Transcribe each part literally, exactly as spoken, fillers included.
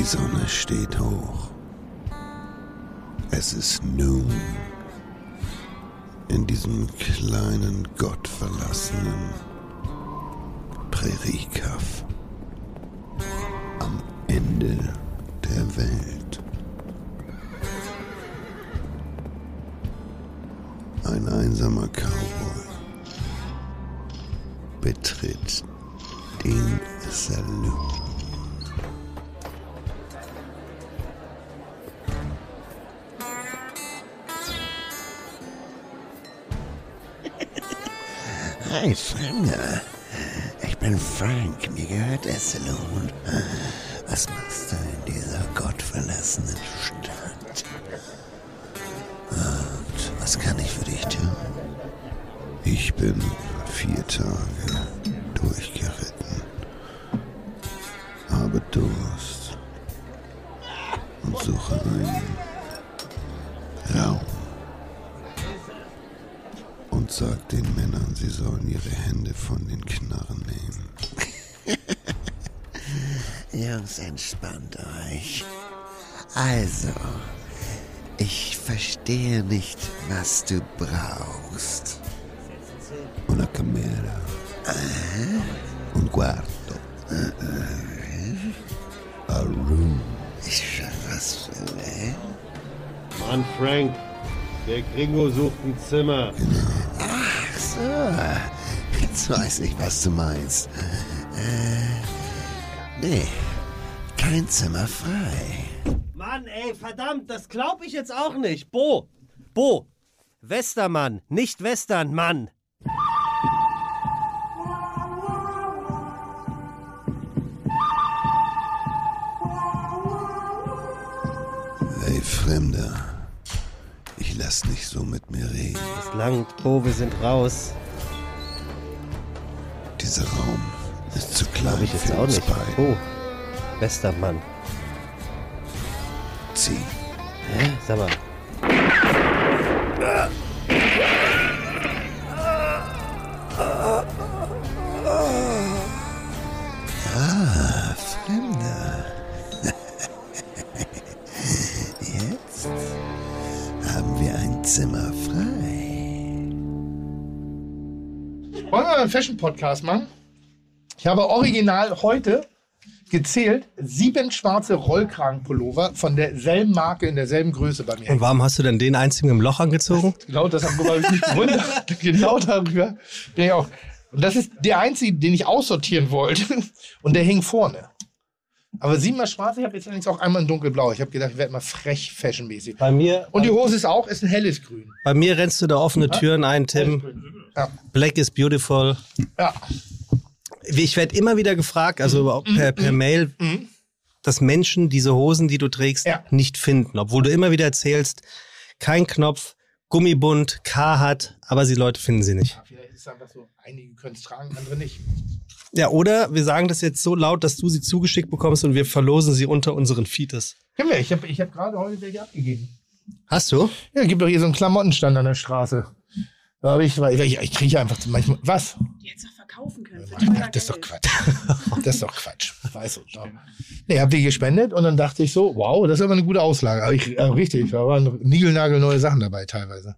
Sonne steht hoch. Es ist nun. In diesem kleinen, gottverlassenen Präriekaff. Am Ende der Welt. Ein einsamer Cowboy betritt den Saloon. Hi, Fremder. Ich bin Frank, mir gehört der Saloon. Was machst du in dieser gottverlassenen Stadt? Und was kann ich für dich tun? Ich bin vier Tage durchgeritten, habe Durst und suche einen Raum. Und sagt den Männern, sie sollen ihre Hände von den Knarren nehmen. Jungs, entspannt euch. Also, ich verstehe nicht, was du brauchst. Una camera. Aha. Un quarto. A room. Ich was für, äh? Mann, Frank, der Gringo sucht ein Zimmer. Ach so, jetzt weiß ich, was du meinst. Äh, nee, kein Zimmer frei. Mann, ey, verdammt, das glaub ich jetzt auch nicht. Bo, Bo, Westermann, nicht Western, Mann. Hey, Fremder. Ich lass nicht so mit mir reden. Es langt, Bo, wir sind raus. Dieser Raum ist zu klein Glaub ich jetzt für auch uns nicht. beide. Bo, Westermann. Zieh. Hä? Sag mal. Ah, Fremder. Jetzt haben wir ein Zimmer frei. Wollen wir mal einen Fashion-Podcast machen? Ich habe original heute gezählt sieben schwarze Rollkragenpullover von derselben Marke in derselben Größe bei mir. Und warum hast du denn den einzigen im Loch angezogen? Genau das habe ich mich gewundert. Genau darüber bin ich auch. Und das ist der einzige, den ich aussortieren wollte. Und der hing vorne. Aber siebenmal schwarz, ich habe jetzt allerdings auch einmal in dunkelblau. Ich habe gedacht, ich werde mal frech fashionmäßig. Bei mir, Und die Hose ist auch, ist ein helles Grün. bei mir rennst du da offene Türen ein, Tim. Ja. Black is beautiful. Ja. Ich werde immer wieder gefragt, also per, per Mail, dass Menschen diese Hosen, die du trägst, Ja. nicht finden. Obwohl du immer wieder erzählst, kein Knopf, Gummibund, Carhartt, aber die Leute finden sie nicht. Ja, vielleicht ist es einfach so, einige können es tragen, andere nicht. Ja, oder wir sagen das jetzt so laut, dass du sie zugeschickt bekommst und wir verlosen sie unter unseren Feedes. Können wir, ich habe ich hab gerade heute welche abgegeben. Hast du? Ja, gibt doch hier so einen Klamottenstand an der Straße. Da habe ich, weil ich, ich kriege einfach manchmal, was? Die jetzt noch verkaufen können. Für Ach, teuer das ist doch Geld. Quatsch. Das ist doch Quatsch. Weißt du, doch. Nee, hab die gespendet und dann dachte ich so, wow, das ist aber eine gute Auslage. Aber ich, äh, richtig, da waren niegelnagelneue Sachen dabei teilweise.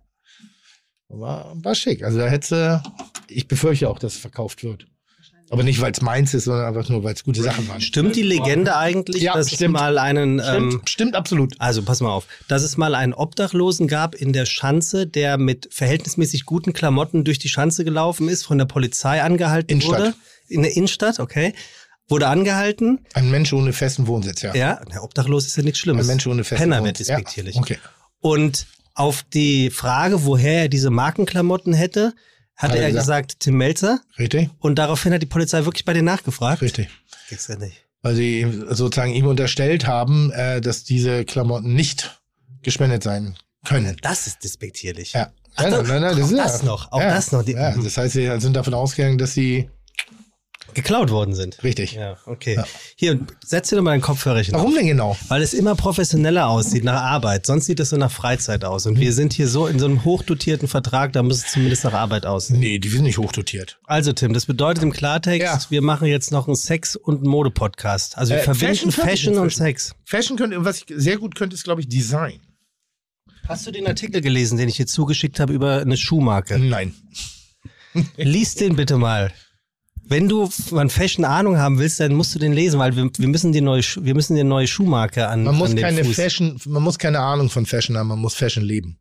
War, war schick. Also da hätte, ich befürchte auch, dass es verkauft wird. Aber nicht, weil es meins ist, sondern einfach nur, weil es gute Sachen waren. Stimmt die Legende eigentlich, Ja, dass es stimmt. mal einen... Stimmt, Ähm, stimmt absolut. Also pass mal auf, dass es mal einen Obdachlosen gab in der Schanze, der mit verhältnismäßig guten Klamotten durch die Schanze gelaufen ist, von der Polizei angehalten Innenstadt. wurde. In der Innenstadt, okay. Wurde angehalten. Ein Mensch ohne festen Wohnsitz, ja. Ja, der Obdachlos ist ja nichts Schlimmes. Ein Mensch ohne festen Penner wird Wohnsitz. despektierlich. Ja, okay. Und auf die Frage, woher er diese Markenklamotten hätte, hatte Hat er er gesagt. gesagt, Tim Melzer. Richtig? Und daraufhin hat die Polizei wirklich bei dir nachgefragt. Richtig. Gibt's ja nicht. Weil sie ihm sozusagen ihm unterstellt haben, äh, dass diese Klamotten nicht gespendet sein können. Das ist despektierlich. Ja. Ach, ja, doch, nein, nein, auch ist das ja. noch, auch ja. das noch. Die, Ja, das heißt, sie sind davon ausgegangen, dass sie geklaut worden sind. Richtig. Ja, okay. Ja. Hier, setz dir doch mal dein Kopfhörerchen Warum auf. denn genau? Weil es immer professioneller aussieht nach Arbeit. Sonst sieht es so nach Freizeit aus. Und wir sind hier so in so einem hochdotierten Vertrag, da muss es zumindest nach Arbeit aussehen. Nee, die sind nicht hochdotiert. Also Tim, das bedeutet im Klartext, Ja. wir machen jetzt noch einen Sex- und Mode-Podcast. Also wir Äh, verbinden Fashion könnte ich Fashion und inzwischen. Sex. Fashion könnte, was ich sehr gut könnte, ist, glaube ich, Design. Hast du den Artikel gelesen, den ich dir zugeschickt habe über eine Schuhmarke? Nein. Lies den bitte mal. Wenn du von Fashion Ahnung haben willst, dann musst du den lesen, weil wir, wir müssen die neue, Schu- wir müssen die neue Schuhmarke an, Man muss an den keine Fuß. Fashion, man muss keine Ahnung von Fashion haben, man muss Fashion leben.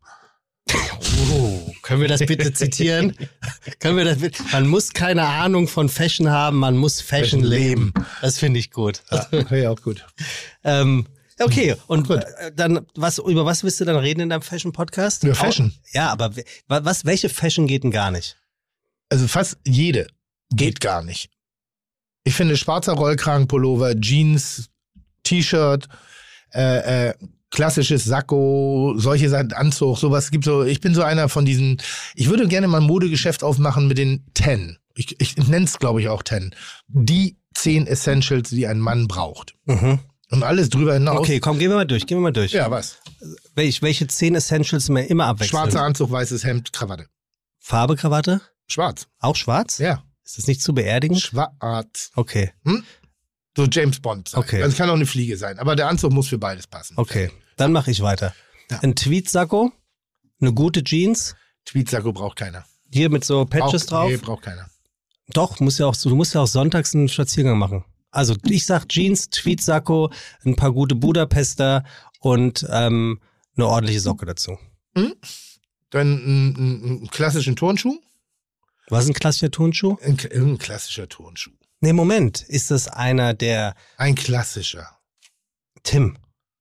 Oh, können wir das bitte zitieren? können wir das bitte? Man muss keine Ahnung von Fashion haben, man muss Fashion, Fashion leben. leben. Das finde ich gut. Ja, ja auch gut. ähm, okay, und Gut. äh, dann was über was willst du dann reden in deinem Fashion Podcast? Über Fashion. Ja, aber we- wa- was welche Fashion geht denn gar nicht? Also fast jede geht gar nicht. Ich finde schwarzer Rollkragenpullover, Jeans, T-Shirt, äh, äh, klassisches Sakko, solche Sachen, Anzug, sowas gibt so. Ich bin so einer von diesen. Ich würde gerne mal ein Modegeschäft aufmachen mit den Ten. Ich, ich nenne es, glaube ich, auch Ten. Die zehn Essentials, die ein Mann braucht. Mhm. Und alles drüber hinaus. Okay, komm, gehen wir mal durch, gehen wir mal durch. Ja, was? Welch, welche zehn Essentials mir immer abwechseln? Schwarzer Anzug, weißes Hemd, Krawatte. Farbe, Krawatte? Schwarz. Auch schwarz? Ja. Ist das nicht zu beerdigend? Schwarz. Okay, So James Bond sein. Okay. Also es kann auch eine Fliege sein. Aber der Anzug muss für beides passen. okay. Dann mache ich weiter. Ja. Ein Tweetsacko, eine gute Jeans, Tweetsacko braucht keiner. hier mit so Patches Braucht- drauf. Nee, braucht keiner. Doch, muss ja auch so, du musst ja auch sonntags einen Spaziergang machen. Also ich sag Jeans, Tweetsacko, ein paar gute Budapester und ähm, eine ordentliche Socke dazu. Dann einen, einen, einen klassischen Turnschuh. Was ist ein klassischer Turnschuh? Ein, ein klassischer Turnschuh. Nee, Moment. Ist das einer der Ein klassischer. Tim?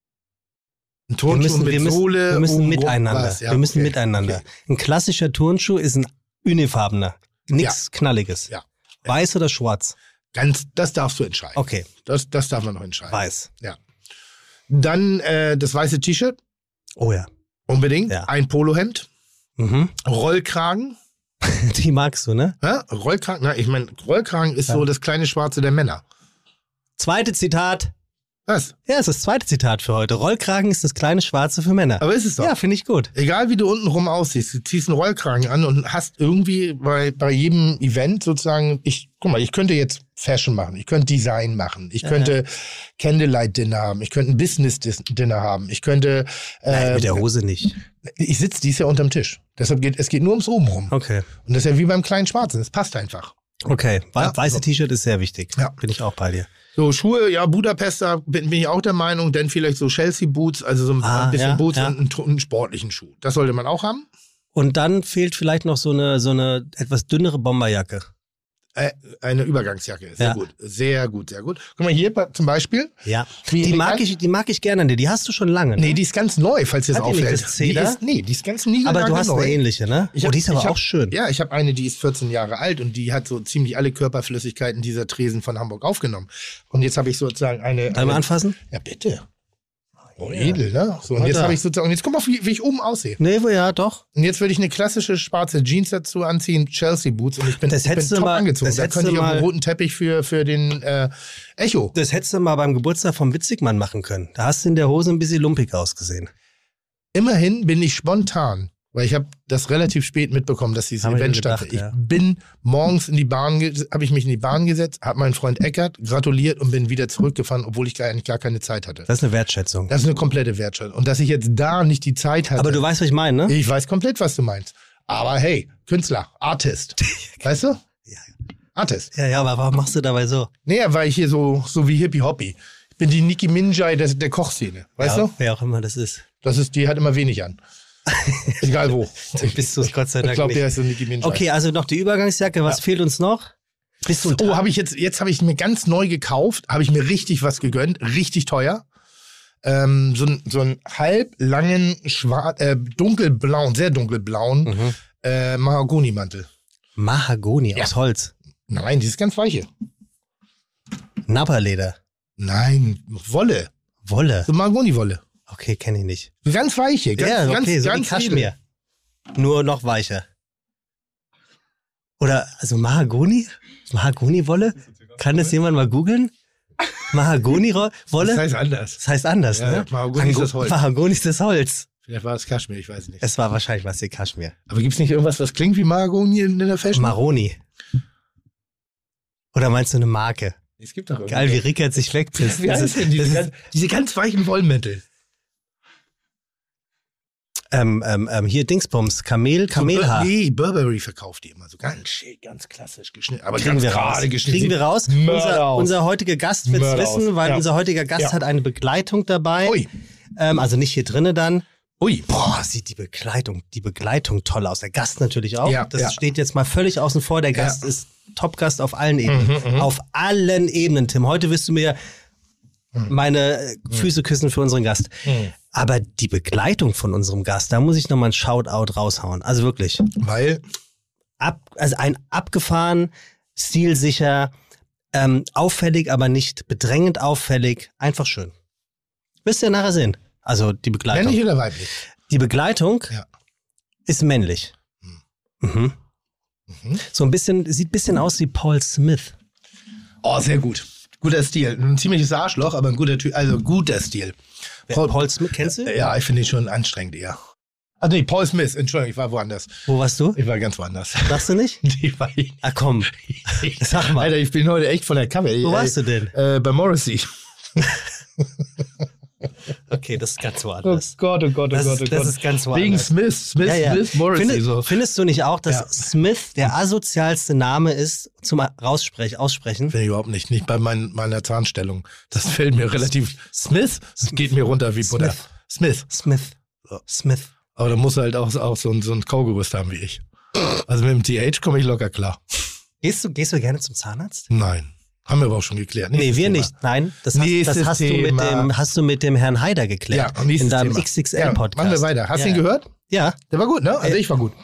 Ein Wir Turnschuh müssen, mit wir müssen, Sohle. wir müssen oben miteinander. was. Ja, wir müssen okay. miteinander. Okay. Ein klassischer Turnschuh ist ein unifarbener. Nix Knalliges. Ja. Weiß oder schwarz? Ganz, das darfst du entscheiden. Okay, Das, das darf man noch entscheiden. weiß. Ja. Dann äh, das weiße T-Shirt. Oh ja. Unbedingt. Ja. Ein Polohemd. Mhm. Rollkragen. Die magst du, ne? Ja, Rollkragen. Na, ich meine, Rollkragen ist Ja. so das kleine Schwarze der Männer. Zweite Zitat. Was? Ja, es ist das zweite Zitat für heute. Rollkragen ist das kleine Schwarze für Männer. Aber ist es doch. Ja, finde ich gut. Egal wie du untenrum aussiehst, du ziehst einen Rollkragen an und hast irgendwie bei, bei jedem Event sozusagen, ich, guck mal, ich könnte jetzt Fashion machen, ich könnte Design machen, ich Ja, könnte Candlelight-Dinner haben, ich könnte ein Business-Dinner haben, ich könnte, Nein, äh, mit der Hose nicht. ich sitze dies ja unterm Tisch. Deshalb geht, es geht nur ums Obenrum. Okay. Und das ist ja wie beim kleinen Schwarzen, das passt einfach. Okay. We Ja, weiße so. T-Shirt ist sehr wichtig. Ja. Bin ich auch bei dir. So, Schuhe, ja, Budapester bin, bin ich auch der Meinung, denn vielleicht so Chelsea-Boots, also so ein, Ah, ein bisschen ja, Boots ja. und einen, einen sportlichen Schuh. Das sollte man auch haben. Und dann fehlt vielleicht noch so eine, so eine etwas dünnere Bomberjacke. Äh, eine Übergangsjacke, sehr Ja. gut, sehr gut, sehr gut. Guck mal hier bei- zum Beispiel. Ja. Wie Die mag, elegant. ich, die mag ich gerne an dir. Die hast du schon lange. Ne? Nee, die ist ganz neu, falls dir das Hat die nicht auffällt. das Die Zeder? ist, nee, die ist ganz niegelnagelneu. aber du hast eine ähnliche, ne? Ich oh, hab- die ist aber ich hab- auch schön. Ja, ich habe eine, die ist vierzehn Jahre alt und die hat so ziemlich alle Körperflüssigkeiten dieser Tresen von Hamburg aufgenommen. Und jetzt habe ich sozusagen eine. Einmal eine anfassen? ja, bitte. Oh, ja. edel, ne? So, und Na jetzt da. habe ich sozusagen, und jetzt guck mal, wie, wie ich oben aussehe. Nee, wo- ja, doch. Und jetzt würde ich eine klassische schwarze Jeans dazu anziehen, Chelsea Boots und ich bin, Das ich bin hättest du top mal- angezogen. das Da hättest könnte du ich auf mal- dem roten Teppich für, für den äh, Echo. Das hättest du mal beim Geburtstag vom Witzigmann machen können. Da hast du in der Hose ein bisschen lumpig ausgesehen. Immerhin bin ich spontan, weil ich habe das relativ spät mitbekommen, dass dieses Hab ich Event mir gedacht, stattfindet. ja. Ich bin morgens in die Bahn, habe ich mich in die Bahn gesetzt, habe meinen Freund Eckert gratuliert und bin wieder zurückgefahren, obwohl ich gar, eigentlich gar keine Zeit hatte. Das ist eine Wertschätzung. Das ist eine komplette Wertschätzung. Und dass ich jetzt da nicht die Zeit hatte. Aber du weißt, was ich meine, ne? Ich weiß komplett, was du meinst. Aber hey, Künstler, Artist. Weißt du? Ja. Artist. Ja, ja, aber warum machst du dabei so? Nee, weil ich hier so, so wie Hippie Hoppy. Ich bin die Nicki Minaj der, der Kochszene. Weißt ja, du? Wer auch immer das ist. Das ist, die hat immer wenig an. Egal wo. Bist du es Gott sei Ich Dank glaube, der nicht. ist so Nicki Minaj. Okay, also noch die Übergangsjacke. Was Ja. fehlt uns noch? Bist du Oh, habe ich jetzt, jetzt habe ich mir ganz neu gekauft, habe ich mir richtig was gegönnt, richtig teuer. Ähm, so, ein- so einen halblangen, schwarz, äh, dunkelblauen, sehr dunkelblauen Mhm. äh, Mahagoni-Mantel. Mahagoni Ja. aus Holz. Nein, die ist ganz weiche. Napperleder. Nein, Wolle. Wolle. So Mahagoni-Wolle. Okay, kenne ich nicht. Ganz weiche, ganz, ja, okay, ganz, so wie ganz Kaschmir. Nur noch weicher. Oder, also Mahagoni? Mahagoni-Wolle? Kann das jemand mal googeln? Mahagoni-Wolle? Das heißt anders. Das heißt anders, Ja, ne? Mahagoni ist das Holz. Mahagoni ist das Holz. Vielleicht war es Kaschmir, ich weiß nicht. Es war wahrscheinlich was hier Kaschmir. Aber gibt's nicht irgendwas, was klingt wie Mahagoni in der Fashion? Maroni. Oder meinst du eine Marke? Es gibt doch irgendwas. Geil, wie Rickert sich wegpisst. Wie Das heißt ist- denn diese, das ist- ganz, diese ganz weichen Wollmäntel? Ähm, ähm, ähm, hier Dingsbums, Kamel, Kamelhaar. Nee, Burberry verkauft die immer so ganz schick, ganz klassisch geschnitten. Aber Kriegen ganz wir raus. gerade geschnitten. Kriegen wir raus. Mörder Unser, aus. unser heutiger Gast wird es Mörder wissen, aus. weil Ja. unser heutiger Gast Ja. hat eine Begleitung dabei. Ui. Ähm, also nicht hier drinnen dann. Ui. Boah, sieht die Begleitung, die Begleitung toll aus. Der Gast natürlich auch. Ja, das ja. steht jetzt mal völlig außen vor. Der Gast Ja. ist Topgast auf allen Ebenen. Mhm, auf allen Ebenen, Tim. Heute wirst du mir meine äh, Füße küssen für unseren Gast. Mhm. Aber die Begleitung von unserem Gast, da muss ich nochmal ein Shoutout raushauen. Also wirklich. Weil, Ab, also ein abgefahren, stilsicher, ähm, auffällig, aber nicht bedrängend auffällig. Einfach schön. Wirst du ja nachher sehen. Also die Begleitung. männlich oder weiblich? Die Begleitung Ja. ist männlich. Mhm. Mhm. So ein bisschen, sieht ein bisschen aus wie Paul Smith. Oh, sehr gut. Guter Stil. Ein ziemliches Arschloch, aber ein guter Typ. Also guter Stil. Wer, Paul- Paul Smith, kennst du? Ja, ich finde ihn schon anstrengend eher. Ah nee, Paul Smith. Entschuldigung, ich war woanders. Wo warst du? Ich war ganz woanders. Sagst du nicht? Die war ich. Ah komm, sag mal. Alter, ich bin heute echt von der Kappe. Wo Ey, warst du denn? Äh, bei Morrissey. Okay, das ist ganz Oh woanders. Gott, oh Gott, oh Das Gott, ist- oh das Gott. ist ganz Wegen woanders. Smith, Smith, Ja, ja. Smith, Morrissey. Findest, so. findest du nicht auch, dass Ja. Smith der asozialste Name ist zum Raussprech, Aussprechen? Finde ich überhaupt nicht. Nicht bei mein, meiner Zahnstellung. Das fällt mir relativ. Smith? Das geht mir runter wie Butter. Smith. Smith. Smith. Aber da muss halt auch, auch so ein, so ein Kaugerüst haben wie ich. Also mit dem T H komme ich locker klar. Gehst du, gehst du gerne zum Zahnarzt? Nein. Haben wir aber auch schon geklärt. Nee, Nächstes wir Thema. nicht. Nein, das hast, Nächstes das hast, du mit Thema. dem, hast du mit dem Herrn Haider geklärt. Ja, nächstes in deinem Thema. X X Ja, L-Podcast. machen wir weiter. Hast du ja. ihn gehört? Ja. Der war gut, ne? Also ich war gut.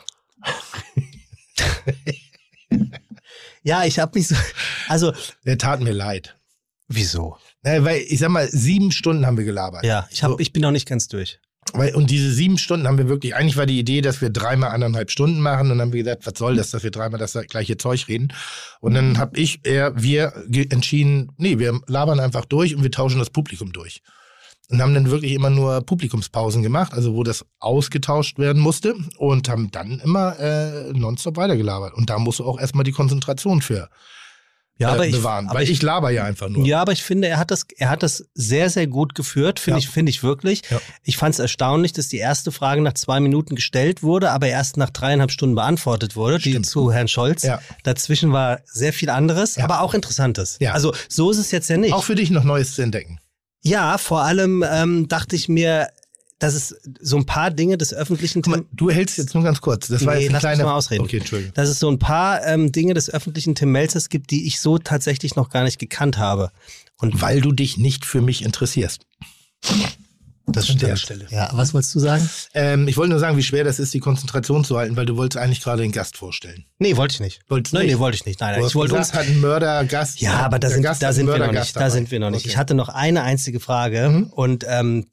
Ja, ich habe mich so. Also, Der tat mir leid. wieso? Na, weil, ich sag mal, sieben Stunden haben wir gelabert. Ja, ich, hab, So. ich bin noch nicht ganz durch. Weil, und diese sieben Stunden haben wir wirklich, eigentlich war die Idee, dass wir dreimal anderthalb Stunden machen und dann haben wir gesagt, was soll das, dass wir dreimal das gleiche Zeug reden. Und dann habe ich, er, wir ge- entschieden, nee, wir labern einfach durch und wir tauschen das Publikum durch. Und haben dann wirklich immer nur Publikumspausen gemacht, also wo das ausgetauscht werden musste und haben dann immer äh, nonstop weitergelabert. Und da musst du auch erstmal die Konzentration für Ja, äh, aber ich, bewahren, aber weil ich, ich laber ja einfach nur. ja, aber ich finde, er hat das, er hat das sehr, sehr gut geführt, finde Ja. ich, finde ich wirklich. Ja. Ich fand es erstaunlich, dass die erste Frage nach zwei Minuten gestellt wurde, aber erst nach dreieinhalb Stunden beantwortet wurde, die Stimmt. zu Herrn Scholz. Ja. Dazwischen war sehr viel anderes, Ja. aber auch Interessantes. Ja. Also so ist es jetzt ja nicht. Auch für dich noch Neues zu entdecken. Ja, vor allem ähm, dachte ich mir, dass es so ein paar Dinge des öffentlichen Guck mal, Tim, du hältst jetzt nur ganz kurz. Das war Nee, jetzt ein lass mich kleiner. mal ausreden. Okay, Entschuldigung. dass es so ein paar ähm, Dinge des öffentlichen Tim Melzers gibt, die ich so tatsächlich noch gar nicht gekannt habe. Und Weil du dich nicht für mich interessierst. das an der stimmt. Stelle. Ja, was wolltest du sagen? Ähm, ich wollte nur sagen, wie schwer das ist, die Konzentration zu halten, weil du wolltest eigentlich gerade den Gast vorstellen. Nee, wollte ich nicht. Wolltest Nein, nicht? nee, wollte ich nicht. Nein, Du nein, hast ich wollte uns. gesagt, hat ein Mörder-Gast. Ja, aber da der sind, Gast da hat sind einen wir noch Mördergast nicht. Da dabei. sind wir noch nicht. Okay. Ich hatte noch eine einzige Frage Mhm. und ähm,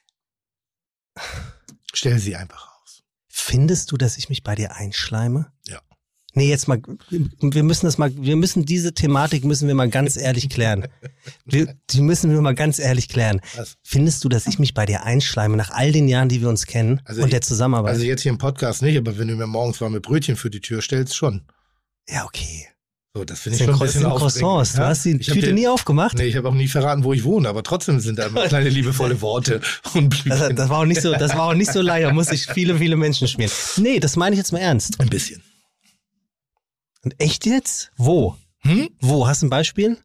Stell sie einfach raus. findest du, dass ich mich bei dir einschleime? Ja. Nee, jetzt mal, wir müssen das mal, wir müssen diese Thematik müssen wir mal ganz ehrlich klären. Wir, die müssen wir mal ganz ehrlich klären. Was? Findest du, dass ich mich bei dir einschleime nach all den Jahren, die wir uns kennen Also und ich- der Zusammenarbeit? Also jetzt hier im Podcast nicht, aber wenn du mir morgens warme Brötchen für die Tür stellst, schon. ja, okay. So, das finde Das ich schon ein sind bisschen Croissants. aufregend. Du ja? hast die Ich hab Tüte dir- nie aufgemacht. Nee, ich habe auch nie verraten, wo ich wohne, aber trotzdem sind da immer kleine liebevolle Worte und Das, Blümchen. das war auch nicht so, das war auch nicht so leicht. Da muss ich viele, viele Menschen schmieren. Nee, das meine ich jetzt mal ernst. Ein bisschen. Und echt jetzt? Wo? Hm? Wo? Hast du ein Beispiel?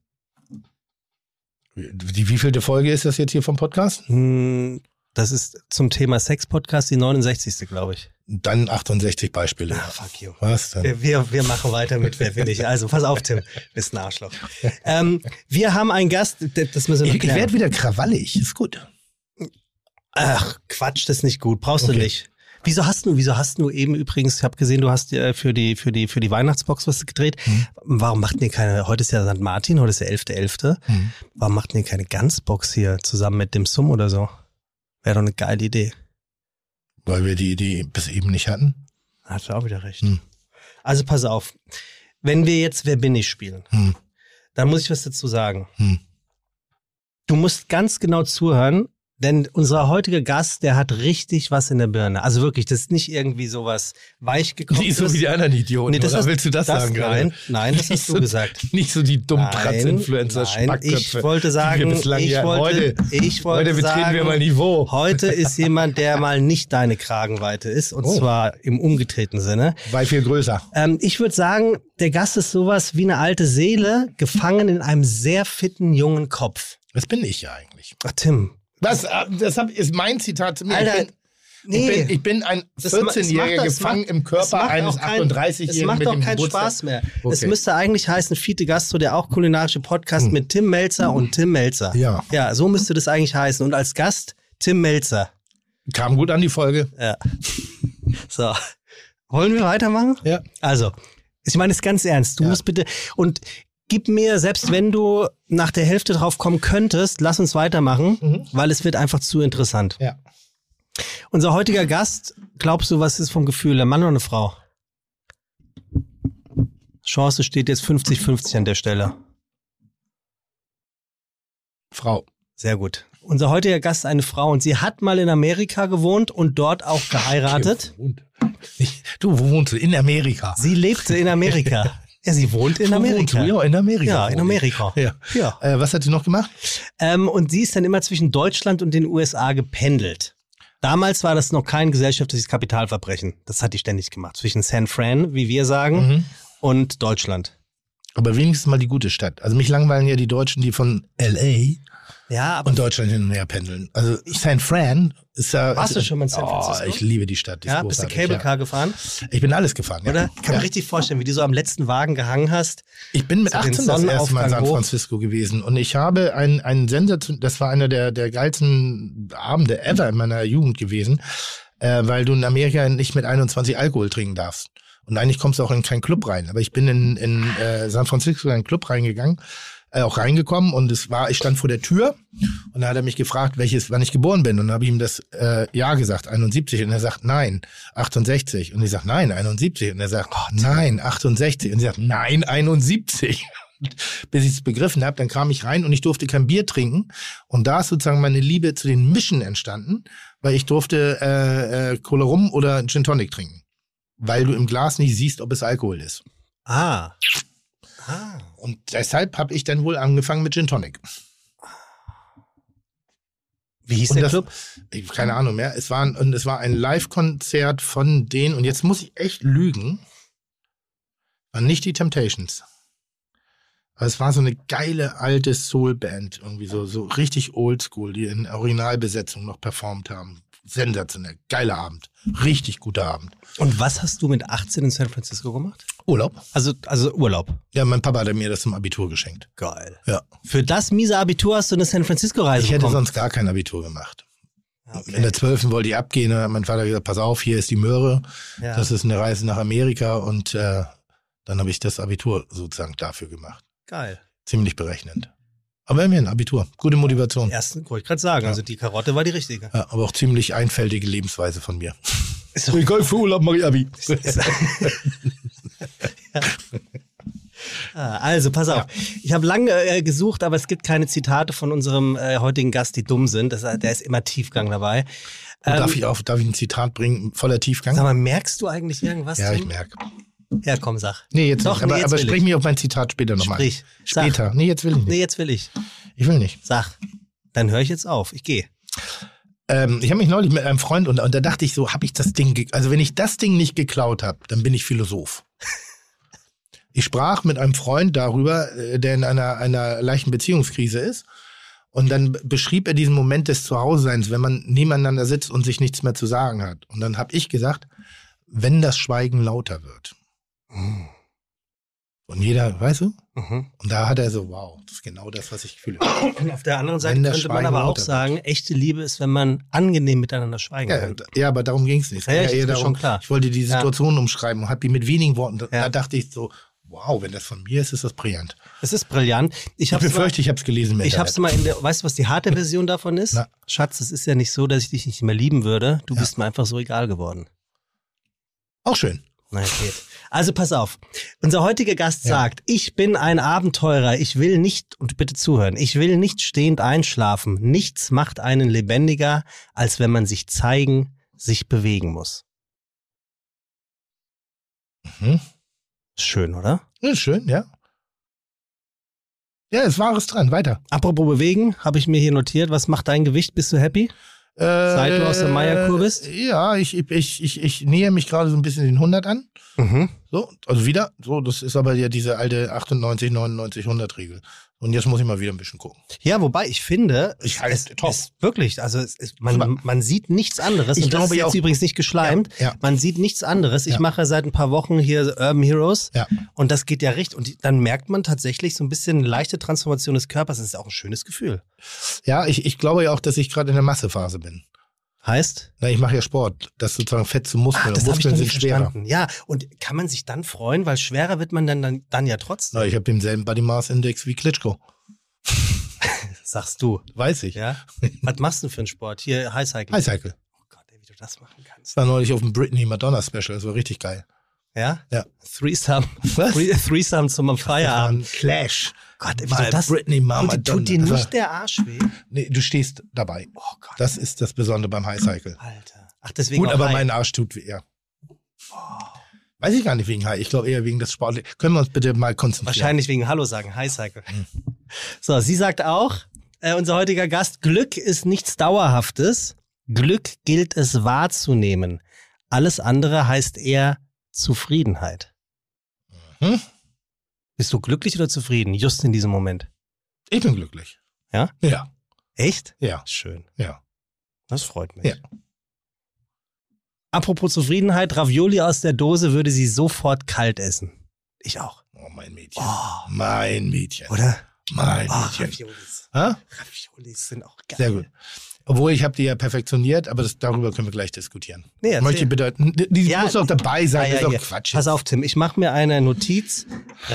Die wievielte Folge ist das jetzt hier vom Podcast? Hm, das ist zum Thema Sex-Podcast die neunundsechzigste, glaube ich. Dann achtundsechzig Beispiele. Ah, fuck you. Was denn? Wir, wir, wir machen weiter mit Wer bin ich. Also, pass auf, Tim. Bist ein Arschloch. Ähm, wir haben einen Gast, das müssen wir Ich, noch ich klären. werde wieder krawallig. Ist gut. Ach, Quatsch, das ist nicht gut. Brauchst du Okay. nicht. Wieso hast du, wieso hast du eben übrigens, ich habe gesehen, du hast äh, für die, für die, für die Weihnachtsbox was gedreht. Mhm. Warum macht ihr keine, heute ist ja Sankt Martin, heute ist der elfte elfte Mhm. Warum macht ihr keine Ganzbox hier zusammen mit dem Sum oder so? Wäre doch eine geile Idee. Weil wir die Idee bis eben nicht hatten. Hast du auch wieder recht. Hm. Also pass auf, wenn wir jetzt Wer bin ich spielen, Hm. dann muss ich was dazu sagen. Hm. Du musst ganz genau zuhören, denn unser heutiger Gast, der hat richtig was in der Birne. Also wirklich, das ist nicht irgendwie sowas weichgekochtes. Nicht so wie die anderen Idioten, Nee, das oder hast- willst du das, das- sagen gerade? nein, nein, das Nicht hast du so- gesagt. Nicht so die dummen Nein, Pratz-Influencer, nein, Spackköpfe. ich wollte die sagen, wir bislang ich ja- wollte, heute, ich wollte heute betreten sagen, wir mal Niveau. heute ist jemand, der mal nicht deine Kragenweite ist, und Oh. zwar im umgedrehten Sinne. Weil viel größer. Ähm, ich würde sagen, der Gast ist sowas wie eine alte Seele, gefangen in einem sehr fitten jungen Kopf. Das bin ich ja eigentlich. Ach, Tim. Was, äh, das hab, ist mein Zitat zu mir. Alter, ich, bin, nee. ich, bin, ich bin ein Das ma- es macht vierzehnjähriger doch- es gefangen macht- im es Körper macht eines auch kein- achtunddreißigjährigen Es macht mit doch dem keinen Geburtstag. Spaß mehr. Okay. Es müsste eigentlich heißen Fiete Gastro, der auch kulinarische Podcast mit Tim Melzer und Tim Melzer. Ja. Ja, so müsste das eigentlich heißen. Und als Gast Tim Melzer. Kam gut an die Folge. Ja. So. Wollen wir weitermachen? Ja. Also, ich meine es ganz ernst. Du Ja. musst bitte, und gib mir, selbst wenn du nach der Hälfte drauf kommen könntest, lass uns weitermachen, Mhm. weil es wird einfach zu interessant. Ja. Unser heutiger Gast, glaubst du, was ist vom Gefühl, ein Mann oder eine Frau? Chance steht jetzt fünfzig fünfzig an der Stelle. Frau. Sehr gut. Unser heutiger Gast ist eine Frau und sie hat mal in Amerika gewohnt und dort auch geheiratet. Wohnt. Ich, du, wo wohnst du? In Amerika. Sie lebte in Amerika. Ja, sie wohnt in Wo wohnst Amerika. du? Ja, in Amerika. Ja, in wohne ich. Amerika. Ja. Ja. Äh, was hat sie noch gemacht? Ähm, und sie ist dann immer zwischen Deutschland und den U S A gependelt. Damals war das noch kein gesellschaftliches Kapitalverbrechen. Das hat die ständig gemacht. Zwischen San Fran, wie wir sagen, Mhm. und Deutschland. Aber wenigstens mal die gute Stadt. Also mich langweilen ja die Deutschen, die von L A Ja, aber und Deutschland hin und her pendeln. Also San Fran ist ja... Warst du schon mal in San Oh, Francisco? ich liebe die Stadt. Die ist ja, bist du großartig, Cable Car ja. gefahren? Ich bin alles gefahren, ja. Oder? Ich kann ja. mir richtig vorstellen, wie du so am letzten Wagen gehangen hast. Ich bin mit So den achtzehn das erste Mal in San Sonnenaufgang hoch. Francisco gewesen und ich habe einen, einen Sensation, das war einer der, der geilsten Abende ever in meiner Jugend gewesen, äh, weil du in Amerika nicht mit einundzwanzig Alkohol trinken darfst. Und eigentlich kommst du auch in keinen Club rein. Aber ich bin in, in äh, San Francisco in einen Club reingegangen, äh, auch reingekommen und es war, ich stand vor der Tür und da hat er mich gefragt, welches, wann ich geboren bin und dann habe ich ihm das äh, Jahr gesagt, einundsiebzig und er sagt, nein, achtundsechzig und ich sag, nein, einundsiebzig und er sagt, nein, achtundsechzig und ich sag, nein, einundsiebzig. Bis ich es begriffen habe, dann kam ich rein und ich durfte kein Bier trinken und da ist sozusagen meine Liebe zu den Mischen entstanden, weil ich durfte äh, äh, Cola Rum oder Gin Tonic trinken. Weil du im Glas nicht siehst, ob es Alkohol ist. Ah. Ah. Und deshalb habe ich dann wohl angefangen mit Gin Tonic. Wie hieß Und der das, Club? Ich, keine Ahnung mehr. Es war, ein- und es war ein Live-Konzert von denen, und jetzt muss ich echt lügen, waren nicht die Temptations. Aber es war so eine geile alte Soul-Band, irgendwie so, so richtig oldschool, die in Originalbesetzung noch performt haben. Sensationell. Geiler Abend. Richtig guter Abend. Und was hast du mit achtzehn in San Francisco gemacht? Urlaub. Also, also Urlaub. Ja, mein Papa hat mir das zum Abitur geschenkt. Geil. Ja. Für das miese Abitur hast du eine San Francisco-Reise Ich hätte bekommen. sonst gar kein Abitur gemacht. Okay. In der zwölften wollte ich abgehen, da hat mein Vater gesagt, pass auf, hier ist die Möhre, Ja. das ist eine Reise nach Amerika und äh, dann habe ich das Abitur sozusagen dafür gemacht. Geil. Ziemlich berechnend. Aber immerhin, Abitur, gute Motivation. Ja. Ersten, wollte ich gerade sagen, also die Karotte war die richtige. aber auch ziemlich einfältige Lebensweise von mir. Ist doch- Egal, für Urlaub mache ich Abi. Ah, also, pass auf. Ich habe lange äh, gesucht, aber es gibt keine Zitate von unserem äh, heutigen Gast, die dumm sind. Das, der ist immer Tiefgang dabei. Und darf Ähm, ich auch, darf ich ein Zitat bringen, voller Tiefgang? Sag mal, merkst du eigentlich irgendwas? Ja, ich Tim? merke. Ja, komm, sag. Nee, jetzt Doch, nicht. Aber, nee, jetzt aber will sprich ich. mich auf mein Zitat später nochmal. Sprich. Sag. Später. Nee, jetzt will ich nicht. Nee, jetzt will ich. Ich will nicht. Sag. Dann höre ich jetzt auf. Ich gehe. Ähm, ich habe mich neulich mit einem Freund und, und da dachte ich so, habe ich das Ding, ge- also wenn ich das Ding nicht geklaut habe, dann bin ich Philosoph. Ich sprach mit einem Freund darüber, äh, der in einer, einer leichten Beziehungskrise ist. Und dann b- beschrieb er diesen Moment des Zuhauseseins, wenn man nebeneinander sitzt und sich nichts mehr zu sagen hat. Und dann habe ich gesagt, wenn das Schweigen lauter wird. Und jeder, weißt du? Mhm. Und da hat er so, wow, das ist genau das, was ich fühle. Und auf der anderen Seite Wenn das könnte man Schweigen aber auch lauter wird. sagen, echte Liebe ist, wenn man angenehm miteinander schweigen Ja, kann. d- ja, aber darum ging es nicht. Es Ja, ging ja, ja eher ist mir darum, schon klar. ich wollte die Ja. Situation umschreiben und habe die mit wenigen Worten. Da, Ja. da dachte ich so, wow, wenn das von mir ist, ist das brillant. Es ist brillant. Ich Ich habe befürchte, ich habe es gelesen im Ich hab's Internet. mal in der, weißt du, was die harte Version davon ist? Na. Schatz, es ist ja nicht so, dass ich dich nicht mehr lieben würde. Du Ja. bist mir einfach so egal geworden. Auch schön. Nein, geht. Also pass auf. Unser heutiger Gast Ja. sagt, ich bin ein Abenteurer, ich will nicht, und bitte zuhören, ich will nicht stehend einschlafen. Nichts macht einen lebendiger, als wenn man sich zeigen, sich bewegen muss. Mhm. Schön, oder? Ja, schön, ja. Ja, ist Wahres dran. Weiter. Apropos bewegen, habe ich mir hier notiert, was macht dein Gewicht? Bist du happy? Äh, Seit du aus der Meierkur bist? Ja, ich, ich, ich, ich nähe mich gerade so ein bisschen den hundert an. Mhm. So, also wieder. So, das ist aber ja diese alte achtundneunzig, neunundneunzig, hundert Regel. Und jetzt muss ich mal wieder ein bisschen gucken. Ja, wobei ich finde, Ich es, halte es top. ist wirklich, also es ist, man, Super. man sieht nichts anderes. Ich und das glaube ist ja jetzt auch- übrigens nicht geschleimt. Ja, ja. Man sieht nichts anderes. Ich Ja. mache seit ein paar Wochen hier Urban Heroes Ja. und das geht ja richtig. Und dann merkt man tatsächlich so ein bisschen eine leichte Transformation des Körpers. Das ist auch ein schönes Gefühl. Ja, ich, ich glaube ja auch, dass ich gerade in der Massephase bin. Heißt? Na, ich mache ja Sport. Das ist sozusagen Fett zu Muskeln. Ah, Und das habe ich Muskeln noch sind nicht schwerer. verstanden. Ja, und kann man sich dann freuen, weil schwerer wird man dann, dann, dann ja trotzdem. Na, ich habe denselben Body Mass Index wie Klitschko. Sagst du. Weiß ich. Ja? Was machst du für einen Sport? Hier, High Cycle. High Cycle. Oh Gott, ey, wie du das machen kannst. Das war neulich auf dem Britney Madonna Special. Das war richtig geil. Ja? Ja. Threesome. Was? Three- Threesome zum Feierabend. Ein Clash. Gott, ey, wie Mal du das... Britney, Mama, tut, tut dir Madonna. Das nicht war- der Arsch weh? Nee, du stehst dabei. Oh Gott. Das ist das Besondere beim High Cycle. Alter. Ach, deswegen Gut, auch aber High. mein Arsch tut weh. Ja. Weiß ich gar nicht wegen High. Ich glaube eher wegen des Sportlichen. Können wir uns bitte mal konzentrieren? Wahrscheinlich wegen Hallo sagen, High Cycle. So, sie sagt auch, äh, unser heutiger Gast, Glück ist nichts Dauerhaftes. Glück gilt es wahrzunehmen. Alles andere heißt eher Zufriedenheit. Hm? Bist du glücklich oder zufrieden, just in diesem Moment? Ich bin glücklich. Ja? Ja. Echt? Ja. Schön. Ja. Das freut mich. Ja. Apropos Zufriedenheit, Ravioli aus der Dose würde sie sofort kalt essen. Ich auch. Oh, mein Mädchen. Oh. Mein Mädchen. Oder? Mein Oh, Mädchen. Raviolis. Ha? Raviolis sind auch geil. Sehr gut. Obwohl, ich habe die ja perfektioniert, aber das, darüber können wir gleich diskutieren. Nee, erzähl. Möchte ich bitte, die, die Ja, muss doch dabei sein, Ah, ja, das ist hier. doch Quatsch. Pass auf, Tim, ich mache mir eine Notiz.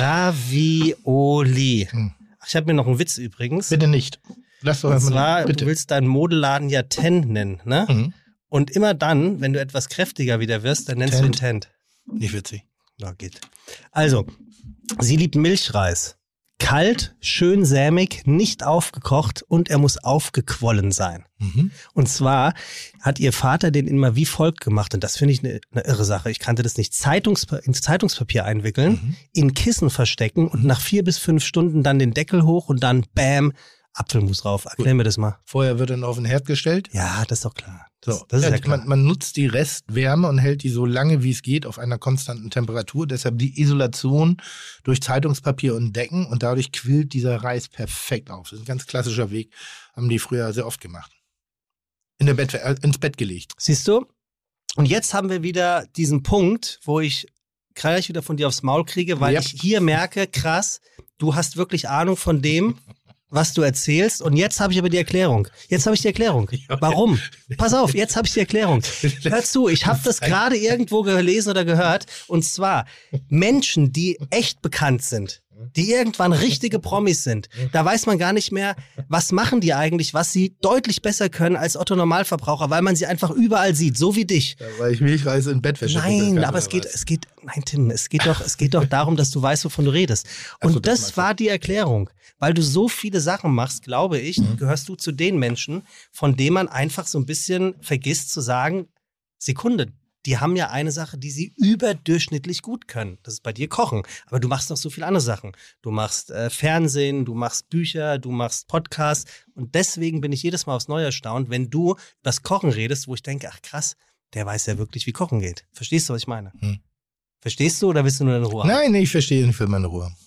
Ravioli. Hm. Ach, ich habe mir noch einen Witz übrigens. Bitte nicht. Lass doch Und erstmal- zwar, bitte. du willst deinen Modeladen ja Ten nennen, ne? Mhm. Und immer dann, wenn du etwas kräftiger wieder wirst, dann nennst du ihn Tent. Tent. Nicht witzig. Na, geht. Also, sie liebt Milchreis. Kalt, schön sämig, nicht aufgekocht und er muss aufgequollen sein. Mhm. Und zwar hat ihr Vater den immer wie folgt gemacht und das finde ich eine ne irre Sache. Ich kannte das nicht. Zeitungspa ins Zeitungspapier einwickeln, Mhm. in Kissen verstecken und nach vier bis fünf Stunden dann den Deckel hoch und dann bam, Apfelmus drauf. Erklär mir das mal. Vorher wird dann auf den Herd gestellt. Ja, das ist doch klar. Das, So, das ist ja, ja klar. man, man nutzt die Restwärme und hält die so lange wie es geht auf einer konstanten Temperatur. Deshalb die Isolation durch Zeitungspapier und Decken und dadurch quillt dieser Reis perfekt auf. Das ist ein ganz klassischer Weg, haben die früher sehr oft gemacht. In der Bett, äh, ins Bett gelegt. Siehst du? Und jetzt haben wir wieder diesen Punkt, wo ich gleich wieder von dir aufs Maul kriege, weil Yep. ich hier merke, krass, du hast wirklich Ahnung von dem, was du erzählst. Und jetzt habe ich aber die Erklärung. Jetzt habe ich die Erklärung. Warum? Pass auf, jetzt habe ich die Erklärung. Hör zu, ich habe das gerade irgendwo gelesen oder gehört. Und zwar Menschen, die echt bekannt sind, die irgendwann richtige Promis sind. Da weiß man gar nicht mehr, was machen die eigentlich, was sie deutlich besser können als Otto Normalverbraucher, weil man sie einfach überall sieht, so wie dich. Ja, weil ich Milchreis in Bettwäsche Nein, wickeln kann, aber oder es geht, was? es geht, nein, Tim, es geht doch, es geht doch darum, dass du weißt, wovon du redest. Und Ach so, das das, meinst war die Erklärung. Weil du so viele Sachen machst, glaube ich, Mhm. gehörst du zu den Menschen, von denen man einfach so ein bisschen vergisst zu sagen, Sekunde, die haben ja eine Sache, die sie überdurchschnittlich gut können. Das ist bei dir Kochen. Aber du machst noch so viele andere Sachen. Du machst äh, Fernsehen, du machst Bücher, du machst Podcasts. Und deswegen bin ich jedes Mal aufs Neue erstaunt, wenn du über das Kochen redest, wo ich denke, ach krass, der weiß ja wirklich, wie Kochen geht. Verstehst du, was ich meine? Hm. Verstehst du oder willst du nur deine Ruhe haben? Nein, nee, ich verstehe nicht für meine Ruhe.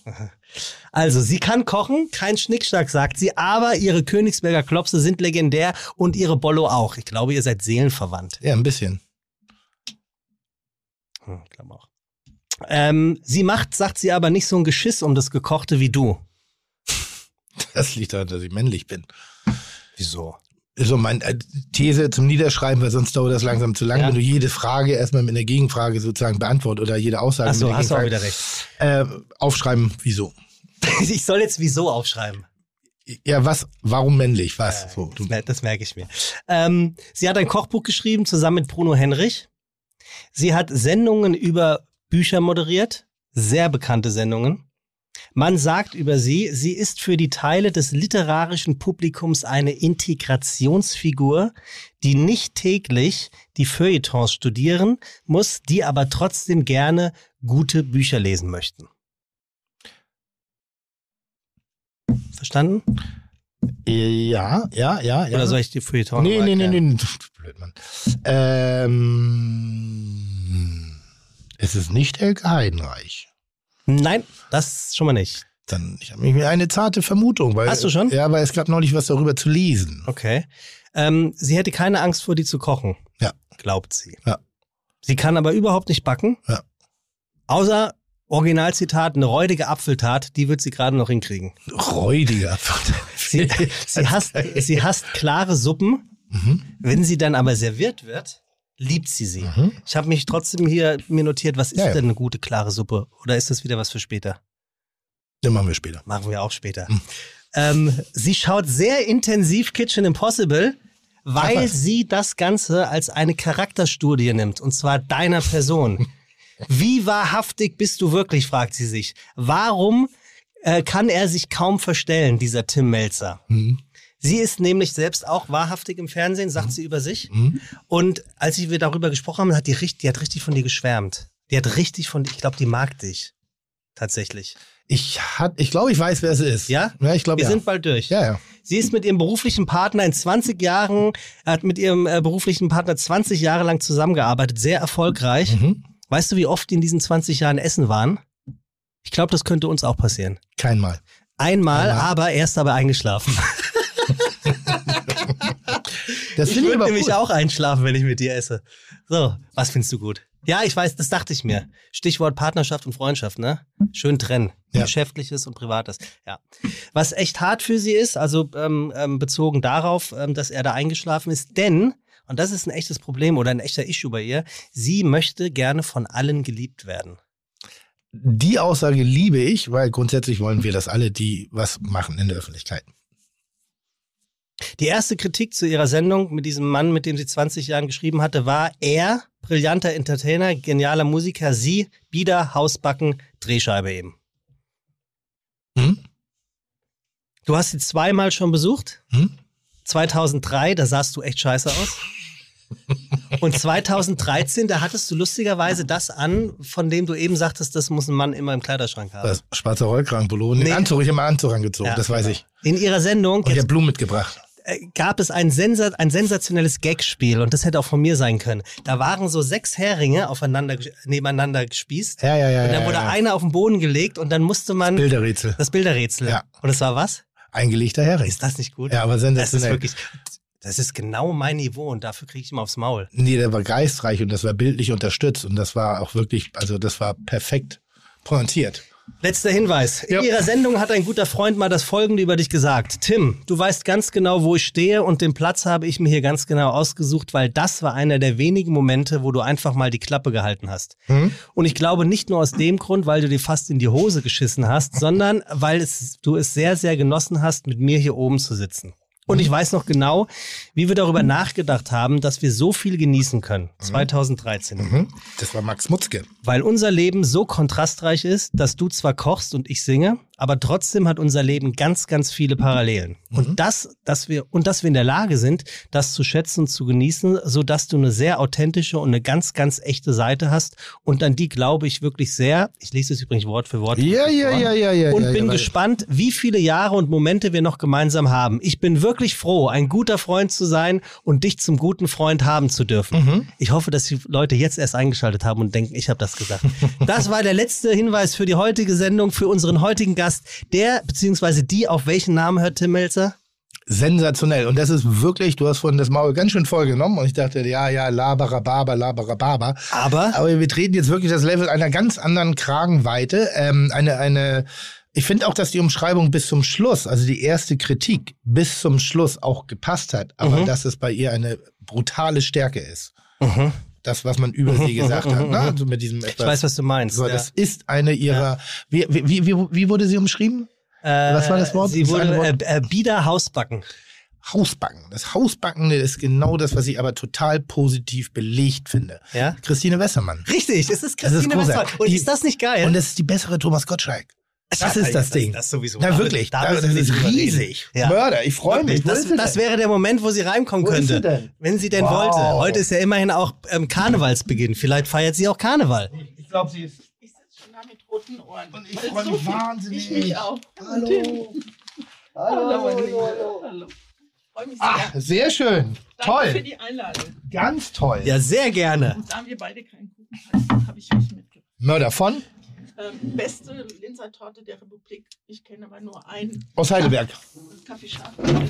Also, sie kann kochen, kein Schnickschnack, sagt sie, aber ihre Königsberger Klopse sind legendär und ihre Bollo auch. Ich glaube, ihr seid seelenverwandt. Ja, ein bisschen. Hm, ich glaube auch. Ähm, sie macht, sagt sie, aber nicht so ein Geschiss um das Gekochte wie du. Das liegt daran, dass ich männlich bin. Wieso? Ist so meine äh, These zum Niederschreiben, weil sonst dauert das langsam zu lang, Ja. wenn du jede Frage erstmal mit einer Gegenfrage sozusagen beantwortest oder jede Aussage Achso, mit einer hast du auch Gegenfrage. wieder recht. Äh, aufschreiben, wieso? Ich soll jetzt wieso aufschreiben. Ja, was, warum männlich? Was? Ja, so, du, das, mer- das merke ich mir. Ähm, sie hat ein Kochbuch geschrieben, zusammen mit Bruno Henrich. Sie hat Sendungen über Bücher moderiert, sehr bekannte Sendungen. Man sagt über sie, sie ist für die Teile des literarischen Publikums eine Integrationsfigur, die nicht täglich die Feuilletons studieren muss, die aber trotzdem gerne gute Bücher lesen möchten. Verstanden? Ja, ja, ja, ja. Oder soll ich die Feuilleton Nee, noch nee, nee, erklären? nee, blöd, Mann. Ähm, es ist nicht Elke Heidenreich. Nein, das schon mal nicht. Dann, ich habe mir eine zarte Vermutung. Weil, Hast du schon? Ja, weil es gab neulich was darüber zu lesen. Okay. Ähm, sie hätte keine Angst vor, die zu kochen. Ja. Glaubt sie. Ja. Sie kann aber überhaupt nicht backen. Ja. Außer, Originalzitat, eine räudige Apfeltat, die wird sie gerade noch hinkriegen. Räudiger. Sie, sie, hasst, sie hasst klare Suppen. Mhm. Wenn sie dann aber serviert wird, liebt sie sie. Mhm. Ich habe mich trotzdem hier mir notiert, was ist Ja, ja. denn eine gute klare Suppe? Oder ist das wieder was für später? Den machen wir später. Machen wir auch später. Mhm. Ähm, sie schaut sehr intensiv Kitchen Impossible, weil Ach was. sie das Ganze als eine Charakterstudie nimmt. Und zwar deiner Person. Wie wahrhaftig bist du wirklich, fragt sie sich. Warum äh, kann er sich kaum verstellen, dieser Tim Melzer? Mhm. Sie ist nämlich selbst auch wahrhaftig im Fernsehen, sagt sie über sich. Mhm. Und als wir darüber gesprochen haben, hat die, richtig, die hat richtig von dir geschwärmt. Die hat richtig von dir, ich glaube, die mag dich. Tatsächlich. Ich, hat, ich glaube, ich weiß, wer es ist. Ja? Ja, ich glaube, Wir ja. sind bald durch. Ja, ja. Sie ist mit ihrem beruflichen Partner in zwanzig Jahren, hat mit ihrem äh, beruflichen Partner zwanzig Jahre lang zusammengearbeitet, sehr erfolgreich. Mhm. Weißt du, wie oft die in diesen zwanzig Jahren essen waren? Ich glaube, das könnte uns auch passieren. Kein Mal. Einmal, Einmal. aber er ist dabei eingeschlafen. Das Ich finde ich würde aber nämlich cool. auch einschlafen, wenn ich mit dir esse. So, was findest du gut? Ja, ich weiß, das dachte ich mir. Stichwort Partnerschaft und Freundschaft, ne? Schön trennen. Ja. Geschäftliches und Privates. Ja. Was echt hart für sie ist, also ähm, ähm, bezogen darauf, ähm, dass er da eingeschlafen ist, denn, und das ist ein echtes Problem oder ein echter Issue bei ihr, sie möchte gerne von allen geliebt werden. Die Aussage liebe ich, weil grundsätzlich wollen wir das alle, die was machen in der Öffentlichkeit. Die erste Kritik zu ihrer Sendung mit diesem Mann, mit dem sie zwanzig Jahren geschrieben hatte, war er, brillanter Entertainer, genialer Musiker, sie, bieder, Hausbacken, Drehscheibe eben. Hm? Du hast sie zweimal schon besucht. Hm? zweitausenddrei, da sahst du echt scheiße aus. Und zweitausenddreizehn, da hattest du lustigerweise das an, von dem du eben sagtest, das muss ein Mann immer im Kleiderschrank haben. Das schwarze Rollkragenpullover. Den Nee. Anzug, ich habe mal Anzug angezogen, Ja, das weiß genau. ich. In ihrer Sendung Und ich jetzt, habe Blumen mitgebracht. äh, gab es ein, sensa ein sensationelles Gagspiel und das hätte auch von mir sein können. Da waren so sechs Heringe aufeinander, nebeneinander gespießt. Ja, ja, ja. Und dann ja, wurde ja. einer auf den Boden gelegt und dann musste man Bilderrätsel. das Bilderrätsel. Ja. Und es war was? Eingelegter Hering. Ist das nicht gut? Ja, aber Das ist sensationell. wirklich, das ist genau mein Niveau und dafür kriege ich immer aufs Maul. Nee, der war geistreich und das war bildlich unterstützt und das war auch wirklich, also das war perfekt pointiert. Letzter Hinweis. In Ja. ihrer Sendung hat ein guter Freund mal das Folgende über dich gesagt. Tim, du weißt ganz genau, wo ich stehe und den Platz habe ich mir hier ganz genau ausgesucht, weil das war einer der wenigen Momente, wo du einfach mal die Klappe gehalten hast. Hm? Und ich glaube nicht nur aus dem Grund, weil du dir fast in die Hose geschissen hast, sondern weil es, du es sehr, sehr genossen hast, mit mir hier oben zu sitzen. Und ich weiß noch genau, wie wir darüber nachgedacht haben, dass wir so viel genießen können. zweitausenddreizehn. Mhm. Das war Max Mutzke. Weil unser Leben so kontrastreich ist, dass du zwar kochst und ich singe, aber trotzdem hat unser Leben ganz, ganz viele Parallelen. Mhm. Und das, dass wir, und dass wir in der Lage sind, das zu schätzen und zu genießen, so dass du eine sehr authentische und eine ganz, ganz echte Seite hast. Und an die glaube ich wirklich sehr. Ich lese es übrigens Wort für Wort. Ja, ja, vor. ja, ja, ja. Und ja, bin ja, gespannt, wie viele Jahre und Momente wir noch gemeinsam haben. Ich bin wirklich froh, ein guter Freund zu sein und dich zum guten Freund haben zu dürfen. Mhm. Ich hoffe, dass die Leute jetzt erst eingeschaltet haben und denken, ich habe das gesagt. Das war der letzte Hinweis für die heutige Sendung, für unseren heutigen Gast, der bzw. die, auf welchen Namen hört Tim Melzer? Sensationell. Und das ist wirklich, du hast vorhin das Maul ganz schön voll genommen und ich dachte, ja, ja, laberababa, laberababa. Aber, Aber wir treten jetzt wirklich das Level einer ganz anderen Kragenweite. Ähm, eine, eine, ich finde auch, dass die Umschreibung bis zum Schluss, also die erste Kritik bis zum Schluss auch gepasst hat, aber Mhm. dass es bei ihr eine brutale Stärke ist. mhm. Das, was man über sie gesagt mhm, hat. mhm, Ne? mhm. Also mit diesem Ich etwas, weiß, was du meinst. so, ja. das ist eine ihrer, wie, wie, wie, wie wurde sie umschrieben? Äh, was war das Wort? Sie Das wurde eine äh, Wort? äh, Bieder Hausbacken. Hausbacken. Das Hausbacken ist genau das, was ich aber total positiv belegt finde. Ja? Christine Westermann. Richtig, es ist Das ist Christine Westermann. großartig. Und Die- ist das nicht geil? Und das ist die bessere Thomas Gottschalk. Das ist das Ding. Das, das sowieso. Na Da- wirklich, da da, müssen das wir ist nicht drüber reden. riesig. Ja. Mörder, ich freue mich. Wirklich, Wo das, ist sie das denn? wäre der Moment, wo sie reinkommen Wo ist könnte. sie denn? Wenn sie denn Wow. wollte. Heute ist ja immerhin auch ähm, Karnevalsbeginn. Vielleicht feiert sie auch Karneval. Ich glaube, sie ist... Ich sitze schon da mit roten Ohren. Und ich Weil freue so mich viel- wahnsinnig. Ich mich auch. Hallo. Hallo, hallo, hallo. Ich freue mich sehr. Ah, sehr schön. Danke für Toll. die Einladung. Ganz toll. Ja, sehr gerne. Und da wir beide keinen Kuchen haben, habe ich euch mitgebracht. Mörder von? Ähm, beste Linzer Torte der Republik. Ich kenne aber nur einen. Aus Heidelberg. Kaffee Schaf.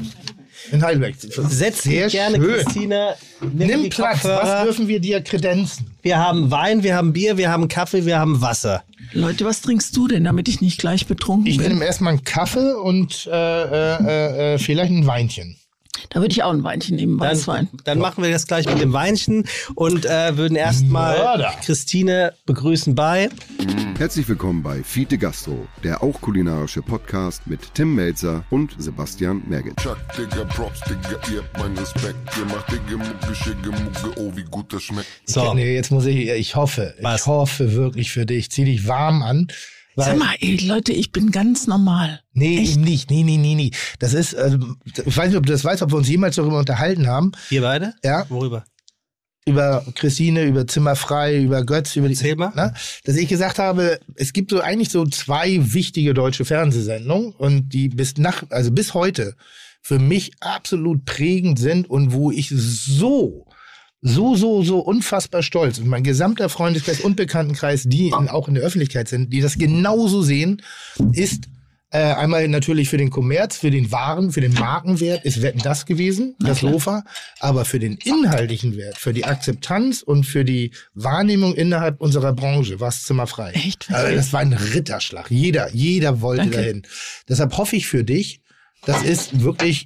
In Heidelberg. Setz Sehr dich gerne, schön. Christine. Nimm, Nimm die Platz. Was Kopfhörer. dürfen wir dir kredenzen? Wir haben Wein, wir haben Bier, wir haben Kaffee, wir haben Wasser. Leute, was trinkst du denn, damit ich nicht gleich betrunken Ich bin? nehme erstmal einen Kaffee und äh, äh, äh, vielleicht ein Weinchen. Da würde ich auch ein Weinchen nehmen, Dann, Weißwein. dann machen wir das gleich mit dem Weinchen und äh, würden erstmal Mörder. Christine begrüßen bei. Herzlich willkommen bei Fiete Gastro, der auch kulinarische Podcast mit Tim Melzer und Sebastian Merget. Chuck, Digga, Props, Digga, ihr habt meinen Respekt. Ihr macht Digga, Mucke, Schicke, Mucke, oh, wie gut das schmeckt. So, Nee, jetzt muss ich, ich hoffe, Was? ich hoffe wirklich für dich. Zieh dich warm an. Weil, Sag mal, ey, Leute, ich bin ganz normal. nee, Echt? eben nicht. Nee, nee, nee, nee. Das ist, also, ich weiß nicht, ob du das weißt, ob wir uns jemals darüber unterhalten haben. wir beide? Ja. Worüber? Über Christine, über Zimmerfrei, über Götz, über die, Erzähl mal. Ne, dass ich gesagt habe, es gibt so eigentlich so zwei wichtige deutsche Fernsehsendungen und die bis nach, also bis heute für mich absolut prägend sind und wo ich so, so, so, so unfassbar stolz und mein gesamter Freundeskreis und Bekanntenkreis, die in, auch in der Öffentlichkeit sind, die das genauso sehen, ist Äh, einmal natürlich für den Kommerz, für den Waren, für den Markenwert ist Wetten das gewesen, das Lofa. Aber für den inhaltlichen Wert, für die Akzeptanz und für die Wahrnehmung innerhalb unserer Branche war es zimmerfrei. Echt? Also das war ein Ritterschlag. Jeder, jeder wollte Danke. dahin. Deshalb hoffe ich für dich, das ist wirklich,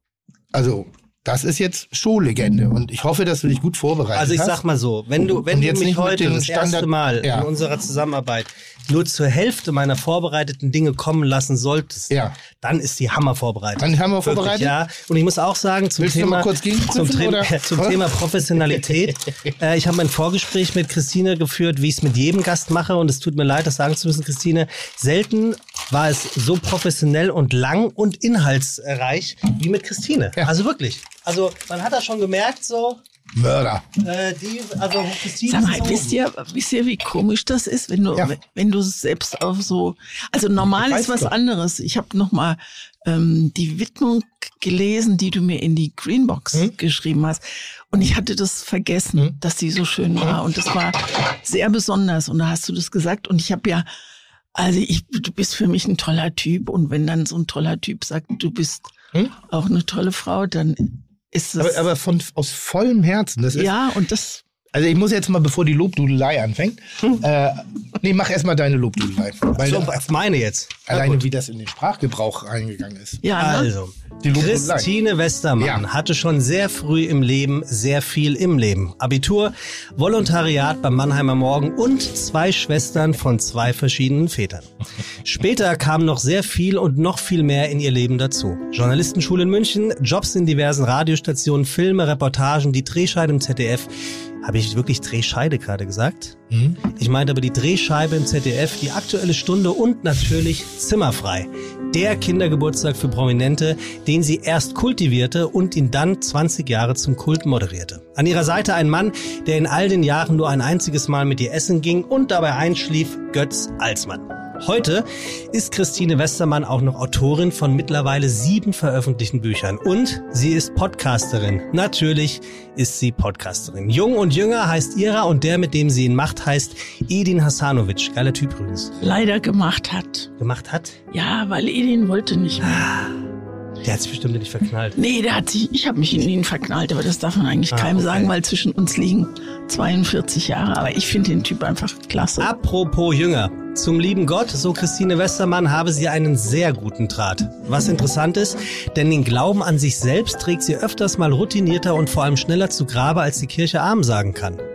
also das ist jetzt Showlegende und ich hoffe, dass du dich gut vorbereitet Also ich hast. sag mal so, wenn du, wenn Und du jetzt mich nicht mit heute den das erste Standard- Mal Ja. in unserer Zusammenarbeit nur zur Hälfte meiner vorbereiteten Dinge kommen lassen solltest, Ja. dann ist die Hammer vorbereitet. Dann haben wir Wirklich, vorbereitet? Ja. Und ich muss auch sagen, zum Willst du Thema, mal kurz gegenprüfen, zum, Thema- oder? zum Thema Professionalität. äh, ich habe ein Vorgespräch mit Christine geführt, wie ich es mit jedem Gast mache. Und es tut mir leid, das sagen zu müssen, Christine. Selten war es so professionell und lang und inhaltsreich wie mit Christine. Ja. Also wirklich. Also man hat das schon gemerkt, so Mörder. äh, die, also Christine. Sag mal, ist so, wisst ihr, wisst ihr, wie komisch das ist, wenn du, Ja. wenn du selbst auf so, also normal Ich ist weiß was doch. anderes. Ich habe noch mal ähm, die Widmung gelesen, die du mir in die Greenbox Hm? geschrieben hast. Und ich hatte das vergessen, Hm? dass die so schön war. Und das war sehr besonders. Und da hast du das gesagt. Und ich habe ja, also ich, du bist für mich ein toller Typ. Und wenn dann so ein toller Typ sagt, du bist Hm? auch eine tolle Frau, dann ist das... Aber, aber von, aus vollem Herzen. Das ist, ja, und das... Also ich muss jetzt mal, bevor die Lobdudelei anfängt, äh, nee, mach erstmal deine Lobdudelei. Weil so, da, was meine jetzt? alleine wie das in den Sprachgebrauch reingegangen ist. Ja, ne? Also, Die Lobhudelei. Christine Westermann Ja. hatte schon sehr früh im Leben sehr viel im Leben. Abitur, Volontariat beim Mannheimer Morgen und zwei Schwestern von zwei verschiedenen Vätern. Später kam noch sehr viel und noch viel mehr in ihr Leben dazu. Journalistenschule in München, Jobs in diversen Radiostationen, Filme, Reportagen, die Drehscheide im Z D F. Habe ich wirklich Drehscheide gerade gesagt? Mhm. Ich meinte aber die Drehscheibe im Z D F, die Aktuelle Stunde und natürlich Zimmerfrei. Der Kindergeburtstag für Prominente, den sie erst kultivierte und ihn dann zwanzig Jahre zum Kult moderierte. An ihrer Seite ein Mann, der in all den Jahren nur ein einziges Mal mit ihr essen ging und dabei einschlief, Götz Alsmann. Heute ist Christine Westermann auch noch Autorin von mittlerweile sieben veröffentlichten Büchern und sie ist Podcasterin. Natürlich ist sie Podcasterin. Jung und Jünger heißt ihrer und der, mit dem sie ihn macht, heißt Edin Hasanovic. Geiler Typ übrigens. leider gemacht hat. Gemacht hat? Ja, weil Edin wollte nicht mehr. Der hat sich bestimmt nicht verknallt. Nee, der hat sich, ich habe mich in ihn verknallt, aber das darf man eigentlich Ah, keinem okay. sagen, weil zwischen uns liegen zweiundvierzig Jahre. Aber ich finde den Typ einfach klasse. Apropos Jünger. Zum lieben Gott, so Christine Westermann, habe sie einen sehr guten Draht. Was interessant ist, denn den Glauben an sich selbst trägt sie öfters mal routinierter und vor allem schneller zu Grabe, als die Kirche Amen sagen kann.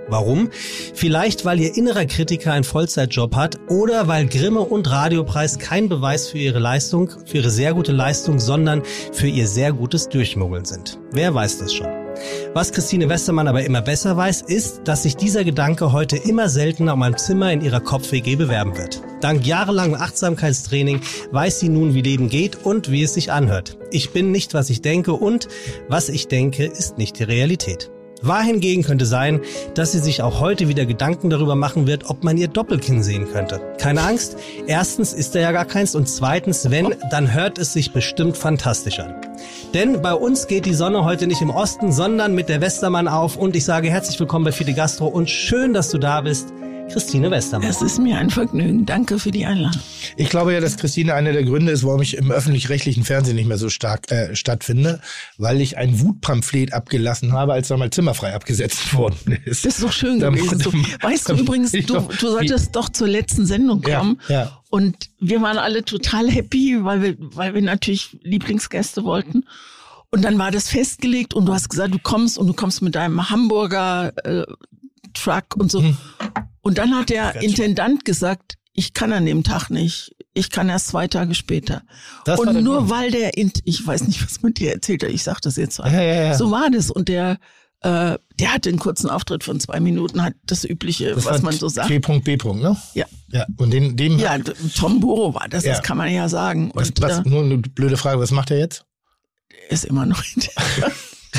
Warum? Vielleicht, weil ihr innerer Kritiker einen Vollzeitjob hat oder weil Grimme und Radiopreis kein Beweis für ihre Leistung, für ihre sehr gute Leistung, sondern für ihr sehr gutes Durchmogeln sind. Wer weiß das schon? Was Christine Westermann aber immer besser weiß, ist, dass sich dieser Gedanke heute immer seltener um ein Zimmer in ihrer Kopf-W G bewerben wird. Dank jahrelangem Achtsamkeitstraining weiß sie nun, wie Leben geht und wie es sich anhört. Ich bin nicht, was ich denke und was ich denke, ist nicht die Realität. Wahr hingegen könnte sein, dass sie sich auch heute wieder Gedanken darüber machen wird, ob man ihr Doppelkinn sehen könnte. Keine Angst, erstens ist da ja gar keins und zweitens, wenn, dann hört es sich bestimmt fantastisch an. Denn bei uns geht die Sonne heute nicht im Osten, sondern mit der Westermann auf und ich sage herzlich willkommen bei Fide Gastro und schön, dass du da bist, Christine Westermann. Es ist mir ein Vergnügen. Danke für die Einladung. Ich glaube ja, dass Christine einer der Gründe ist, warum ich im öffentlich-rechtlichen Fernsehen nicht mehr so stark äh, stattfinde, weil ich ein Wutpamphlet abgelassen habe, als da mal Zimmerfrei abgesetzt worden ist. Das ist doch schön gewesen. Du, weißt du übrigens, du, du solltest doch zur letzten Sendung kommen. Ja, ja. Und wir waren alle total happy, weil wir, weil wir natürlich Lieblingsgäste wollten. Und dann war das festgelegt und du hast gesagt, du kommst und du kommst mit deinem Hamburger äh, Truck und so. Hm. Und dann hat der Ganz Intendant gesagt, ich kann an dem Tag nicht. Ich kann erst zwei Tage später. Das und nur Grund. Weil der, Int- ich weiß nicht, was man dir erzählt hat, ich sag das jetzt so. Ja, ja, ja. So war das. Und der, äh, der hatte einen kurzen Auftritt von zwei Minuten, hat das Übliche, das was man so sagt. T B. ne? Ja. Ja. Und den, dem. Ja, Tom Buro war das, ja. das kann man ja sagen. Was, und, was, äh, nur eine blöde Frage, was macht er jetzt? Der ist immer noch hinterher.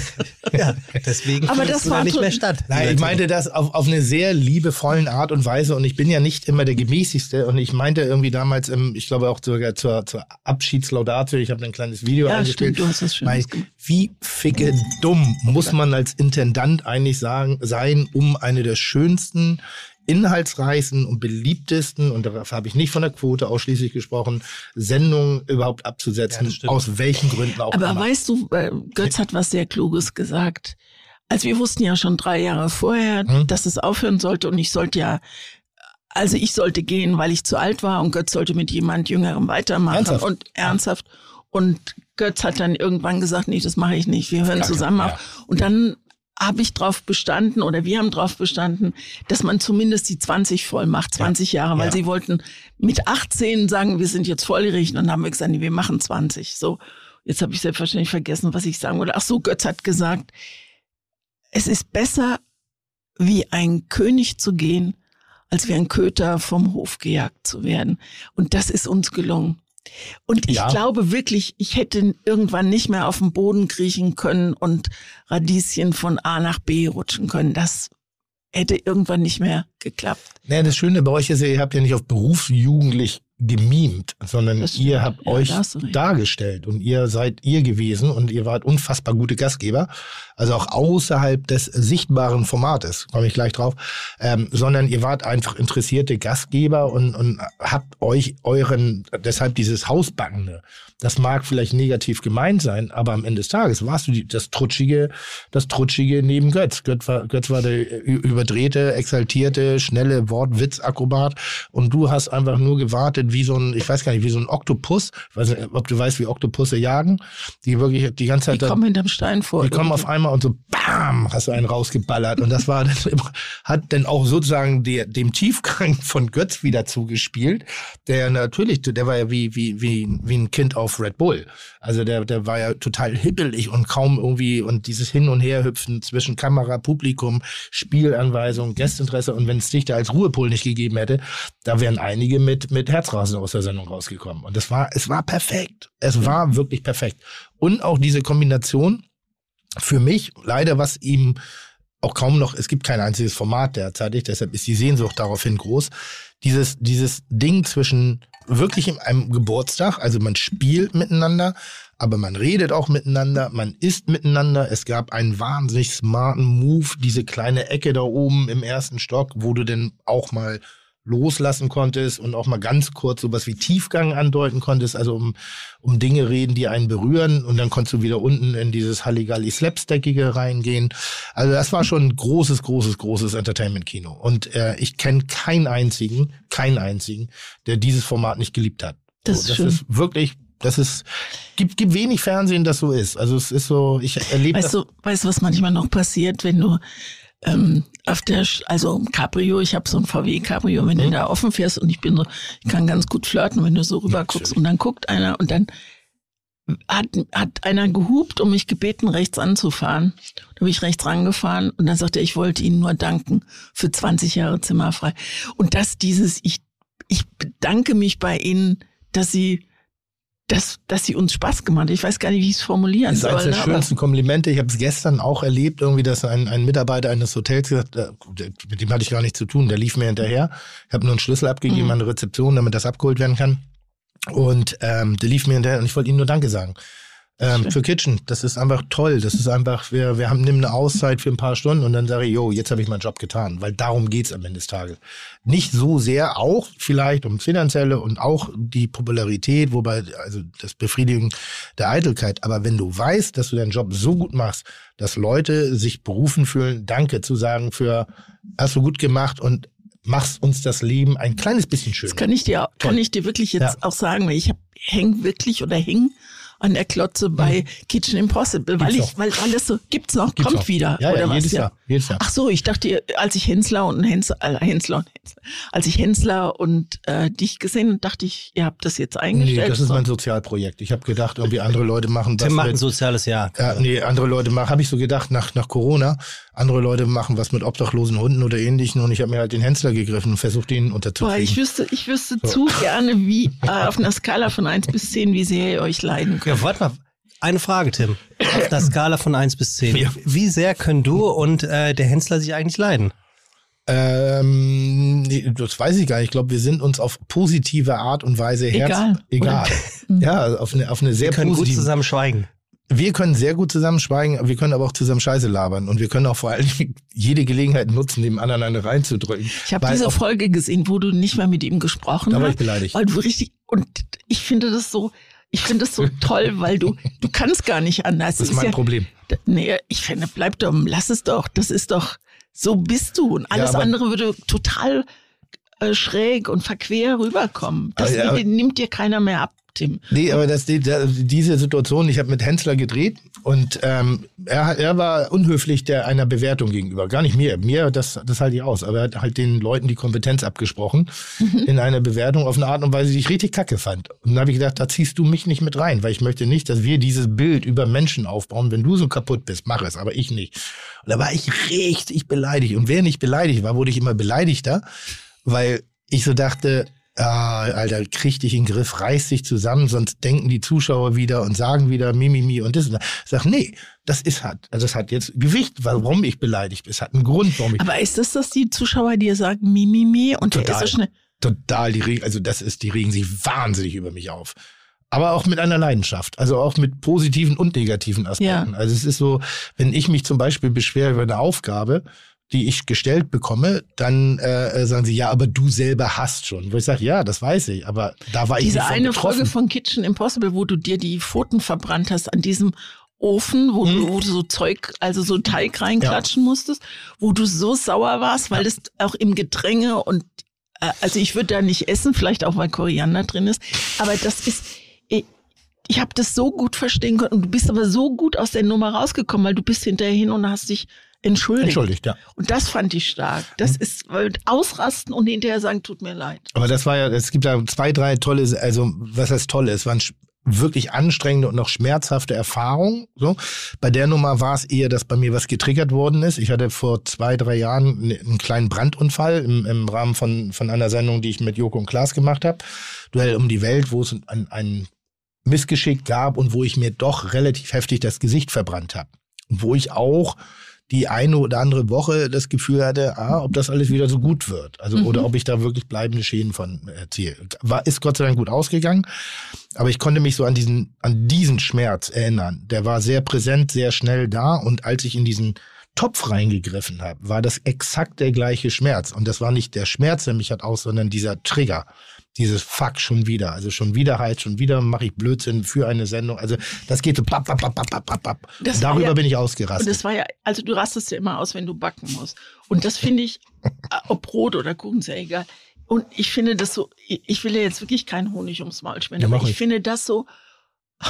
Ja, deswegen aber das war nicht mehr statt. Nein, ich meinte das auf, auf eine sehr liebevollen Art und Weise und ich bin ja nicht immer der gemäßigste und ich meinte irgendwie damals, im, ich glaube auch sogar zur, zur Abschiedslaudatio, ich habe ein kleines Video ja, eingespielt. Stimmt, du hast das schön mein, wie ficke dumm muss man als Intendant eigentlich sagen, sein, um eine der schönsten, inhaltsreichsten und beliebtesten, und darauf habe ich nicht von der Quote ausschließlich gesprochen, Sendungen überhaupt abzusetzen, ja, aus welchen Gründen auch Aber immer. weißt du, Götz hat was sehr Kluges gesagt. Also wir wussten ja schon drei Jahre vorher, hm? dass es aufhören sollte und ich sollte ja, also ich sollte gehen, weil ich zu alt war und Götz sollte mit jemand Jüngerem weitermachen. Ernsthaft? Und ernsthaft. Und Götz hat dann irgendwann gesagt, nee, das mache ich nicht, wir hören ja, zusammen ja. auf. Und dann habe ich drauf bestanden oder wir haben drauf bestanden, dass man zumindest die zwanzig voll macht, zwanzig ja. Jahre, weil ja. sie wollten mit achtzehn sagen, wir sind jetzt volljährig und dann haben wir gesagt, nee, wir machen zwanzig. So, jetzt habe ich selbstverständlich vergessen, was ich sagen wollte. Ach so, Götz hat gesagt, es ist besser, wie ein König zu gehen, als wie ein Köter vom Hof gejagt zu werden. Und das ist uns gelungen. Und ich ja. glaube wirklich, ich hätte irgendwann nicht mehr auf den Boden kriechen können und Radieschen von A nach B rutschen können. Das hätte irgendwann nicht mehr geklappt. Naja, das Schöne bei euch ist ja, ihr habt ja nicht auf berufsjugendlich gemimt, sondern ihr habt ja, euch dargestellt und ihr seid ihr gewesen und ihr wart unfassbar gute Gastgeber, also auch außerhalb des sichtbaren Formates, komme ich gleich drauf, ähm, sondern ihr wart einfach interessierte Gastgeber und, und habt euch euren, deshalb dieses Hausbackende, das mag vielleicht negativ gemeint sein, aber am Ende des Tages warst du die, das Trutschige, das Trutschige neben Götz. Götz war, Götz war der überdrehte, exaltierte, schnelle Wortwitzakrobat und du hast einfach nur gewartet, wie so ein, ich weiß gar nicht, wie so ein Oktopus. Ich weiß nicht, ob du weißt, wie Oktopusse jagen. Die wirklich die ganze Zeit. Die kommen hinterm Stein vor. Die kommen auf einmal und so, bam, hast du einen rausgeballert. Und das war dann, hat dann auch sozusagen der, dem Tiefgang von Götz wieder zugespielt. Der natürlich, der war ja wie, wie, wie, wie ein Kind auf Red Bull. Also der, der war ja total hippelig und kaum irgendwie, und dieses Hin- und Herhüpfen zwischen Kamera, Publikum, Spielanweisung, Gästinteresse. Und wenn es dich da als Ruhepol nicht gegeben hätte, da wären einige mit, mit Herzrasen aus der Sendung rausgekommen. Und das war, es war perfekt. Es war wirklich perfekt. Und auch diese Kombination für mich, leider was ihm auch kaum noch, es gibt kein einziges Format derzeitig, deshalb ist die Sehnsucht daraufhin groß, dieses, dieses Ding zwischen wirklich einem Geburtstag, also man spielt miteinander, aber man redet auch miteinander, man isst miteinander. Es gab einen wahnsinnig smarten Move, diese kleine Ecke da oben im ersten Stock, wo du denn auch mal loslassen konntest und auch mal ganz kurz sowas wie Tiefgang andeuten konntest, also um, um Dinge reden, die einen berühren, und dann konntest du wieder unten in dieses Halligalli-Slapstackige reingehen. Also das war schon ein großes, großes, großes Entertainment-Kino. Und äh, ich kenne keinen einzigen, keinen einzigen, der dieses Format nicht geliebt hat. Das, so, ist, das schön. ist wirklich, das ist, gibt, gibt wenig Fernsehen, das so ist. Also es ist so, ich erlebe weißt das. Du, weißt du, was manchmal noch passiert, wenn du ähm, auf der, Sch- also Cabrio, ich habe so ein V W Cabrio, wenn Mhm. du da offen fährst und ich bin so, ich kann ganz gut flirten, wenn du so rüber guckst und dann guckt einer und dann hat, hat einer gehupt und mich gebeten, rechts anzufahren. Da bin ich rechts rangefahren und dann sagte er, ich wollte Ihnen nur danken für zwanzig Jahre zimmerfrei. Und dass dieses, ich, ich bedanke mich bei Ihnen, dass Sie Dass, dass sie uns Spaß gemacht hat. Ich weiß gar nicht, wie ich es formulieren Das ist soll. eines der ne, schönsten Komplimente. Ich habe es gestern auch erlebt, irgendwie, dass ein, ein Mitarbeiter eines Hotels gesagt hat, äh, mit dem hatte ich gar nichts zu tun, der lief mir hinterher. Ich habe nur einen Schlüssel abgegeben Mhm. an die Rezeption, damit das abgeholt werden kann. Und ähm, der lief mir hinterher und ich wollte ihm nur Danke sagen. Ähm, für Kitchen, das ist einfach toll. Das ist einfach, wir, wir haben nimm eine Auszeit für ein paar Stunden und dann sage ich, jo, jetzt habe ich meinen Job getan, weil darum geht's am Ende des Tages. Nicht so sehr, auch vielleicht um finanzielle und auch die Popularität, wobei, also das Befriedigen der Eitelkeit. Aber wenn du weißt, dass du deinen Job so gut machst, dass Leute sich berufen fühlen, Danke zu sagen für, hast du gut gemacht und machst uns das Leben ein kleines bisschen schöner. Das kann ich dir, kann ich dir wirklich jetzt Ja. auch sagen, weil ich hab, häng wirklich oder häng an der Klotze bei Kitchen Impossible, weil Gibt's ich, weil alles so, gibt's noch, Gibt's kommt noch. wieder, Ja, oder ja, was? jedes ja. Jahr, jedes Jahr. Ach so, ich dachte, als ich Hensler und Hensler, äh, Hensler und Hensler, als ich Hensler und äh, dich gesehen und dachte ich, ihr habt das jetzt eingestellt. Nee, das ist mein Sozialprojekt. Ich habe gedacht, irgendwie andere Leute machen was Tim macht ein mit, soziales Jahr. ja, nee, andere Leute machen, habe ich so gedacht, nach, nach Corona, andere Leute machen was mit obdachlosen Hunden oder Ähnlichen und ich habe mir halt den Hensler gegriffen und versucht, ihn Boah, unterzukriegen. ich wüsste, ich wüsste So. zu gerne, wie äh, auf einer Skala von eins bis zehn, wie sehr ihr euch leiden könnt. Ja, warte mal. Eine Frage, Tim. Auf der Skala von eins bis zehn. Ja. Wie sehr können du und äh, der Hensler sich eigentlich leiden? Ähm, nee, das weiß ich gar nicht. Ich glaube, wir sind uns auf positive Art und Weise herz Egal. egal. Ja, auf eine, auf eine sehr Wir können gut positive. zusammen schweigen. Wir können sehr gut zusammen schweigen, wir können aber auch zusammen Scheiße labern und wir können auch vor allem jede Gelegenheit nutzen, dem anderen eine reinzudrücken. Ich habe Weil diese auf- Folge gesehen, wo du nicht mehr mit ihm gesprochen Da war hast. ich beleidigt. Weil du richtig, und ich finde das so, ich finde das so toll, weil du, du kannst gar nicht anders. Das ist mein ja, Problem. D- Nee, ich finde, bleib doch, lass es doch. Das ist doch, so bist du. Und alles aber- andere würde total äh, schräg und verquer rüberkommen. Das Aber ja, aber- nimmt dir keiner mehr ab, Tim. Nee, aber das, die, da- diese Situation, ich habe mit Hensler gedreht und ähm, er, hat- er war unhöflich der einer Bewertung gegenüber. Gar nicht mir. Mir, das, das halte ich aus. Aber er hat halt den Leuten die Kompetenz abgesprochen in einer Bewertung auf eine Art und Weise, die ich richtig kacke fand. Und dann habe ich gedacht, da ziehst du mich nicht mit rein, weil ich möchte nicht, dass wir dieses Bild über Menschen aufbauen. Wenn du so kaputt bist, mach es, aber ich nicht. Und da war ich richtig beleidigt. Und wer nicht beleidigt war, wurde ich immer beleidigter, weil ich so dachte, ah, Alter, krieg dich in den Griff, reiß dich zusammen, sonst denken die Zuschauer wieder und sagen wieder Mimimi und das. Und das. Ich sag, nee, das ist halt, also das hat jetzt Gewicht, warum ich beleidigt bin. Es hat einen Grund, warum ich Aber ist das, dass die Zuschauer dir sagen, Mimimi und der ist Total. so schnell. total, die regen, also das ist, die regen sich wahnsinnig über mich auf. Aber auch mit einer Leidenschaft, also auch mit positiven und negativen Aspekten. Ja. Also es ist so, wenn ich mich zum Beispiel beschwere über eine Aufgabe, die ich gestellt bekomme, dann äh, sagen sie, ja, aber du selber hast schon. Wo ich sage, ja, das weiß ich, aber da war ich Diese nicht von eine betroffen. Folge von Kitchen Impossible, wo du dir die Pfoten verbrannt hast an diesem Ofen, wo, Mhm. du, wo du so Zeug, also so Teig reinklatschen musstest, wo du so sauer warst, weil das auch im Gedränge und äh, also ich würde da nicht essen, vielleicht auch weil Koriander drin ist, aber das ist, ich, ich habe das so gut verstehen können und du bist aber so gut aus der Nummer rausgekommen, weil du bist hinterher hin und hast dich entschuldigt. Entschuldigt, ja. Und das fand ich stark. Das ist weil ausrasten und hinterher sagen, tut mir leid. Aber das war ja, es gibt da zwei, drei tolle, also was heißt tolle, es waren sch- wirklich anstrengende und noch schmerzhafte Erfahrungen. So. Bei der Nummer war es eher, dass bei mir was getriggert worden ist. Ich hatte vor zwei, drei Jahren ne- einen kleinen Brandunfall im, im Rahmen von, von einer Sendung, die ich mit Joko und Klaas gemacht habe. Duell um die Welt, wo es ein, ein Missgeschick gab und wo ich mir doch relativ heftig das Gesicht verbrannt habe. Wo ich auch die eine oder andere Woche das Gefühl hatte, ah, ob das alles wieder so gut wird. Also, Mhm. oder ob ich da wirklich bleibende Schäden von erziehe. War, ist Gott sei Dank gut ausgegangen. Aber ich konnte mich so an diesen, an diesen Schmerz erinnern. Der war sehr präsent, sehr schnell da. Und als ich in diesen Topf reingegriffen habe, war das exakt der gleiche Schmerz. Und das war nicht der Schmerz, der mich hat aus, sondern dieser Trigger. Dieses Fuck schon wieder. Also schon wieder halt, schon wieder mache ich Blödsinn für eine Sendung. Also das geht so bap, bap, bap, bap, bap, bap. Das Und war darüber ja- bin ich Und ausgerastet. das war ja, also du rastest ja immer aus, wenn du backen musst. Und das finde ich, äh, ob Brot oder Kuchen, ist ja egal. Und ich finde das so, ich ich will ja jetzt wirklich keinen Honig ums Maul schmieren, Ja, aber mach ich ich. finde das so,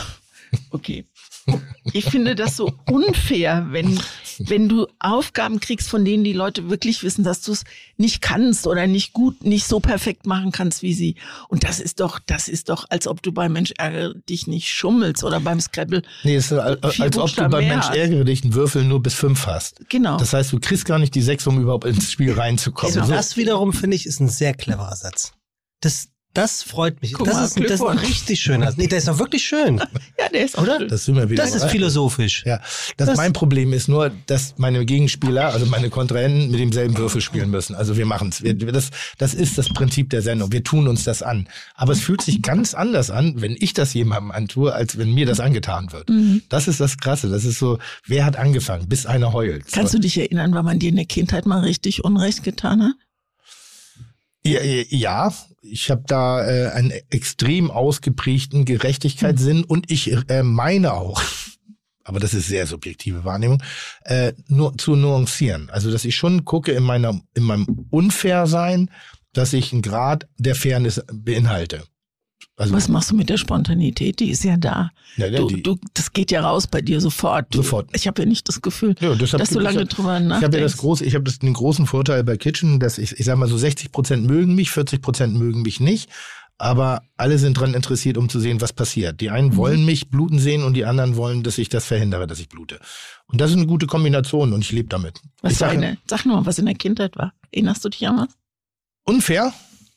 Okay. Ich finde das so unfair, wenn, wenn du Aufgaben kriegst, von denen die Leute wirklich wissen, dass du es nicht kannst oder nicht gut, nicht so perfekt machen kannst wie sie. Und das ist doch, das ist doch, als ob du beim Mensch ärgere dich nicht schummelst oder beim Scrabble. Nee, es ist als, als ob du beim Mensch ärgere dich einen Würfel nur bis fünf hast. Genau. Das heißt, du kriegst gar nicht die sechs, um überhaupt ins Spiel reinzukommen. Also So. das wiederum, finde ich, ist ein sehr cleverer Satz. Das, das freut mich. Guck das, mal, ist, das ist ein richtig schöner. Nee, der ist doch wirklich schön. Ja, der ist auch Oder? schön. Das sind wir wieder. Das ist philosophisch. Ja, das, Das- mein Problem ist nur, dass meine Gegenspieler, also meine Kontrahenten, mit demselben Würfel spielen müssen. Also wir machen es. Das, das ist das Prinzip der Sendung. Wir tun uns das an. Aber es fühlt sich ganz anders an, wenn ich das jemandem antue, als wenn mir das angetan wird. Mhm. Das ist das Krasse. Das ist so, wer hat angefangen, bis einer heult. Kannst du dich erinnern, wann man dir in der Kindheit mal richtig Unrecht getan hat? Ja, ja, ich habe da äh, einen extrem ausgeprägten Gerechtigkeitssinn und ich äh, meine auch, aber das ist sehr subjektive Wahrnehmung, äh, nur zu nuancieren. Also, dass ich schon gucke in meiner in meinem Unfairsein, dass ich einen Grad der Fairness beinhalte. Also, Was machst du mit der Spontanität? Die ist ja da. Ja, ja, du, die- du, das geht ja raus bei dir sofort. Du, Sofort. Ich habe ja nicht das Gefühl, Ja, deshalb dass du gibt es lange ja- drüber Ich nachdenkst. habe ja das große, ich habe das den großen Vorteil bei Kitchen, dass ich, ich sag mal so sechzig Prozent mögen mich, vierzig Prozent mögen mich nicht, aber alle sind dran interessiert, um zu sehen, was passiert. Die einen Mhm. wollen mich bluten sehen und die anderen wollen, dass ich das verhindere, dass ich blute. Und das ist eine gute Kombination und ich lebe damit. Was ich war sage, eine, sag nur mal, was in der Kindheit war. Erinnerst du dich an was? unfair?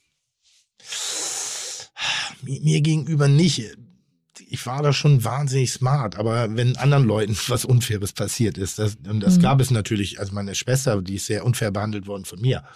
Mir, mir gegenüber nicht. Ich war da schon wahnsinnig smart, aber wenn anderen Leuten was Unfaires passiert ist, das, und das Mhm. gab es natürlich, also meine Schwester, die ist sehr unfair behandelt worden von mir.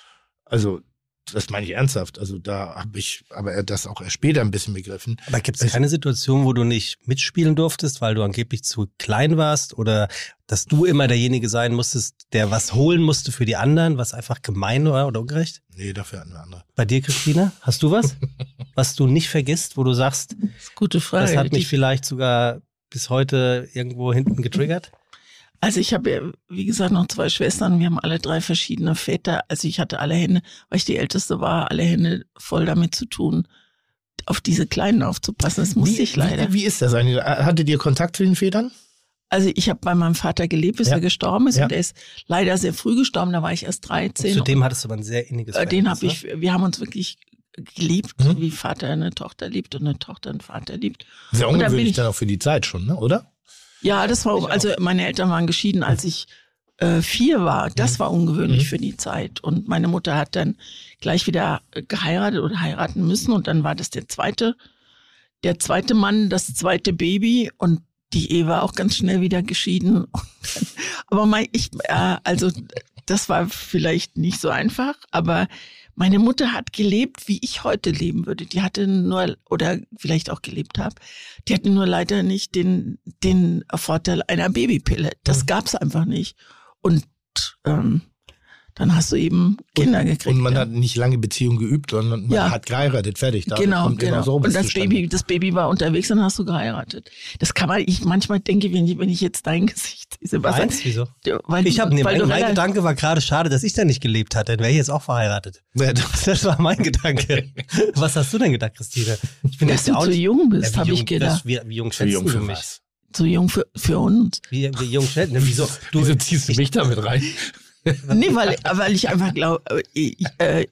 Also, das meine ich ernsthaft. Also da habe ich aber das auch erst später ein bisschen begriffen. Aber gibt es keine Situation, wo du nicht mitspielen durftest, weil du angeblich zu klein warst oder dass du immer derjenige sein musstest, der was holen musste für die anderen, was einfach gemein war oder ungerecht? Nee, dafür hatten wir andere. Bei dir, Christina, hast du was, was du nicht vergisst, wo du sagst, Das ist eine gute Frage. das hat mich Die- vielleicht sogar bis heute irgendwo hinten getriggert? Also ich habe ja, wie gesagt, noch zwei Schwestern. Wir haben alle drei verschiedene Väter. Also ich hatte alle Hände, weil ich die Älteste war, alle Hände voll damit zu tun, auf diese Kleinen aufzupassen. Das musste wie, ich leider. Wie, wie ist das eigentlich? Hattet ihr Kontakt zu den Vätern? Also ich habe bei meinem Vater gelebt, bis Ja. er gestorben ist. Ja. Und er ist leider sehr früh gestorben. Da war ich erst dreizehn. Zudem hattest du aber ein sehr inniges Äh, Den habe Verhältnis, ich, wir haben uns wirklich geliebt, Mhm. wie Vater eine Tochter liebt und eine Tochter einen Vater liebt. Sehr Und dann bin ungewöhnlich ich- dann auch für die Zeit schon, ne? Oder? Ja, das war, also meine Eltern waren geschieden, als ich äh, vier war. Das war ungewöhnlich Mhm. für die Zeit. Und meine Mutter hat dann gleich wieder geheiratet oder heiraten müssen. Und dann war das der zweite, der zweite Mann, das zweite Baby. Und die Ehe war auch ganz schnell wieder geschieden. Und dann, aber mein, ich, äh, also das war vielleicht nicht so einfach, aber meine Mutter hat gelebt, wie ich heute leben würde. Die hatte nur, oder vielleicht auch gelebt habe, die hatte nur leider nicht den, den Vorteil einer Babypille. Das gab's einfach nicht. Und ähm, dann hast du eben Kinder und, gekriegt. Und man ja. hat nicht lange Beziehung geübt, sondern man Ja. hat geheiratet, fertig. Da Genau, kommt genau. immer sowas Und das zustande. Baby, das Baby war unterwegs, dann hast du geheiratet. Das kann man, ich manchmal denke, wenn ich, wenn ich jetzt dein Gesicht sehe, was Meins? Wieso? weil Ich du- habe nee, weil mein, du mein rela- Gedanke war gerade schade, dass ich da nicht gelebt hatte, dann wäre ich jetzt auch verheiratet. Ja, das- Das war mein Gedanke. Was hast du denn gedacht, Christine? Ich bin dass jetzt du zu jung bist, Ja, wie habe jung- ich gedacht. das- Wie, wie jung Für schätzt jung du für mich? was? Zu jung für, für uns. Wie, wie jung schätzt du? Wieso? Du, Wieso ziehst du mich damit rein? Nee, weil, weil ich einfach glaube, äh, äh,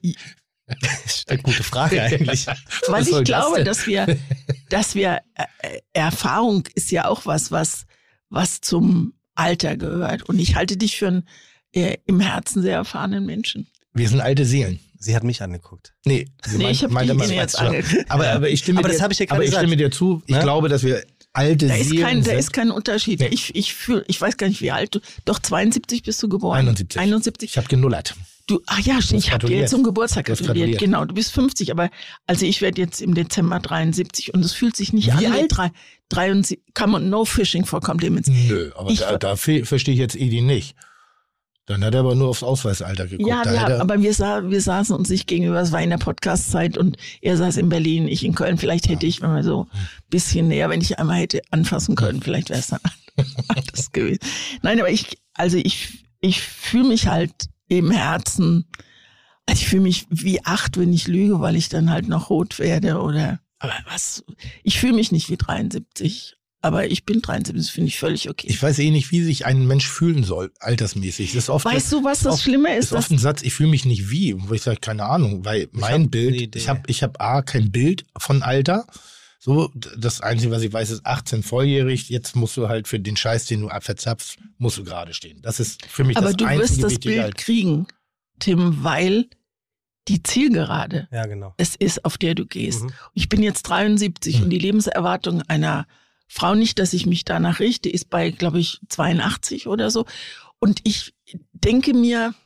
Das ist eine gute Frage eigentlich. weil Was soll ich das glaube, denn? dass wir, dass wir, äh, Erfahrung ist ja auch was, was, was zum Alter gehört. Und ich halte dich für einen äh, im Herzen sehr erfahrenen Menschen. Wir sind alte Seelen. Sie hat mich angeguckt. Nee, sie Nee, ich hab meinte die mal- Ihnen jetzt aber, angeguckt. aber, aber ich stimme Aber dir, das hab ich ja gerade aber ich gesagt. stimme dir zu. Ich Ne? glaube, dass wir alte Da ist Seelen kein, da sind. ist kein Unterschied. Nee. Ich, ich fühl, ich weiß gar nicht, wie alt du, doch zweiundsiebzig bist du geboren. einundsiebzig. einundsiebzig. Ich habe genullert. Du, ach ja, stimmt, ich habe dir gratuliert. jetzt zum Geburtstag Du hast gratuliert. gratuliert. Genau, du bist fünfzig, aber also ich werde jetzt im Dezember dreiundsiebzig und es fühlt sich nicht Wie an wie alt? drei, dreiundsiebzig. Come on, no fishing for compliments. Nö, aber Ich- da, da fe- verstehe ich jetzt Edi nicht. Dann hat er aber nur aufs Ausweisalter geguckt. Ja, da wir, hat er, aber wir, sah, wir saßen uns nicht gegenüber, es war in der Podcast-Zeit und er saß in Berlin, ich in Köln. Vielleicht hätte ich, wenn wir so ein bisschen näher, wenn ich einmal hätte anfassen können, vielleicht wäre es dann anders gewesen. Nein, aber ich, also ich, ich fühle mich halt im Herzen, also ich fühle mich wie acht, wenn ich lüge, weil ich dann halt noch rot werde oder, aber was, ich fühle mich nicht wie dreiundsiebzig. Aber ich bin dreiundsiebzig, das finde ich völlig okay. Ich weiß eh nicht, wie sich ein Mensch fühlen soll, altersmäßig. Das ist oft, weißt du, was das oft, Schlimme ist? ist oft ein Satz, ich fühle mich nicht wie, wo ich sage, keine Ahnung, weil mein Bild, ich habe ich hab A, kein Bild von Alter. So, das Einzige, was ich weiß, ist achtzehn volljährig. Jetzt musst du halt für den Scheiß, den du verzapfst, musst du gerade stehen. Das ist für mich Aber das du einzige wirst das wichtige Bild Alter. kriegen, Tim, weil die Zielgerade Ja, genau. es ist, auf der du gehst. Mhm. Ich bin jetzt dreiundsiebzig Mhm. und die Lebenserwartung einer Frau, nicht, dass ich mich danach richte, ist bei, glaube ich, zweiundachtzig oder so. Und ich denke mir,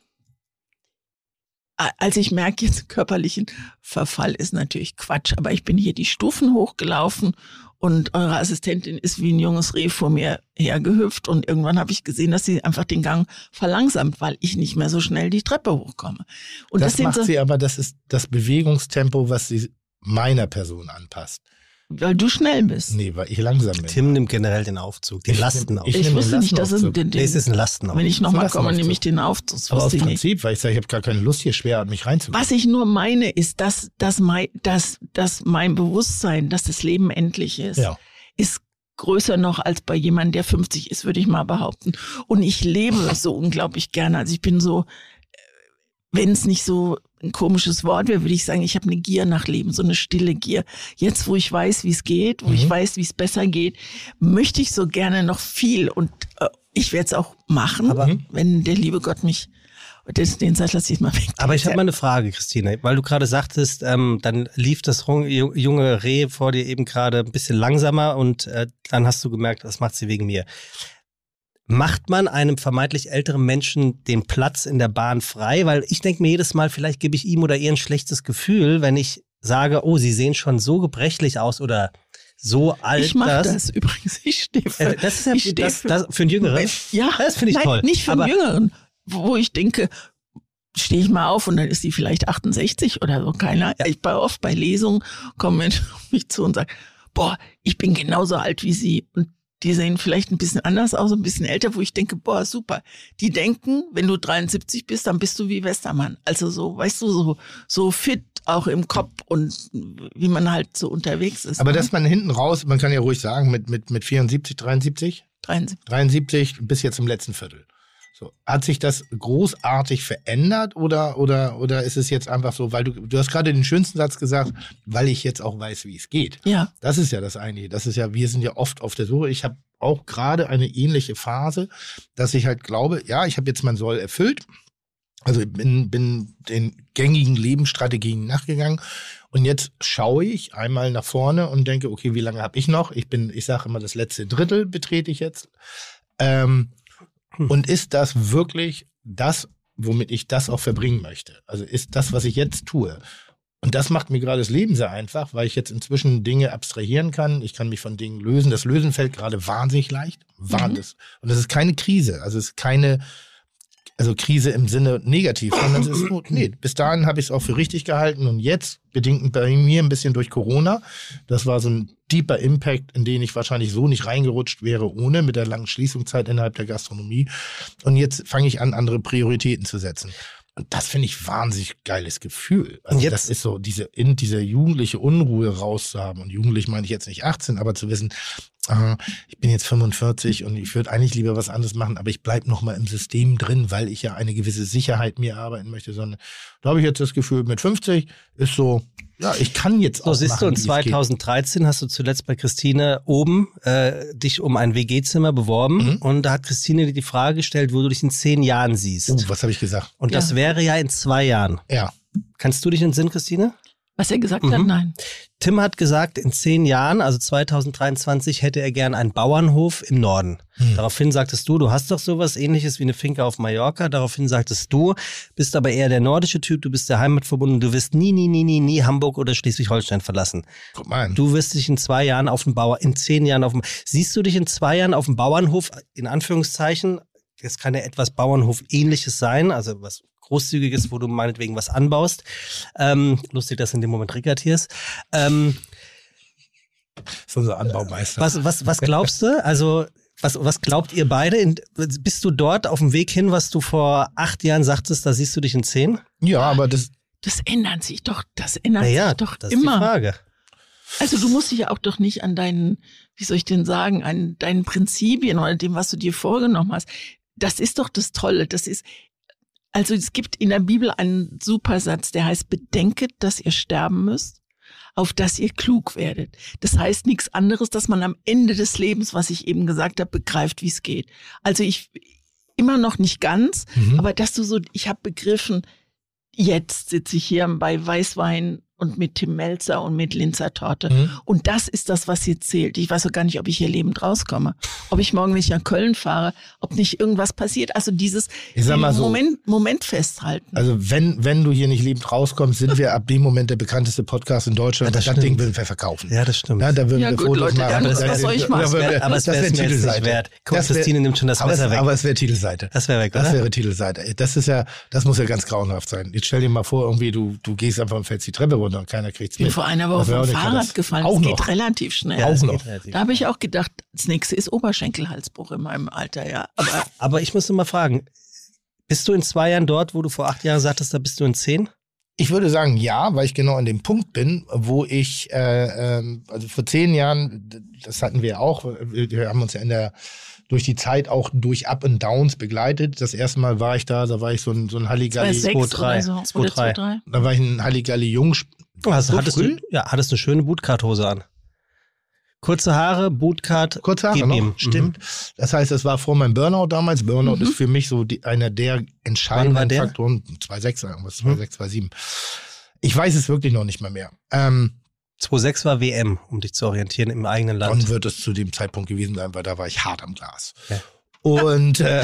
als ich merke, jetzt körperlichen Verfall ist natürlich Quatsch, aber ich bin hier die Stufen hochgelaufen und eure Assistentin ist wie ein junges Reh vor mir hergehüpft und irgendwann habe ich gesehen, dass sie einfach den Gang verlangsamt, weil ich nicht mehr so schnell die Treppe hochkomme. Und das das, sind macht so, sie aber, das ist das Bewegungstempo, was sie meiner Person anpasst. weil du schnell bist. Nee, weil ich langsam bin. Tim nimmt generell den Aufzug, den Ich- Lastenaufzug. ich Ich nehm den wusste nicht, dass es Lastenaufzug. den, den, Nee, es ist ein Lastenaufzug. wenn ich nochmal Lastenaufzug. komme, nehme ich den Aufzug. Das Aber aus wusste ich nicht. Prinzip, weil ich sage, ich habe gar keine Lust, hier schwer an mich reinzugehen. Was ich nur meine, ist, dass, dass, mein, dass, dass mein Bewusstsein, dass das Leben endlich ist, Ja. ist größer noch als bei jemandem, der fünfzig ist, würde ich mal behaupten. Und ich lebe so unglaublich gerne. Also ich bin so, wenn es nicht so ein komisches Wort wäre, würde ich sagen, ich habe eine Gier nach Leben, so eine stille Gier. Jetzt, wo ich weiß, wie es geht, wo Mhm. ich weiß, wie es besser geht, möchte ich so gerne noch viel. Und äh, ich werde es auch machen, Aber- wenn der liebe Gott mich, den, den Satz lasse ich mal weg. Aber ich habe mal eine Frage, Christine, weil du gerade sagtest, ähm, dann lief das rung- ju- junge Reh vor dir eben gerade ein bisschen langsamer und äh, dann hast du gemerkt, das macht sie wegen mir. Macht man einem vermeintlich älteren Menschen den Platz in der Bahn frei? Weil ich denke mir jedes Mal, vielleicht gebe ich ihm oder ihr ein schlechtes Gefühl, wenn ich sage, oh, sie sehen schon so gebrechlich aus oder so alt. Ich mache dass- das übrigens. Ich stehe für, Äh, das ist ja ich steh das, für, das, für einen Jüngeren. ja, das finde ich nein, toll. nicht für Aber- einen Jüngeren, wo ich denke, stehe ich mal auf und dann ist die vielleicht achtundsechzig oder so, keiner. Ich bei oft bei Lesungen kommen Menschen auf mich zu und sagen, boah, ich bin genauso alt wie sie und die sehen vielleicht ein bisschen anders aus, ein bisschen älter, wo ich denke, boah, super. Die denken, wenn du dreiundsiebzig bist, dann bist du wie Westermann. Also so, weißt du, so, so fit auch im Kopf und wie man halt so unterwegs ist. Aber ne? dass man hinten raus, man kann ja ruhig sagen, mit, mit, mit vierundsiebzig, dreiundsiebzig, dreiundsiebzig. dreiundsiebzig bis jetzt im letzten Viertel. So. Hat sich das großartig verändert oder, oder, oder ist es jetzt einfach so, weil du, du hast gerade den schönsten Satz gesagt, weil ich jetzt auch weiß, wie es geht. Ja. Das ist ja das Eigentliche. Das ist ja, wir sind ja oft auf der Suche. Ich habe auch gerade eine ähnliche Phase, dass ich halt glaube, ja, ich habe jetzt mein Soll erfüllt. Also ich bin, bin den gängigen Lebensstrategien nachgegangen. Und jetzt schaue ich einmal nach vorne und denke, okay, wie lange habe ich noch? Ich bin, ich sage immer, das letzte Drittel betrete ich jetzt. Ähm, Und ist das wirklich das, womit ich das auch verbringen möchte? Also ist das, was ich jetzt tue? Und das macht mir gerade das Leben sehr einfach, weil ich jetzt inzwischen Dinge abstrahieren kann. Ich kann mich von Dingen lösen. Das Lösen fällt gerade wahnsinnig leicht. Wahnsinnig. Und das ist keine Krise. Also es ist keine, also Krise im Sinne negativ, sondern es ist nur, nee, bis dahin habe ich es auch für richtig gehalten. Und jetzt, bedingt bei mir ein bisschen durch Corona, das war so ein deeper Impact, in den ich wahrscheinlich so nicht reingerutscht wäre, ohne mit der langen Schließungszeit innerhalb der Gastronomie. Und jetzt fange ich an, andere Prioritäten zu setzen. Und das finde ich wahnsinnig geiles Gefühl. Also Und jetzt- das ist so, diese, in, diese jugendliche Unruhe rauszuhaben. Und jugendlich meine ich jetzt nicht achtzehn, aber zu wissen, äh, ich bin jetzt fünfundvierzig und ich würde eigentlich lieber was anderes machen, aber ich bleibe noch mal im System drin, weil ich ja eine gewisse Sicherheit mir arbeiten möchte. Sondern da habe ich jetzt das Gefühl, mit fünfzig ist so, ja, ich kann jetzt So auch siehst machen, du, und wie es geht. zweitausenddreizehn hast du zuletzt bei Christine oben äh, dich um ein W G-Zimmer beworben Mhm. und da hat Christine dir die Frage gestellt, wo du dich in zehn Jahren siehst. Oh, was habe ich gesagt? Und das Ja. wäre ja in zwei Jahren. Ja. Kannst du dich in den Sinn, Christine? Was er gesagt hat, Mhm. nein. Tim hat gesagt, in zehn Jahren, also zweitausenddreiundzwanzig, hätte er gern einen Bauernhof im Norden. Hm. Daraufhin sagtest du, du hast doch sowas Ähnliches wie eine Finca auf Mallorca. Daraufhin sagtest du, bist aber eher der nordische Typ, du bist der Heimat verbunden, du wirst nie, nie, nie, nie, nie Hamburg oder Schleswig-Holstein verlassen. Guck mal an. Du wirst dich in zwei Jahren auf dem Bauer, in zehn Jahren auf dem, siehst du dich in zwei Jahren auf dem Bauernhof, in Anführungszeichen, es kann ja etwas Bauernhof-ähnliches sein, also was Großzügiges, wo du meinetwegen was anbaust. Ähm, lustig, dass du in dem Moment Rickert hier ist. Ähm, So unser Anbaumeister. was, was, was glaubst du? Also, was, was glaubt ihr beide? In, bist du dort auf dem Weg hin, was du vor acht Jahren sagtest, da siehst du dich in zehn? Ja, aber das, Das ändert sich doch, das ändert Naja, sich doch das ist die immer. Frage. Also du musst dich ja auch doch nicht an deinen, wie soll ich denn sagen, an deinen Prinzipien oder dem, was du dir vorgenommen hast. Das ist doch das Tolle. Das ist, also es gibt in der Bibel einen super Satz, der heißt, bedenket, dass ihr sterben müsst, auf dass ihr klug werdet. Das heißt nichts anderes, dass man am Ende des Lebens, was ich eben gesagt habe, begreift, wie es geht. Also ich, immer noch nicht ganz, mhm. aber dass du so, ich habe begriffen, jetzt sitze ich hier bei Weißwein und mit Tim Melzer und mit Linzer Torte. Mhm. Und das ist das, was hier zählt. Ich weiß auch gar nicht, ob ich hier lebend rauskomme. Ob ich morgen, wenn ich nach Köln fahre, ob nicht irgendwas passiert. Also dieses ich sag mal so, Moment, Moment festhalten. Also wenn, wenn du hier nicht lebend rauskommst, sind wir ab dem Moment der bekannteste Podcast in Deutschland. Ja, das, das Ding würden wir verkaufen. Ja, das stimmt. Ja, da würden ja, wir gut, Fotos Leute, machen. Ja, das, was soll ich machen? Wär, aber es wäre wär Titelseite. Wert. Guck, Christine nimmt schon das aber Messer es, weg. Aber es wäre Titelseite. Das wäre weg, oder? Das wäre Titelseite. Das ist ja, das muss ja ganz grauenhaft sein. Jetzt stell dir mal vor, irgendwie du, du gehst einfach und fällst die Treppe runter und keiner kriegt's Ich bin mit. vor einer Woche vom Fahrrad gefallen. Auch das noch. geht relativ schnell. Ja, auch noch. Da habe ich auch gedacht, das nächste ist Oberschenkelhalsbruch in meinem Alter, ja. Aber, aber ich muss nur mal fragen, bist du in zwei Jahren dort, wo du vor acht Jahren sagtest, da bist du in zehn? Ich würde sagen, ja, weil ich genau an dem Punkt bin, wo ich, äh, ähm, also vor zehn Jahren, das hatten wir auch, wir haben uns ja in der, durch die Zeit auch durch Up and Downs begleitet. Das erste Mal war ich da, da war ich so ein, so ein Halligalli. zwei drei So. zwei drei Da war ich ein Halligalli-Jung. Also, so hattest früh? Du, ja, hattest eine schöne Bootcard-Hose an. Kurze Haare, Bootcard. Kurze Haare noch, ihm. stimmt. Mhm. Das heißt, das war vor meinem Burnout damals. Burnout mhm. ist für mich so die, einer der entscheidenden der? Faktoren. zwei sechs irgendwas, zwei sechs, zwei sieben Ich weiß es wirklich noch nicht mal mehr. Ähm, zwei sechs war W M, um dich zu orientieren im eigenen Land. Dann wird es zu dem Zeitpunkt gewesen sein, weil da war ich hart am Glas. Ja. Und äh,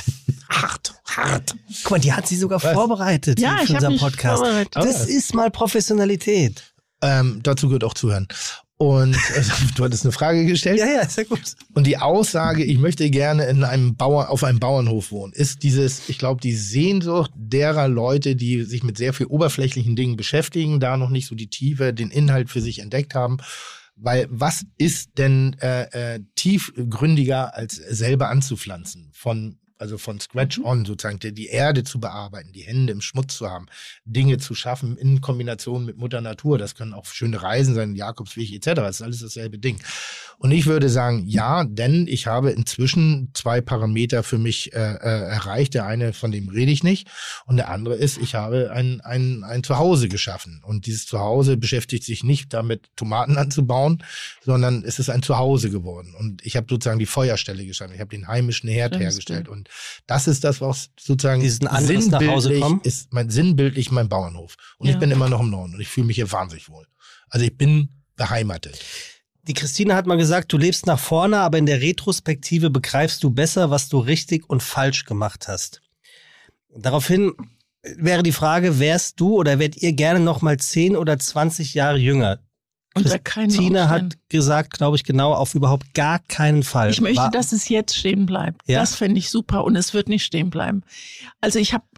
hart, hart. Guck mal, die hat sie sogar Was? vorbereitet ja, für unseren Podcast. Vorbereitet. Das oh. ist mal Professionalität. Ähm, dazu gehört auch zuhören. Und äh, du hattest eine Frage gestellt. Ja, ja, sehr gut. Und die Aussage, ich möchte gerne in einem Bauer, auf einem Bauernhof wohnen, ist dieses, ich glaube, die Sehnsucht derer Leute, die sich mit sehr viel oberflächlichen Dingen beschäftigen, da noch nicht so die Tiefe, den Inhalt für sich entdeckt haben. Weil was ist denn äh, äh, tiefgründiger, als selber anzupflanzen? Von also von Scratch on sozusagen, die, die Erde zu bearbeiten, die Hände im Schmutz zu haben, Dinge zu schaffen in Kombination mit Mutter Natur. Das können auch schöne Reisen sein, Jakobsweg et cetera. Das ist alles dasselbe Ding. Und ich würde sagen, ja, denn ich habe inzwischen zwei Parameter für mich äh, äh, erreicht. Der eine, von dem rede ich nicht. Und der andere ist, ich habe ein, ein, ein Zuhause geschaffen. Und dieses Zuhause beschäftigt sich nicht damit, Tomaten anzubauen, sondern es ist ein Zuhause geworden. Und ich habe sozusagen die Feuerstelle geschaffen. Ich habe den heimischen Herd das hergestellt. Und das ist das, was sozusagen sinnbildlich ist, mein, sinnbildlich mein Bauernhof. Und ja. ich bin immer noch im Norden und ich fühle mich hier wahnsinnig wohl. Also ich bin beheimatet. Die Christine hat mal gesagt, du lebst nach vorne, aber in der Retrospektive begreifst du besser, was du richtig und falsch gemacht hast. Daraufhin wäre die Frage, wärst du oder wärt ihr gerne noch mal zehn oder zwanzig Jahre jünger? Christine hat gesagt, glaube ich, genau, auf überhaupt gar keinen Fall. Ich möchte, War, dass es jetzt stehen bleibt. Ja? Das fände ich super und es wird nicht stehen bleiben. Also ich habe,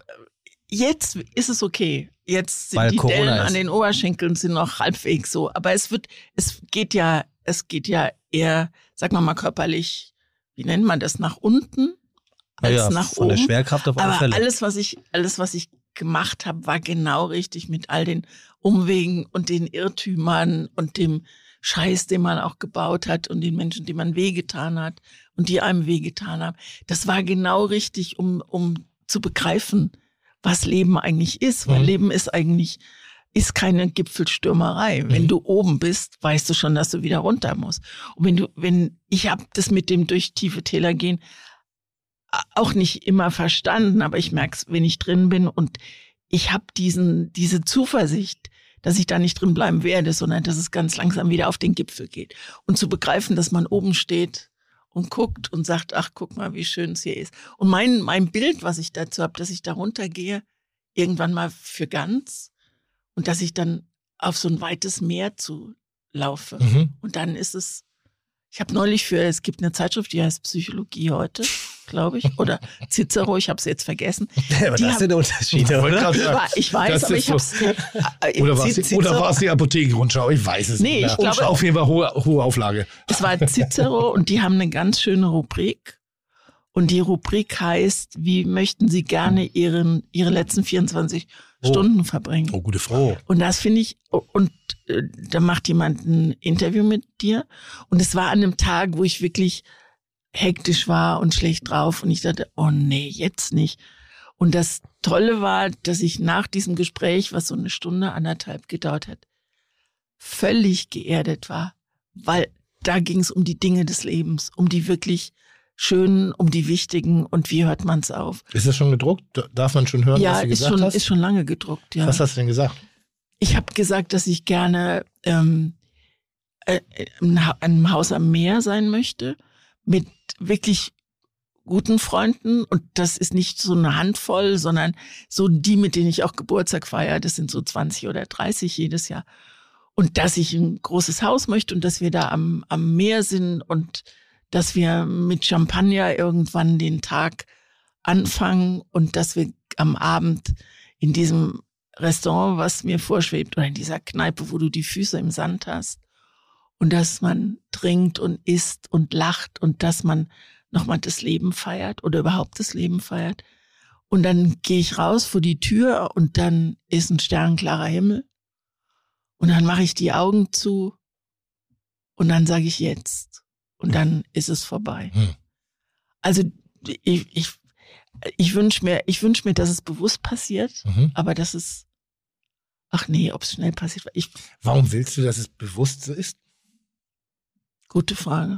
jetzt ist es okay. Jetzt sind Weil die Corona Dellen ist. an den Oberschenkeln sind noch halbwegs so. Aber es wird, es geht ja, es geht ja eher, sagen wir mal körperlich, wie nennt man das, nach unten als ja, nach von oben. Der Schwerkraft auf alle Aber Fälle. alles, was ich, alles, was ich gemacht habe, war genau richtig mit all den Umwegen und den Irrtümern und dem Scheiß, den man auch gebaut hat und den Menschen, die man wehgetan hat und die einem wehgetan haben. Das war genau richtig, um, um zu begreifen, was Leben eigentlich ist. Weil mhm. Leben ist eigentlich, ist keine Gipfelstürmerei. Mhm. Wenn du oben bist, weißt du schon, dass du wieder runter musst. Und wenn du, wenn, ich habe das mit dem durch tiefe Täler gehen auch nicht immer verstanden, aber ich merke es, wenn ich drin bin und ich habe diesen, diese Zuversicht, dass ich da nicht drin bleiben werde, sondern dass es ganz langsam wieder auf den Gipfel geht. Und zu begreifen, dass man oben steht und guckt und sagt, ach, guck mal, wie schön es hier ist. Und mein, mein Bild, was ich dazu habe, dass ich da runtergehe, irgendwann mal für ganz und dass ich dann auf so ein weites Meer zu laufe. Mhm. Und dann ist es, ich habe neulich für, es gibt eine Zeitschrift, die heißt Psychologie heute, glaube ich, oder Cicero, ich habe es jetzt vergessen. Ja, aber die das hab, sind Unterschiede, oder? Ich weiß, aber ich habe es... Oder war es die, oder war's die Apothekenrundschau? Ich weiß es nee, nicht. Ich glaube, auf jeden Fall hohe, hohe Auflage. Es war Cicero und die haben eine ganz schöne Rubrik. Und die Rubrik heißt, wie möchten Sie gerne Ihren, Ihre letzten vierundzwanzig oh. Stunden verbringen. Oh, gute Frau. Und das finde ich, und äh, da macht jemand ein Interview mit dir. Und es war an einem Tag, wo ich wirklich hektisch war und schlecht drauf. Und ich dachte, oh nee, jetzt nicht. Und das Tolle war, dass ich nach diesem Gespräch, was so eine Stunde, anderthalb gedauert hat, völlig geerdet war. Weil da ging es um die Dinge des Lebens, um die wirklich schönen, um die wichtigen und wie hört man es auf. Ist das schon gedruckt? Darf man schon hören, ja, was du ist gesagt schon, hast? Ja, ist schon lange gedruckt, ja. Was hast du denn gesagt? Ich habe gesagt, dass ich gerne ähm, äh, in einem Haus am Meer sein möchte, mit wirklich guten Freunden. Und das ist nicht so eine Handvoll, sondern so die, mit denen ich auch Geburtstag feiere. Das sind so zwanzig oder dreißig jedes Jahr. Und dass ich ein großes Haus möchte und dass wir da am, am Meer sind und dass wir mit Champagner irgendwann den Tag anfangen und dass wir am Abend in diesem Restaurant, was mir vorschwebt, oder in dieser Kneipe, wo du die Füße im Sand hast, und dass man trinkt und isst und lacht und dass man nochmal das Leben feiert oder überhaupt das Leben feiert. Und dann gehe ich raus vor die Tür und dann ist ein sternklarer Himmel. Und dann mache ich die Augen zu und dann sage ich jetzt. Und dann ist es vorbei. Hm. Also ich, ich, ich wünsche mir, ich wünsch mir, dass es bewusst passiert, mhm. aber dass es, ach nee, ob es schnell passiert. Ich, Warum willst du, dass es bewusst so ist? Gute Frage.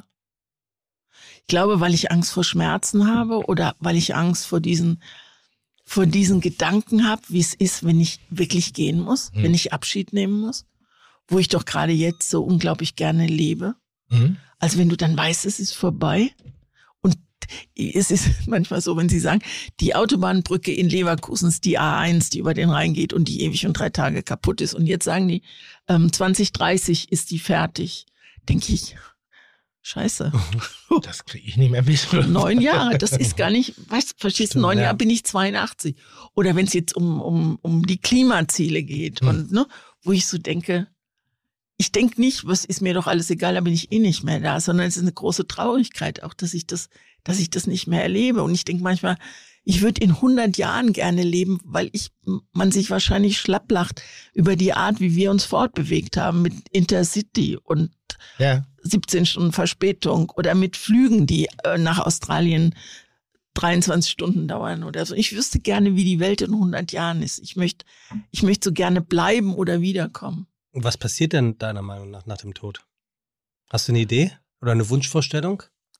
Ich glaube, weil ich Angst vor Schmerzen habe oder weil ich Angst vor diesen, vor diesen Gedanken habe, wie es ist, wenn ich wirklich gehen muss, hm. wenn ich Abschied nehmen muss, wo ich doch gerade jetzt so unglaublich gerne lebe. Mhm. Also wenn du dann weißt, es ist vorbei. Und es ist manchmal so, wenn sie sagen, die Autobahnbrücke in Leverkusen ist die A eins, die über den Rhein geht und die ewig und drei Tage kaputt ist. Und jetzt sagen die, ähm, zwanzig dreißig ist die fertig. Denke ich, scheiße. Das kriege ich nicht mehr mit. Neun Jahre, das ist gar nicht, weißt, verstehst du, neun ja. Jahre bin ich zweiundachtzig. Oder wenn es jetzt um, um, um die Klimaziele geht hm. und ne, wo ich so denke, ich denke nicht, was ist mir doch alles egal, da bin ich eh nicht mehr da, sondern es ist eine große Traurigkeit auch, dass ich das, dass ich das nicht mehr erlebe. Und ich denke manchmal, ich würde in hundert Jahren gerne leben, weil ich, man sich wahrscheinlich schlapplacht über die Art, wie wir uns fortbewegt haben mit Intercity und ja. siebzehn Stunden Verspätung oder mit Flügen, die nach Australien dreiundzwanzig Stunden dauern oder so. Ich wüsste gerne, wie die Welt in hundert Jahren ist. Ich möchte, ich möchte so gerne bleiben oder wiederkommen. Und was passiert denn deiner Meinung nach nach dem Tod? Hast du eine Idee oder eine Wunschvorstellung?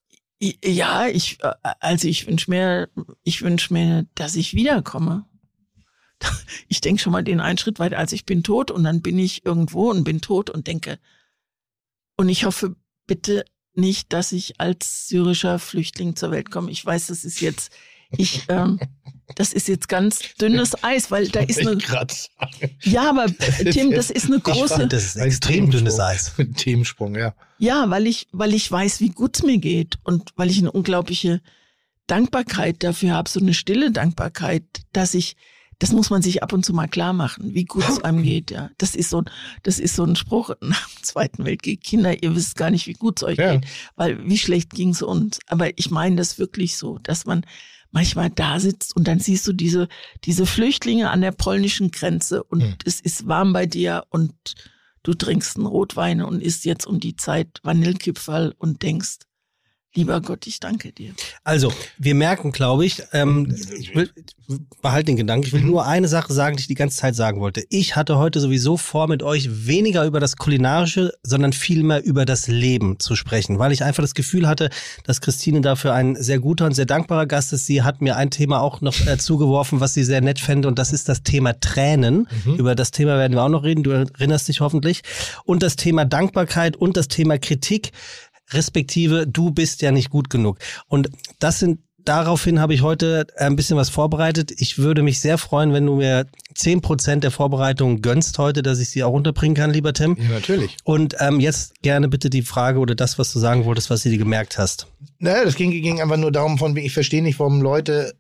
Ja, ich, also ich wünsche mir, ich wünsche mir, dass ich wiederkomme. Ich denke schon mal den einen Schritt weiter, als ich bin tot und dann bin ich irgendwo und bin tot und denke, und ich hoffe bitte nicht, dass ich als syrischer Flüchtling zur Welt komme. Ich weiß, das ist jetzt, ich, ähm, das ist jetzt ganz dünnes Eis, weil da ist eine. Ja, aber Tim, das ist eine große. Ich fand, das ist extrem dünnes Eis. Mit Themensprung, ja. Ja, weil ich, weil ich weiß, wie gut es mir geht und weil ich eine unglaubliche Dankbarkeit dafür habe, so eine stille Dankbarkeit, dass ich, das muss man sich ab und zu mal klar machen, wie gut es einem geht, ja. Das ist so, das ist so ein Spruch nach dem Zweiten Weltkrieg. Kinder, ihr wisst gar nicht, wie gut es euch ja. geht, weil wie schlecht ging es uns. Aber ich meine das wirklich so, dass man manchmal da sitzt und dann siehst du diese, diese Flüchtlinge an der polnischen Grenze und hm. es ist warm bei dir und du trinkst einen Rotwein und isst jetzt um die Zeit Vanillekipferl und denkst, lieber Gott, ich danke dir. Also, wir merken, glaube ich, ähm, ich will, behalte den Gedanken, ich will nur eine Sache sagen, die ich die ganze Zeit sagen wollte. Ich hatte heute sowieso vor, mit euch weniger über das Kulinarische, sondern vielmehr über das Leben zu sprechen, weil ich einfach das Gefühl hatte, dass Christine dafür ein sehr guter und sehr dankbarer Gast ist. Sie hat mir ein Thema auch noch äh, zugeworfen, was sie sehr nett fände, und das ist das Thema Tränen. Mhm. Über das Thema werden wir auch noch reden, du erinnerst dich hoffentlich. Und das Thema Dankbarkeit und das Thema Kritik, respektive du bist ja nicht gut genug. Und das sind, daraufhin habe ich heute ein bisschen was vorbereitet. Ich würde mich sehr freuen, wenn du mir zehn Prozent der Vorbereitung gönnst heute, dass ich sie auch unterbringen kann, lieber Tim. Ja, natürlich. Und ähm, jetzt gerne bitte die Frage oder das, was du sagen wolltest, was du dir gemerkt hast. Naja, das ging, ging einfach nur darum, von ich verstehe nicht, warum Leute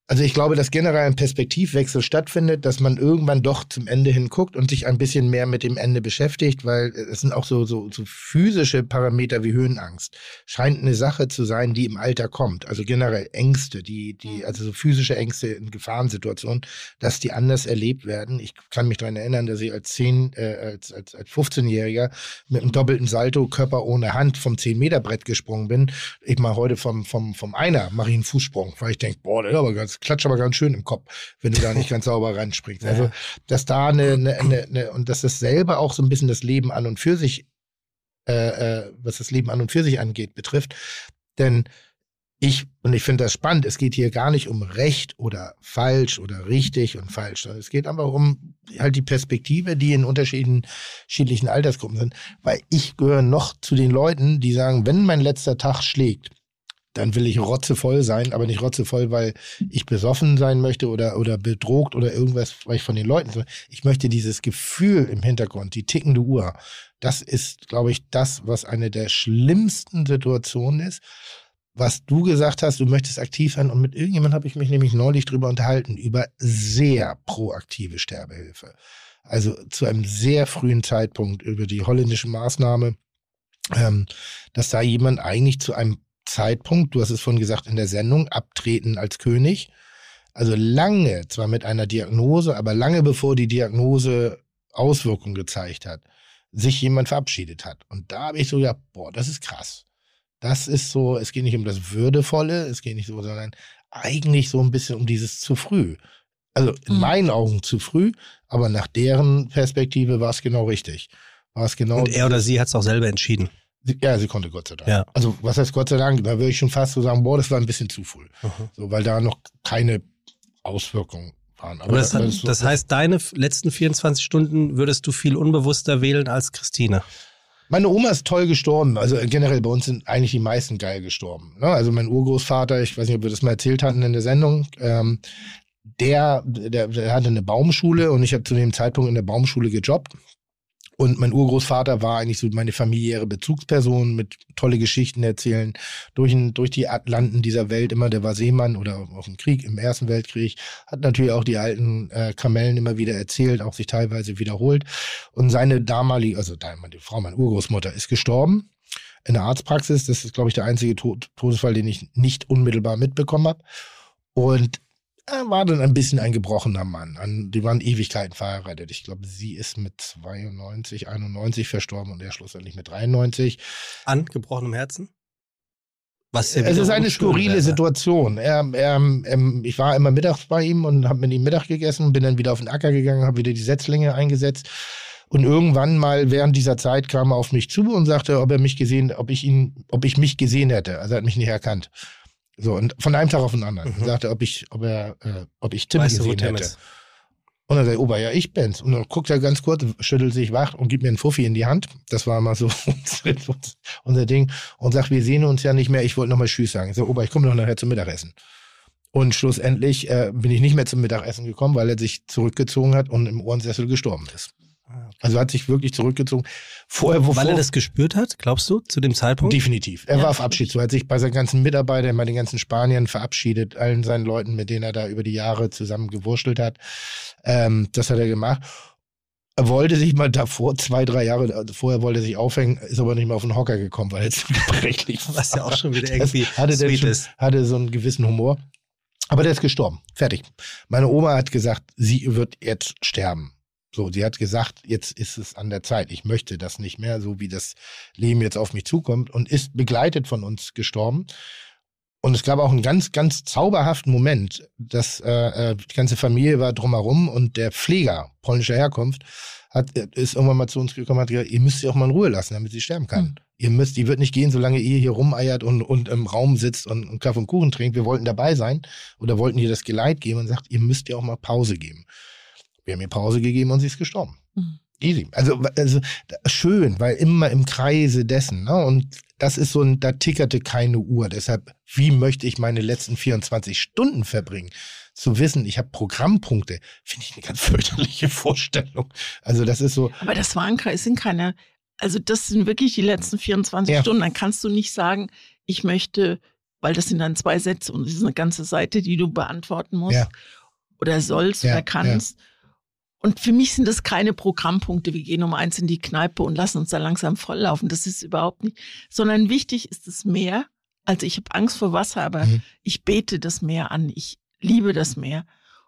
Also ich glaube, dass generell ein Perspektivwechsel stattfindet, dass man irgendwann doch zum Ende hin guckt und sich ein bisschen mehr mit dem Ende beschäftigt, weil es sind auch so, so, so physische Parameter wie Höhenangst. Scheint eine Sache zu sein, die im Alter kommt. Also generell Ängste, die, die, also so physische Ängste in Gefahrensituationen, dass die anders erlebt werden. Ich kann mich daran erinnern, dass ich als zehn, äh, als, als, als fünfzehnjähriger mit einem doppelten Salto, Körper ohne Hand, vom zehn Meter Brett gesprungen bin. Ich mache heute vom, vom, vom Einer, mache ich einen Fußsprung, weil ich denke, boah, der ist aber ganz klatscht aber ganz schön im Kopf, wenn du da nicht ganz sauber ranspringst. Also, dass da eine, eine, eine, eine und dass das selber auch so ein bisschen das Leben an und für sich, äh, äh, was das Leben an und für sich angeht, betrifft. Denn ich, und ich finde das spannend, es geht hier gar nicht um Recht oder falsch oder richtig und falsch, sondern es geht einfach um halt die Perspektive, die in unterschiedlichen Altersgruppen sind. Weil ich gehöre noch zu den Leuten, die sagen, wenn mein letzter Tag schlägt, dann will ich rotzevoll sein, aber nicht rotzevoll, weil ich besoffen sein möchte oder, oder bedroht oder irgendwas, weil ich von den Leuten so. Ich möchte dieses Gefühl im Hintergrund, die tickende Uhr, das ist, glaube ich, das, was eine der schlimmsten Situationen ist. Was du gesagt hast, du möchtest aktiv sein und mit irgendjemandem habe ich mich nämlich neulich drüber unterhalten, über sehr proaktive Sterbehilfe. Also zu einem sehr frühen Zeitpunkt über die holländische Maßnahme, ähm, dass da jemand eigentlich zu einem Zeitpunkt, du hast es vorhin gesagt in der Sendung, abtreten als König. Also lange, zwar mit einer Diagnose, aber lange bevor die Diagnose Auswirkungen gezeigt hat, sich jemand verabschiedet hat. Und da habe ich so gedacht, boah, das ist krass. Das ist so, es geht nicht um das Würdevolle, es geht nicht so, sondern eigentlich so ein bisschen um dieses zu früh. Also in mhm. meinen Augen zu früh, aber nach deren Perspektive war es genau richtig. War es genau. Und er oder sie hat es auch selber entschieden. Ja, sie konnte Gott sei Dank. Ja. Also was heißt Gott sei Dank? Da würde ich schon fast so sagen, boah, das war ein bisschen zu früh. Mhm. So, weil da noch keine Auswirkungen waren. Aber, Aber das, das, das, so, das heißt, deine letzten vierundzwanzig Stunden würdest du viel unbewusster wählen als Christine? Meine Oma ist toll gestorben. Also generell bei uns sind eigentlich die meisten geil gestorben. Also mein Urgroßvater, ich weiß nicht, ob wir das mal erzählt hatten in der Sendung, ähm, der, der, der hatte eine Baumschule und ich habe zu dem Zeitpunkt in der Baumschule gejobbt. Und mein Urgroßvater war eigentlich so meine familiäre Bezugsperson mit tolle Geschichten erzählen durch, ein, durch die Atlanten dieser Welt immer. Der war Seemann oder auf dem Krieg, im Ersten Weltkrieg. Hat natürlich auch die alten äh, Kamellen immer wieder erzählt, auch sich teilweise wiederholt. Und seine damalige, also meine Frau, meine Urgroßmutter, ist gestorben in der Arztpraxis. Das ist, glaube ich, der einzige Tod, Todesfall, den ich nicht unmittelbar mitbekommen habe. Und er war dann ein bisschen ein gebrochener Mann. An, die waren Ewigkeiten verheiratet. Ich glaube, sie ist mit zweiundneunzig, einundneunzig verstorben und er schlussendlich mit dreiundneunzig. An gebrochenem Herzen? Was es ist eine skurrile wäre. Situation. Er, er, er, ich war immer mittags bei ihm und habe mit ihm Mittag gegessen, bin dann wieder auf den Acker gegangen, habe wieder die Setzlinge eingesetzt. Und irgendwann mal während dieser Zeit kam er auf mich zu und sagte, ob er mich gesehen, ob ich ihn, ob ich mich gesehen hätte. Also er hat mich nicht erkannt. So, und von einem Tag auf den anderen. Mhm. Sagte, ob ich, ob er, äh, ob ich Tim weißt gesehen du, hätte. Ist? Und dann sagt er, Opa, ja, ich bin's. Und dann guckt er ganz kurz, schüttelt sich wach und gibt mir einen Fuffi in die Hand. Das war mal so unser Ding. Und sagt, wir sehen uns ja nicht mehr, ich wollte nochmal Tschüss sagen. Ich sage, Opa, ich komme doch nachher zum Mittagessen. Und schlussendlich äh, bin ich nicht mehr zum Mittagessen gekommen, weil er sich zurückgezogen hat und im Ohrensessel gestorben ist. Also hat sich wirklich zurückgezogen. Vorher, wovor, Weil er das gespürt hat, glaubst du, zu dem Zeitpunkt? Definitiv. Er ja. war auf Abschied. So hat sich bei seinen ganzen Mitarbeitern, bei den ganzen Spaniern verabschiedet, allen seinen Leuten, mit denen er da über die Jahre zusammen gewurschtelt hat. Ähm, das hat er gemacht. Er wollte sich mal davor, zwei, drei Jahre vorher wollte er sich aufhängen, ist aber nicht mehr auf den Hocker gekommen, weil er zu gebrechlich war. Was ja auch schon wieder irgendwie hatte sweet schon, ist. Hatte so einen gewissen Humor. Aber der ist gestorben. Fertig. Meine Oma hat gesagt, sie wird jetzt sterben. So, sie hat gesagt, jetzt ist es an der Zeit. Ich möchte das nicht mehr, so wie das Leben jetzt auf mich zukommt und ist begleitet von uns gestorben. Und es gab auch einen ganz, ganz zauberhaften Moment, dass äh, die ganze Familie war drumherum und der Pfleger polnischer Herkunft hat, ist irgendwann mal zu uns gekommen und hat gesagt, ihr müsst sie auch mal in Ruhe lassen, damit sie sterben kann. Mhm. Ihr müsst, die wird nicht gehen, solange ihr hier rumeiert und, und im Raum sitzt und, und Kaffee und Kuchen trinkt. Wir wollten dabei sein oder wollten ihr das Geleit geben und sagt, ihr müsst ihr auch mal Pause geben. Wir haben ihr Pause gegeben und sie ist gestorben. Mhm. Easy. Also, also schön, weil immer im Kreise dessen. Ne? Und das ist so ein, da tickerte keine Uhr. Deshalb, wie möchte ich meine letzten vierundzwanzig Stunden verbringen? Zu wissen, ich habe Programmpunkte, finde ich eine ganz fürchterliche Vorstellung. Also das ist so. Aber das waren es sind keine, also das sind wirklich die letzten vierundzwanzig ja. Stunden. Dann kannst du nicht sagen, ich möchte weil das sind dann zwei Sätze und es ist eine ganze Seite, die du beantworten musst Ja. oder sollst Ja, oder kannst. Und für mich sind das keine Programmpunkte, wir gehen um eins in die Kneipe und lassen uns da langsam volllaufen. Das ist überhaupt nicht. Sondern wichtig ist das Meer. Also ich habe Angst vor Wasser, aber Mhm. ich bete das Meer an. Ich liebe das Meer.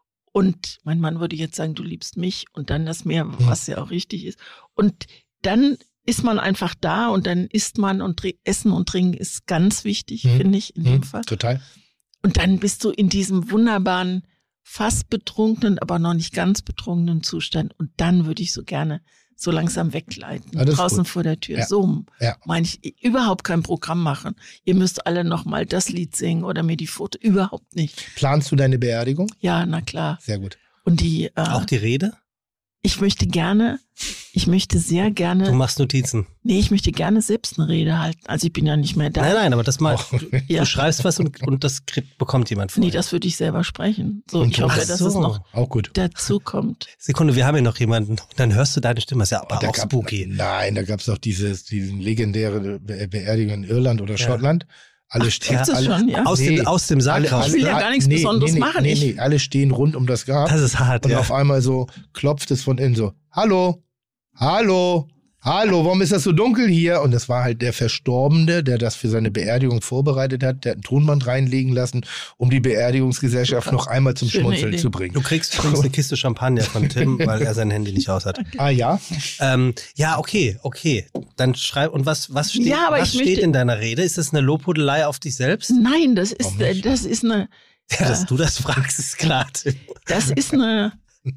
Und mein Mann würde jetzt sagen, du liebst mich und dann das Meer, was ja auch richtig ist. Und dann ist man einfach da und dann isst man und tr- Essen und Trinken ist ganz wichtig, Mhm. finde ich, in dem Mhm. Fall. Total. Und dann bist du in diesem wunderbaren, fast betrunkenen, aber noch nicht ganz betrunkenen Zustand. Und dann würde ich so gerne so langsam wegleiten, Ah, das ist draußen gut. vor der Tür. Ja. So Ja. meine ich, überhaupt kein Programm machen. Ihr müsst alle nochmal das Lied singen oder mir die Foto, überhaupt nicht. Planst du deine Beerdigung? Ja, na klar. Sehr gut. Und die, äh, Auch die Rede? ich möchte gerne, ich möchte sehr gerne, Du machst Notizen. nee, ich möchte gerne selbst eine Rede halten. Also ich bin ja nicht mehr da. Nein, nein, aber das mal, Oh. du, Ja. du schreibst was und, und das kriegt, bekommt jemand vor. Nee, das würde ich selber sprechen. So, Und ich hoffe, Ach dass so. es noch Auch gut. dazu kommt. Sekunde, wir haben ja noch jemanden. Dann hörst du deine Stimme. Das ist ja aber Da auch gab- spooky. Nein, da gab es doch dieses, diesen legendäre Be Beerdigung in Irland oder Ja. Schottland. Alle Ach, stehen, gibt's das alle, schon, ja? Aus, Nee. dem, aus dem Sarg alle, raus. Ich will ja ne? gar nichts Besonderes nee, machen. Nee, Ich- nee, alle stehen rund um das Grab. Das ist hart, Und ja. auf einmal so klopft es von innen so, hallo, hallo, hallo, warum ist das so dunkel hier? Und das war halt der Verstorbene, der das für seine Beerdigung vorbereitet hat, der hat ein Tonband reinlegen lassen, um die Beerdigungsgesellschaft noch einmal zum Schöne Schmunzeln Idee. zu bringen. Du kriegst übrigens eine Kiste Champagner von Tim, weil er sein Handy nicht aus hat. Ah ja? Ähm, ja, okay, okay. Dann schreib, und was, was steht, Ja, aber was ich steht möchte- in deiner Rede? Ist das eine Lobhudelei auf dich selbst? Nein, das ist, Warum nicht? das ist eine, Ja, dass du das fragst, ist klar, Tim. das ist eine,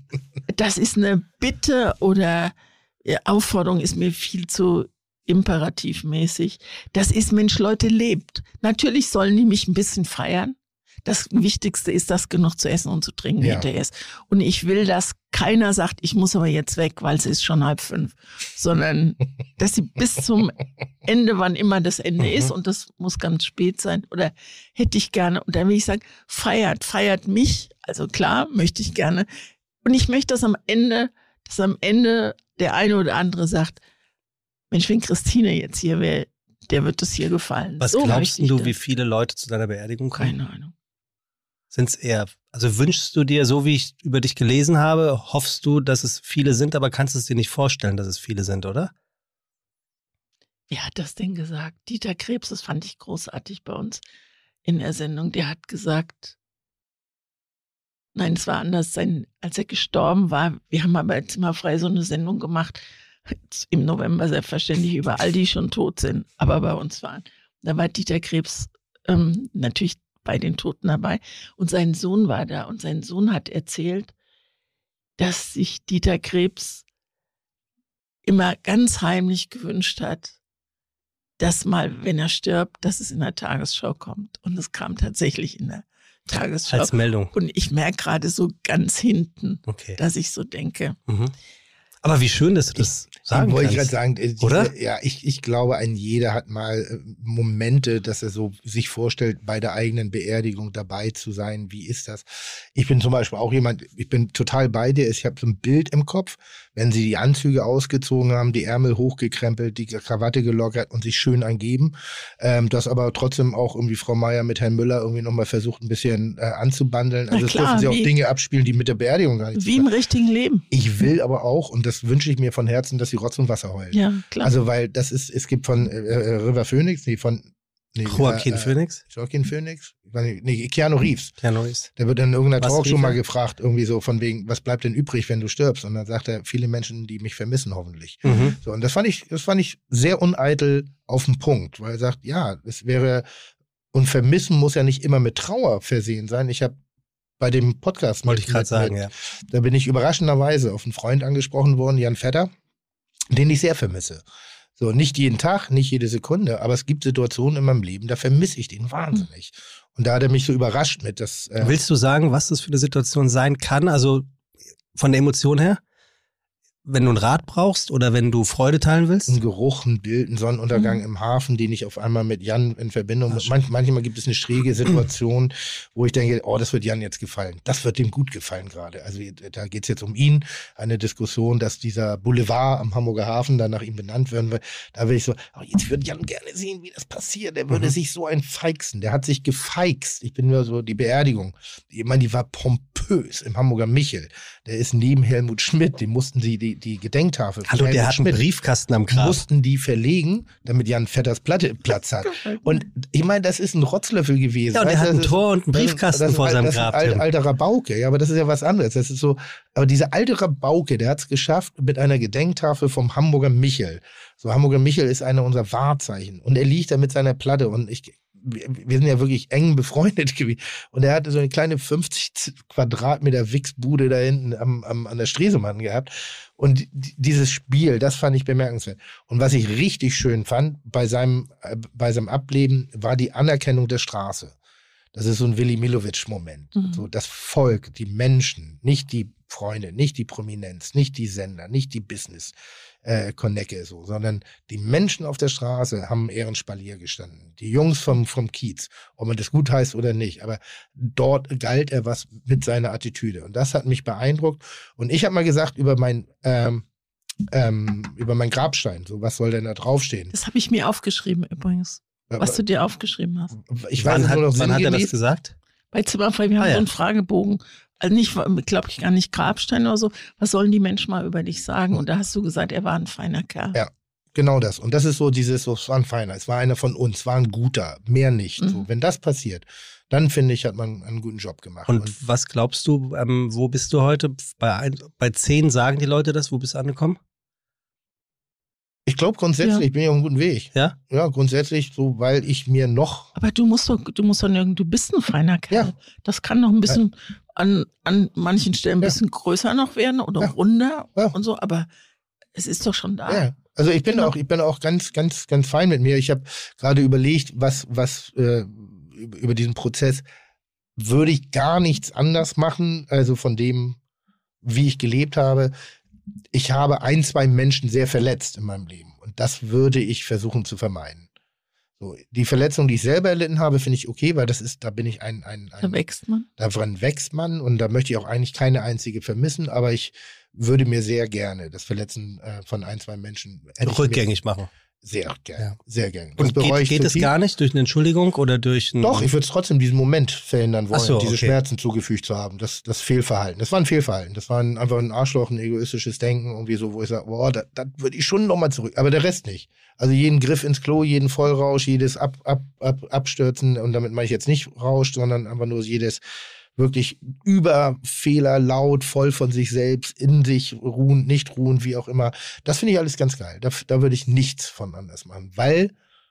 das ist eine Bitte oder ja, Aufforderung ist mir viel zu imperativmäßig. Das ist, Mensch, Leute, lebt. Natürlich sollen die mich ein bisschen feiern. Das Wichtigste ist, dass genug zu essen und zu trinken Ja. hinterher ist. Und ich will, dass keiner sagt, ich muss aber jetzt weg, weil es ist schon halb fünf, sondern dass sie bis zum Ende, wann immer das Ende ist, und das muss ganz spät sein, oder hätte ich gerne, und dann will ich sagen, feiert, feiert mich, also klar, möchte ich gerne. Und ich möchte, dass am Ende, dass am Ende der eine oder andere sagt, Mensch, wenn Christine jetzt hier wäre, der wird das hier gefallen. Was So glaubst möchte ich du, das. wie viele Leute zu deiner Beerdigung kommen? Keine Ahnung. Sind es eher, also wünschst du dir, so wie ich über dich gelesen habe, hoffst du, dass es viele sind, aber kannst es dir nicht vorstellen, dass es viele sind, oder? Wer hat das denn gesagt? Dieter Krebs, das fand ich großartig bei uns in der Sendung. Der hat gesagt, nein, es war anders, sein, als er gestorben war, wir haben aber jetzt immer frei so eine Sendung gemacht, im November selbstverständlich über all die schon tot sind, aber bei uns waren. Da war Dieter Krebs ähm, natürlich bei den Toten dabei und sein Sohn war da und sein Sohn hat erzählt, dass sich Dieter Krebs immer ganz heimlich gewünscht hat, dass mal, wenn er stirbt, dass es in der Tagesschau kommt. Und es kam tatsächlich in der Tagesschau. Als Meldung. Und ich merke gerade so ganz hinten, Okay. dass ich so denke. Mhm. Aber wie schön, dass du das sagen wollte ich kannst. gerade sagen, äh, diese, Oder? Ja, ich, ich glaube, ein jeder hat mal äh, Momente, dass er so sich vorstellt, bei der eigenen Beerdigung dabei zu sein. Wie ist das? Ich bin zum Beispiel auch jemand, ich bin total bei dir. Ich habe so ein Bild im Kopf, wenn sie die Anzüge ausgezogen haben, die Ärmel hochgekrempelt, die Krawatte gelockert und sich schön eingeben. Ähm, das aber trotzdem auch irgendwie Frau Meier mit Herrn Müller irgendwie nochmal versucht, ein bisschen äh, anzubandeln. Also Na es klar, dürfen sie auch wie- Dinge abspielen, die mit der Beerdigung gar nichts Wie zu im tun richtigen Leben. Ich will aber auch, und das wünsche ich mir von Herzen, dass sie Rotz und Wasser heulen. Ja, klar. Also, weil das ist, es gibt von äh, äh, River Phoenix, nee, von nee, Joaquin äh, äh, Phoenix? Joaquin Phoenix? Ich weiß nicht, Nee, Keanu Reeves. Keanu Reeves. Der wird in irgendeiner Was Talkshow rief mal er? gefragt, irgendwie so von wegen, was bleibt denn übrig, wenn du stirbst? Und dann sagt er, viele Menschen, die mich vermissen, hoffentlich. Mhm. So, und das fand ich, das fand ich sehr uneitel auf den Punkt, weil er sagt, ja, es wäre, und vermissen muss ja nicht immer mit Trauer versehen sein. Ich habe bei dem Podcast, Wollte ich mit- gerade mit- sagen, mit- ja. da bin ich überraschenderweise auf einen Freund angesprochen worden, Jan Vetter, den ich sehr vermisse. So, nicht jeden Tag, nicht jede Sekunde, aber es gibt Situationen in meinem Leben, da vermisse ich den wahnsinnig. Und da hat er mich so überrascht mit, dass äh, Willst du sagen, was das für eine Situation sein kann? Also von der Emotion her? wenn du ein Rad brauchst oder wenn du Freude teilen willst? Ein Geruch, ein Bild, ein Sonnenuntergang mhm. im Hafen, den ich auf einmal mit Jan in Verbindung mit. Manch, manchmal gibt es eine schräge Situation, wo ich denke, oh, das wird Jan jetzt gefallen. Das wird dem gut gefallen gerade. Also da geht es jetzt um ihn. Eine Diskussion, dass dieser Boulevard am Hamburger Hafen dann nach ihm benannt werden wird. Da will ich so, oh, jetzt würde Jan gerne sehen, wie das passiert. Der würde mhm. sich so ein feixen. Der hat sich gefeixt. Ich bin nur so, die Beerdigung. Ich meine, die war pompös im Hamburger Michel. Der ist neben Helmut Schmidt. Die mussten sie, die die Gedenktafel von Hallo, Helmut der hat Schmidt, einen Briefkasten am Grab. Mussten die verlegen, damit Jan Vetters Platte Platz hat. Und ich meine, das ist ein Rotzlöffel gewesen. Ja, und der hat ein ist, Tor und einen Briefkasten das, vor das, seinem das Grab. Das ist ein alter Rabauke, ja, aber das ist ja was anderes. Das ist so, aber dieser alte Rabauke, der hat es geschafft mit einer Gedenktafel vom Hamburger Michel. So, Hamburger Michel ist einer unserer Wahrzeichen. Und er liegt da mit seiner Platte und ich wir sind ja wirklich eng befreundet gewesen. Und er hatte so eine kleine fünfzig Quadratmeter Wichsbude da hinten am, am, an der Stresemann gehabt. Und dieses Spiel, das fand ich bemerkenswert. Und was ich richtig schön fand bei seinem, äh, bei seinem Ableben, war die Anerkennung der Straße. Das ist so ein Willy Milovic-Moment. Mhm. So das Volk, die Menschen, nicht die Freunde, nicht die Prominenz, nicht die Sender, nicht die Business. Äh, Konecke, so, sondern die Menschen auf der Straße haben Ehrenspalier gestanden. Die Jungs vom, vom Kiez, ob man das gut heißt oder nicht, aber dort galt er was mit seiner Attitüde. Und das hat mich beeindruckt. Und ich habe mal gesagt über mein, ähm, ähm, über mein Grabstein, so was soll denn da draufstehen? Das habe ich mir aufgeschrieben übrigens, was aber, du dir aufgeschrieben hast. Ich wann weiß hat, nur noch wann hat er das gesagt? Bei Zimmerfrei, wir haben ah, ja. so einen Fragebogen. Also nicht, glaube ich, gar nicht Grabstein oder so. Was sollen die Menschen mal über dich sagen? Und da hast du gesagt, er war ein feiner Kerl. Ja, genau das. Und das ist so dieses, so, es war ein feiner, es war einer von uns, war ein guter, mehr nicht. Mhm. So, wenn das passiert, dann finde ich, hat man einen guten Job gemacht. Und, Und was glaubst du, ähm, wo bist du heute? Bei, ein, bei zehn sagen die Leute das, wo bist du angekommen? Ich glaube grundsätzlich, ja. ich bin ja auf einem guten Weg. Ja? Ja, grundsätzlich, so, weil ich mir noch. Aber du musst doch, du musst doch nirgend, du bist ein feiner Kerl. Ja. Das kann noch ein bisschen ja. an, an manchen Stellen ein ja. bisschen größer noch werden oder ja. runder ja. und so, aber es ist doch schon da. Ja. Also ich bin genau. auch, ich bin auch ganz, ganz, ganz fein mit mir. Ich habe gerade überlegt, was, was äh, über diesen Prozess würde ich gar nichts anders machen, also von dem, wie ich gelebt habe. Ich habe ein, zwei Menschen sehr verletzt in meinem Leben. Und das würde ich versuchen zu vermeiden. So, die Verletzung, die ich selber erlitten habe, finde ich okay, weil das ist, da bin ich ein, ein, ein da wächst man. Daran wächst man und da möchte ich auch eigentlich keine einzige vermissen, aber ich würde mir sehr gerne das Verletzen äh, von ein, zwei Menschen rückgängig machen. Sehr gerne, ja. sehr gerne. Das und geht, geht es gar nicht durch eine Entschuldigung oder durch ein... Doch, ich würde es trotzdem diesen Moment verhindern wollen, so, diese okay. Schmerzen zugefügt zu haben. Das, das Fehlverhalten. Das war ein Fehlverhalten. Das war ein, einfach ein Arschloch, ein egoistisches Denken, irgendwie so, wo ich sage, boah, da, da würde ich schon nochmal zurück. Aber der Rest nicht. Also jeden Griff ins Klo, jeden Vollrausch, jedes ab, ab, ab, Abstürzen. Und damit meine ich jetzt nicht Rausch, sondern einfach nur jedes wirklich über Fehler, laut, voll von sich selbst, in sich ruhend, nicht ruhend, wie auch immer. Das finde ich alles ganz geil. Da, da würde ich nichts von anders machen, weil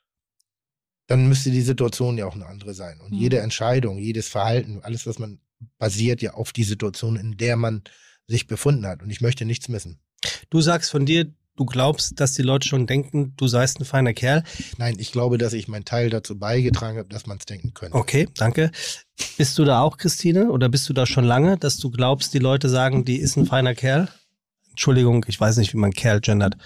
dann müsste die Situation ja auch eine andere sein. Und mhm. jede Entscheidung, jedes Verhalten, alles, was man basiert ja auf die Situation, in der man sich befunden hat. Und ich möchte nichts missen. Du sagst von dir, du glaubst, dass die Leute schon denken, du seist ein feiner Kerl. Nein, ich glaube, dass ich meinen Teil dazu beigetragen habe, dass man es denken könnte. Okay, danke. Bist du da auch, Christine? Oder bist du da schon lange, dass du glaubst, die Leute sagen, die ist ein feiner Kerl? Entschuldigung, ich weiß nicht, wie man Kerl gendert.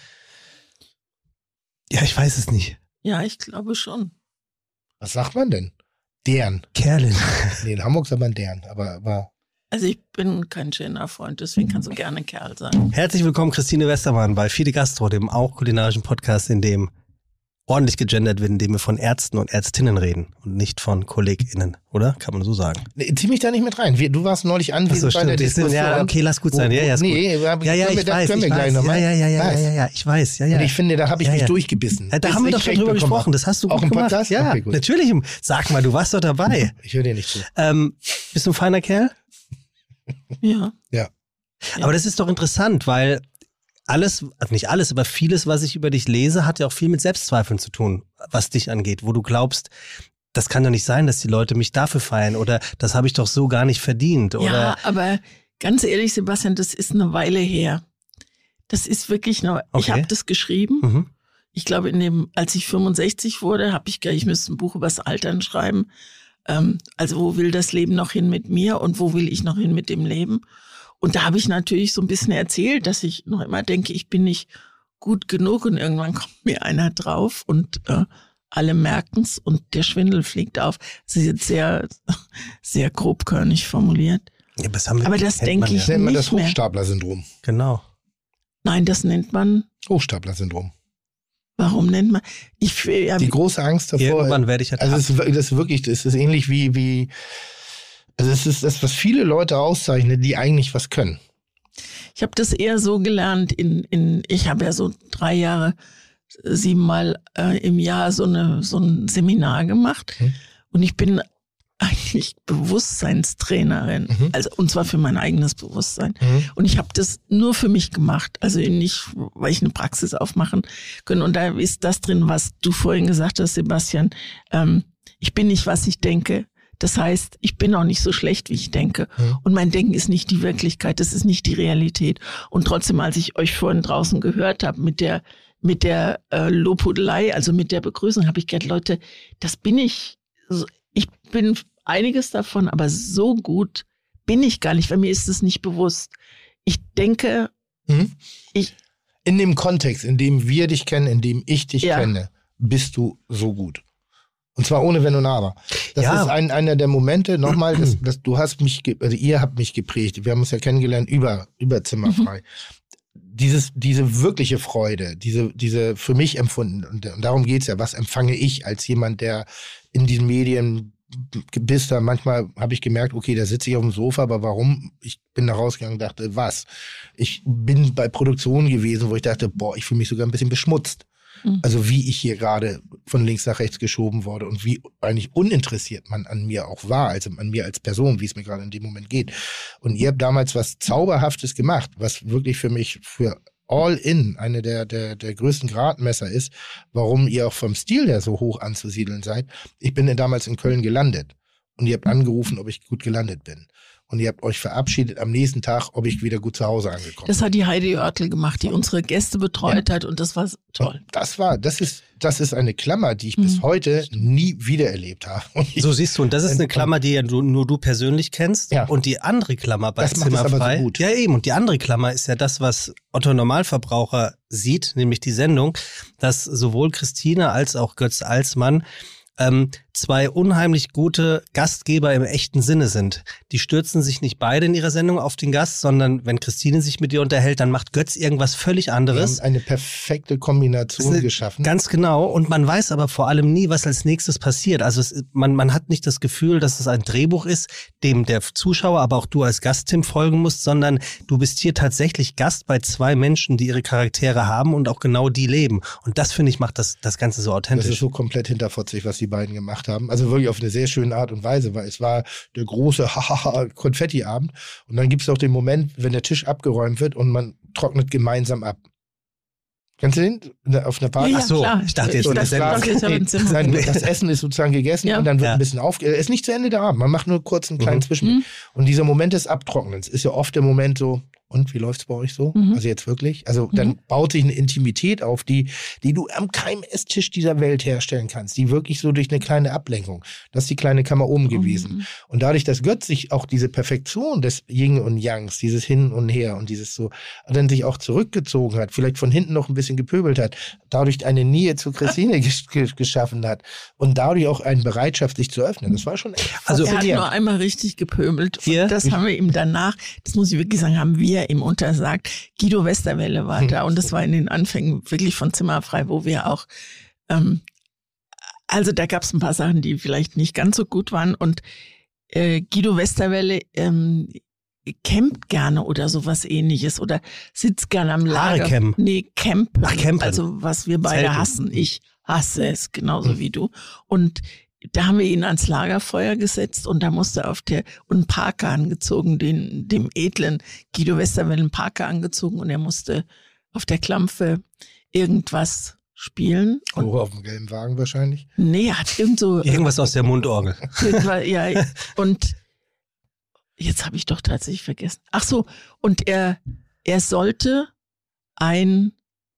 Ja, ich weiß es nicht. Ja, ich glaube schon. Was sagt man denn? Deren. Kerlin. Nee, in Hamburg sagt man deren, aber... aber Also ich bin kein Gender-Freund, deswegen kannst du gerne Kerl sein. Herzlich willkommen, Christine Westermann, bei Fide Gastro, dem auch kulinarischen Podcast, in dem ordentlich gegendert wird, in dem wir von Ärzten und Ärztinnen reden und nicht von KollegInnen, oder? Kann man so sagen. Nee, zieh mich da nicht mit rein. Wir, du warst neulich anwesend so, bei der Diskussion. Ja, okay, lass gut sein. Ja, ja, ist nee, gut. ja, ja, ja, ich wir, weiß, können wir ich gleich weiß. noch mal. Ja, ja, ja, ja, ja, ja, ich weiß. Ja, ja. Und ich finde, da habe ich ja, mich ja. durchgebissen. Ja, da haben wir doch schon drüber gesprochen. Das hast du auch gut im gemacht. Podcast? Ja, okay, gut. natürlich. Sag mal, du warst doch dabei. Ich höre dir nicht zu. Ähm, bist du ein feiner Kerl? Ja. Ja. Aber das ist doch interessant, weil alles, also nicht alles, aber vieles, was ich über dich lese, hat ja auch viel mit Selbstzweifeln zu tun, was dich angeht, wo du glaubst, das kann doch nicht sein, dass die Leute mich dafür feiern oder das habe ich doch so gar nicht verdient. Oder ja, aber ganz ehrlich, Sebastian, das ist eine Weile her. Das ist wirklich noch, okay. Ich habe das geschrieben. Mhm. Ich glaube, in dem, als ich fünfundsechzig wurde, habe ich gedacht, ich müsste ein Buch über das Altern schreiben. Ähm, also wo will das Leben noch hin mit mir und wo will ich noch hin mit dem Leben? Und da habe ich natürlich so ein bisschen erzählt, dass ich noch immer denke, ich bin nicht gut genug und irgendwann kommt mir einer drauf und äh, alle merken's und der Schwindel fliegt auf. Das ist jetzt sehr, sehr grobkörnig formuliert. Ja, das haben wir, aber das denke ich Das nennt man nicht das Hochstapler-Syndrom. Genau. Nein, das nennt man... Hochstapler-Syndrom. Warum nennt man... Ich, ja, die große Angst davor... Irgendwann werde ich halt... Also es ist, das ist wirklich, das ist ähnlich wie... wie also es ist das, was viele Leute auszeichnet, die eigentlich was können. Ich habe das eher so gelernt, in, in ich habe ja so drei Jahre, siebenmal äh, im Jahr so, eine, so ein Seminar gemacht. Hm. Und ich bin eigentlich Bewusstseinstrainerin, mhm. also und zwar für mein eigenes Bewusstsein. Mhm. Und ich habe das nur für mich gemacht, also nicht, weil ich eine Praxis aufmachen können. Und da ist das drin, was du vorhin gesagt hast, Sebastian. Ähm, ich bin nicht, was ich denke. Das heißt, ich bin auch nicht so schlecht, wie ich denke. Mhm. Und mein Denken ist nicht die Wirklichkeit, das ist nicht die Realität. Und trotzdem, als ich euch vorhin draußen gehört habe mit der mit der äh, Lobhudelei, also mit der Begrüßung, habe ich gedacht, Leute, das bin ich. Ich bin einiges davon, aber so gut bin ich gar nicht, weil mir ist es nicht bewusst. Ich denke, mhm. ich... In dem Kontext, in dem wir dich kennen, in dem ich dich ja. kenne, bist du so gut. Und zwar ohne Wenn und Aber. Das ja. ist ein, einer der Momente, nochmal, dass, dass du hast mich, also ihr habt mich geprägt. Wir haben uns ja kennengelernt über, über Zimmerfrei. Mhm. Dieses, diese wirkliche Freude, diese, diese für mich empfunden, und, und darum geht's ja, was empfange ich als jemand, der in diesen Medien bist, da manchmal habe ich gemerkt, okay, da sitze ich auf dem Sofa, aber warum? Ich bin da rausgegangen und dachte, was? Ich bin bei Produktionen gewesen, wo ich dachte, boah, ich fühle mich sogar ein bisschen beschmutzt. Mhm. Also wie ich hier gerade von links nach rechts geschoben wurde und wie eigentlich uninteressiert man an mir auch war, also an mir als Person, wie es mir gerade in dem Moment geht. Und ihr habt damals was Zauberhaftes gemacht, was wirklich für mich für all in eine der, der, der größten Gradmesser ist, warum ihr auch vom Stil her so hoch anzusiedeln seid. Ich bin damals in Köln gelandet und ihr habt angerufen, ob ich gut gelandet bin. Und ihr habt euch verabschiedet am nächsten Tag, ob ich wieder gut zu Hause angekommen bin. Das hat die Heidi Oertel gemacht, die unsere Gäste betreut ja. hat und das war toll. Und das war, das ist, das ist eine Klammer, die ich mhm. bis heute nie wieder erlebt habe. Ich, so siehst du, und das ist eine Klammer, die ja du, nur du persönlich kennst. Ja. Und die andere Klammer bei das macht es aber so gut. Ja eben, und die andere Klammer ist ja das, was Otto Normalverbraucher sieht, nämlich die Sendung, dass sowohl Christine als auch Götz Alsmann ähm, zwei unheimlich gute Gastgeber im echten Sinne sind. Die stürzen sich nicht beide in ihrer Sendung auf den Gast, sondern wenn Christine sich mit dir unterhält, dann macht Götz irgendwas völlig anderes. Wir haben eine perfekte Kombination eine, geschaffen. Ganz genau. Und man weiß aber vor allem nie, was als nächstes passiert. Also es, man, man hat nicht das Gefühl, dass es ein Drehbuch ist, dem der Zuschauer, aber auch du als Gast, Tim, folgen musst, sondern du bist hier tatsächlich Gast bei zwei Menschen, die ihre Charaktere haben und auch genau die leben. Und das, finde ich, macht das, das Ganze so authentisch. Das ist so komplett hinterfotzig, was die beiden gemacht haben. Also wirklich auf eine sehr schöne Art und Weise, weil es war der große Konfetti-Abend. Und dann gibt es auch den Moment, wenn der Tisch abgeräumt wird und man trocknet gemeinsam ab. Kennst du den? Auf einer Party? Ja, ja, Ach so, klar. ich dachte jetzt, das, das, nee, das Essen ist sozusagen gegessen ja. und dann wird ja. ein bisschen auf. Es ist nicht zu Ende der Abend. Man macht nur kurz einen kleinen mhm. Zwischenblick. Mhm. Und dieser Moment des Abtrocknens ist ja oft der Moment so, und wie läuft's bei euch so? Mhm. Also jetzt wirklich? Also dann mhm. baut sich eine Intimität auf, die, die du am keinem Esstisch dieser Welt herstellen kannst. Die wirklich so durch eine kleine Ablenkung. Das ist die kleine Kammer oben mhm. gewesen. Und dadurch, dass Götz sich auch diese Perfektion des Yin und Yangs, dieses Hin und Her und dieses so, dann sich auch zurückgezogen hat, vielleicht von hinten noch ein bisschen gepöbelt hat, dadurch eine Nähe zu Christine gesch- geschaffen hat und dadurch auch eine Bereitschaft, sich zu öffnen. Das war schon echt Also er hat nur einmal richtig gepöbelt. Hier? Und das haben wir ihm danach, das muss ich wirklich sagen, haben wir ihm untersagt. Guido Westerwelle war da und das war in den Anfängen wirklich von Zimmerfrei, wo wir auch, ähm, also da gab es ein paar Sachen, die vielleicht nicht ganz so gut waren und äh, Guido Westerwelle ähm, campt gerne oder sowas ähnliches oder sitzt gerne am Lager. Haare campen. Nee, campen. Ach, campen. Also was wir beide Zelten. hassen. Ich hasse es, genauso mhm. wie du. Und da haben wir ihn ans Lagerfeuer gesetzt und da musste er auf der, und einen Parker angezogen, den, dem edlen Guido Westerwelle einen Parker angezogen und er musste auf der Klampfe irgendwas spielen. Und oh, auf dem gelben Wagen wahrscheinlich? Nee, er hat irgend so. Irgendwas aus der Mundorgel. Ja, und jetzt habe ich doch tatsächlich vergessen. Ach so, und er, er sollte ein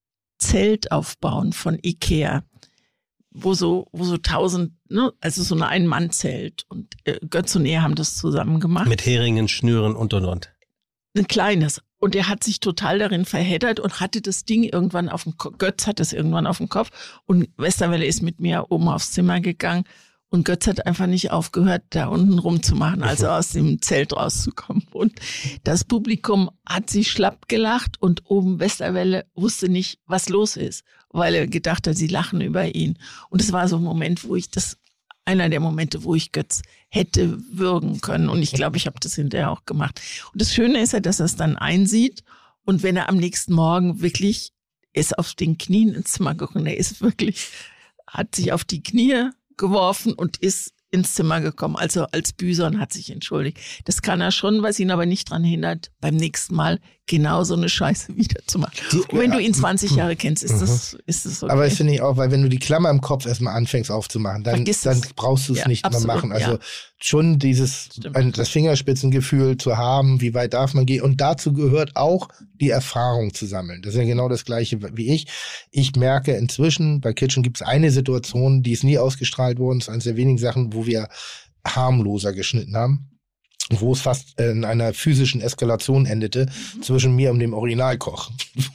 Zelt aufbauen von Ikea. wo so, wo so tausend, ne, also so eine Ein-Mann-Zelt und äh, Götz und er haben das zusammen gemacht. Mit Heringen, Schnüren und und und. ein kleines. Und er hat sich total darin verheddert und hatte das Ding irgendwann auf dem Kopf. Götz hat es irgendwann auf dem Kopf. Und Westerwelle ist mit mir oben aufs Zimmer gegangen. Und Götz hat einfach nicht aufgehört, da unten rumzumachen, also aus dem Zelt rauszukommen. Und das Publikum hat sich schlapp gelacht und oben Westerwelle wusste nicht, was los ist, weil er gedacht hat, sie lachen über ihn. Und es war so ein Moment, wo ich das, einer der Momente, wo ich Götz hätte würgen können. Und ich glaube, ich habe das hinterher auch gemacht. Und das Schöne ist ja, dass er es dann einsieht. Und wenn er am nächsten Morgen wirklich ist auf den Knien ins Zimmer gekommen, er ist wirklich, hat sich auf die Knie geworfen und ist ins Zimmer gekommen, also als Büser, und hat sich entschuldigt. Das kann er schon, was ihn aber nicht daran hindert, beim nächsten Mal genau so eine Scheiße wieder zu machen. Die, und wenn ja, du ihn zwanzig Jahre kennst, ist, mhm. das, ist das okay. Aber das finde ich auch, weil wenn du die Klammer im Kopf erstmal anfängst aufzumachen, dann, dann brauchst du es ja, nicht absolut, mehr machen. Also ja. schon dieses, ein, das Fingerspitzengefühl zu haben, wie weit darf man gehen. Und dazu gehört auch die Erfahrung zu sammeln. Das ist ja genau das Gleiche wie ich. Ich merke inzwischen, bei Kitchen gibt es eine Situation, die ist nie ausgestrahlt worden. Das ist eines der wenigen Sachen, wo wir harmloser geschnitten haben. Wo es fast in einer physischen Eskalation endete zwischen mir und dem Originalkoch.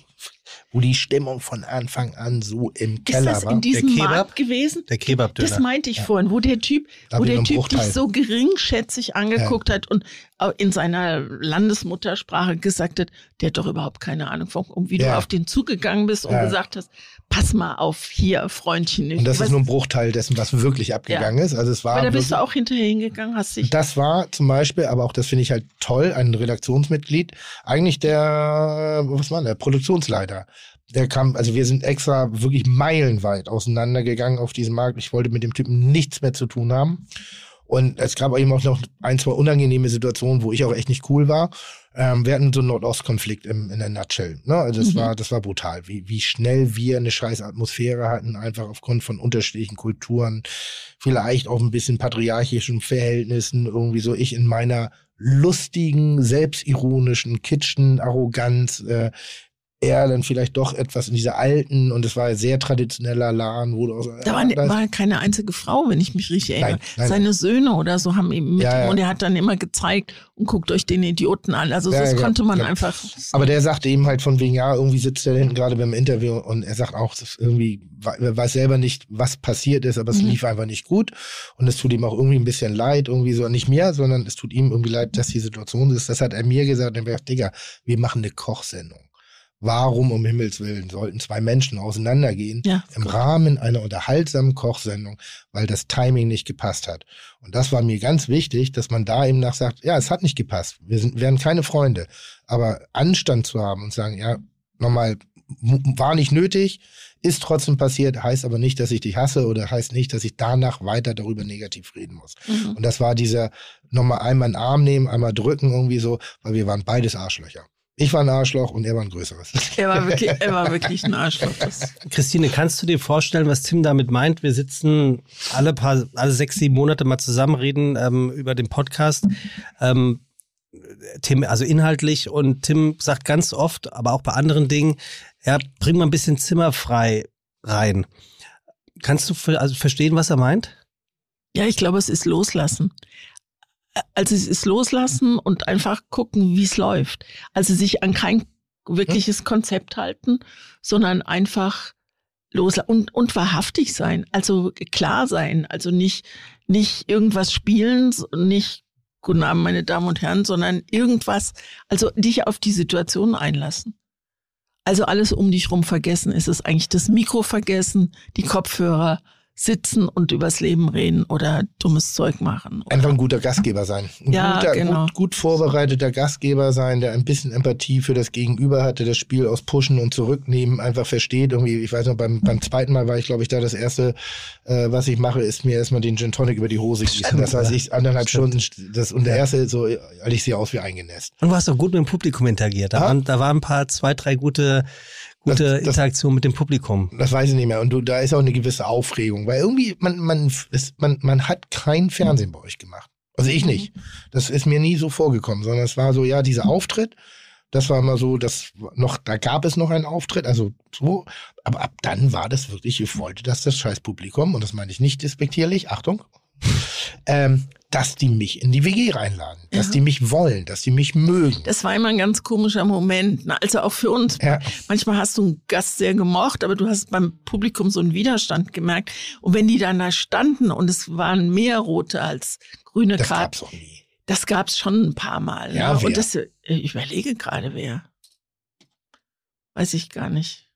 Wo die Stimmung von Anfang an so im Keller war. Ist das in diesem der Kebab, Markt gewesen? Der Kebabdöner. Das meinte ich ja. vorhin, wo der Typ, da wo der Typ dich so geringschätzig angeguckt ja. hat und in seiner Landesmuttersprache gesagt hat, der hat doch überhaupt keine Ahnung von, um wie ja. du auf den zugegangen bist und ja. gesagt hast, pass mal auf hier, Freundchen. Und das was, ist nur ein Bruchteil dessen, was wirklich abgegangen ja. ist. Also es war. Aber da bist du auch hinterher hingegangen, hast dich. Das war zum Beispiel, aber auch das finde ich halt toll, ein Redaktionsmitglied, eigentlich der, was war der, Produktionsleiter. Der kam, also wir sind extra wirklich meilenweit auseinandergegangen auf diesem Markt. Ich wollte mit dem Typen nichts mehr zu tun haben. Und es gab eben auch noch ein, zwei unangenehme Situationen, wo ich auch echt nicht cool war. Ähm, wir hatten so einen Nordostkonflikt im, in der Nutshell. Ne? Also das mhm. war, das war brutal, wie, wie schnell wir eine scheiß Atmosphäre hatten, einfach aufgrund von unterschiedlichen Kulturen, vielleicht auch ein bisschen patriarchischen Verhältnissen, irgendwie so ich in meiner lustigen, selbstironischen, kitschen Arroganz, äh, eher dann vielleicht doch etwas in dieser alten, und es war ein sehr traditioneller Laden, wo du auch, da war, ja, war keine einzige Frau, wenn ich mich richtig erinnere. Nein, nein, Seine nein. Söhne oder so haben ihm mit ja, ja. und er hat dann immer gezeigt und guckt euch den Idioten an. Also ja, das ja, konnte man ja. einfach. Aber der sagte eben halt von wegen, ja, irgendwie sitzt er hinten gerade beim Interview und er sagt auch, das irgendwie, er weiß selber nicht, was passiert ist, aber es mhm. lief einfach nicht gut und es tut ihm auch irgendwie ein bisschen leid, irgendwie so, nicht mir, sondern es tut ihm irgendwie leid, dass die Situation ist. Das hat er mir gesagt, und er sagt, Digga, wir machen eine Kochsendung. Warum um Himmels Willen sollten zwei Menschen auseinandergehen ja, im Gott. Rahmen einer unterhaltsamen Kochsendung, weil das Timing nicht gepasst hat. Und das war mir ganz wichtig, dass man da eben nach sagt, ja, es hat nicht gepasst. Wir sind, wären keine Freunde. Aber Anstand zu haben und sagen, ja, nochmal, war nicht nötig, ist trotzdem passiert, heißt aber nicht, dass ich dich hasse oder heißt nicht, dass ich danach weiter darüber negativ reden muss. Mhm. Und das war dieser, nochmal einmal einen Arm nehmen, einmal drücken irgendwie so, weil wir waren beides Arschlöcher. Ich war ein Arschloch und er war ein größeres. Er war wirklich, er war wirklich ein Arschloch. Christine, kannst du dir vorstellen, was Tim damit meint? Wir sitzen alle paar, alle sechs, sieben Monate mal zusammen, reden ähm, über den Podcast. Ähm, Tim, also inhaltlich, und Tim sagt ganz oft, aber auch bei anderen Dingen, ja, bring mal ein bisschen zimmerfrei rein. Kannst du für, also verstehen, was er meint? Ja, ich glaube, es ist Loslassen. Also es ist Loslassen und einfach gucken, wie es läuft. Also sich an kein wirkliches Konzept halten, sondern einfach loslassen und, und wahrhaftig sein. Also klar sein. Also nicht, nicht irgendwas spielen, nicht guten Abend, meine Damen und Herren, sondern irgendwas, also dich auf die Situation einlassen. Also alles um dich rum vergessen. Es ist eigentlich das Mikro vergessen, die Kopfhörer, sitzen und übers Leben reden oder dummes Zeug machen. Oder? Einfach ein guter Gastgeber sein. Ein ja, guter, genau. gut, gut vorbereiteter Gastgeber sein, der ein bisschen Empathie für das Gegenüber hat, der das Spiel aus Pushen und Zurücknehmen einfach versteht. Irgendwie, ich weiß noch, beim, beim zweiten Mal war ich, glaube ich, da das erste, äh, was ich mache, ist mir erstmal den Gin Tonic über die Hose gießen. Das heißt, ich anderthalb Stunden, das, und der erste, so, ich sehe aus wie eingenässt. Und du hast auch gut mit dem Publikum interagiert. Da, waren, da waren ein paar, zwei, drei gute Gute das, das, Interaktion mit dem Publikum. Das weiß ich nicht mehr. Und du, da ist auch eine gewisse Aufregung, weil irgendwie, man, man, ist, man, man hat kein Fernsehen bei euch gemacht. Also ich nicht. Das ist mir nie so vorgekommen, sondern es war so, ja, dieser Auftritt, das war immer so, dass noch, da gab es noch einen Auftritt, also so, aber ab dann war das wirklich, ich wollte, dass das scheiß Publikum, und das meine ich nicht despektierlich, Achtung, ähm, dass die mich in die W G reinladen, dass Ja. die mich wollen, dass die mich mögen. Das war immer ein ganz komischer Moment. ne? Also auch für uns. Ja. Manchmal hast du einen Gast sehr gemocht, aber du hast beim Publikum so einen Widerstand gemerkt. Und wenn die dann da standen und es waren mehr rote als grüne Das Karten, gab's auch nie. das gab's schon ein paar Mal. Ja, ne? wer? Und das, ich überlege gerade, wer. Weiß ich gar nicht.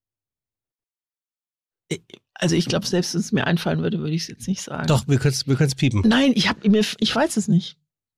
Also ich glaube, selbst wenn es mir einfallen würde, würde ich es jetzt nicht sagen. Doch, wir können es wir können's piepen. Nein, ich habe mir, ich weiß es nicht.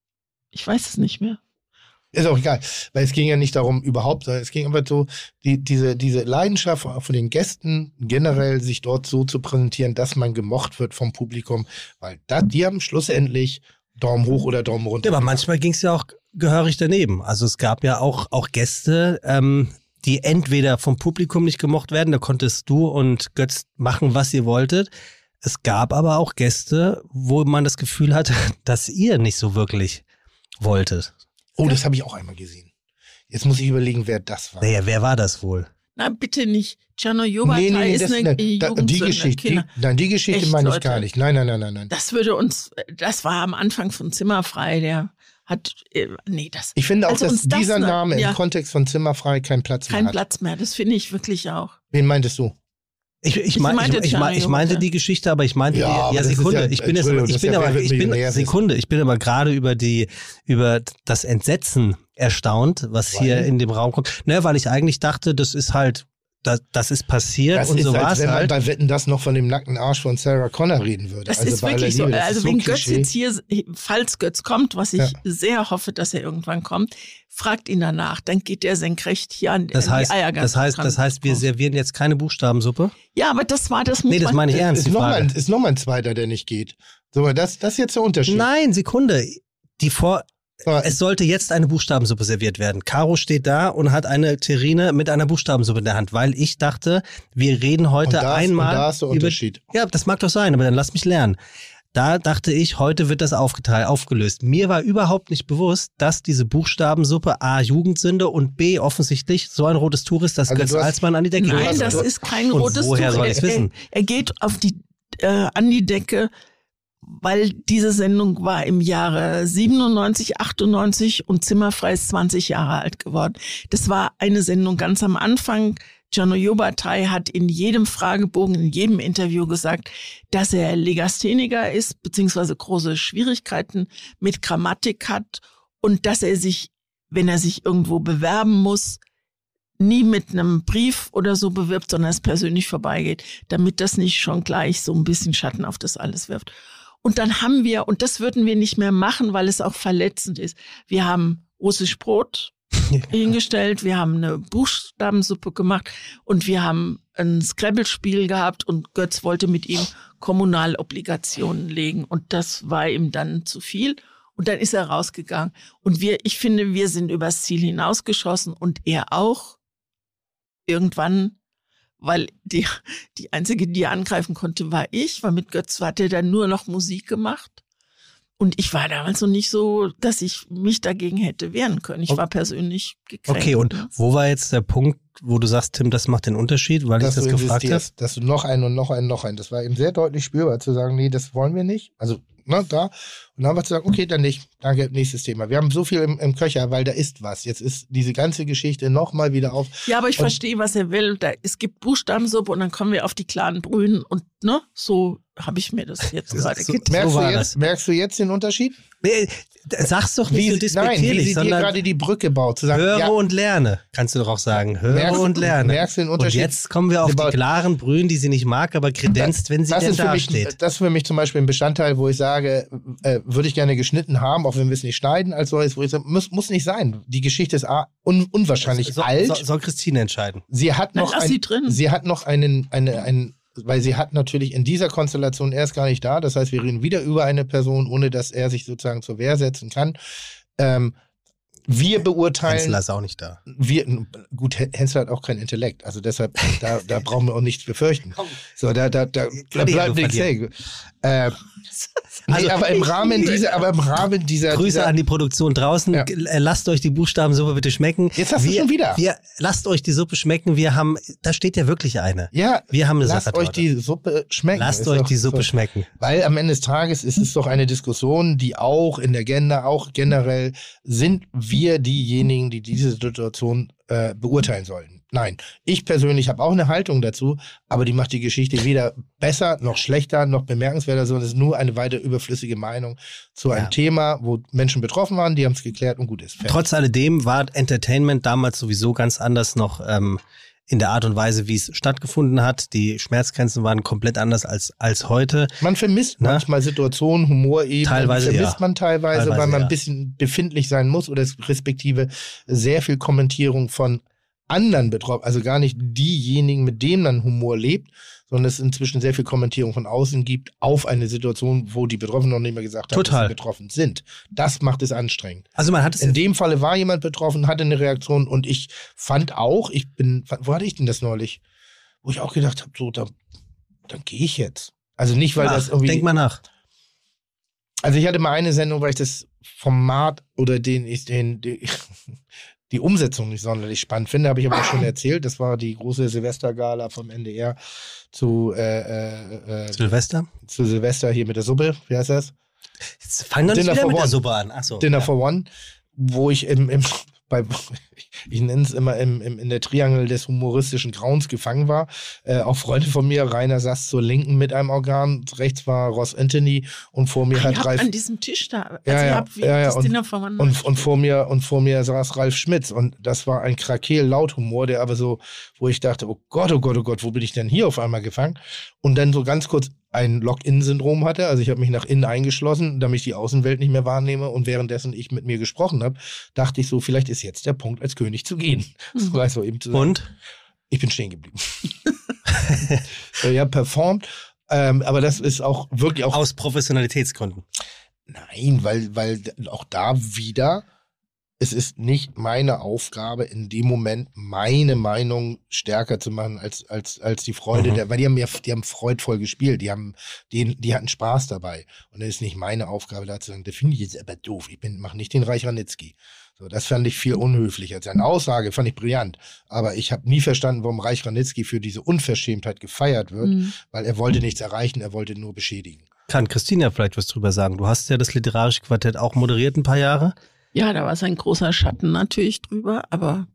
Ich weiß es nicht mehr. Ist auch egal, weil es ging ja nicht darum überhaupt, sondern es ging einfach so, die, diese, diese Leidenschaft von den Gästen generell, sich dort so zu präsentieren, dass man gemocht wird vom Publikum, weil da, die haben schlussendlich Daumen hoch oder Daumen runter. Ja, aber manchmal ging es ja auch gehörig daneben. Also es gab ja auch, auch Gäste, ähm, die entweder vom Publikum nicht gemocht werden, da konntest du und Götz machen, was ihr wolltet. Es gab aber auch Gäste, wo man das Gefühl hatte, dass ihr nicht so wirklich wolltet. Oh, das habe ich auch einmal gesehen. Jetzt muss ich überlegen, wer das war. Naja, wer war das wohl? Na, bitte nicht. Tschernojobatei Nee, nee, nee, ist das, eine ne, da, die Jugendsünde, Geschichte, die, Kinder. nein, die Geschichte Echt, meine ich Leute? gar nicht. Nein, nein, nein, nein, nein. Das würde uns, das war am Anfang von Zimmerfrei, der hat, äh, nee, das. Ich finde auch, also dass uns das dieser ne- Name ja, im Kontext von Zimmerfrei keinen Platz mehr kein hat. Platz mehr, das finde ich wirklich auch. Wen meintest du? Ich, ich, Ich mein, meinte ich, ich, mein, ich Tschernojobatei. meinte die Geschichte, aber ich meinte Ja, die, aber ja das ist Sekunde, ja- ich bin jetzt, Entschuldigung, ich das bin ist ja aber, Wer wird ich bin, Millionär, das ist- Sekunde, ich bin aber gerade über die, über das Entsetzen erstaunt, was hier Weil? in dem Raum kommt. Ne, weil ich eigentlich dachte, das ist halt, das, das ist passiert Das und ist, so war als es wenn man halt. bei Wetten, das noch von dem nackten Arsch von Sarah Connor reden würde. Das also ist bei aller wirklich so. Liebe, das Also ist wenn so Götz Klischee. jetzt hier, falls Götz kommt, was ich Ja. sehr hoffe, dass er irgendwann kommt, fragt ihn danach, dann geht der senkrecht hier an, Das an heißt, die Eiergans das heißt, dran. das heißt, wir servieren jetzt keine Buchstabensuppe. Ja, aber das war das. muss Nee, das man- meine ich ernst, Ist die nochmal Frage. ist noch mal ein zweiter, der nicht geht. So, das, das ist jetzt der Unterschied. Nein, Sekunde. Die vor, Aber es sollte jetzt eine Buchstabensuppe serviert werden. Caro steht da und hat eine Terrine mit einer Buchstabensuppe in der Hand, weil ich dachte, wir reden heute und da, einmal und da ist der über, Unterschied. ja, das mag doch sein, aber dann lass mich lernen. Da dachte ich, heute wird das aufgeteilt, aufgelöst. Mir war überhaupt nicht bewusst, dass diese Buchstabensuppe A, Jugendsünde und B, offensichtlich so ein rotes Tuch ist, dass Also Götz du hast- Alsmann an die Decke Nein, geht. das ist kein Und rotes woher Tuch. soll Er, ich's wissen? er, er geht auf die, äh, an die Decke, weil diese Sendung war im Jahre siebenundneunzig, achtundneunzig und Zimmerfrei ist zwanzig Jahre alt geworden. Das war eine Sendung ganz am Anfang. Tschernojobatei hat in jedem Fragebogen, in jedem Interview gesagt, dass er Legastheniker ist, beziehungsweise große Schwierigkeiten mit Grammatik hat und dass er sich, wenn er sich irgendwo bewerben muss, nie mit einem Brief oder so bewirbt, sondern es persönlich vorbeigeht, damit das nicht schon gleich so ein bisschen Schatten auf das alles wirft. Und dann haben wir, und das würden wir nicht mehr machen, weil es auch verletzend ist, wir haben russisch Brot hingestellt, wir haben eine Buchstabensuppe gemacht und wir haben ein Scrabble-Spiel gehabt und Götz wollte mit ihm Kommunalobligationen legen und das war ihm dann zu viel. Und dann ist er rausgegangen. Und wir, ich finde, wir sind übers Ziel hinausgeschossen und er auch. Irgendwann, weil die, die einzige, die angreifen konnte, war ich, weil mit Götz hat er dann nur noch Musik gemacht. Und ich war damals noch nicht so, dass ich mich dagegen hätte wehren können. Ich war persönlich gekränkt. Okay, und wo war jetzt der Punkt, wo du sagst, Tim, das macht den Unterschied, weil dass ich das du gefragt habe? investierst, dass du noch einen und noch einen, noch einen. Das war eben sehr deutlich spürbar, zu sagen, nee, das wollen wir nicht. Also, ne, da. Und dann haben wir zu sagen, okay, dann nicht. Danke, nächstes Thema. Wir haben so viel im, im Köcher, weil da ist was. Jetzt ist diese ganze Geschichte nochmal wieder auf. Ja, aber ich Und- verstehe, was er will. Da, es gibt Buchstabensuppe und dann kommen wir auf die klaren Brühen und ne, so habe ich mir das jetzt gerade so- gedacht. Merkst, So du war jetzt, das. merkst du jetzt den Unterschied? Nee, sag's doch nicht so nein, wie despektierlich, sie dir sondern gerade die Brücke baut. Zu sagen, höre ja, und lerne, kannst du doch auch sagen. Höre Merkst- und lerne. merkst du den Und Unterschied? jetzt kommen wir auf About- die klaren Brühen, die sie nicht mag, aber kredenzt, wenn sie das denn ist für mich, dasteht. das ist für mich zum Beispiel ein Bestandteil, wo ich sage, äh, würde ich gerne geschnitten haben, auch wenn wir es nicht schneiden als solches, wo ich sage, muss, muss nicht sein. Die Geschichte ist A, un, unwahrscheinlich so, alt. So, soll Christine entscheiden. Sie hat Dann noch, lass ein, sie drin. sie hat noch einen, eine, einen, weil sie hat natürlich in dieser Konstellation, er ist gar nicht da, das heißt, wir reden wieder über eine Person, ohne dass er sich sozusagen zur Wehr setzen kann. Ähm, wir beurteilen, Hensler ist auch nicht da. wir, gut, Hensler hat auch kein Intellekt, also deshalb, da, da brauchen wir auch nichts befürchten. So, da, da, da, da Verlieren, bleibt du nichts verlieren. hängen. Äh, nee, Also, aber im Rahmen dieser, aber im Rahmen dieser. Grüße dieser, an die Produktion draußen. Ja. G- äh, Lasst euch die Buchstabensuppe bitte schmecken. Jetzt hast wir, du schon wieder. Wir, lasst euch die Suppe schmecken. Wir haben, da steht ja wirklich eine. Ja, Wir haben eine lasst Sachertorte. euch die Suppe schmecken. Lasst Ist euch doch die Suppe so. schmecken. Weil am Ende des Tages ist es doch eine Diskussion, die auch in der Agenda, auch generell, sind wir diejenigen, die diese Situation äh, beurteilen sollen. Nein, ich persönlich habe auch eine Haltung dazu, aber die macht die Geschichte weder besser, noch schlechter, noch bemerkenswerter, sondern es ist nur eine weiter überflüssige Meinung zu einem Ja. Thema, wo Menschen betroffen waren, die haben es geklärt und gut ist. Fertig. Trotz alledem war Entertainment damals sowieso ganz anders noch ähm, in der Art und Weise, wie es stattgefunden hat. Die Schmerzgrenzen waren komplett anders als, als heute. Man vermisst Na? manchmal Situationen, Humorebenen, Teilweise vermisst ja. man teilweise, Teilweise weil man ja. ein bisschen befindlich sein muss oder es respektive sehr viel Kommentierung von anderen betroffen, also gar nicht diejenigen, mit denen man Humor lebt, sondern es inzwischen sehr viel Kommentierung von außen gibt auf eine Situation, wo die Betroffenen noch nicht mehr gesagt haben, Total. dass sie betroffen sind. Das macht es anstrengend. Also man hat es In dem Falle war jemand betroffen, hatte eine Reaktion und ich fand auch, ich bin, wo hatte ich denn das neulich? Wo ich auch gedacht habe, so, da, dann gehe ich jetzt. Also nicht, weil Ach, das irgendwie... denk mal nach. Also ich hatte mal eine Sendung, weil ich das Format oder den ich den, die, die Umsetzung nicht sonderlich spannend finde, habe ich aber auch schon erzählt. Das war die große Silvestergala vom N D R zu, äh, äh, äh, Silvester? zu Silvester hier mit der Suppe. Wie heißt das? Jetzt fang doch nicht Dinner wieder for mit der One. Suppe an. Ach so. Dinner ja. for One, wo ich im, im bei, ich nenne es immer im, im, in der Triangel des humoristischen Grauens gefangen war. Äh, auch Freunde von mir, Rainer saß zur Linken mit einem Organ, rechts war Ross Anthony und vor mir Ihr hat habt Ralf... an diesem Tisch da, also Ja, ihr ja, habt wie ja, ja, das und- Dinner von Mann. Und, und, vor mir, und vor mir saß Ralf Schmitz und das war ein Krakel-Lauthumor, der aber so, wo ich dachte, oh Gott, oh Gott, oh Gott, wo bin ich denn hier auf einmal gefangen? Und dann so ganz kurz ein Lock-in-Syndrom hatte, also ich habe mich nach innen eingeschlossen, damit ich die Außenwelt nicht mehr wahrnehme und währenddessen ich mit mir gesprochen habe, dachte ich so, vielleicht ist jetzt der Punkt, als König zu gehen. Mhm. So, also eben zu sagen, Und? ich bin stehen geblieben. So, ja, performt, ähm, aber das ist auch wirklich auch Aus Professionalitätsgründen. Nein, weil, weil auch da wieder, es ist nicht meine Aufgabe, in dem Moment meine Meinung stärker zu machen als, als, als die Freude Mhm. der, weil die haben ja, die haben freudvoll gespielt, die haben, die, die hatten Spaß dabei. Und es ist nicht meine Aufgabe, da zu sagen, das finde ich jetzt aber doof, ich bin, mache nicht den Reich Ranitzky. So, das fand ich viel unhöflicher. Seine Aussage fand ich brillant. Aber ich habe nie verstanden, warum Reich Ranitzky für diese Unverschämtheit gefeiert wird, Mhm. weil er wollte nichts erreichen, er wollte nur beschädigen. Kann Christina vielleicht was drüber sagen? Du hast ja das literarische Quartett auch moderiert ein paar Jahre. Ja, da war sein großer Schatten natürlich drüber, aber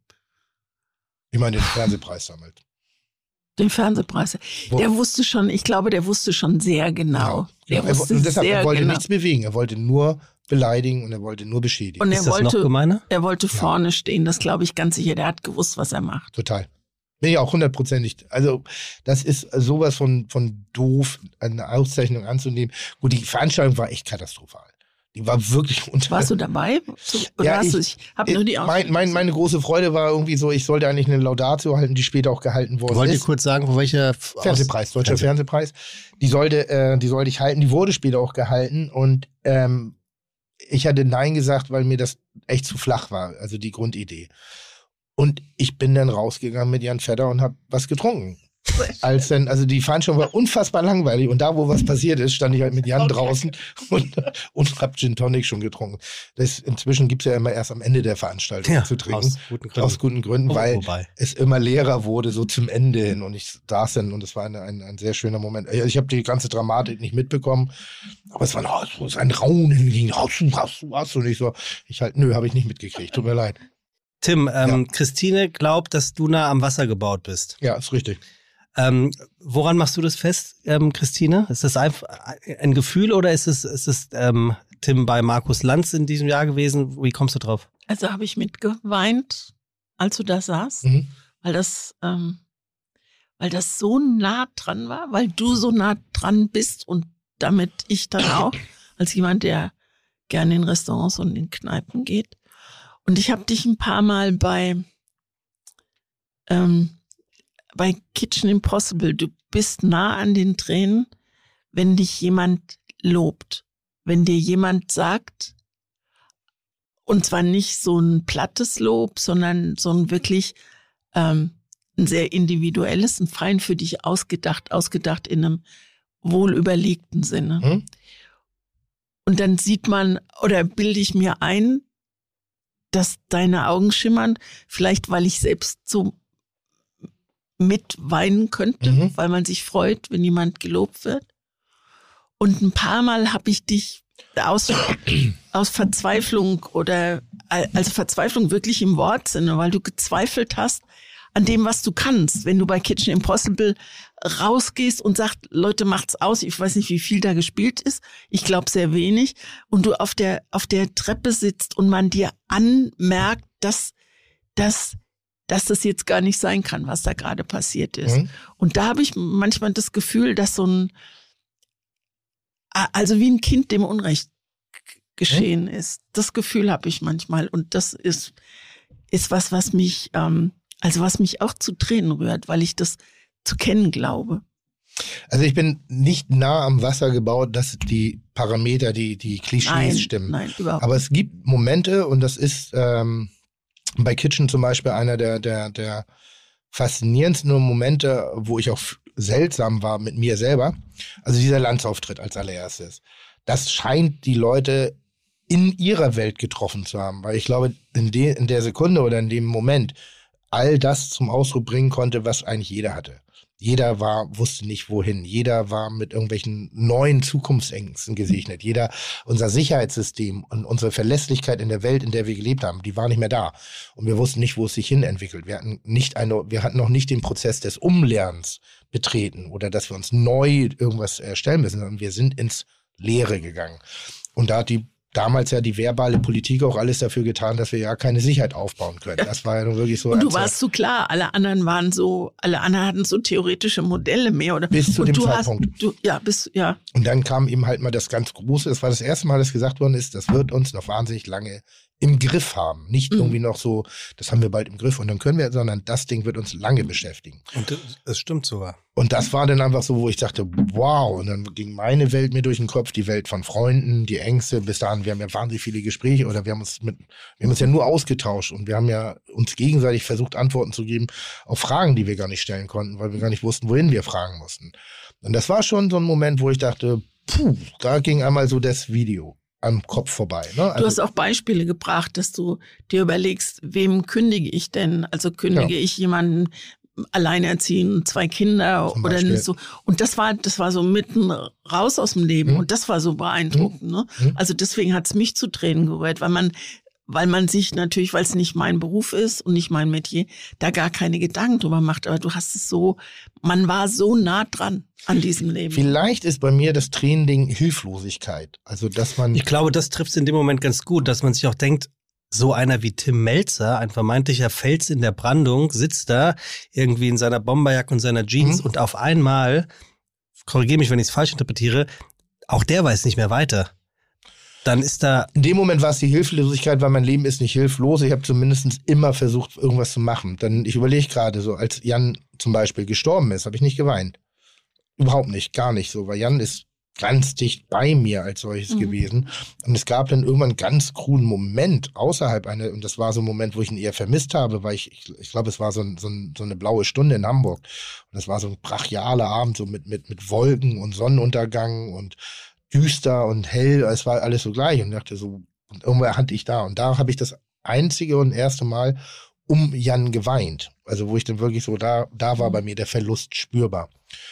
Ich meine, den Fernsehpreis damals. den Fernsehpreis, Wo- der wusste schon, ich glaube, der wusste schon sehr genau. Der Ja, er, wusste und deshalb, sehr er wollte genau. nichts bewegen, er wollte nur beleidigen und er wollte nur beschädigen. Und er Ist das noch wollte, gemeiner? er wollte vorne stehen, das glaube ich ganz sicher. Der hat gewusst, was er macht. Total. Bin ich auch hundertprozentig. Also, das ist sowas von, von doof, eine Auszeichnung anzunehmen. Gut, die Veranstaltung war echt katastrophal. Die war wirklich unter. Warst du dabei? So, oder Ja, hast ich- du, ich habe nur die mein, Ausschnitte mein, gesehen. meine große Freude war irgendwie so, ich sollte eigentlich eine Laudatio halten, die später auch gehalten worden Wollt ihr ist. kurz sagen, wo welcher Fernsehpreis, deutscher Fernseh- Fernsehpreis. Die sollte, äh, die sollte ich halten, die wurde später auch gehalten und ähm, ich hatte Nein gesagt, weil mir das echt zu flach war, also die Grundidee. Und ich bin dann rausgegangen mit Jan Vetter und habe was getrunken. Als dann, also die Veranstaltung war unfassbar langweilig und da, wo was passiert ist, stand ich halt mit Jan draußen und, und hab Gin Tonic schon getrunken. Das, inzwischen gibt's ja immer erst am Ende der Veranstaltung Ja, zu trinken. aus guten Gründen. Aus guten Gründen, Oh, weil wobei. es immer leerer wurde, so zum Ende hin. Und ich saß dann und es war eine, ein, ein sehr schöner Moment. Ich habe die ganze Dramatik nicht mitbekommen, aber es war noch so es ein Raunen ging, hast du, hast du, hast du nicht so. Ich halt, nö, habe ich nicht mitgekriegt. Tut mir leid. Tim, ähm, Christine glaubt, dass du nah am Wasser gebaut bist. Ja, ist richtig. Ähm, woran machst du das fest, ähm, Christine? Ist das einfach ein Gefühl oder ist es, ist es ähm, Tim bei Markus Lanz in diesem Jahr gewesen? Wie kommst du drauf? Also habe ich mitgeweint, als du da saßt, Mhm. weil das, ähm, weil das so nah dran war, weil du so nah dran bist und damit ich dann auch, als jemand, der gerne in Restaurants und in Kneipen geht. Und ich habe dich ein paar Mal bei ähm, bei Kitchen Impossible, du bist nah an den Tränen, wenn dich jemand lobt, wenn dir jemand sagt, und zwar nicht so ein plattes Lob, sondern so ein wirklich ähm, ein sehr individuelles, ein fein für dich ausgedacht, ausgedacht in einem wohlüberlegten Sinne. Hm? Und dann sieht man, oder bilde ich mir ein, dass deine Augen schimmern, vielleicht weil ich selbst so mitweinen könnte, Mhm. weil man sich freut, wenn jemand gelobt wird. Und ein paar Mal habe ich dich aus, aus Verzweiflung oder also Verzweiflung wirklich im Wortsinne, weil du gezweifelt hast an dem, was du kannst. Wenn du bei Kitchen Impossible rausgehst und sagst, Leute, macht's aus, ich weiß nicht, wie viel da gespielt ist, ich glaube sehr wenig, und du auf der auf der Treppe sitzt und man dir anmerkt, dass, dass, dass das jetzt gar nicht sein kann, was da gerade passiert ist. Mhm. Und da habe ich manchmal das Gefühl, dass so ein, also wie ein Kind, dem Unrecht geschehen mhm. ist. Das Gefühl habe ich manchmal, und das ist, ist was, was mich, ähm, also was mich auch zu Tränen rührt, weil ich das zu kennen glaube. Also ich bin nicht nah am Wasser gebaut, dass die Parameter, die, die Klischees Nein, stimmen. nein, überhaupt Aber es gibt Momente, und das ist ähm, bei Kitchen zum Beispiel einer der, der, der faszinierendsten Momente, wo ich auch seltsam war mit mir selber. Also dieser Landsauftritt als allererstes. Das scheint die Leute in ihrer Welt getroffen zu haben, weil ich glaube, in, de, in der Sekunde oder in dem Moment all das zum Ausdruck bringen konnte, was eigentlich jeder hatte. Jeder war, wusste nicht wohin. Jeder war mit irgendwelchen neuen Zukunftsängsten gesegnet. Jeder, unser Sicherheitssystem und unsere Verlässlichkeit in der Welt, in der wir gelebt haben, die war nicht mehr da. Und wir wussten nicht, wo es sich hin entwickelt. Wir hatten nicht eine, wir hatten noch nicht den Prozess des Umlernens betreten oder dass wir uns neu irgendwas erstellen müssen, sondern wir sind ins Leere gegangen. Und da hat die damals ja die verbale Politik auch alles dafür getan, dass wir ja keine Sicherheit aufbauen können. Das war ja nun wirklich so. Und du warst so klar, alle anderen waren so, alle anderen hatten so theoretische Modelle mehr, oder? Bis zu und dem du Zeitpunkt. Hast, du, ja, bis, ja. Und dann kam eben halt mal das ganz Große, das war das erste Mal, dass gesagt worden ist, das wird uns noch wahnsinnig lange im Griff haben. Nicht Mhm. irgendwie noch so, das haben wir bald im Griff und dann können wir, sondern das Ding wird uns lange beschäftigen. Und es stimmt sogar. Und das war dann einfach so, wo ich dachte, wow, und dann ging meine Welt mir durch den Kopf, die Welt von Freunden, die Ängste, bis dahin, wir haben ja wahnsinnig viele Gespräche oder wir haben uns mit, wir haben uns ja nur ausgetauscht und wir haben ja uns gegenseitig versucht, Antworten zu geben auf Fragen, die wir gar nicht stellen konnten, weil wir gar nicht wussten, wohin wir fragen mussten. Und das war schon so ein Moment, wo ich dachte, puh, da ging einmal so das Video am Kopf vorbei. Ne? Also, du hast auch Beispiele gebracht, dass du dir überlegst, wem kündige ich denn? Also kündige Ja. ich jemanden alleinerziehend, zwei Kinder Zum oder Beispiel. so. Und das war, das war so mitten raus aus dem Leben. Mhm. Und das war so beeindruckend. Ne? Mhm. Also deswegen hat es mich zu Tränen gerührt, weil man, weil man sich natürlich, weil es nicht mein Beruf ist und nicht mein Metier, da gar keine Gedanken drüber macht. Aber du hast es so, man war so nah dran an diesem Leben. Vielleicht ist bei mir das Tränending Hilflosigkeit. Also, dass man. Ich glaube, das trifft es in dem Moment ganz gut, dass man sich auch denkt, so einer wie Tim Melzer, ein vermeintlicher Fels in der Brandung, sitzt da irgendwie in seiner Bomberjacke und seiner Jeans Mhm. und auf einmal, korrigiere mich, wenn ich es falsch interpretiere, auch der weiß nicht mehr weiter. Dann ist da... In dem Moment war es die Hilflosigkeit, weil mein Leben ist nicht hilflos. Ich habe zumindest immer versucht, irgendwas zu machen. Dann, ich überlege gerade so, als Jan zum Beispiel gestorben ist, habe ich nicht geweint. Überhaupt nicht, gar nicht so, weil Jan ist ganz dicht bei mir als solches Mhm. gewesen. Und es gab dann irgendwann einen ganz coolen Moment außerhalb einer, und das war so ein Moment, wo ich ihn eher vermisst habe, weil ich, ich, ich glaube, es war so, ein, so, ein, so eine blaue Stunde in Hamburg. Und das war so ein brachialer Abend, so mit, mit, mit Wolken und Sonnenuntergang und düster und hell. Es war alles so gleich. Und ich dachte so, und irgendwann hatte ich da. Und da habe ich das einzige und erste Mal um Jan geweint. Also wo ich dann wirklich so, da, da war bei mir der Verlust spürbar.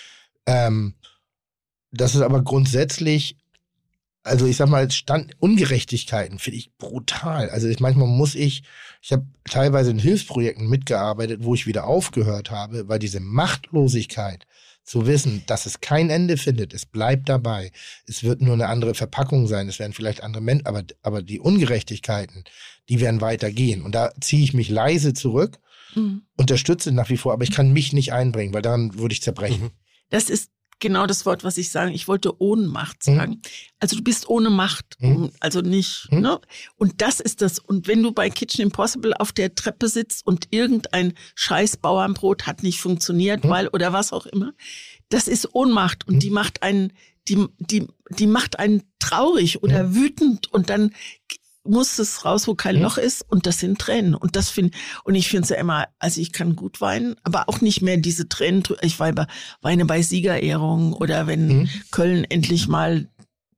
Ähm, das ist aber grundsätzlich, also ich sag mal, Stand, Ungerechtigkeiten finde ich brutal. Also ich, manchmal muss ich, ich habe teilweise in Hilfsprojekten mitgearbeitet, wo ich wieder aufgehört habe, weil diese Machtlosigkeit zu wissen, dass es kein Ende findet, es bleibt dabei, es wird nur eine andere Verpackung sein, es werden vielleicht andere Menschen, aber, aber die Ungerechtigkeiten, die werden weitergehen. Und da ziehe ich mich leise zurück, Mhm. unterstütze nach wie vor, aber ich kann mich nicht einbringen, weil daran würde ich zerbrechen. Mhm. Das ist genau das Wort, was ich sage. Ich wollte Ohnmacht sagen. Mhm. Also du bist ohne Macht, Mhm. also nicht. Mhm. Ne? Und das ist das. Und wenn du bei Kitchen Impossible auf der Treppe sitzt und irgendein scheiß Bauernbrot hat nicht funktioniert, Mhm. weil oder was auch immer, das ist Ohnmacht und Mhm. die macht einen, die, die, die macht einen traurig oder wütend und dann muss es raus, wo kein Hm? Loch ist, und das sind Tränen. Und das finde und ich finde es ja immer, also ich kann gut weinen, aber auch nicht mehr diese Tränen. Ich weine, weine bei Siegerehrungen oder wenn Hm? Köln endlich mal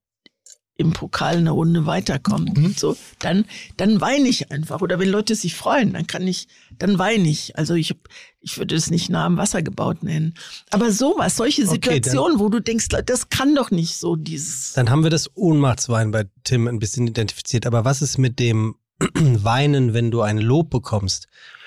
im Pokal eine Runde weiterkommt. Mhm. So, dann, dann weine ich einfach. Oder wenn Leute sich freuen, dann kann ich, dann weine ich. Also ich, ich würde es nicht nah am Wasser gebaut nennen. Aber sowas, solche Okay, Situationen, wo du denkst, das kann doch nicht so dieses. Dann haben wir das Ohnmachtsweinen bei Tim ein bisschen identifiziert. Aber was ist mit dem Weinen, wenn du ein Lob bekommst?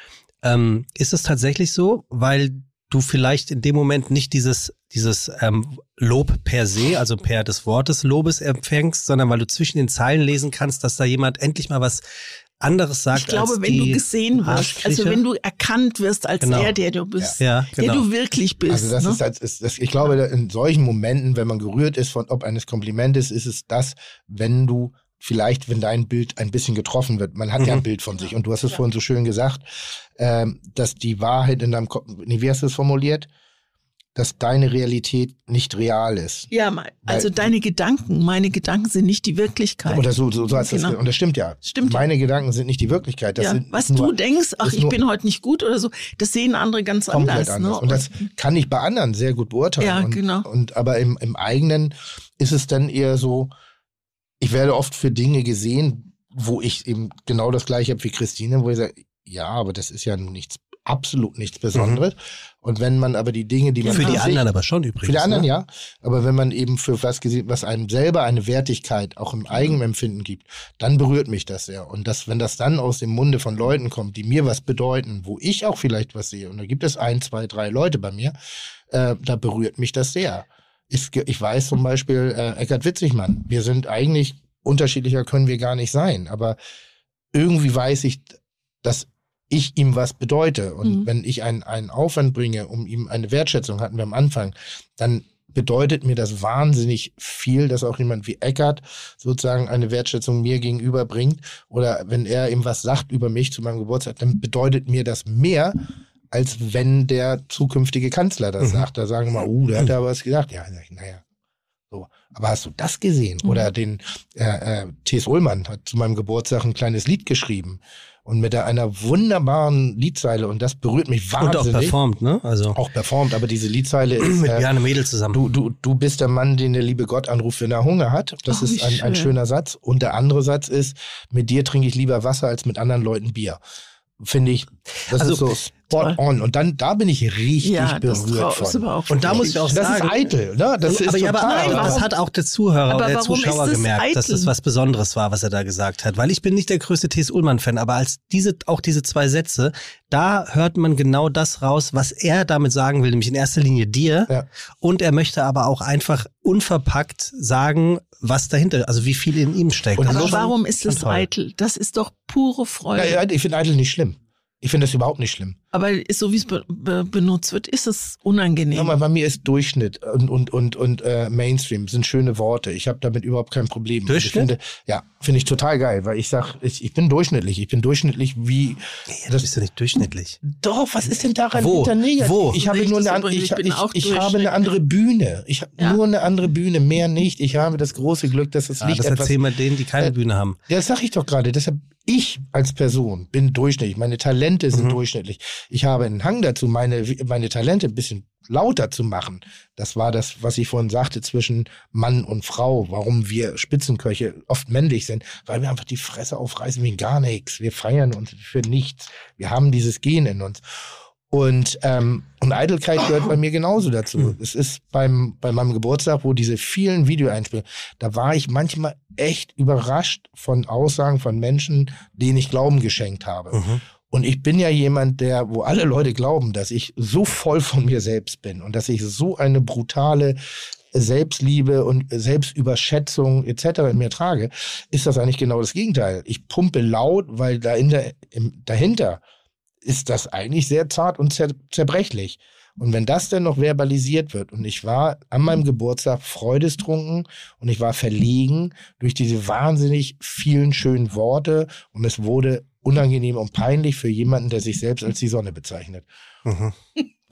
Ähm, ist es tatsächlich so, weil du vielleicht in dem Moment nicht dieses, dieses ähm, Lob per se, also per des Wortes Lobes empfängst, sondern weil du zwischen den Zeilen lesen kannst, dass da jemand endlich mal was anderes sagt. Ich glaube, als wenn die du gesehen wirst, Arschkriecher. also wenn du erkannt wirst als Genau. der, der du bist, Ja, genau. der du wirklich bist. Also das ne? ist, halt, ist das, ich glaube, in solchen Momenten, wenn man gerührt ist von ob eines Komplimentes, ist es das, wenn du vielleicht, wenn dein Bild ein bisschen getroffen wird. Man hat mhm. ja ein Bild von sich. Und du hast es ja. vorhin so schön gesagt, ähm, dass die Wahrheit in deinem Kopf, nee, wie hast du es formuliert? Dass deine Realität nicht real ist. Ja, also Weil, deine Gedanken, meine Gedanken sind nicht die Wirklichkeit. Oder so, so, so hast genau. das, und das stimmt ja. Stimmt meine ja. Gedanken sind nicht die Wirklichkeit. Das ja. sind, Was nur, du denkst, ach, ich nur, bin heute nicht gut oder so, das sehen andere ganz komplett anders. anders. Ne? Und das kann ich bei anderen sehr gut beurteilen. Ja, und, genau. Und, aber im, im eigenen ist es dann eher so, ich werde oft für Dinge gesehen, wo ich eben genau das Gleiche habe wie Christine, wo ich sage, ja, aber das ist ja nun nichts, absolut nichts Besonderes. Mhm. Und wenn man aber die Dinge, die man... Für die sich, anderen aber schon übrigens. Für die anderen, ne? ja. Aber wenn man eben für was gesehen, was einem selber eine Wertigkeit auch im Eigenempfinden gibt, dann berührt mich das sehr. Und das, wenn das dann aus dem Munde von Leuten kommt, die mir was bedeuten, wo ich auch vielleicht was sehe, und da gibt es ein, zwei, drei Leute bei mir, äh, da berührt mich das sehr. Ich, ich weiß zum Beispiel, äh, Eckhard Witzigmann, wir sind eigentlich, unterschiedlicher können wir gar nicht sein, aber irgendwie weiß ich, dass ich ihm was bedeute. Und mhm. wenn ich einen, einen Aufwand bringe, um ihm eine Wertschätzung, hatten wir am Anfang, dann bedeutet mir das wahnsinnig viel, dass auch jemand wie Eckhard sozusagen eine Wertschätzung mir gegenüber bringt. Oder wenn er ihm was sagt über mich zu meinem Geburtstag, dann bedeutet mir das mehr, als wenn der zukünftige Kanzler das mhm. sagt. Da sagen wir mal, uh, der hat da was gesagt. Ja, naja. So. Aber hast du das gesehen? Mhm. Oder den äh, äh, T S. Ullmann hat zu meinem Geburtstag ein kleines Lied geschrieben. Und mit einer wunderbaren Liedzeile, und das berührt mich wahnsinnig. Und auch performt, ne? Also auch performt, aber diese Liedzeile ist... mit äh, Bjarne Mädel zusammen. Du, du, du bist der Mann, den der liebe Gott anruft, wenn er Hunger hat. Das oh, ist ein, ein schöner Satz. Und der andere Satz ist, mit dir trinke ich lieber Wasser als mit anderen Leuten Bier. Finde ich, das also, ist so spot on. Und dann, da bin ich richtig ja, berührt von. Und da muss ich auch das sagen... Das ist eitel, ne? Das ist aber, ja, aber total, nein, das hat auch der Zuhörer aber oder der warum Zuschauer ist das gemerkt, eitel? dass das was Besonderes war, was er da gesagt hat. Weil ich bin nicht der größte T S. Ullmann-Fan, aber als diese, auch diese zwei Sätze, da hört man genau das raus, was er damit sagen will, nämlich in erster Linie dir. Ja. Und er möchte aber auch einfach unverpackt sagen, was dahinter, also wie viel in ihm steckt. Und aber schon, warum ist es toll. eitel? Das ist doch pure Freude. Ja, ja, ich finde eitel nicht schlimm. Ich finde das überhaupt nicht schlimm. Aber so wie es be be benutzt wird, ist es unangenehm. Ja, aber bei mir ist Durchschnitt und, und, und, und äh, Mainstream sind schöne Worte. Ich habe damit überhaupt kein Problem. Durchschnitt? Ich finde, ja, finde ich total geil, weil ich sag, ich, ich bin durchschnittlich. Ich bin durchschnittlich wie... Ja, das bist du nicht durchschnittlich. Doch, was ist denn daran Wo? hinter negativ? Wo? Ich habe Ich nur eine, das andere, übrigens, ich, ich bin ich, auch ich habe eine andere Bühne. Ich habe Ja. nur eine andere Bühne, mehr nicht. Ich habe das große Glück, dass das Ah, Licht das etwas... erzählen wir denen, die keine äh, Bühne haben. Ja, das sag ich doch gerade. Deshalb, ich als Person bin durchschnittlich. Meine Talente sind Mhm. durchschnittlich. Ich habe einen Hang dazu, meine, meine Talente ein bisschen lauter zu machen. Das war das, was ich vorhin sagte, zwischen Mann und Frau. Warum wir Spitzenköche oft männlich sind. Weil wir einfach die Fresse aufreißen wie gar nichts. Wir feiern uns für nichts. Wir haben dieses Gen in uns. Und, ähm, und Eitelkeit gehört bei mir genauso dazu. Es ist beim, bei meinem Geburtstag, wo diese vielen Videoeinspielungen, da war ich manchmal echt überrascht von Aussagen von Menschen, denen ich Glauben geschenkt habe. Mhm. Und ich bin ja jemand, der, wo alle Leute glauben, dass ich so voll von mir selbst bin und dass ich so eine brutale Selbstliebe und Selbstüberschätzung et cetera in mir trage, ist das eigentlich genau das Gegenteil. Ich pumpe laut, weil dahinter, im, dahinter ist das eigentlich sehr zart und zer zerbrechlich. Und wenn das dann noch verbalisiert wird, und ich war an meinem Geburtstag freudestrunken und ich war verlegen durch diese wahnsinnig vielen schönen Worte und es wurde unangenehm und peinlich für jemanden, der sich selbst als die Sonne bezeichnet. Mhm.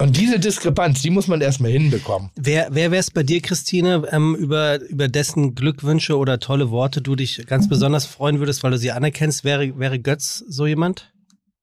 Und diese Diskrepanz, die muss man erstmal hinbekommen. Wer, wer wäre es bei dir, Christine, ähm, über, über dessen Glückwünsche oder tolle Worte du dich ganz besonders freuen würdest, weil du sie anerkennst? Wäre, wäre Götz so jemand?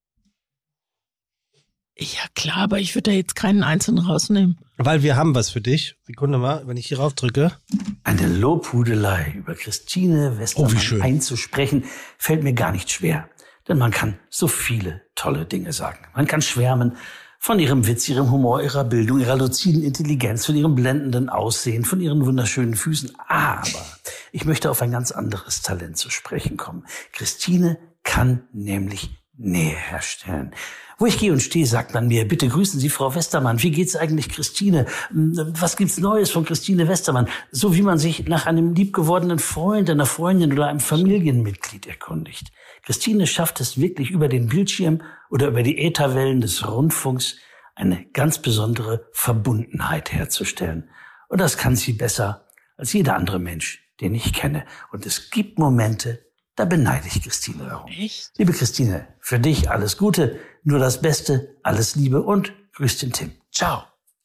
Ja, klar, aber ich würde da jetzt keinen einzelnen rausnehmen. Weil wir haben was für dich. Sekunde mal, wenn ich hier rauf drücke. Eine Lobhudelei über Christine Westermann Oh, einzusprechen, fällt mir gar nicht schwer. Denn man kann so viele tolle Dinge sagen. Man kann schwärmen von ihrem Witz, ihrem Humor, ihrer Bildung, ihrer luziden Intelligenz, von ihrem blendenden Aussehen, von ihren wunderschönen Füßen. Aber ich möchte auf ein ganz anderes Talent zu sprechen kommen. Christine kann nämlich Nähe herstellen. Wo ich gehe und stehe, sagt man mir, bitte grüßen Sie Frau Westermann. Wie geht's eigentlich Christine? Was gibt's Neues von Christine Westermann? So wie man sich nach einem liebgewordenen Freund, einer Freundin oder einem Familienmitglied erkundigt. Christine schafft es wirklich über den Bildschirm oder über die Ätherwellen des Rundfunks eine ganz besondere Verbundenheit herzustellen. Und das kann sie besser als jeder andere Mensch, den ich kenne. Und es gibt Momente, da beneide ich Christine darum. Echt? Liebe Christine, für dich alles Gute, nur das Beste, alles Liebe und grüß den Tim. Ciao.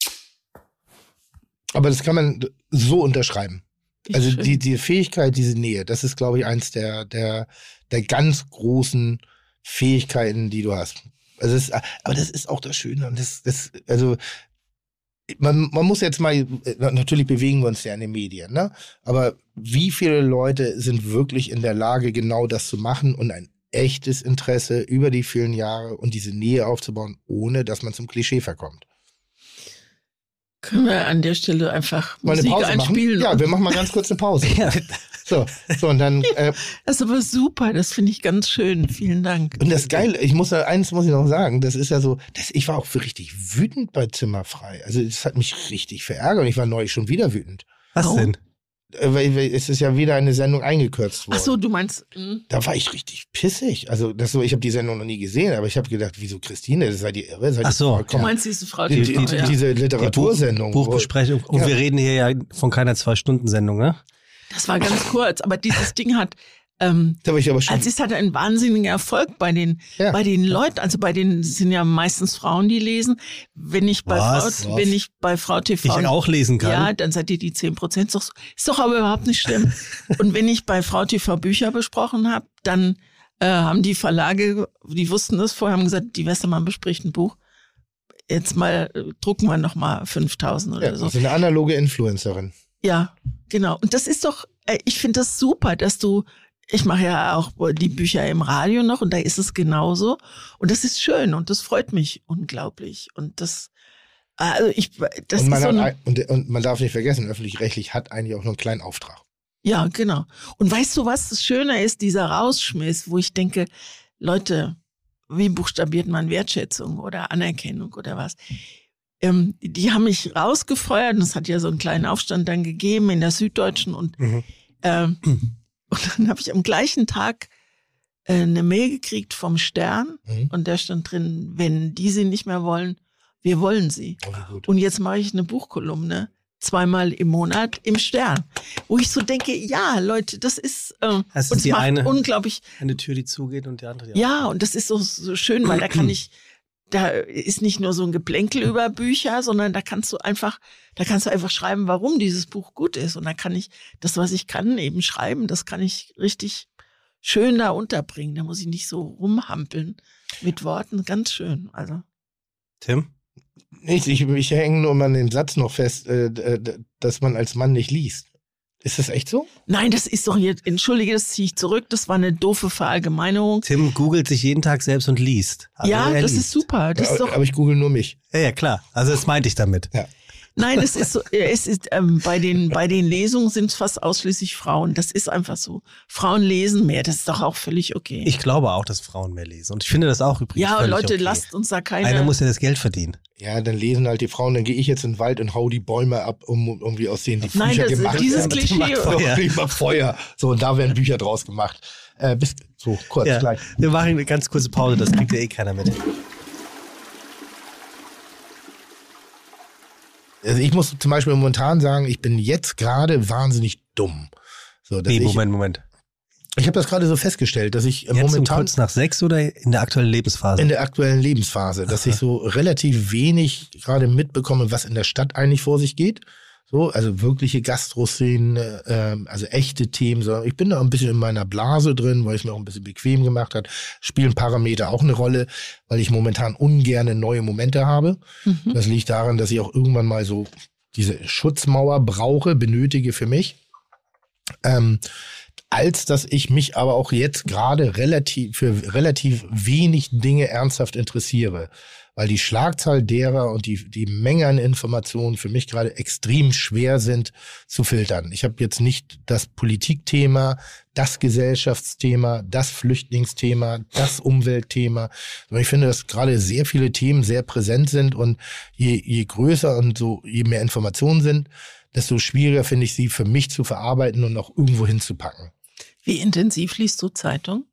Aber das kann man so unterschreiben. Wie Also schön. die, die Fähigkeit, diese Nähe, das ist, glaube ich, eins der, der, der ganz großen Fähigkeiten, die du hast. Also es ist, aber das ist auch das Schöne. Und das, das, also man, man muss jetzt mal, natürlich bewegen wir uns ja in den Medien, ne? Aber wie viele Leute sind wirklich in der Lage, genau das zu machen und ein echtes Interesse über die vielen Jahre und diese Nähe aufzubauen, ohne dass man zum Klischee verkommt? Können wir an der Stelle einfach Mal eine Musik Pause machen? einspielen? Ja, wir machen mal ganz kurz eine Pause. So, so und dann. Äh, Das ist aber super, das finde ich ganz schön. Vielen Dank. und das Geile, ich muss eins muss ich noch sagen, das ist ja so, das, ich war auch für richtig wütend bei Zimmerfrei. Also das hat mich richtig verärgert und ich war neulich schon wieder wütend. Was Oh. denn? Äh, Weil, weil es ist ja wieder eine Sendung eingekürzt worden. Ach so, du meinst, mh. Da war ich richtig pissig. Also das so, ich habe die Sendung noch nie gesehen, aber ich habe gedacht, wieso Christine, seid ihr irre? Seid Ach ihr so. vollkommen- Du meinst diese Frau, die, die, die, die, ja. diese Literatursendung. Buch, Buchbesprechung. Und Ja. wir reden hier ja von keiner Zwei-Stunden-Sendung, ne? Das war ganz kurz, aber dieses Ding hat, ähm, Da war ich aber schon. also es hat einen wahnsinnigen Erfolg bei den, Ja. bei den Leuten, also bei den, es sind ja meistens Frauen, die lesen. Wenn ich bei Was? Frau, wenn ich bei Frau T V, Ich auch lesen kann. ja, dann seid ihr die zehn Prozent. Ist doch, ist doch aber überhaupt nicht schlimm. Und wenn ich bei Frau T V Bücher besprochen habe, dann äh, haben die Verlage, die wussten das vorher, haben gesagt, die Westermann bespricht ein Buch. Jetzt mal äh, drucken wir noch mal fünftausend oder ja, so. also eine analoge Influencerin. Ja, genau. Und das ist doch, äh, ich finde das super, dass du, ich mache ja auch die Bücher im Radio noch und da ist es genauso. Und das ist schön und das freut mich unglaublich. Und das, also ich, das und, ist man so hat, eine, ein- und, und man darf nicht vergessen, öffentlich-rechtlich hat eigentlich auch nur einen kleinen Auftrag. ja, genau. Und weißt du, was das Schöne ist, dieser Rausschmiss, wo ich denke, Leute, wie buchstabiert man Wertschätzung oder Anerkennung oder was? Ähm, die haben mich rausgefeuert und es hat ja so einen kleinen Aufstand dann gegeben in der Süddeutschen und Mhm. ähm, und dann habe ich am gleichen Tag äh, eine Mail gekriegt vom Stern Mhm. und da stand drin, wenn die sie nicht mehr wollen, wir wollen sie. Oh, wie gut. Und jetzt mache ich eine Buchkolumne, zweimal im Monat im Stern, wo ich so denke, ja, Leute, das ist, äh, Das ist und es die macht eine- unglaublich, Eine Tür, die zugeht und die andere, die ja, und das ist so, so schön, weil da kann ich, da ist nicht nur so ein Geplänkel über Bücher, sondern da kannst du einfach, da kannst du einfach schreiben, warum dieses Buch gut ist. Und da kann ich das, was ich kann, eben schreiben, das kann ich richtig schön da unterbringen. Da muss ich nicht so rumhampeln mit Worten. Ganz schön. Also. Tim? Nicht, ich, ich hänge nur mal an dem Satz noch fest, äh, äh, dass man als Mann nicht liest. Ist das echt so? Nein, das ist doch jetzt, entschuldige, das ziehe ich zurück. Das war eine doofe Verallgemeinerung. Tim googelt sich jeden Tag selbst und liest. Also ja, er das liest. ist super. Das ist aber, doch, aber ich google nur mich. Ja, ja, klar. Also das meinte ich damit. Ja. nein, es ist so, es ist, ähm, bei den, bei den Lesungen sind es fast ausschließlich Frauen. Das ist einfach so. Frauen lesen mehr. Das ist doch auch völlig okay. Ich glaube auch, dass Frauen mehr lesen. Und ich finde das auch übrigens ja, völlig Leute, okay. lasst uns da keine. Einer muss ja das Geld verdienen. Ja, dann lesen halt die Frauen, dann gehe ich jetzt in den Wald und hau die Bäume ab, um irgendwie aus denen die Nein, Bücher das- gemacht dieses werden. Klischee- Macht Feuer. Ich mach Feuer. So, und da werden Bücher draus gemacht. Äh, bis, so, kurz, Ja, gleich. wir machen eine ganz kurze Pause, das kriegt ja eh keiner mit. Also ich muss zum Beispiel momentan sagen, ich bin jetzt gerade wahnsinnig dumm. So, dass Nee, ich, Moment, Moment. Ich habe das gerade so festgestellt, dass ich Jetzt momentan... um kurz nach sechs oder in der aktuellen Lebensphase? In der aktuellen Lebensphase, dass ich so relativ wenig gerade mitbekomme, was in der Stadt eigentlich vor sich geht. So, also wirkliche Gastro-Szenen, äh, also echte Themen. Sondern ich bin da ein bisschen in meiner Blase drin, weil es mir auch ein bisschen bequem gemacht hat. Spielen Parameter auch eine Rolle, weil ich momentan ungerne neue Momente habe. Mhm. Das liegt daran, dass ich auch irgendwann mal so diese Schutzmauer brauche, benötige für mich. Ähm, als dass ich mich aber auch jetzt gerade relativ für relativ wenig Dinge ernsthaft interessiere. Weil die Schlagzahl derer und die, die Menge an Informationen für mich gerade extrem schwer sind zu filtern. Ich habe jetzt nicht das Politikthema, das Gesellschaftsthema, das Flüchtlingsthema, das Umweltthema, sondern ich finde, dass gerade sehr viele Themen sehr präsent sind und je, je größer und so, je mehr Informationen sind, desto schwieriger finde ich sie für mich zu verarbeiten und auch irgendwo hinzupacken. Wie intensiv liest du Zeitung?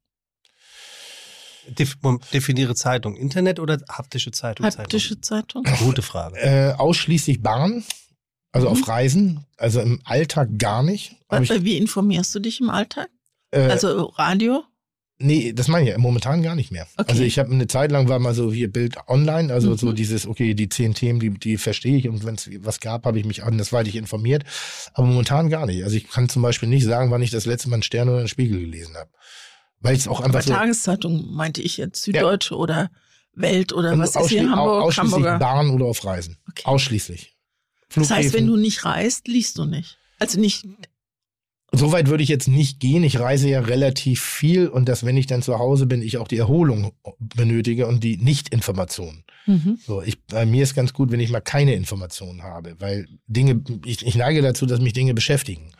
Definiere Zeitung. Internet oder haptische Zeitung? Haptische Zeitung? Gute Frage. Äh, ausschließlich Bahn, also mhm. auf Reisen, also im Alltag gar nicht. Was, ich, wie informierst du dich im Alltag? Äh, also Radio? Nee, das meine ich ja momentan gar nicht mehr. Okay. Also ich habe eine Zeit lang war mal so hier Bild online, also mhm. so dieses, okay, die zehn Themen, die, die verstehe ich und wenn es was gab, habe ich mich andersweitig informiert. Aber momentan gar nicht. Also ich kann zum Beispiel nicht sagen, wann ich das letzte Mal einen Stern oder einen Spiegel gelesen habe. Weil ich es auch einfach Aber so... Tageszeitung meinte ich jetzt, Süddeutsche ja. oder Welt oder also was ist hier, Hamburg, ausschließlich Hamburger? Bahn oder auf Reisen. Okay. Ausschließlich. Flughäfen. Das heißt, wenn du nicht reist, liest du nicht? Also nicht... So weit würde ich jetzt nicht gehen. Ich reise ja relativ viel und dass, wenn ich dann zu Hause bin, ich auch die Erholung benötige und die Nicht-Information. Mhm. So, ich, bei mir ist ganz gut, wenn ich mal keine Informationen habe, weil Dinge, ich, ich neige dazu, dass mich Dinge beschäftigen.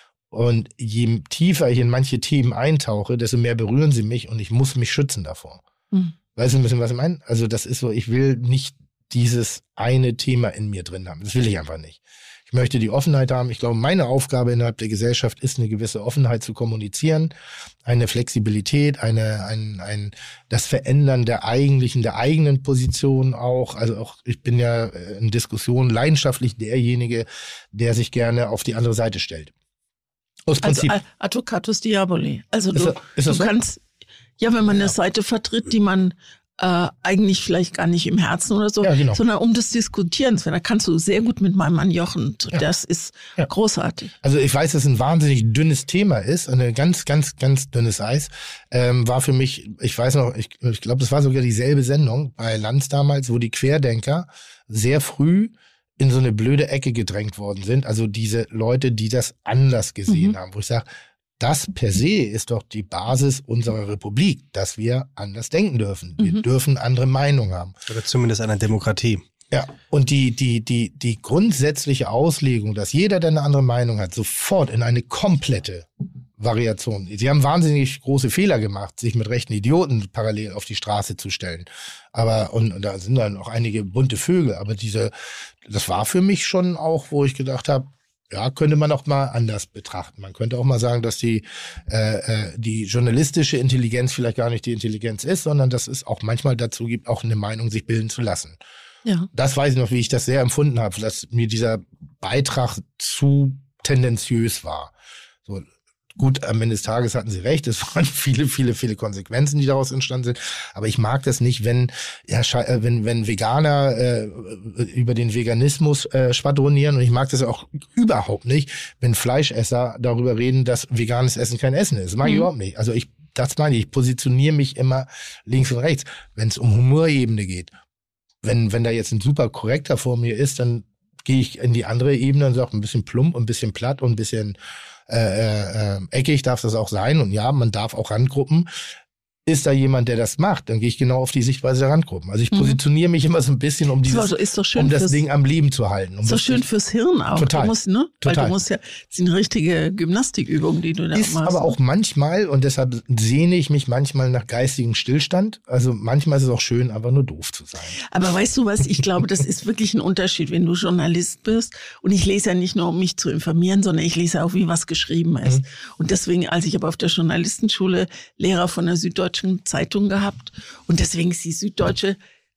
Und je tiefer ich in manche Themen eintauche, desto mehr berühren sie mich und ich muss mich schützen davor. Mhm. Weißt du ein bisschen, was ich meine? Also das ist so, ich will nicht dieses eine Thema in mir drin haben. Das will ich einfach nicht. Ich möchte die Offenheit haben. Ich glaube, meine Aufgabe innerhalb der Gesellschaft ist, eine gewisse Offenheit zu kommunizieren, eine Flexibilität, eine, ein, ein, das Verändern der eigentlichen, der eigenen Position auch. Also auch, ich bin ja in Diskussionen leidenschaftlich derjenige, der sich gerne auf die andere Seite stellt. Aus Prinzip. Also Advocatus Diaboli. Also du, ist das, ist das du so? kannst, ja, wenn man eine ja. Seite vertritt, die man äh, eigentlich vielleicht gar nicht im Herzen oder so, ja, genau. sondern um des Diskutierens, da kannst du sehr gut mit meinem Mann Jochen. Ja. Das ist ja. großartig. Also ich weiß, dass es ein wahnsinnig dünnes Thema ist, ein ganz, ganz, ganz dünnes Eis. Ähm, war für mich, ich weiß noch, ich, ich glaube, das war sogar dieselbe Sendung bei Lanz damals, wo die Querdenker sehr früh in so eine blöde Ecke gedrängt worden sind. Also diese Leute, die das anders gesehen mhm. haben, wo ich sage, das per se ist doch die Basis unserer Republik, dass wir anders denken dürfen. Wir mhm. dürfen andere Meinungen haben. Oder zumindest einer Demokratie. Ja, und die, die, die, die grundsätzliche Auslegung, dass jeder, der eine andere Meinung hat, sofort in eine komplette Variation. Sie haben wahnsinnig große Fehler gemacht, sich mit rechten Idioten parallel auf die Straße zu stellen. Aber, und, und da sind dann auch einige bunte Vögel. Aber diese, das war für mich schon auch, wo ich gedacht habe, ja, könnte man auch mal anders betrachten. Man könnte auch mal sagen, dass die, äh, die journalistische Intelligenz vielleicht gar nicht die Intelligenz ist, sondern dass es auch manchmal dazu gibt, auch eine Meinung sich bilden zu lassen. Ja. Das weiß ich noch, wie ich das sehr empfunden habe, dass mir dieser Beitrag zu tendenziös war. So, gut, am Ende des Tages hatten sie recht, es waren viele, viele, viele Konsequenzen, die daraus entstanden sind. Aber ich mag das nicht, wenn, ja, wenn, wenn Veganer äh, über den Veganismus äh, schwadronieren. Und ich mag das auch überhaupt nicht, wenn Fleischesser darüber reden, dass veganes Essen kein Essen ist. Das mag mhm. ich überhaupt nicht. Also ich, das meine ich, ich positioniere mich immer links und rechts, wenn es um Humorebene geht. Wenn, wenn da jetzt ein super Korrekter vor mir ist, dann gehe ich in die andere Ebene und sage ein bisschen plump und ein bisschen platt und ein bisschen Äh, äh, eckig darf das auch sein und ja, man darf auch Randgruppen. Ist da jemand, der das macht, dann gehe ich genau auf die Sichtweise der Randgruppen. Also ich positioniere mich immer so ein bisschen, um dieses, so, ist doch schön um das Ding am Leben zu halten. Um ist doch schön fürs Hirn auch. Total. Du musst, ne? Total. Weil du musst ja, das sind richtige Gymnastikübungen, die du da ist machst. Ist aber auch manchmal, und deshalb sehne ich mich manchmal nach geistigem Stillstand. Also manchmal ist es auch schön, einfach nur doof zu sein. Aber weißt du was, ich glaube, das ist wirklich ein Unterschied, wenn du Journalist bist. Und ich lese ja nicht nur, um mich zu informieren, sondern ich lese auch, wie was geschrieben ist. Mhm. Und deswegen, als ich aber auf der Journalistenschule Lehrer von der Süddeutschen Zeitung gehabt. Und deswegen ist die Süddeutsche,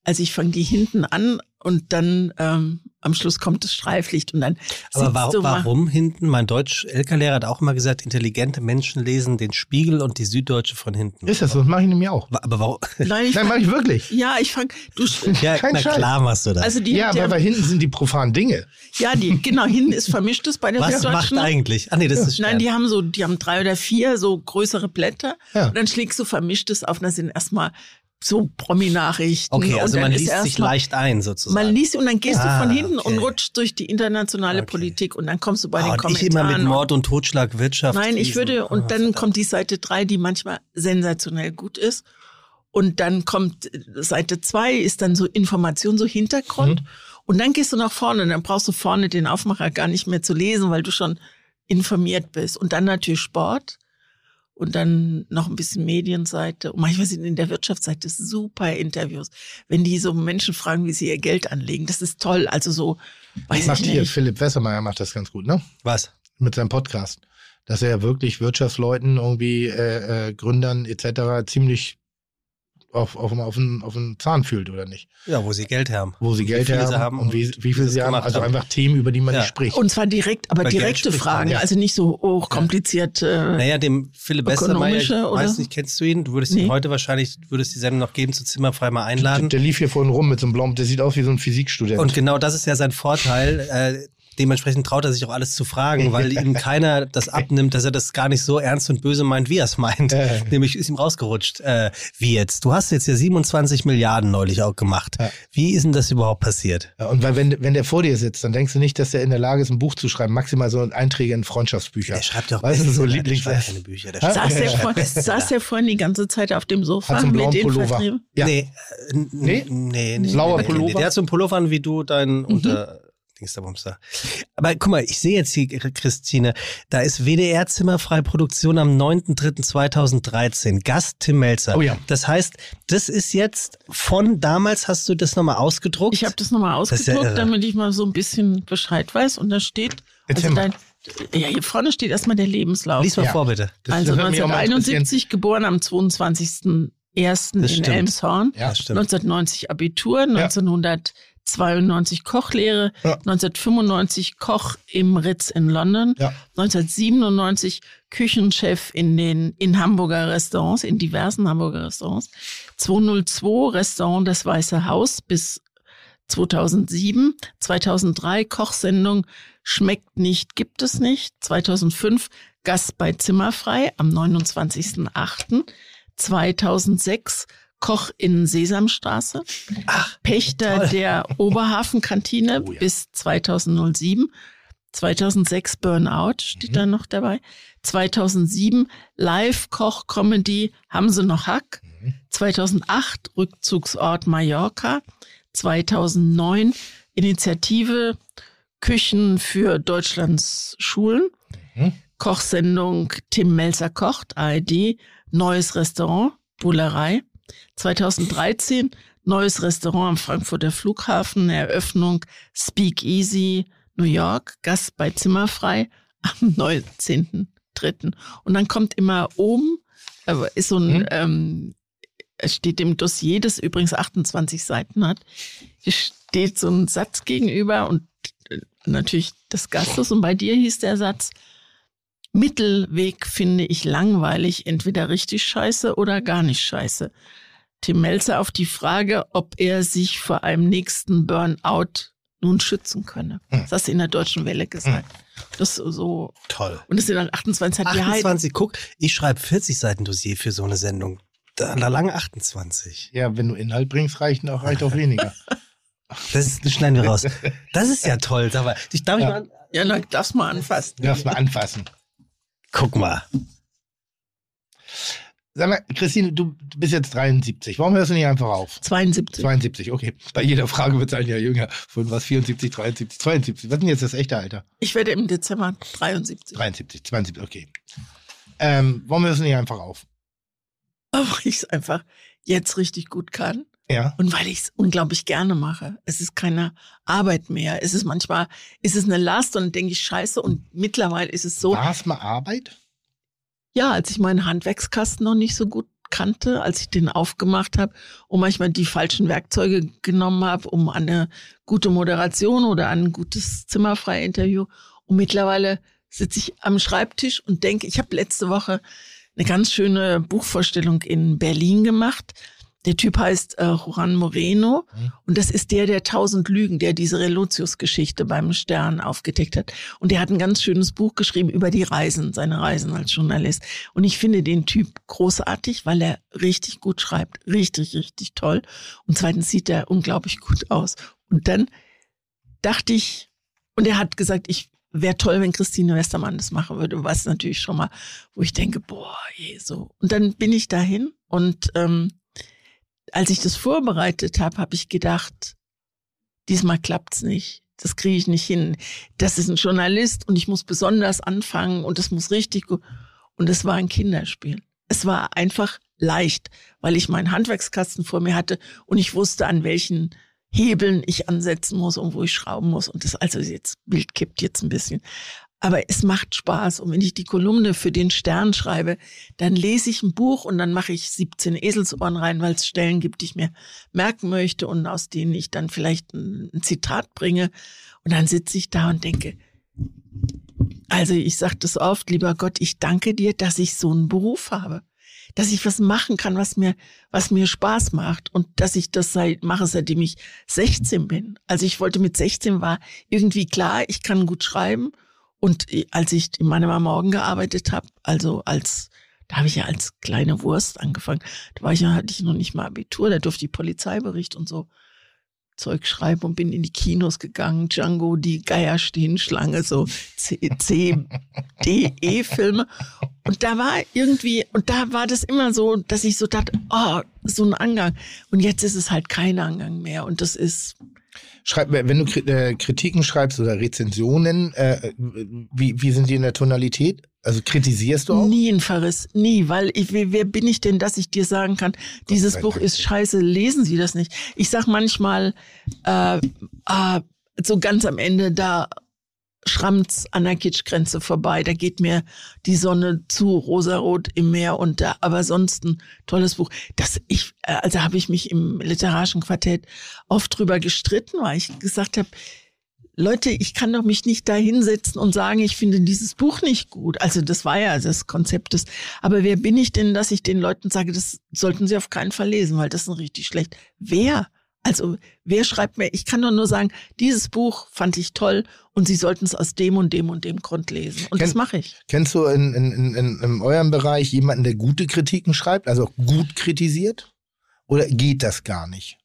Also ich fange die hinten an und dann ähm, am Schluss kommt das Streiflicht und dann Aber warum, du mal, warum hinten? Mein Deutsch-L K-Lehrer hat auch immer gesagt, intelligente Menschen lesen den Spiegel und die Süddeutsche von hinten. Ist das so? Das mache ich nämlich auch. Aber warum? Nein, ich Nein, mache ich wirklich. Ja, ich fange. Ja, Kein na Scheiß. klar machst du das. Also die, Ja, der, aber weil hinten sind die profanen Dinge. ja, die genau hinten ist vermischtes bei der Was macht Süddeutschen. eigentlich? Ah nee, das ist Nein, die haben so, die haben drei oder vier so größere Blätter Ja. und dann schlägst du vermischtes auf. Und da sind erstmal so Promi-Nachrichten. Okay, und also dann man ist liest erst sich mal- leicht ein sozusagen. Man liest und dann gehst Ah, du von hinten okay. und rutscht durch die internationale Okay. Politik und dann kommst du bei Ah, den und ich Kommentaren. immer mit Mord und Totschlag, Wirtschaft. Nein, ich Riesen. würde, und Ah, dann verdammt. kommt die Seite drei, die manchmal sensationell gut ist. Und dann kommt äh, Seite zwei, ist dann so Information, so Hintergrund. Mhm. Und dann gehst du nach vorne und dann brauchst du vorne den Aufmacher gar nicht mehr zu lesen, weil du schon informiert bist. Und dann natürlich Sport. Und dann noch ein bisschen Medienseite. Und manchmal sind in der Wirtschaftsseite super Interviews. Wenn die so Menschen fragen, wie sie ihr Geld anlegen, das ist toll. Also so, weiß Macht ich hier, nicht. Philipp Wessermeier macht das ganz gut, ne? Was? Mit seinem Podcast. Dass er wirklich Wirtschaftsleuten, irgendwie äh, äh, Gründern et cetera ziemlich auf, auf, auf, den, auf den Zahn fühlt, oder nicht? Ja, wo sie Geld haben. Wo sie Wie Geld viele haben, sie haben und wie, und wie viel sie sie es haben. gemacht Also haben. einfach Themen, über die man Ja. nicht spricht. Und zwar direkt, aber Über Geld direkte spricht man, Fragen. ja. Also nicht so hochkompliziert. Äh, Naja, dem Philipp Westermeier, ich Ökonomische, oder? weiß nicht, kennst du ihn? Du würdest ihn Nee. heute wahrscheinlich, du würdest die Sendung noch geben, zu Zimmerfrei mal der, einladen. der lief hier vorhin rum mit so einem blauen, der sieht aus wie so ein Physikstudent. Und genau das ist ja sein Vorteil. Äh, dementsprechend traut er sich auch alles zu fragen, weil ihm keiner das abnimmt, dass er das gar nicht so ernst und böse meint, wie er es meint. Ja. Nämlich ist ihm rausgerutscht. Äh, wie jetzt? Du hast jetzt ja siebenundzwanzig Milliarden neulich auch gemacht. Ja. Wie ist denn das überhaupt passiert? Ja, und weil, wenn, wenn der vor dir sitzt, dann denkst du nicht, dass der in der Lage ist, ein Buch zu schreiben, maximal so Einträge in Freundschaftsbücher. Der schreibt ja auch Weißt du, so Bestseller, der Lieblings- schreibt keine Bücher. Der Ha? schreibt- saß, Ja, der ja. vor, saß der vorhin die ganze Zeit auf dem Sofa Hat so einen mit blauen den Pullover. Vertrieben? Ja. Nee, äh, n- Nee? nee, nicht Blauer nee, nee, Pullover? Nee, der hat so einen Pullover an wie du, dein unter Dingsterbumster. Aber guck mal, ich sehe jetzt hier, Christine, da ist W D R Zimmerfrei Produktion am neunten dritten zweitausenddreizehn. Gast Tim Melzer. Oh ja. Das heißt, das ist jetzt von damals, hast du das nochmal ausgedruckt? Ich habe das nochmal Das ist ja ausgedruckt, irre. damit ich mal so ein bisschen Bescheid weiß. Und da steht, Erzähl also mal. dein, ja, hier vorne steht erstmal der Lebenslauf. Lies mal Ja. vor, bitte. Das- also das würde mich auch mal interessieren. neunzehnhunderteinundsiebzig, geboren am zweiundzwanzigsten ersten Das in stimmt. Elmshorn. Ja, Das stimmt. neunzehnhundertneunzig Abitur, neunzehnhundertzweiundneunzig Kochlehre, Ja. neunzehnhundertfünfundneunzig Koch im Ritz in London, Ja. neunzehnhundertsiebenundneunzig Küchenchef in den in Hamburger Restaurants, in diversen Hamburger Restaurants, zweitausendzwei Restaurant Das Weiße Haus bis zweitausendsieben, zweitausenddrei Kochsendung Schmeckt nicht, gibt es nicht, zweitausendfünf Gast bei Zimmerfrei am neunundzwanzigsten achten, zweitausendsechs Koch in Sesamstraße, Pächter toll. der Oberhafenkantine Oh ja. bis zweitausendsieben, zweitausendsechs Burnout steht da noch dabei, zweitausendsieben Live-Koch-Comedy Haben Sie noch Hack, zweitausendacht Rückzugsort Mallorca, zweitausendneun Initiative Küchen für Deutschlands Schulen, Mhm. Kochsendung Tim Melzer kocht, A R D, neues Restaurant, Bullerei, zweitausenddreizehn neues Restaurant am Frankfurter Flughafen, Eröffnung Speak Easy New York, Gast bei Zimmerfrei am neunzehnten dritten Und dann kommt immer oben, äh, ist so ein, Mhm. ähm, es steht dem Dossier, das übrigens achtundzwanzig Seiten hat, hier steht so ein Satz gegenüber und äh, natürlich des Gastes. Und bei dir hieß der Satz, Mittelweg finde ich langweilig, entweder richtig scheiße oder gar nicht scheiße. Tim Melzer auf die Frage, ob er sich vor einem nächsten Burnout nun schützen könne. Das hast du in der Deutschen Welle gesagt. Das ist so. Toll. Und es sind dann achtundzwanzig. Hat die Heide- achtundzwanzig, guck, ich schreibe vierzig Seiten Dossier für so eine Sendung. Da, da lange achtundzwanzig. Ja, wenn du Inhalt bringst, reicht auch, reicht auch weniger. Das, ist, das schneiden wir raus. Das ist ja toll. Sag mal, ich darf ich Ja. mal an, Ja, na, darfst mal anfassen. Du darfst mal anfassen. guck mal. Sag mal, Christine, du du bist jetzt dreiundsiebzig. Warum hörst du nicht einfach auf? zweiundsiebzig. zweiundsiebzig, okay. Bei jeder Frage wird es ein Jahr jünger. Von was? vierundsiebzig, dreiundsiebzig, zweiundsiebzig. Was ist denn jetzt das echte Alter? Ich werde im Dezember dreiundsiebzig. dreiundsiebzig, zweiundsiebzig, okay. Ähm, warum hörst du nicht einfach auf? Weil ich es einfach jetzt richtig gut kann. Ja. Und weil ich es unglaublich gerne mache. Es ist keine Arbeit mehr. Es ist manchmal, ist es eine Last und dann denke ich, scheiße. Und mittlerweile ist es so, War es mal Arbeit? ja, als ich meinen Handwerkskasten noch nicht so gut kannte, als ich den aufgemacht habe und manchmal die falschen Werkzeuge genommen habe, um an eine gute Moderation oder an ein gutes Zimmerfrei-Interview. Und mittlerweile sitze ich am Schreibtisch und denke, ich habe letzte Woche eine ganz schöne Buchvorstellung in Berlin gemacht. Der Typ heißt äh, Juan Moreno mhm. und das ist der, der Tausend Lügen, der diese Relotius-Geschichte beim Stern aufgedeckt hat. Und der hat ein ganz schönes Buch geschrieben über die Reisen, seine Reisen als Journalist. Und ich finde den Typ großartig, weil er richtig gut schreibt, richtig, richtig toll. Und zweitens sieht er unglaublich gut aus. Und dann dachte ich, und er hat gesagt, ich wäre toll, wenn Christine Westermann das machen würde, was natürlich schon mal, wo ich denke, boah, je, so. Und dann bin ich dahin und ähm, als ich das vorbereitet habe, habe ich gedacht, diesmal klappt's nicht. Das kriege ich nicht hin. Das ist ein Journalist und ich muss besonders anfangen und es muss richtig gut. Und es war ein Kinderspiel. Es war einfach leicht, weil ich meinen Handwerkskasten vor mir hatte und ich wusste, an welchen Hebeln ich ansetzen muss und wo ich schrauben muss. Und das, also jetzt, Bild kippt jetzt ein bisschen. Aber es macht Spaß. Und wenn ich die Kolumne für den Stern schreibe, dann lese ich ein Buch und dann mache ich siebzehn Eselsohren rein, weil es Stellen gibt, die ich mir merken möchte und aus denen ich dann vielleicht ein, ein Zitat bringe. Und dann sitze ich da und denke, also ich sage das oft, lieber Gott, ich danke dir, dass ich so einen Beruf habe. Dass ich was machen kann, was mir, was mir Spaß macht und dass ich das seit, mache, seitdem ich sechzehn bin. Also ich wollte mit sechzehn war irgendwie klar, ich kann gut schreiben. Und als ich in meinem Morgen gearbeitet habe, also als, da habe ich ja als kleine Wurst angefangen, da war ich ja, hatte ich noch nicht mal Abitur, da durfte ich Polizeibericht und so Zeug schreiben und bin in die Kinos gegangen, Django, die Geier stehen Schlange, so C, C, D, E-Filme. Und da war irgendwie, und da war das immer so, dass ich so dachte, oh, so ein Angang. Und jetzt ist es halt kein Angang mehr und das ist... Schreib, wenn du Kritiken schreibst oder Rezensionen, äh, wie, wie sind die in der Tonalität? Also kritisierst du auch? Nie ein Verriss, nie, weil ich, wer bin ich denn, dass ich dir sagen kann, dieses Gott, Buch ist scheiße, lesen Sie das nicht. Ich sag manchmal, äh, äh, so ganz am Ende, da schrammt's an der Kitschgrenze vorbei, da geht mir die Sonne zu, rosarot im Meer unter, aber sonst ein tolles Buch. Das ich, also habe ich mich im literarischen Quartett oft drüber gestritten, weil ich gesagt habe, Leute, ich kann doch mich nicht da hinsetzen und sagen, ich finde dieses Buch nicht gut. Also das war ja das Konzept des, aber wer bin ich denn, dass ich den Leuten sage, das sollten sie auf keinen Fall lesen, weil das ist richtig schlecht. Wer? Also wer schreibt mir, ich kann doch nur sagen, dieses Buch fand ich toll und Sie sollten es aus dem und dem und dem Grund lesen. Und Kenn, das mache ich. Kennst du in, in, in, in eurem Bereich jemanden, der gute Kritiken schreibt, also gut kritisiert? Oder geht das gar nicht?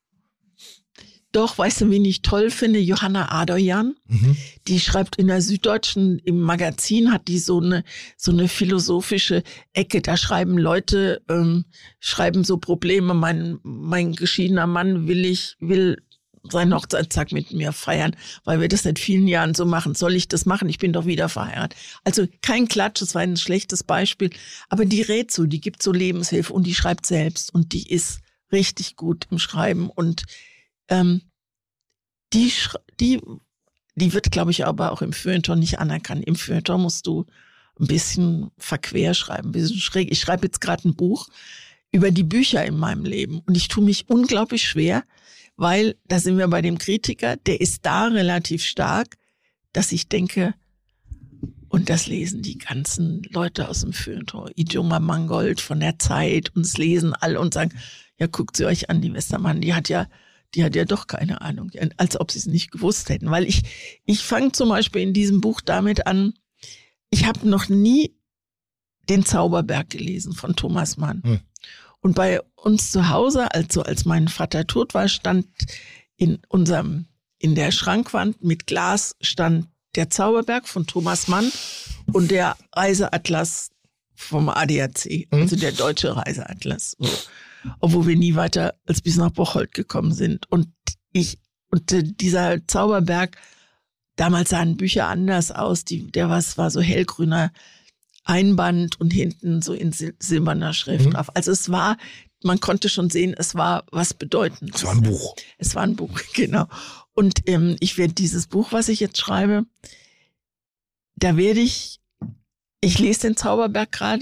Doch, weißt du, wen ich toll finde? Johanna Adoyan. Mhm. Die schreibt in der Süddeutschen, im Magazin hat die so eine, so eine philosophische Ecke. Da schreiben Leute, ähm, schreiben so Probleme. Mein, mein geschiedener Mann will ich, will seinen Hochzeitstag mit mir feiern, weil wir das seit vielen Jahren so machen. Soll ich das machen? Ich bin doch wieder verheiratet. Also kein Klatsch, das war ein schlechtes Beispiel. Aber die rät so, die gibt so Lebenshilfe und die schreibt selbst und die ist richtig gut im Schreiben und Ähm, die, die, die wird, glaube ich, aber auch im Feuilleton nicht anerkannt. Im Feuilleton musst du ein bisschen verquer schreiben, ein bisschen schräg. Ich schreibe jetzt gerade ein Buch über die Bücher in meinem Leben und ich tue mich unglaublich schwer, weil, da sind wir bei dem Kritiker, der ist da relativ stark, dass ich denke, und das lesen die ganzen Leute aus dem Feuilleton, Ijoma Mangold von der Zeit und es lesen alle und sagen, ja, guckt sie euch an, die Westermann, die hat ja, die hat ja doch keine Ahnung, als ob sie es nicht gewusst hätten. Weil ich, ich fange zum Beispiel in diesem Buch damit an, ich habe noch nie den Zauberberg gelesen von Thomas Mann. Hm. Und bei uns zu Hause, also als mein Vater tot war, stand in unserem, in der Schrankwand mit Glas stand der Zauberberg von Thomas Mann und der Reiseatlas vom A D A C, hm. also der deutsche Reiseatlas. So. Obwohl wir nie weiter als bis nach Bocholt gekommen sind. Und ich, und äh, dieser Zauberberg, damals sahen Bücher anders aus, die, der was war so hellgrüner Einband und hinten so in sil- silberner Schrift mhm. drauf. Also es war, man konnte schon sehen, es war was Bedeutendes. Es war ein Buch. Es war ein Buch, genau. Und ähm, ich werde dieses Buch, was ich jetzt schreibe, da werde ich, ich lese den Zauberberg gerade,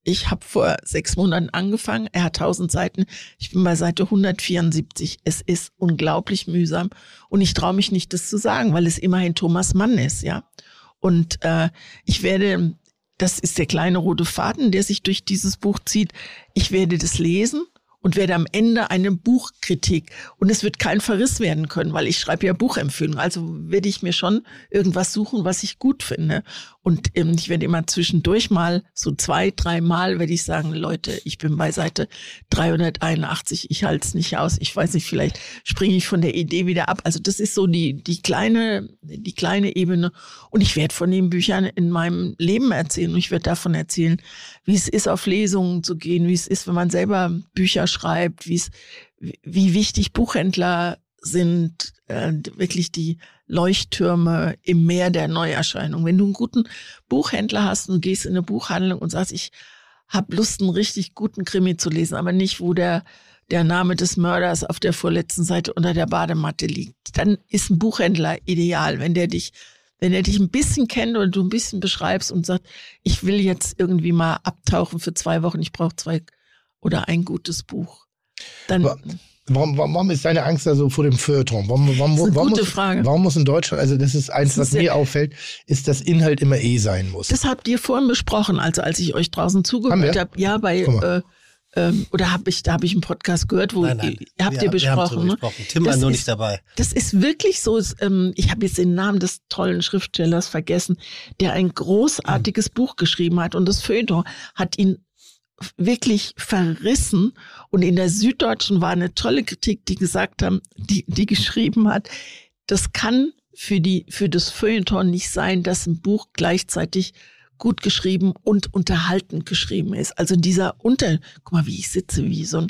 Ich habe vor sechs Monaten angefangen. Er hat tausend Seiten. Ich bin bei Seite hundertvierundsiebzig. Es ist unglaublich mühsam. Und ich traue mich nicht, das zu sagen, weil es immerhin Thomas Mann ist, ja. Und äh, ich werde, das ist der kleine rote Faden, der sich durch dieses Buch zieht. Ich werde das lesen und werde am Ende eine Buchkritik. Und es wird kein Verriss werden können, weil ich schreibe ja Buchempfehlungen. Also werde ich mir schon irgendwas suchen, was ich gut finde. Und ähm, ich werde immer zwischendurch mal, so zwei, drei Mal werde ich sagen, Leute, ich bin bei Seite dreihunderteinundachtzig, ich halte es nicht aus. Ich weiß nicht, vielleicht springe ich von der Idee wieder ab. Also das ist so die, die kleine, die kleine Ebene. Und ich werde von den Büchern in meinem Leben erzählen. Und ich werde davon erzählen, wie es ist, auf Lesungen zu gehen, wie es ist, wenn man selber Bücher schreibt, wie es, wie wichtig Buchhändler sind, äh, wirklich die Leuchttürme im Meer der Neuerscheinung. Wenn du einen guten Buchhändler hast und gehst in eine Buchhandlung und sagst, ich habe Lust, einen richtig guten Krimi zu lesen, aber nicht, wo der, der Name des Mörders auf der vorletzten Seite unter der Badematte liegt, dann ist ein Buchhändler ideal, wenn der dich Wenn er dich ein bisschen kennt oder du ein bisschen beschreibst und sagt, ich will jetzt irgendwie mal abtauchen für zwei Wochen, ich brauche zwei oder ein gutes Buch. Dann warum, warum, warum ist deine Angst da so vor dem Feuilleton? Warum, warum, das ist eine warum gute muss, Frage. Warum muss in Deutschland, also das ist eins, das was ist mir auffällt, ist, dass Inhalt immer eh sein muss. Das habt ihr vorhin besprochen, also als ich euch draußen zugehört habe. Ja, bei äh, ähm, oder habe ich, da habe ich einen Podcast gehört, wo nein, nein. ihr, habt wir, ihr besprochen. wir ne? besprochen. Tim war nur nicht dabei. Das ist wirklich so, ähm, ich habe jetzt den Namen des tollen Schriftstellers vergessen, der ein großartiges hm. Buch geschrieben hat und das Feuilleton hat ihn wirklich verrissen. Und in der Süddeutschen war eine tolle Kritik, die gesagt haben, die, die geschrieben hat, das kann für die, für das Feuilleton nicht sein, dass ein Buch gleichzeitig gut geschrieben und unterhaltend geschrieben ist. Also dieser Unter, guck mal, wie ich sitze, wie so ein,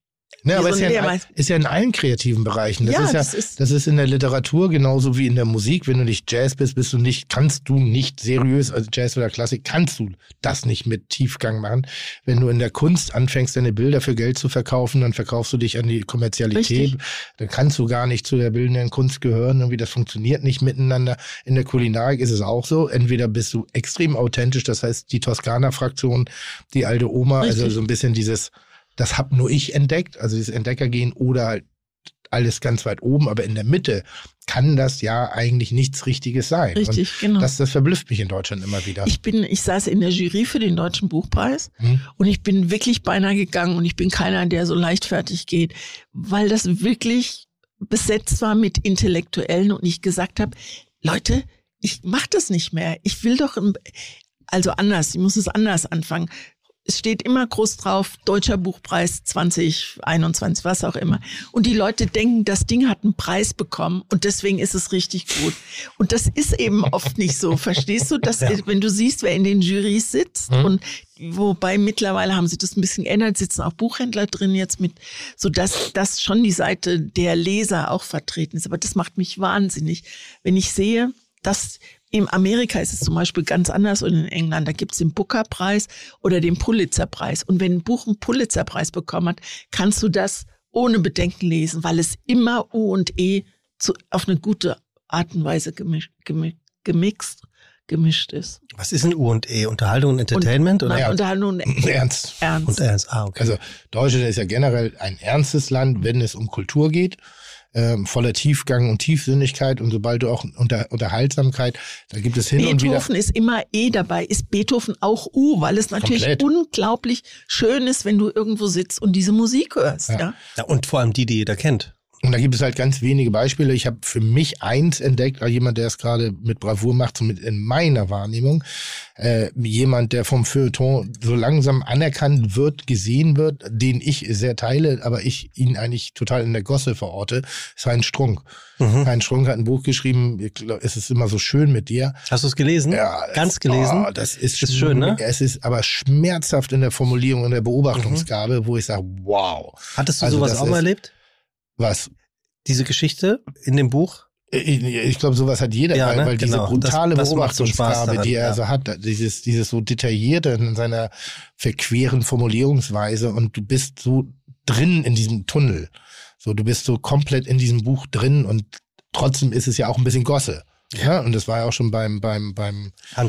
Ja, aber so ist, ja in, ist ja in allen kreativen Bereichen. Das, ja, ist ja, das, ist das ist in der Literatur genauso wie in der Musik. Wenn du nicht Jazz bist, bist du nicht, kannst du nicht seriös, also Jazz oder Klassik, kannst du das nicht mit Tiefgang machen. Wenn du in der Kunst anfängst, deine Bilder für Geld zu verkaufen, dann verkaufst du dich an die Kommerzialität. Richtig. Dann kannst du gar nicht zu der bildenden Kunst gehören. Irgendwie, das funktioniert nicht miteinander. In der Kulinarik ist es auch so. Entweder bist du extrem authentisch, das heißt die Toskana-Fraktion, die alte Oma, Richtig. also so ein bisschen dieses, das hab nur ich entdeckt, also dieses Entdeckergehen oder halt alles ganz weit oben, aber in der Mitte kann das ja eigentlich nichts Richtiges sein. Richtig, und genau. Das, das verblüfft mich in Deutschland immer wieder. Ich bin, ich saß in der Jury für den Deutschen Buchpreis hm. und ich bin wirklich beinahe gegangen und ich bin keiner, der so leichtfertig geht, weil das wirklich besetzt war mit Intellektuellen und ich gesagt habe, Leute, ich mach das nicht mehr. Ich will doch, also anders, ich muss es anders anfangen. Es steht immer groß drauf, Deutscher Buchpreis zwanzig einundzwanzig, was auch immer. Und die Leute denken, das Ding hat einen Preis bekommen und deswegen ist es richtig gut. Und das ist eben oft nicht so. Verstehst du? Dass, ja. Wenn du siehst, wer in den Jurys sitzt mhm. und wobei mittlerweile haben sie das ein bisschen geändert, sitzen auch Buchhändler drin jetzt mit, so dass das schon die Seite der Leser auch vertreten ist. Aber das macht mich wahnsinnig, wenn ich sehe, dass in Amerika ist es zum Beispiel ganz anders und in England, da gibt es den Booker-Preis oder den Pulitzer-Preis. Und wenn ein Buch einen Pulitzer-Preis bekommen hat, kannst du das ohne Bedenken lesen, weil es immer U und E zu, auf eine gute Art und Weise gemisch, gemisch, gemixt, gemischt ist. Was ist ein U und E? Unterhaltung und Entertainment? Und, oder? Nein, Unterhaltung und Ernst. Ernst. Und Ernst, ah, okay. Also Deutschland ist ja generell ein ernstes Land, wenn es um Kultur geht. Ähm, voller Tiefgang und Tiefsinnigkeit und sobald du auch unter Unterhaltsamkeit, da gibt es hin Beethoven und wieder. Beethoven ist immer E dabei, ist Beethoven auch U, weil es natürlich Komplett. unglaublich schön ist, wenn du irgendwo sitzt und diese Musik hörst. Ja. Ja. Ja, und vor allem die, die jeder kennt. Und da gibt es halt ganz wenige Beispiele. Ich habe für mich eins entdeckt, also jemand, der es gerade mit Bravour macht, so mit in meiner Wahrnehmung, äh, jemand, der vom Feuilleton so langsam anerkannt wird, gesehen wird, den ich sehr teile, aber ich ihn eigentlich total in der Gosse verorte, ist Heinz Strunk. Mhm. Heinz Strunk hat ein Buch geschrieben, es ist immer so schön mit dir. Hast du es gelesen? Ja. Ganz gelesen? Oh, das ist, ist schön, ne? Es ist aber schmerzhaft in der Formulierung, in der Beobachtungsgabe, mhm. wo ich sage, wow. Hattest du also sowas auch mal erlebt? Was? Diese Geschichte in dem Buch? Ich, ich glaube, sowas hat jeder, ja, weil, ne? weil diese genau. brutale das, das Beobachtungsgabe, so die er ja. so hat, dieses, dieses so detaillierte in seiner verqueren Formulierungsweise und du bist so drin in diesem Tunnel. So, du bist so komplett in diesem Buch drin und trotzdem ist es ja auch ein bisschen Gosse. Ja, und das war ja auch schon beim, beim, beim Handschuh.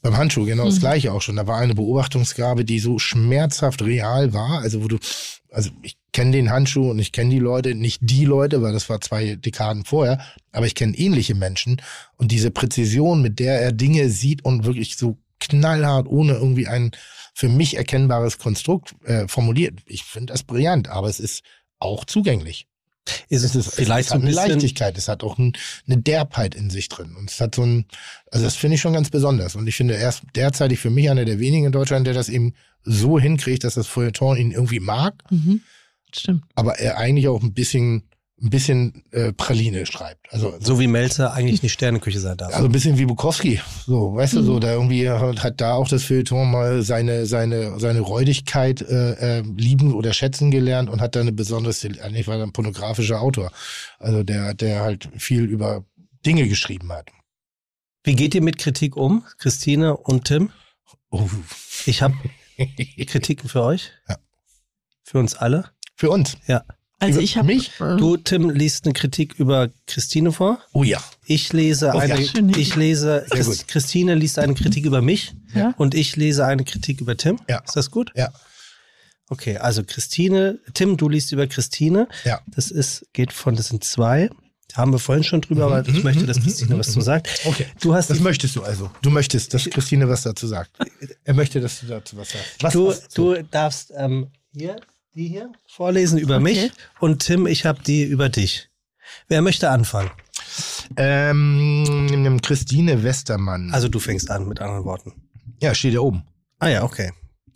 Beim Handschuh, genau Mhm. das Gleiche auch schon. Da war eine Beobachtungsgabe, die so schmerzhaft real war. Also wo du, also ich kenne den Handschuh und ich kenne die Leute, nicht die Leute, weil das war zwei Dekaden vorher, aber ich kenne ähnliche Menschen. Und diese Präzision, mit der er Dinge sieht und wirklich so knallhart, ohne irgendwie ein für mich erkennbares Konstrukt äh, formuliert. Ich finde das brillant, aber es ist auch zugänglich. Ist es, es ist, vielleicht es so hat ein eine bisschen- Leichtigkeit, es hat auch ein, eine Derbheit in sich drin. Und es hat so ein, also das finde ich schon ganz besonders. Und ich finde, er ist derzeitig für mich einer der wenigen in Deutschland, der das eben so hinkriegt, dass das Feuilleton ihn irgendwie mag, Mhm. Stimmt. aber er eigentlich auch ein bisschen, ein bisschen äh, Praline schreibt. Also So wie Melzer eigentlich eine Sterneküche sein darf. also ein bisschen wie Bukowski, so, weißt du, Mhm. so, da irgendwie hat da auch das Feuilleton mal seine, seine, seine Räudigkeit äh, äh, lieben oder schätzen gelernt und hat da eine besondere Stil, eigentlich war er ein pornografischer Autor, also der, der halt viel über Dinge geschrieben hat. Wie geht ihr mit Kritik um, Christine und Tim? Oh. Ich habe Kritiken für euch. Ja. Für uns alle. Für uns? Ja. Also Über ich habe mich? Du, Tim, liest eine Kritik über Christine vor. Oh ja. Ich lese Oh, eine, ja. Schön. ich lese, Sehr Chris, gut. Christine liest eine Kritik über mich Ja. und ich lese eine Kritik über Tim. Ja. Ist das gut? Ja. Okay, also Christine, Tim, du liest über Christine. Ja. Das ist, geht von, das sind zwei. Da haben wir vorhin schon drüber, aber ich möchte, dass Christine was zu sagt. Okay. Du hast Das möchtest du also. Du möchtest, dass Christine was dazu sagt. Er möchte, dass du dazu was sagst. Was, Du, was, so. du darfst ähm, hier, die hier vorlesen über Okay. mich und Tim, ich habe die über dich. Wer möchte anfangen? Ähm, Christine Westermann. Also du fängst an, mit anderen Worten. Ja, steht ja oben. Ah ja, okay.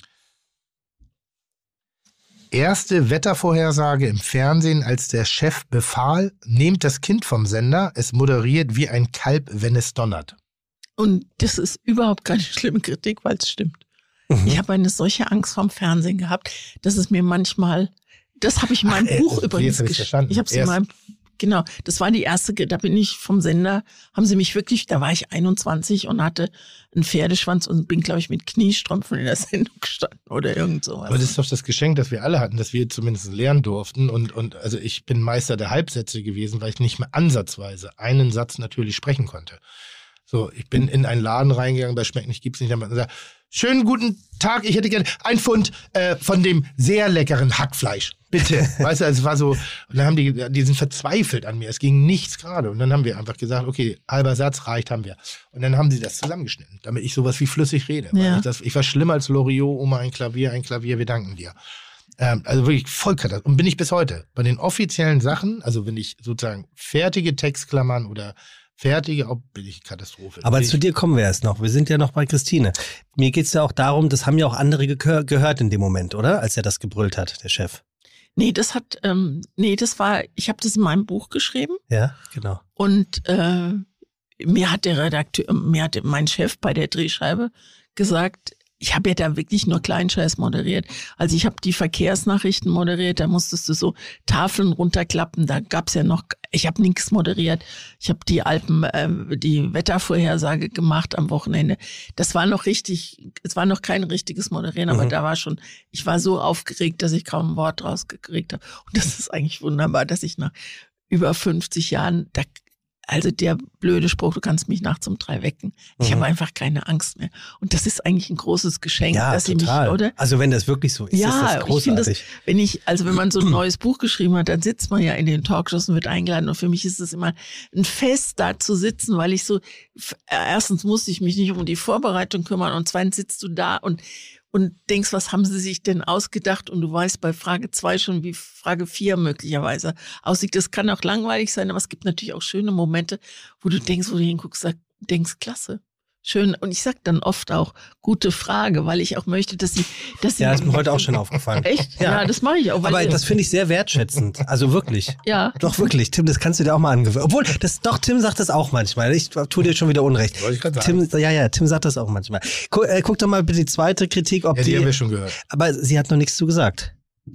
Erste Wettervorhersage im Fernsehen, als der Chef befahl, nehmt das Kind vom Sender, es moderiert wie ein Kalb, wenn es donnert. Und das ist überhaupt keine schlimme Kritik, weil es stimmt. Ich habe eine solche Angst vorm Fernsehen gehabt, dass es mir manchmal, das habe ich in meinem Ach, äh, Buch oh, übrigens jetzt hab ich's gesch- verstanden. Ich habe es in Erst- meinem, genau, das war die erste, da bin ich vom Sender, haben sie mich wirklich, da war ich einundzwanzig und hatte einen Pferdeschwanz und bin, glaube ich, mit Kniestrümpfen in der Sendung gestanden oder irgend sowas. Aber das ist doch das Geschenk, das wir alle hatten, dass wir zumindest lernen durften. Und, und also ich bin Meister der Halbsätze gewesen, weil ich nicht mehr ansatzweise einen Satz natürlich sprechen konnte. So, ich bin in einen Laden reingegangen, bei Schmeckt nicht, gibt's nicht. Und gesagt, schönen guten Tag, ich hätte gerne ein Pfund äh, von dem sehr leckeren Hackfleisch. Bitte. Weißt du, also es war so, und dann haben die, die sind verzweifelt an mir. Es ging nichts gerade. Und dann haben wir einfach gesagt, okay, halber Satz reicht, haben wir. Und dann haben sie das zusammengeschnitten, damit ich sowas wie flüssig rede. Weil Ja. ich, das, ich war schlimmer als Loriot, Oma, ein Klavier, ein Klavier, wir danken dir. Ähm, also wirklich voll Katastrophe. Und bin ich bis heute. Bei den offiziellen Sachen, also wenn ich sozusagen fertige Textklammern oder fertige, auch bin ich Katastrophe. Aber ich, zu dir kommen wir erst noch. Wir sind ja noch bei Christine. Mir geht's ja auch darum, das haben ja auch andere gehör gehört in dem Moment, oder? Als er das gebrüllt hat, der Chef. Nee, das hat, ähm, nee, das war, ich habe das in meinem Buch geschrieben Ja, genau. und äh, mir hat der Redakteur, mir hat mein Chef bei der Drehscheibe gesagt, ich habe ja da wirklich nur Kleinscheiß moderiert. Also ich habe die Verkehrsnachrichten moderiert, da musstest du so Tafeln runterklappen, da gab's ja noch, ich habe nichts moderiert. Ich habe die Alpen, äh, die Wettervorhersage gemacht am Wochenende. Das war noch richtig, es war noch kein richtiges Moderieren, aber Mhm. da war schon, ich war so aufgeregt, dass ich kaum ein Wort rausgekriegt habe. Und das ist eigentlich wunderbar, dass ich nach über fünfzig Jahren, da, also der blöde Spruch, du kannst mich nachts um drei wecken. Ich Mhm. habe einfach keine Angst mehr. Und das ist eigentlich ein großes Geschenk, Ja, dass total. sie mich, oder? Also wenn das wirklich so ist, Ja, ist das ich finde das, großartig. wenn ich, also wenn man so ein neues Buch geschrieben hat, dann sitzt man ja in den Talkshows und wird eingeladen. Und für mich ist es immer ein Fest, da zu sitzen, weil ich so, f- erstens musste ich mich nicht um die Vorbereitung kümmern und zweitens sitzt du da und und denkst, was haben sie sich denn ausgedacht? Und du weißt bei Frage zwei schon, wie Frage vier möglicherweise aussieht. Das kann auch langweilig sein, aber es gibt natürlich auch schöne Momente, wo du denkst, wo du hinguckst, sag, denkst, klasse. Schön. Und ich sag dann oft auch, gute Frage, weil ich auch möchte, dass sie, dass sie. Ja, ist mir heute auch schon aufgefallen. Echt? Ja, das mache ich auch. weil Aber ihr- das finde ich sehr wertschätzend. Also wirklich. Ja. Doch wirklich, Tim, das kannst du dir auch mal angewöhnen. Obwohl, das, doch, Tim sagt das auch manchmal. Ich tue dir schon wieder Unrecht. Wollte ich gerade sagen. Tim, ja, ja, Tim sagt das auch manchmal. Guck, äh, guck doch mal bitte die zweite Kritik, ob Ja, die die. haben wir schon gehört. Aber sie hat noch nichts zu gesagt.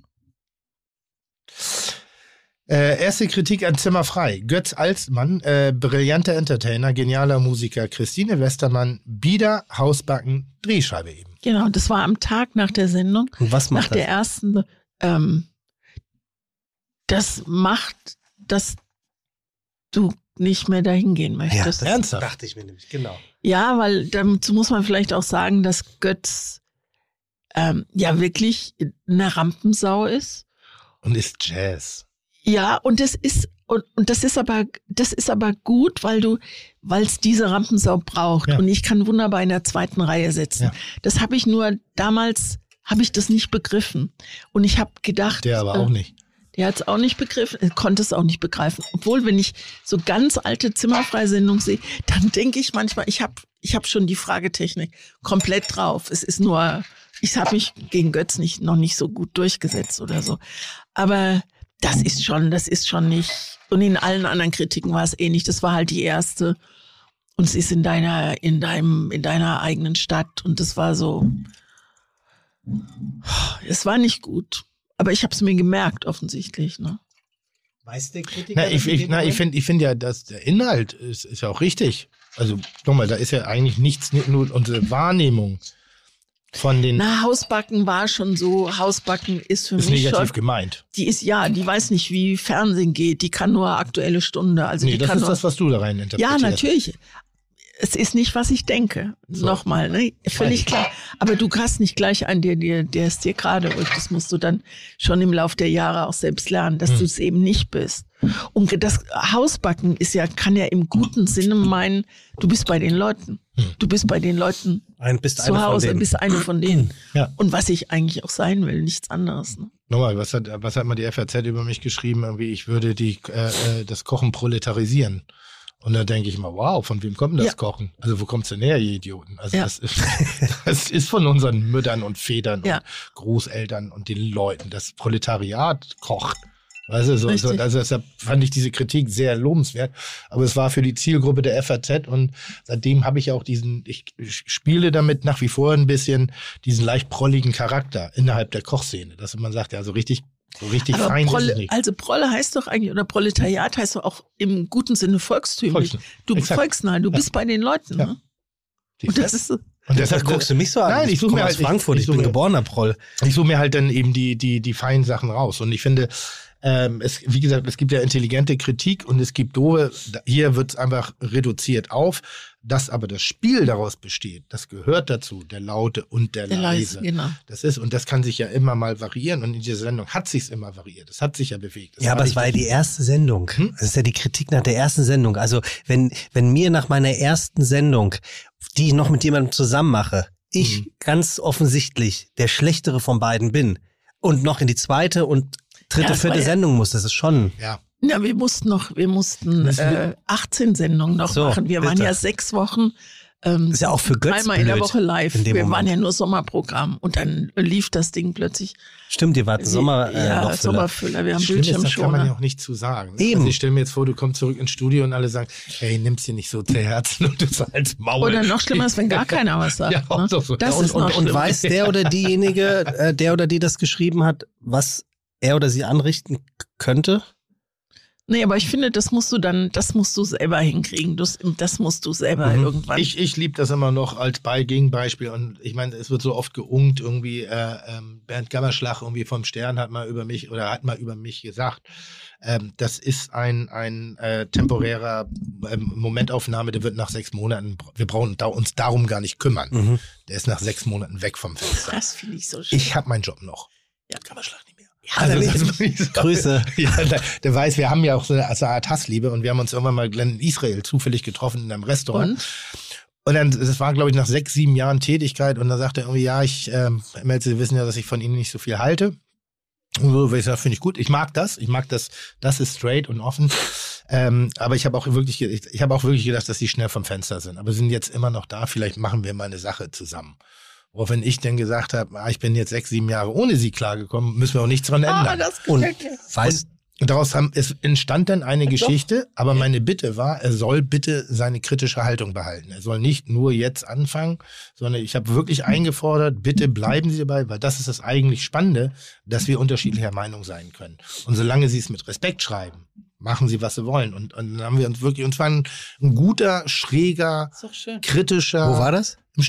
Äh, erste Kritik an Zimmer frei. Götz Alsmann, äh, brillanter Entertainer, genialer Musiker. Christine Westermann, bieder, Hausbacken, Drehscheibe eben. Genau, das war am Tag nach der Sendung. Und was macht Nach der das? ersten, ähm, das macht, dass du nicht mehr dahin gehen möchtest. Ja, ernsthaft? Dachte ich mir nämlich, genau. Ja, weil dazu muss man vielleicht auch sagen, dass Götz ähm, ja wirklich eine Rampensau ist. Und ist Jazz. Ja, und das ist und, und das ist aber das ist aber gut, weil du weil es diese Rampensau braucht ja. und ich kann wunderbar in der zweiten Reihe sitzen. Ja. Das habe ich nur damals habe ich das nicht begriffen und ich habe gedacht, der aber äh, auch nicht. Der hat es auch nicht begriffen, konnte es auch nicht begreifen. Obwohl, wenn ich so ganz alte Zimmerfreisendungen sehe, dann denke ich manchmal, ich habe ich hab schon die Fragetechnik komplett drauf. Es ist nur, ich habe mich gegen Götz nicht, noch nicht so gut durchgesetzt oder so. Aber das ist schon, das ist schon nicht. Und in allen anderen Kritiken war es ähnlich. Das war halt die erste. Und es ist in deiner, in deinem, in deiner eigenen Stadt. Und das war so, es war nicht gut. Aber ich habe es mir gemerkt, offensichtlich. Ne? Weiß der Kritiker? Na, ich ich, na, ich finde ich find ja, dass der Inhalt ist, ist ja auch richtig. Also nochmal, da ist ja eigentlich nichts, nur unsere Wahrnehmung von den... Na, Hausbacken war schon so, Hausbacken ist für ist mich negativ schon, gemeint. Die ist, ja, die weiß nicht, wie Fernsehen geht. Die kann nur Aktuelle Stunde. Also nee, die das kann ist nur, das, was du da rein interpretierst. Ja, natürlich. Es ist nicht, was ich denke. So. Nochmal, ne? Völlig klar. Aber du hast nicht gleich einen, der dir, der es dir gerade rückt. Das musst du dann schon im Laufe der Jahre auch selbst lernen, dass hm. du es eben nicht bist. Und das Hausbacken ist ja, kann ja im guten Sinne meinen, du bist bei den Leuten. Hm. Du bist bei den Leuten Ein, bist zu Hause, eine bist eine von denen. Ja. Und was ich eigentlich auch sein will, nichts anderes. Ne? Nochmal, was hat, was hat mal die F A Z über mich geschrieben? Irgendwie, ich würde die, äh, das Kochen proletarisieren. Und da denke ich mal, wow, von wem kommt denn das ja. Kochen? Also wo kommt's denn her, ihr Idioten? Also ja. das, ist, das ist von unseren Müttern und Vätern ja. und Großeltern und den Leuten. Das Proletariat kocht. Weißt du, so, so, also deshalb fand ich diese Kritik sehr lobenswert. Aber es war für die Zielgruppe der F A Z und seitdem habe ich auch diesen, ich spiele damit nach wie vor ein bisschen diesen leicht prolligen Charakter innerhalb der Kochszene. Dass man sagt, ja, so richtig So richtig aber fein Prolle, ist es nicht. Also Prolle heißt doch eigentlich, oder Proletariat heißt doch auch im guten Sinne volkstümlich. Volks, du exakt. volksnah, du ja. bist bei den Leuten. Ja. Ne? Und das ist so. Und deshalb guckst du mich so an. Nein, ich, ich suche mir halt aus Frankfurt, ich, ich, ich bin mir, geborener Proll. Ich suche mir halt dann eben die die die feinen Sachen raus. Und ich finde, ähm, es wie gesagt, es gibt ja intelligente Kritik und es gibt doofe. Hier wird es einfach reduziert auf. Dass aber das Spiel daraus besteht, das gehört dazu, der Laute und der, der Leise. Leise genau. Das ist, und das kann sich ja immer mal variieren. Und in dieser Sendung hat sich's immer variiert. Es hat sich ja bewegt. Das ja, aber es war ja die erste Sendung. Hm? Das ist ja die Kritik nach der ersten Sendung. Also wenn, wenn mir nach meiner ersten Sendung, die ich noch mit jemandem zusammen mache, ich hm. ganz offensichtlich der Schlechtere von beiden bin und noch in die zweite und dritte, ja, vierte ja. Sendung muss, das ist schon... Ja. Ja, wir mussten noch, wir mussten äh, achtzehn Sendungen noch so, machen. Wir bitte. waren ja sechs Wochen. Ähm, ist ja auch für Götz Einmal in der Woche live. Wir Moment. waren ja nur Sommerprogramm und dann lief das Ding plötzlich. Stimmt, ihr wart Sommer, äh, ja, Sommerfüller. Wir haben Schlimm ist, das Bildschirmschoner. kann man ja auch nicht zu sagen. Eben. Also ich stelle mir jetzt vor, du kommst zurück ins Studio und alle sagen, hey, nimm's dir nicht so zu Herzen und du sagst Maul. Oder noch schlimmer ist, wenn gar keiner was sagt. Ja, auch ne? doch so. Das und, ist noch und, und weiß der oder diejenige, äh, der oder die das geschrieben hat, was er oder sie anrichten könnte? Nee, aber ich finde, das musst du dann, das musst du selber hinkriegen. Das, das musst du selber mhm. irgendwann. Ich, ich liebe das immer noch als Bei Gegenbeispiel. Und ich meine, es wird so oft geungt, irgendwie, äh, ähm, Bernd Gammerschlag irgendwie vom Stern hat mal über mich oder hat mal über mich gesagt, ähm, das ist ein, ein äh, temporärer ähm, Momentaufnahme, der wird nach sechs Monaten, wir brauchen da, uns darum gar nicht kümmern. Mhm. Der ist nach sechs Monaten weg vom Fenster. Das finde ich so schön. Ich habe meinen Job noch. Ja. Gammerschlag nicht mehr. Ja, also, so. Grüße. Ja, der, der weiß, wir haben ja auch so eine, so eine Art Hassliebe und wir haben uns irgendwann mal in Israel zufällig getroffen in einem Restaurant. Und, und dann, das war, glaube ich, nach sechs, sieben Jahren Tätigkeit und dann sagte er irgendwie, ja, ich, ähm, Sie wissen ja, dass ich von Ihnen nicht so viel halte. Und so, ich sage, finde ich gut. Ich mag das. Ich mag das. Das ist straight und offen. Ähm, aber ich habe auch wirklich, ich, ich habe auch wirklich gedacht, dass die schnell vom Fenster sind. Aber sind jetzt immer noch da. Vielleicht machen wir mal eine Sache zusammen. Woraufhin ich dann gesagt habe, ah, ich bin jetzt sechs, sieben Jahre ohne sie klargekommen, müssen wir auch nichts dran ändern. Ah, das und, weiß, und daraus haben, es entstand dann eine Geschichte, aber meine Bitte war, er soll bitte seine kritische Haltung behalten. Er soll nicht nur jetzt anfangen, sondern ich habe wirklich eingefordert, bitte bleiben Sie dabei, weil das ist das eigentlich Spannende, dass wir unterschiedlicher Meinung sein können. Und solange Sie es mit Respekt schreiben, machen Sie, was Sie wollen. Und, und dann haben wir uns wirklich, und zwar ein, ein guter, schräger, kritischer. Wo war das? Im Stern.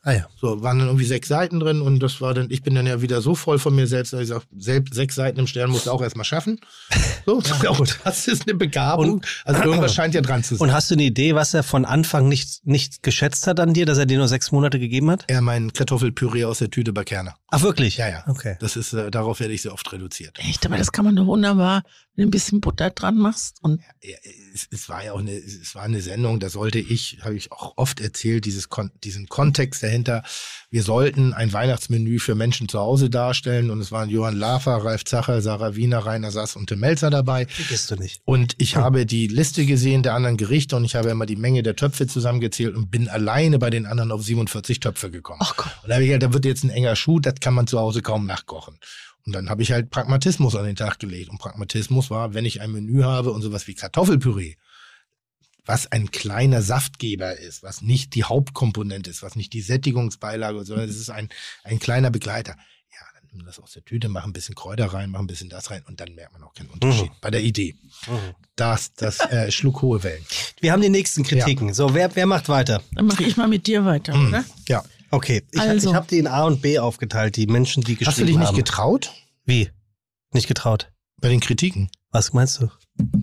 Ah ja. So, waren dann irgendwie sechs Seiten drin und das war dann, ich bin dann ja wieder so voll von mir selbst, dass ich sage, selbst sechs Seiten im Stern musst du auch erstmal schaffen. So, ja, gut. Das ist eine Begabung. Und, also irgendwas scheint ja dran zu sein. Und hast du eine Idee, was er von Anfang nicht, nicht geschätzt hat an dir, dass er dir nur sechs Monate gegeben hat? Er mein Kartoffelpüree aus der Tüte bei Kerner. Ach wirklich? Ja, ja. Okay. Das ist, äh, darauf werde ich sehr oft reduziert. Echt, aber das kann man doch wunderbar, wenn du ein bisschen Butter dran machst. Und ja, es, es war ja auch eine, es war eine Sendung, da sollte ich, habe ich auch oft erzählt, dieses Kon- diesen Kontext dahinter. Wir sollten ein Weihnachtsmenü für Menschen zu Hause darstellen und es waren Johann Lafer, Ralf Zacher, Sarah Wiener, Rainer Sass und Tim Melzer dabei. Vergisst du nicht. Und ich hm. habe die Liste gesehen der anderen Gerichte und ich habe immer die Menge der Töpfe zusammengezählt und bin alleine bei den anderen auf siebenundvierzig Töpfe gekommen. Ach Gott. Und da habe ich halt, da wird jetzt ein enger Schuh, das kann man zu Hause kaum nachkochen. Und dann habe ich halt Pragmatismus an den Tag gelegt. Und Pragmatismus war, wenn ich ein Menü habe und sowas wie Kartoffelpüree, was ein kleiner Saftgeber ist, was nicht die Hauptkomponente ist, was nicht die Sättigungsbeilage ist, sondern es ist ein, ein kleiner Begleiter. Ja, dann nimm das aus der Tüte, mach ein bisschen Kräuter rein, mach ein bisschen das rein und dann merkt man auch keinen Unterschied. Mhm. Bei der Idee. Mhm. Das, das äh, schlug hohe Wellen. Wir haben die nächsten Kritiken. Ja. So, wer, wer macht weiter? Dann mache ich mal mit dir weiter, mhm. oder? Ja. Okay, ich, also. ich habe die in A und B aufgeteilt, die Menschen, die geschrieben haben. Hast du dich nicht haben. getraut? Wie? Nicht getraut? Bei den Kritiken. Was meinst du?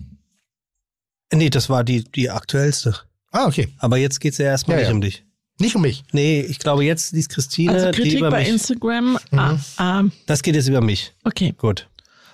Nee, das war die, die aktuellste. Ah, okay. Aber jetzt geht's ja erstmal ja, nicht ja. um dich. Nicht um mich? Nee, ich glaube, jetzt liest Christine. Also Kritik die über bei mich. Instagram. Mhm. Ah, ah, das geht jetzt über mich. Okay. Gut.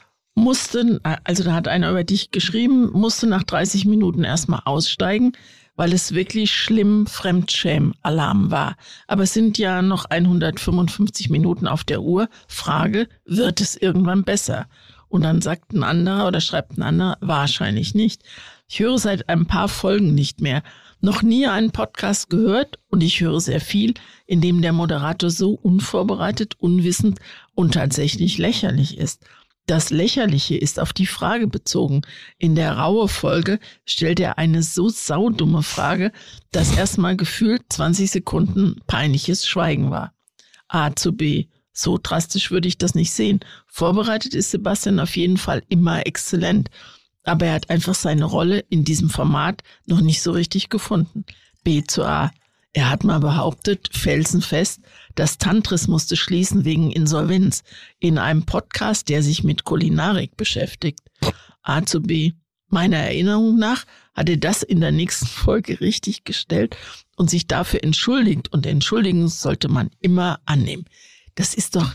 Mussten, also da hat einer über dich geschrieben, musste nach dreißig Minuten erstmal aussteigen, weil es wirklich schlimm Fremdschäm-Alarm war. Aber es sind ja noch hundertfünfundfünfzig Minuten auf der Uhr. Frage, wird es irgendwann besser? Und dann sagt ein anderer oder schreibt ein anderer, wahrscheinlich nicht. Ich höre seit ein paar Folgen nicht mehr. Noch nie einen Podcast gehört und ich höre sehr viel, in dem der Moderator so unvorbereitet, unwissend und tatsächlich lächerlich ist. Das Lächerliche ist auf die Frage bezogen. In der Raue-Folge stellt er eine so saudumme Frage, dass erstmal gefühlt zwanzig Sekunden peinliches Schweigen war. A zu B. So drastisch würde ich das nicht sehen. Vorbereitet ist Sebastian auf jeden Fall immer exzellent. Aber er hat einfach seine Rolle in diesem Format noch nicht so richtig gefunden. B zu A. Er hat mal behauptet, felsenfest, das Tantris musste schließen wegen Insolvenz in einem Podcast, der sich mit Kulinarik beschäftigt. A zu B. Meiner Erinnerung nach hat er das in der nächsten Folge richtig gestellt und sich dafür entschuldigt. Und entschuldigen sollte man immer annehmen. Das ist doch,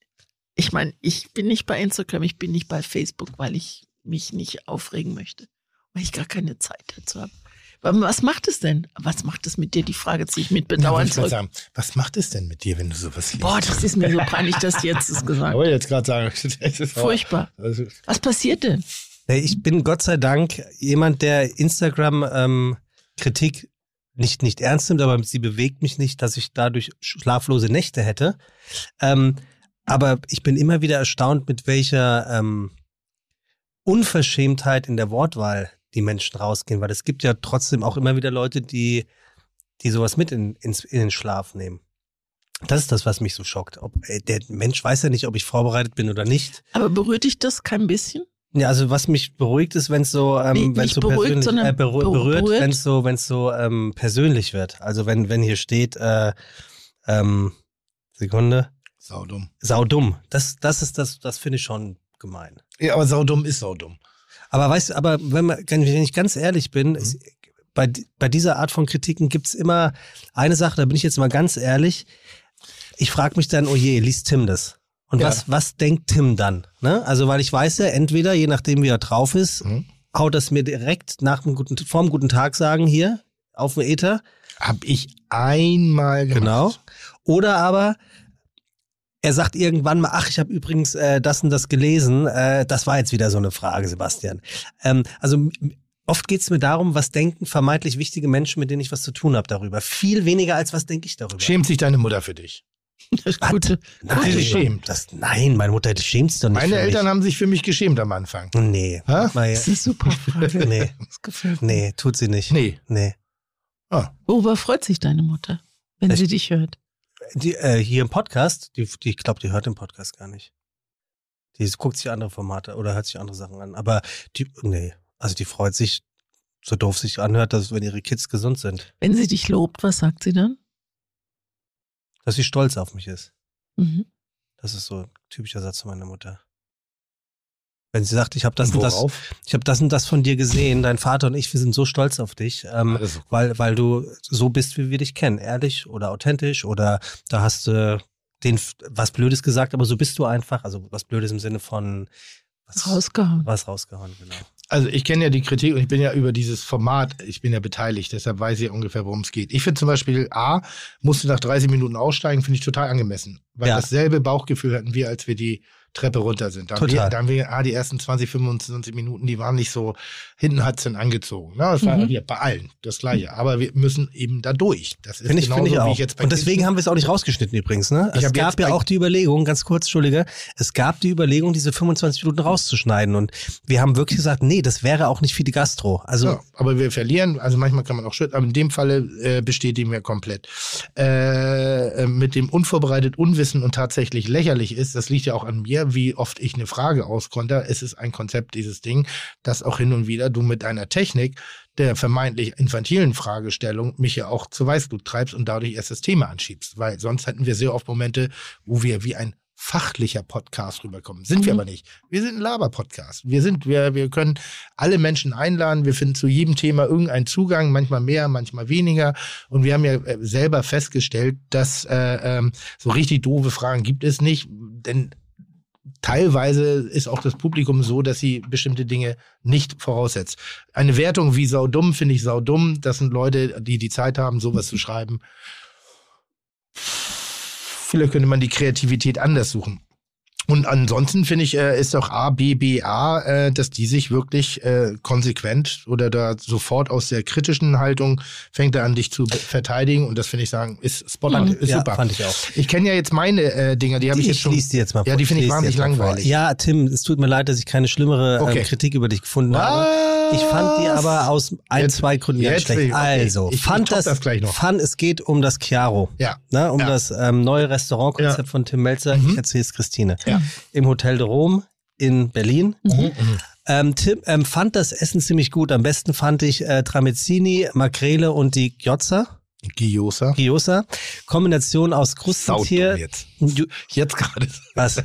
ich meine, ich bin nicht bei Instagram, ich bin nicht bei Facebook, weil ich mich nicht aufregen möchte, weil ich gar keine Zeit dazu habe. Was macht es denn? Was macht es mit dir? Die Frage ziehe ich mit Bedauern ja, zurück. Sagen, was macht es denn mit dir, wenn du sowas liest? Boah, das ist mir so peinlich, dass du jetzt das gesagt hast. Ich wollte jetzt gerade sagen, das ist furchtbar. Also, was passiert denn? Ich bin Gott sei Dank jemand, der Instagram-Kritik ähm, nicht, nicht ernst nimmt, aber sie bewegt mich nicht, dass ich dadurch schlaflose Nächte hätte. Ähm, aber ich bin immer wieder erstaunt, mit welcher ähm, Unverschämtheit in der Wortwahl die Menschen rausgehen, weil es gibt ja trotzdem auch immer wieder Leute, die, die sowas mit in, in, in den Schlaf nehmen. Das ist das, was mich so schockt. Ob, äh, der Mensch weiß ja nicht, ob ich vorbereitet bin oder nicht. Aber berührt dich das kein bisschen? Ja, also was mich beruhigt ist, wenn es so, ähm, nee, wenn es so beruhigt, persönlich äh, berü berührt, berührt. wenn es so, wenn es so ähm, persönlich wird. Also wenn wenn hier steht, äh, ähm, Sekunde, saudumm, saudumm. Das das ist das, das finde ich schon gemein. Ja, aber saudumm ist saudumm. Aber weißt du, aber wenn, man, wenn ich ganz ehrlich bin, mhm. ist, bei, bei dieser Art von Kritiken gibt's immer eine Sache, da bin ich jetzt mal ganz ehrlich, ich frage mich dann, oh je, liest Tim das? Und ja. was, was denkt Tim dann? Ne? Also weil ich weiß ja, entweder, je nachdem wie er drauf ist, mhm. haut das mir direkt nach dem guten, vorm guten Tag sagen hier auf dem Äther. Hab ich einmal gemacht. Genau. Oder aber er sagt irgendwann mal, ach, ich habe übrigens äh, das und das gelesen. Äh, das war jetzt wieder so eine Frage, Sebastian. Ähm, also oft geht es mir darum, was denken vermeintlich wichtige Menschen, mit denen ich was zu tun habe darüber. Viel weniger als was denke ich darüber. Schämt sich deine Mutter für dich? Das Gute. Nein, sich schämt. Das, nein, meine Mutter schämt sich doch nicht. Meine für Eltern mich. haben sich für mich geschämt am Anfang. Nee. Ha? Das ist eine super Frage. Nee. Das gefällt mir. Nee, tut sie nicht. Nee. Nee. Ah. Worüber freut sich deine Mutter, wenn ich, sie dich hört? Die, äh, hier im Podcast, die, die, ich glaube, die hört den Podcast gar nicht. Die guckt sich andere Formate oder hört sich andere Sachen an. Aber die, nee, also die freut sich, so doof sich anhört, dass wenn ihre Kids gesund sind. Wenn sie dich lobt, was sagt sie dann? Dass sie stolz auf mich ist. Mhm. Das ist so ein typischer Satz von meiner Mutter. Wenn sie sagt, ich habe das Und und das, worauf? ich habe das und das von dir gesehen, dein Vater und ich, wir sind so stolz auf dich, ähm, Alles so. weil, weil du so bist, wie wir dich kennen. Ehrlich oder authentisch oder da hast du den, was Blödes gesagt, aber so bist du einfach. Also was Blödes im Sinne von was Rausgehauen. Was rausgehauen, genau. Also ich kenne ja die Kritik und ich bin ja über dieses Format, ich bin ja beteiligt, deshalb weiß ich ja ungefähr, worum es geht. Ich finde zum Beispiel, A, musste nach dreißig Minuten aussteigen, finde ich total angemessen. Weil Ja. dasselbe Bauchgefühl hatten wir, als wir die Treppe runter sind. Da haben wir, Total. da haben wir ah, die ersten zwanzig, fünfundzwanzig Minuten, die waren nicht so, hinten hat's dann angezogen. Na, das war Mhm. hier bei allen das Gleiche. Aber wir müssen eben da durch. Das ist Finde ich, genauso, finde ich wie auch. ich jetzt bei Und deswegen Kisten- haben wir es auch nicht rausgeschnitten übrigens. Ne? Ich Es hab gab jetzt ja bei- auch die Überlegung, ganz kurz, Entschuldige, es gab die Überlegung, diese fünfundzwanzig Minuten rauszuschneiden. Und wir haben wirklich gesagt, nee, das wäre auch nicht für die Gastro. Also Ja, aber wir verlieren, also manchmal kann man auch schütten, aber in dem Falle äh, bestätigen wir komplett. Äh, äh, mit dem unvorbereitet Unwissen und tatsächlich lächerlich ist, das liegt ja auch an mir, wie oft ich eine Frage auskonter. Es ist ein Konzept, dieses Ding, dass auch hin und wieder du mit deiner Technik der vermeintlich infantilen Fragestellung mich ja auch zu Weißglut treibst und dadurch erst das Thema anschiebst. Weil sonst hätten wir sehr oft Momente, wo wir wie ein fachlicher Podcast rüberkommen. Sind wir Mhm. aber nicht. Wir sind ein Laber-Podcast. Wir sind, wir, wir können alle Menschen einladen. Wir finden zu jedem Thema irgendeinen Zugang, manchmal mehr, manchmal weniger. Und wir haben ja äh, selber festgestellt, dass äh, ähm, so richtig doofe Fragen gibt es nicht, denn teilweise ist auch das Publikum so, dass sie bestimmte Dinge nicht voraussetzt. Eine Wertung wie saudumm finde ich saudumm. Das sind Leute, die die Zeit haben, sowas zu schreiben. Vielleicht könnte man die Kreativität anders suchen. Und ansonsten finde ich, äh, ist auch A, B, B, A, äh, dass die sich wirklich äh, konsequent oder da sofort aus der kritischen Haltung fängt er an, dich zu be- verteidigen. Und das finde ich sagen, ist spot on, ist ja, super. fand ich auch. Ich kenne ja jetzt meine äh, Dinger, die habe ich jetzt schon. lies die jetzt mal Ja, die finde ich lese wahnsinnig jetzt mal vor. langweilig. Ja, Tim, es tut mir leid, dass ich keine schlimmere Okay. ähm, Kritik über dich gefunden habe. Ich fand die aber aus ein, Jetzt- zwei Gründen ganz jetzt will schlecht. ich- okay. Also, Ich- ich fand top das, das gleich noch. fand, es geht um das Chiaro. Ja. Ne, um Ja. das ähm, neue Restaurantkonzept Ja. von Tim Melzer. Mhm. Ich erzähle es Christine. Ja. Im Hotel de Rome in Berlin. Mhm. Ähm, Tim ähm, fand das Essen ziemlich gut. Am besten fand ich äh, Tramezzini, Makrele und die Gyoza. Gyoza. Gyoza. Kombination aus Krustentier. Saudumm jetzt. Ju- Jetzt gerade. Was?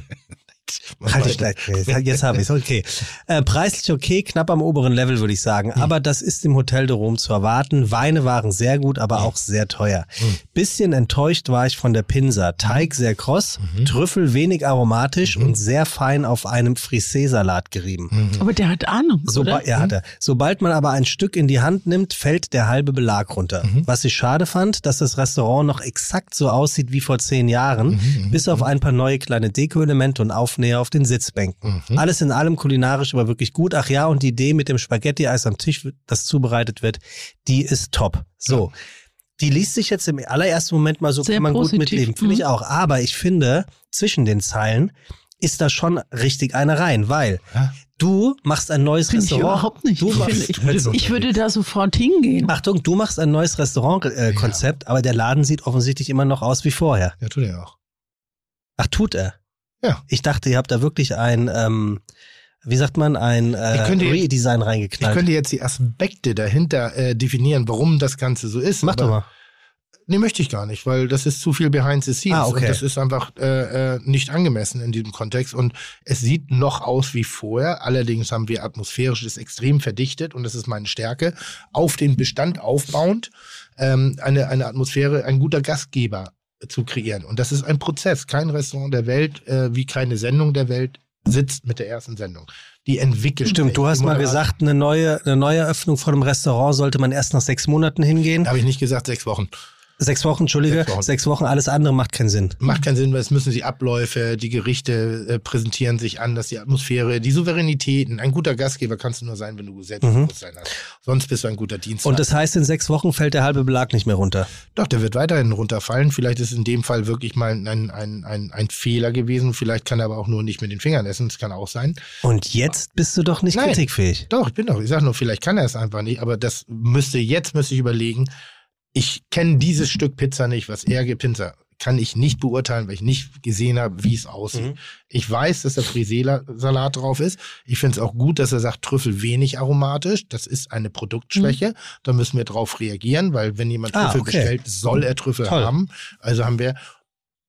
Halt dich gleich. Jetzt habe ich es. Okay. Äh, preislich okay, knapp am oberen Level, würde ich sagen. Mhm. Aber das ist im Hotel de Rome zu erwarten. Weine waren sehr gut, aber auch sehr teuer. Mhm. Bisschen enttäuscht war ich von der Pinsa. Teig sehr kross, Mhm. Trüffel wenig aromatisch und sehr fein auf einem Frisee-Salat gerieben. Mhm. Aber der hat Ahnung, Soba- oder? ja, hat er. Sobald man aber ein Stück in die Hand nimmt, fällt der halbe Belag runter. Mhm. Was ich schade fand, dass das Restaurant noch exakt so aussieht wie vor zehn Jahren, Mhm. bis auf ein paar neue kleine Deko-Elemente und Aufnäher auf den Sitzbänken. Mhm. Alles in allem kulinarisch aber wirklich gut. Ach ja, und die Idee mit dem Spaghetti-Eis am Tisch, das zubereitet wird, die ist top. So. Die liest sich jetzt im allerersten Moment mal so, Sehr kann man positiv. gut mitleben. Finde ich Mhm. auch. Aber ich finde, zwischen den Zeilen ist da schon richtig eine rein, weil Ja. du machst ein neues Finde ich Restaurant. überhaupt nicht. Du Ich, machst, finde, ich, ich würde da sofort hingehen. Achtung, du machst ein neues Restaurantkonzept, äh, Konzept, aber der Laden sieht offensichtlich immer noch aus wie vorher. Ja, tut er auch. Ach, tut er? Ja. Ich dachte, ihr habt da wirklich ein, ähm, wie sagt man, ein äh, Ich könnte- Redesign Ich reingeknallt. könnte jetzt die Aspekte dahinter äh, definieren, warum das Ganze so ist. Mach aber- doch mal. Nee, möchte ich gar nicht, weil das ist zu viel behind the scenes. Ah, okay. Und das ist einfach äh, äh, nicht angemessen in diesem Kontext. Und es sieht noch aus wie vorher. Allerdings haben wir atmosphärisch das extrem verdichtet und das ist meine Stärke. Auf den Bestand aufbauend ähm, eine, eine Atmosphäre, ein guter Gastgeber zu kreieren. Und das ist ein Prozess. Kein Restaurant der Welt, äh, wie keine Sendung der Welt, sitzt mit der ersten Sendung. Die entwickelt Stimmt, sich. du hast Die mal Moderator- gesagt, eine neue, eine neue Eröffnung von einem Restaurant sollte man erst nach sechs Monaten hingehen. Habe ich nicht gesagt, sechs Wochen. Sechs Wochen, Entschuldige, Sechs Wochen. sechs Wochen, alles andere macht keinen Sinn. Macht keinen Sinn, weil es müssen sie Abläufe, die Gerichte äh, präsentieren sich anders, die Atmosphäre, die Souveränitäten. Ein guter Gastgeber kannst du nur sein, wenn du Selbstbewusstsein hast. Sonst bist du ein guter Dienstleister. Und das heißt, in sechs Wochen fällt der halbe Belag nicht mehr runter. Doch, der wird weiterhin runterfallen. Vielleicht ist in dem Fall wirklich mal ein, ein, ein, ein Fehler gewesen. Vielleicht kann er aber auch nur nicht mit den Fingern essen. Das kann auch sein. Und jetzt bist du doch nicht Nein. kritikfähig. Doch, ich bin doch. Ich sage nur, vielleicht kann er es einfach nicht. Aber das müsste, jetzt müsste ich überlegen, ich kenne dieses Stück Pizza nicht, was er gepinzer. Kann ich nicht beurteilen, weil ich nicht gesehen habe, wie es aussieht. Mhm. Ich weiß, dass da Frisee-Salat drauf ist. Ich finde es auch gut, dass er sagt, Trüffel wenig aromatisch. Das ist eine Produktschwäche. Mhm. Da müssen wir drauf reagieren, weil wenn jemand Ah, Trüffel okay. bestellt, soll er Trüffel Toll. haben. Also haben wir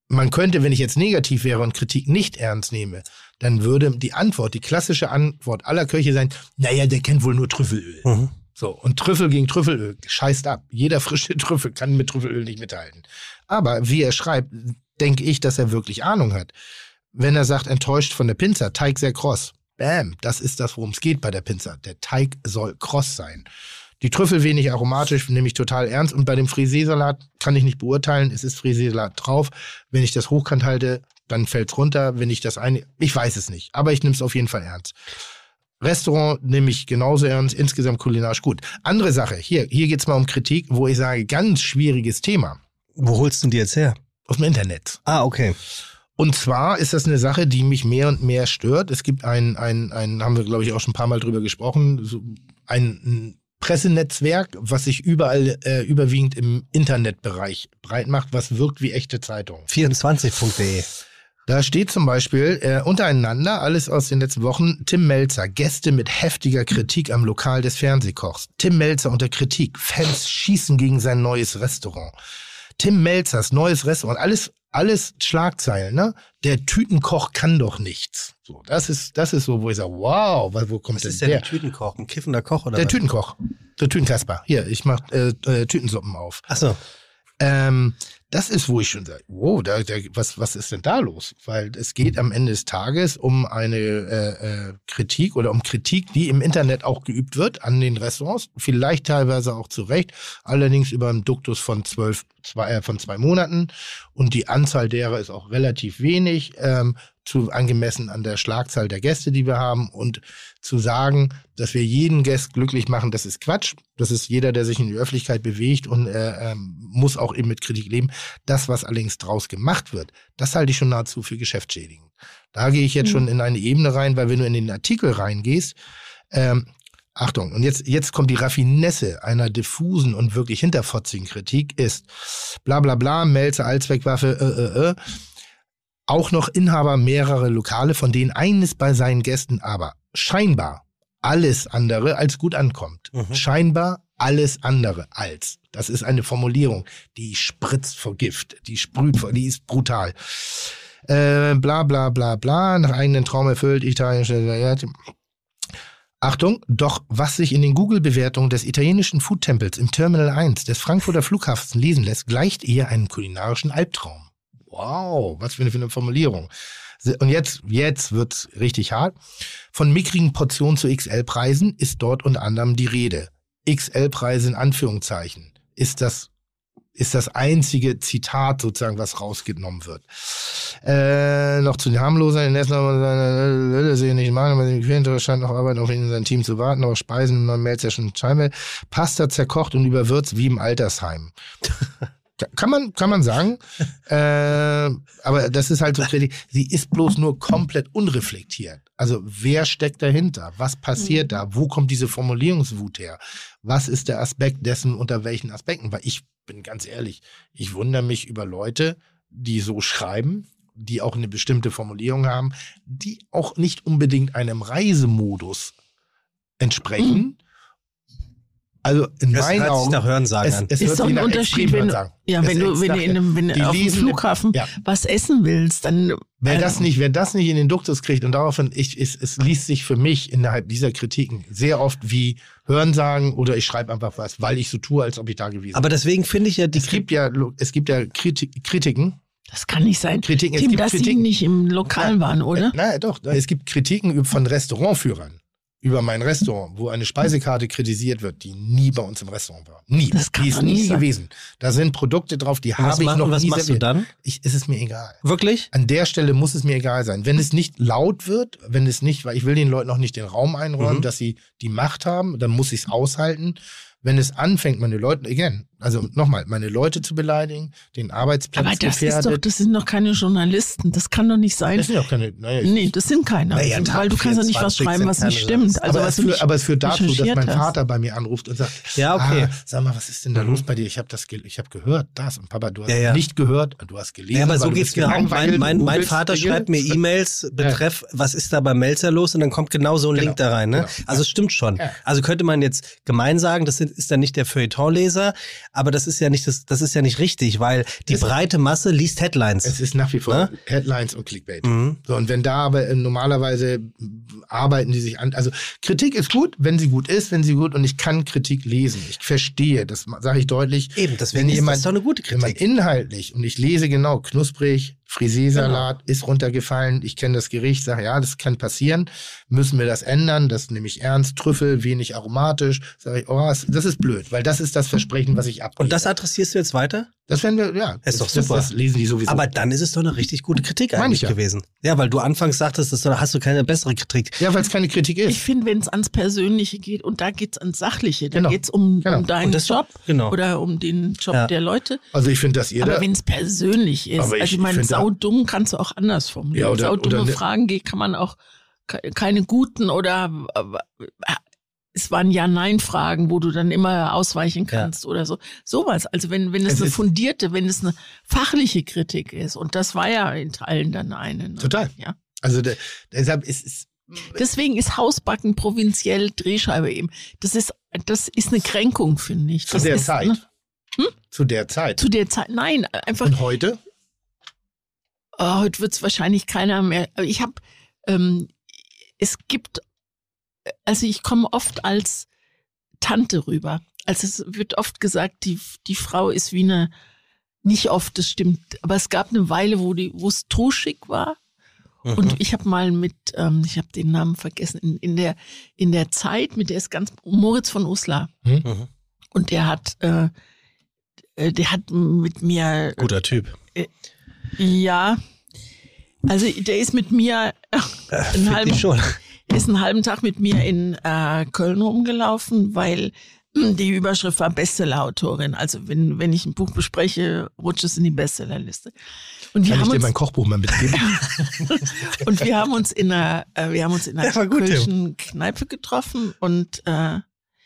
man könnte, wenn ich jetzt negativ wäre und Kritik nicht ernst nehme, dann würde die Antwort, die klassische Antwort aller Köche sein, naja, der kennt wohl nur Trüffelöl. Mhm. So, und Trüffel gegen Trüffelöl, scheißt ab. Jeder frische Trüffel kann mit Trüffelöl nicht mithalten. Aber wie er schreibt, denke ich, dass er wirklich Ahnung hat. Wenn er sagt, enttäuscht von der Pinzer, Teig sehr kross. Bam, das ist das, worum es geht bei der Pinzer. Der Teig soll kross sein. Die Trüffel wenig aromatisch, nehme ich total ernst. Und bei dem Frisee-Salat kann ich nicht beurteilen, es ist Frisee-Salat drauf. Wenn ich das hochkant halte, dann fällt's runter. Wenn ich das ein, ich weiß es nicht, aber ich nehme es auf jeden Fall ernst. Restaurant nehme ich genauso ernst, insgesamt kulinarisch gut. Andere Sache, hier, hier geht's mal um Kritik, wo ich sage, ganz schwieriges Thema. Wo holst du die jetzt her? Aus dem Internet. Ah, okay. Und zwar ist das eine Sache, die mich mehr und mehr stört. Es gibt ein, ein, ein haben wir, glaube ich, auch schon ein paar Mal drüber gesprochen, so ein, ein Pressenetzwerk, was sich überall äh, überwiegend im Internetbereich breit macht, was wirkt wie echte Zeitung. vierundzwanzig punkt de. Da steht zum Beispiel äh, untereinander, alles aus den letzten Wochen, Tim Melzer, Gäste mit heftiger Kritik am Lokal des Fernsehkochs. Tim Melzer unter Kritik, Fans schießen gegen sein neues Restaurant. Tim Melzers neues Restaurant, alles alles Schlagzeilen, ne? Der Tütenkoch kann doch nichts. So, das ist das ist so, wo ich sage, wow, wo kommt Was denn ist denn der? der Tütenkoch? Ein kiffender Koch oder Der was? Tütenkoch, der Tütenkasper. Hier, ich mach äh, äh, Tütensuppen auf. Ach so. Ähm, das ist, wo ich schon sage, wow, da, da, was, was ist denn da los? Weil es geht am Ende des Tages um eine äh, äh, Kritik oder um Kritik, die im Internet auch geübt wird an den Restaurants, vielleicht teilweise auch zu Recht, allerdings über einen Duktus von zwölf, zwei, äh, von zwei Monaten und die Anzahl derer ist auch relativ wenig, ähm, zu angemessen an der Schlagzahl der Gäste, die wir haben und zu sagen, dass wir jeden Gast glücklich machen, das ist Quatsch. Das ist jeder, der sich in die Öffentlichkeit bewegt und äh, ähm, muss auch eben mit Kritik leben. Das, was allerdings draus gemacht wird, das halte ich schon nahezu für geschäftsschädigend. Da gehe ich jetzt mhm. schon in eine Ebene rein, weil wenn du in den Artikel reingehst, ähm, Achtung, und jetzt, jetzt kommt die Raffinesse einer diffusen und wirklich hinterfotzigen Kritik ist bla bla bla, Melzer, Allzweckwaffe, äh, äh, äh. Auch noch Inhaber mehrerer Lokale, von denen eines bei seinen Gästen aber scheinbar alles andere als gut ankommt. Mhm. Scheinbar alles andere als. Das ist eine Formulierung, die spritzt vor Gift, die sprüht vor, die ist brutal. Äh, bla bla bla bla, nach eigenen Traum erfüllt, italienische... Achtung, doch was sich in den Google-Bewertungen des italienischen Foodtempels im Terminal eins des Frankfurter Flughafens lesen lässt, gleicht eher einem kulinarischen Albtraum. Wow, was für eine, für eine Formulierung. Und jetzt, jetzt wird's richtig hart. Von mickrigen Portionen zu X L-Preisen ist dort unter anderem die Rede. X L-Preise in Anführungszeichen ist das, ist das einzige Zitat sozusagen, was rausgenommen wird. Äh, noch zu den harmlosen, in Essen seine sehe nicht machen, aber die scheint noch Arbeit auf ihn in sein Team zu warten, aber Speisen, man meldet ja schon Scheinwelt. Pasta zerkocht und überwürzt wie im Altersheim. Kann man, kann man sagen. äh, aber das ist halt so Kritik. Sie ist bloß nur komplett unreflektiert. Also wer steckt dahinter? Was passiert mhm. da? Wo kommt diese Formulierungswut her? Was ist der Aspekt dessen, unter welchen Aspekten? Weil ich bin ganz ehrlich, ich wundere mich über Leute, die so schreiben, die auch eine bestimmte Formulierung haben, die auch nicht unbedingt einem Reisemodus entsprechen. Mhm. Also in das meinen hört Augen, sich nach Hörensagen es, an. es ist doch ein Unterschied, wenn du, ja, wenn du, wenn du in einem, wenn du auf dem Flughafen ja. was essen willst, dann... Wer das nicht, wer das nicht in den Duktus kriegt und daraufhin, ich, es, es liest sich für mich innerhalb dieser Kritiken sehr oft wie Hörensagen oder ich schreibe einfach was, weil ich so tue, als ob ich da gewesen bin. Aber deswegen finde ich ja die... Es gibt ja, es gibt ja Kritik, Kritiken. Das kann nicht sein. Kritiken, Tim, es gibt dass Kritiken, die nicht im Lokal waren, oder? Nein, doch. Es gibt Kritiken von Restaurantführern über mein Restaurant, wo eine Speisekarte kritisiert wird, die nie bei uns im Restaurant war. Nie. Das kann die ist doch nicht nie sein. gewesen. Da sind Produkte drauf, die habe ich mach, noch was nie machst serviert. du dann? Ich, es ist mir egal. Wirklich? An der Stelle muss es mir egal sein. Wenn es nicht laut wird, wenn es nicht, weil ich will den Leuten noch nicht den Raum einräumen, Mhm. dass sie die Macht haben, dann muss ich es aushalten. Wenn es anfängt, meine Leute, again, also nochmal, meine Leute zu beleidigen, den Arbeitsplatz Aber das gefährdet. ist doch, das sind doch keine Journalisten. Das kann doch nicht sein. Das sind doch keine, naja, ich, Nee, das sind keine. Naja, Weil du kannst doch nicht was vierundzwanzig schreiben, was sind nicht keine stimmt. Also aber, was es du führt, nicht aber es führt dazu, dass recherchiert mein hast. Vater bei mir anruft und sagt, Ja, okay. ah, sag mal, was ist denn da Mhm. los bei dir? Ich habe das, ge- ich habe gehört, das. Und Papa, du hast Ja, ja. nicht gehört, du hast gelesen. Ja, aber weil so du geht's bist mir auch. Mein, gelangweilt, mein, du mein willst Vater Dinge. schreibt mir E-Mails betreff, was ist da bei Melzer los? Und dann kommt genau so ein Genau, Link da rein. Ne? genau. Also es stimmt schon. Ja. Also könnte man jetzt gemein sagen, das sind, ist dann nicht der Feuilletonleser, aber das ist ja nicht das, das ist ja nicht richtig, weil die es breite Masse liest Headlines. Es ist nach wie vor ne? Headlines und Clickbait. Mhm. So, und wenn da aber äh, normalerweise arbeiten die sich an, also Kritik ist gut, wenn sie gut ist, wenn sie gut, und ich kann Kritik lesen. Ich verstehe, das sage ich deutlich. Eben, deswegen ist das doch eine gute Kritik. Wenn man inhaltlich, und ich lese genau, knusprig, Frisee-Salat genau. ist runtergefallen, ich kenne das Gericht, sage, ja, das kann passieren, müssen wir das ändern, das nehme ich ernst, Trüffel, wenig aromatisch, sage ich, oh, das ist blöd, weil das ist das Versprechen, was ich abgebe. Und das adressierst du jetzt weiter? Das werden wir, ja. Das ist doch super. Das, das lesen die sowieso. Aber dann ist es doch eine richtig gute Kritik eigentlich ja. gewesen. Ja, weil du anfangs sagtest, das hast du keine bessere Kritik. Ja, weil es keine Kritik ist. Ich finde, wenn es ans Persönliche geht, und da geht es ans Sachliche, da genau. geht es um, genau. um deinen das, Job genau. oder um den Job ja. der Leute. Also ich finde, dass ihr Aber wenn es persönlich ist, aber ich, also ich meine, ich saudumm kannst du auch anders formulieren. Ja, oder, saudumme oder ne Fragen geht, kann man auch keine guten oder es waren Ja-Nein-Fragen, wo du dann immer ausweichen kannst ja. oder so. Sowas. Also wenn, wenn es, es eine fundierte, wenn es eine fachliche Kritik ist. Und das war ja in Teilen dann eine. Ne? Total. Ja. Also de, deshalb ist es. Deswegen ist Hausbacken provinziell Drehscheibe eben. Das ist, das ist eine Kränkung, finde ich. Zu das der ist, Zeit. Ne? Hm? Zu der Zeit. Zu der Zeit. Nein, einfach. Und heute? Oh, heute wird es wahrscheinlich keiner mehr. Ich habe, ähm, es gibt, also ich komme oft als Tante rüber. Also es wird oft gesagt, die, die Frau ist wie eine, nicht oft, das stimmt, aber es gab eine Weile, wo die, wo es truschig war. Mhm. Und ich habe mal mit, ähm, ich habe den Namen vergessen, in, in der in der Zeit, mit der ist ganz, Moritz von Uslar. Mhm. Und der hat, äh, der hat mit mir. Guter Typ. Äh, ja. Also der ist mit mir äh, einen, halben, schon. ist einen halben Tag mit mir in äh, Köln rumgelaufen, weil die Überschrift war Bestsellerautorin. Also wenn, wenn ich ein Buch bespreche, rutscht es in die Bestsellerliste. Und wir Kann haben ich dir uns, mein Kochbuch mal mitgeben? und wir haben uns in einer, äh, wir haben uns in einer gut, kölschen ja. Kneipe getroffen und äh,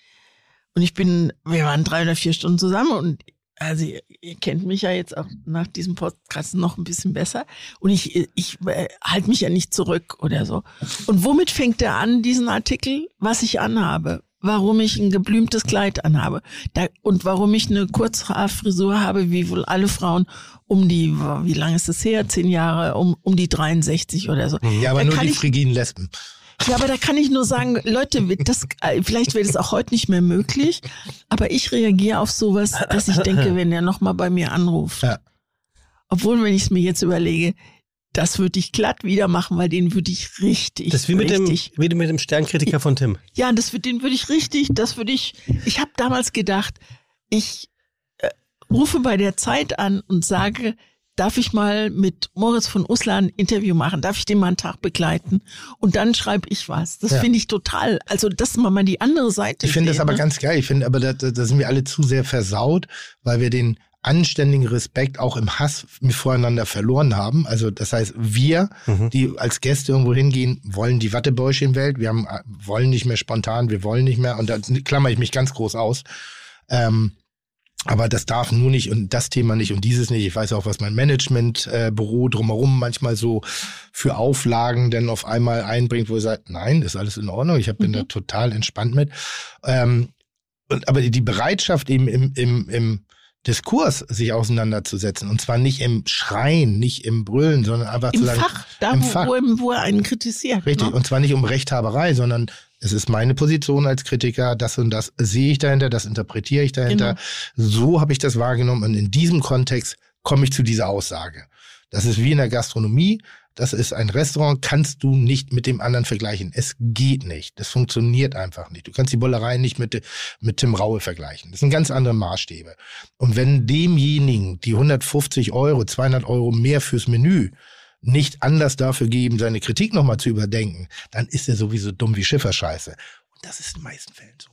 und ich bin, wir waren drei oder vier Stunden zusammen und also ihr, ihr kennt mich ja jetzt auch nach diesem Podcast noch ein bisschen besser und ich, ich äh, halte mich ja nicht zurück oder so. Und womit fängt er an, diesen Artikel? Was ich anhabe, warum ich ein geblümtes Kleid anhabe da, und warum ich eine Kurzhaarfrisur habe, wie wohl alle Frauen um die, wie lange ist das her? Zehn Jahre, um, um die dreiundsechzig oder so. Ja, aber da nur die ich, frigiden Lesben. Ja, aber da kann ich nur sagen, Leute, das, vielleicht wäre das auch heute nicht mehr möglich, aber ich reagiere auf sowas, dass ich denke, wenn der nochmal bei mir anruft. Ja. Obwohl, wenn ich es mir jetzt überlege, das würde ich glatt wieder machen, weil den würde ich richtig, Das ist wie mit, dem, richtig. wie mit dem Sternkritiker von Tim. Ja, das, den würde ich richtig, das würde ich, ich habe damals gedacht, ich äh, rufe bei der Zeit an und sage, darf ich mal mit Moritz von Uslar ein Interview machen? Darf ich den mal einen Tag begleiten? Und dann schreibe ich was. Das Ja. finde ich total, also dass man mal die andere Seite Ich finde das sehen, aber ne? ganz geil. Ich finde aber, da, da sind wir alle zu sehr versaut, weil wir den anständigen Respekt auch im Hass voreinander verloren haben. Also das heißt, wir, Mhm. die als Gäste irgendwo hingehen, wollen die Wattebäuschenwelt. Wir haben, wollen nicht mehr spontan, wir wollen nicht mehr. Und da klammer ich mich ganz groß aus. Ähm, aber das darf nur nicht und das Thema nicht und dieses nicht. Ich weiß auch, was mein Managementbüro äh, drumherum manchmal so für Auflagen dann auf einmal einbringt, wo ihr sagt, nein, ist alles in Ordnung. Ich hab, bin Mhm. da total entspannt mit. Ähm, und, aber die Bereitschaft eben im, im, im Diskurs sich auseinanderzusetzen und zwar nicht im Schreien, nicht im Brüllen, sondern einfach Im zu sagen, Fach, da im wo, Fach. Wo, er- wo er einen kritisiert. Richtig, Ne? und zwar nicht um Rechthaberei, sondern es ist meine Position als Kritiker, das und das sehe ich dahinter, das interpretiere ich dahinter. Genau. So habe ich das wahrgenommen und in diesem Kontext komme ich zu dieser Aussage. Das ist wie in der Gastronomie, das ist ein Restaurant, kannst du nicht mit dem anderen vergleichen. Es geht nicht, das funktioniert einfach nicht. Du kannst die Bollerei nicht mit, mit Tim Raue vergleichen. Das sind ganz andere Maßstäbe. Und wenn demjenigen die hundertfünfzig Euro, zweihundert Euro mehr fürs Menü nicht Anlass dafür geben, seine Kritik nochmal zu überdenken, dann ist er sowieso dumm wie Schifferscheiße. Und das ist in den meisten Fällen so.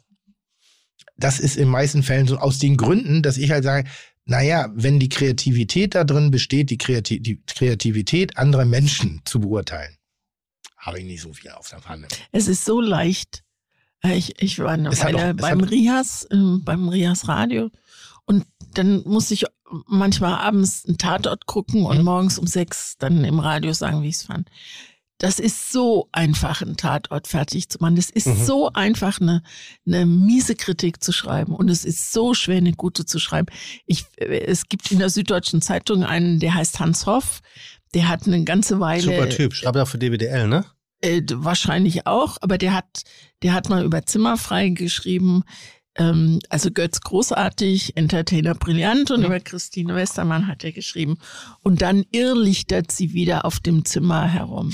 Das ist in den meisten Fällen so aus den Gründen, dass ich halt sage, naja, wenn die Kreativität da drin besteht, die, Kreativ- die Kreativität anderer Menschen zu beurteilen, habe ich nicht so viel auf der Pfanne. Es ist so leicht. Äh, Ich, ich war eine Es hat Weile auch- es beim hat- Rias, äh, beim Rias Radio und dann musste ich manchmal abends einen Tatort gucken und Mhm. morgens um sechs dann im Radio sagen, wie ich es fand. das ist so einfach, einen Tatort fertig zu machen. Das ist Mhm. so einfach, eine, eine miese Kritik zu schreiben. Und es ist so schwer, eine gute zu schreiben. Ich, es gibt in der Süddeutschen Zeitung einen, der heißt Hans Hoff. Der hat eine ganze Weile... Super Typ, schreibt auch für D W D L, ne? Äh, wahrscheinlich auch, aber der hat, der hat mal über Zimmerfrei geschrieben. Ähm, also Götz großartig, Entertainer brillant, und über Christine Westermann hat er geschrieben. Und dann irrlichtert sie wieder auf dem Zimmer herum.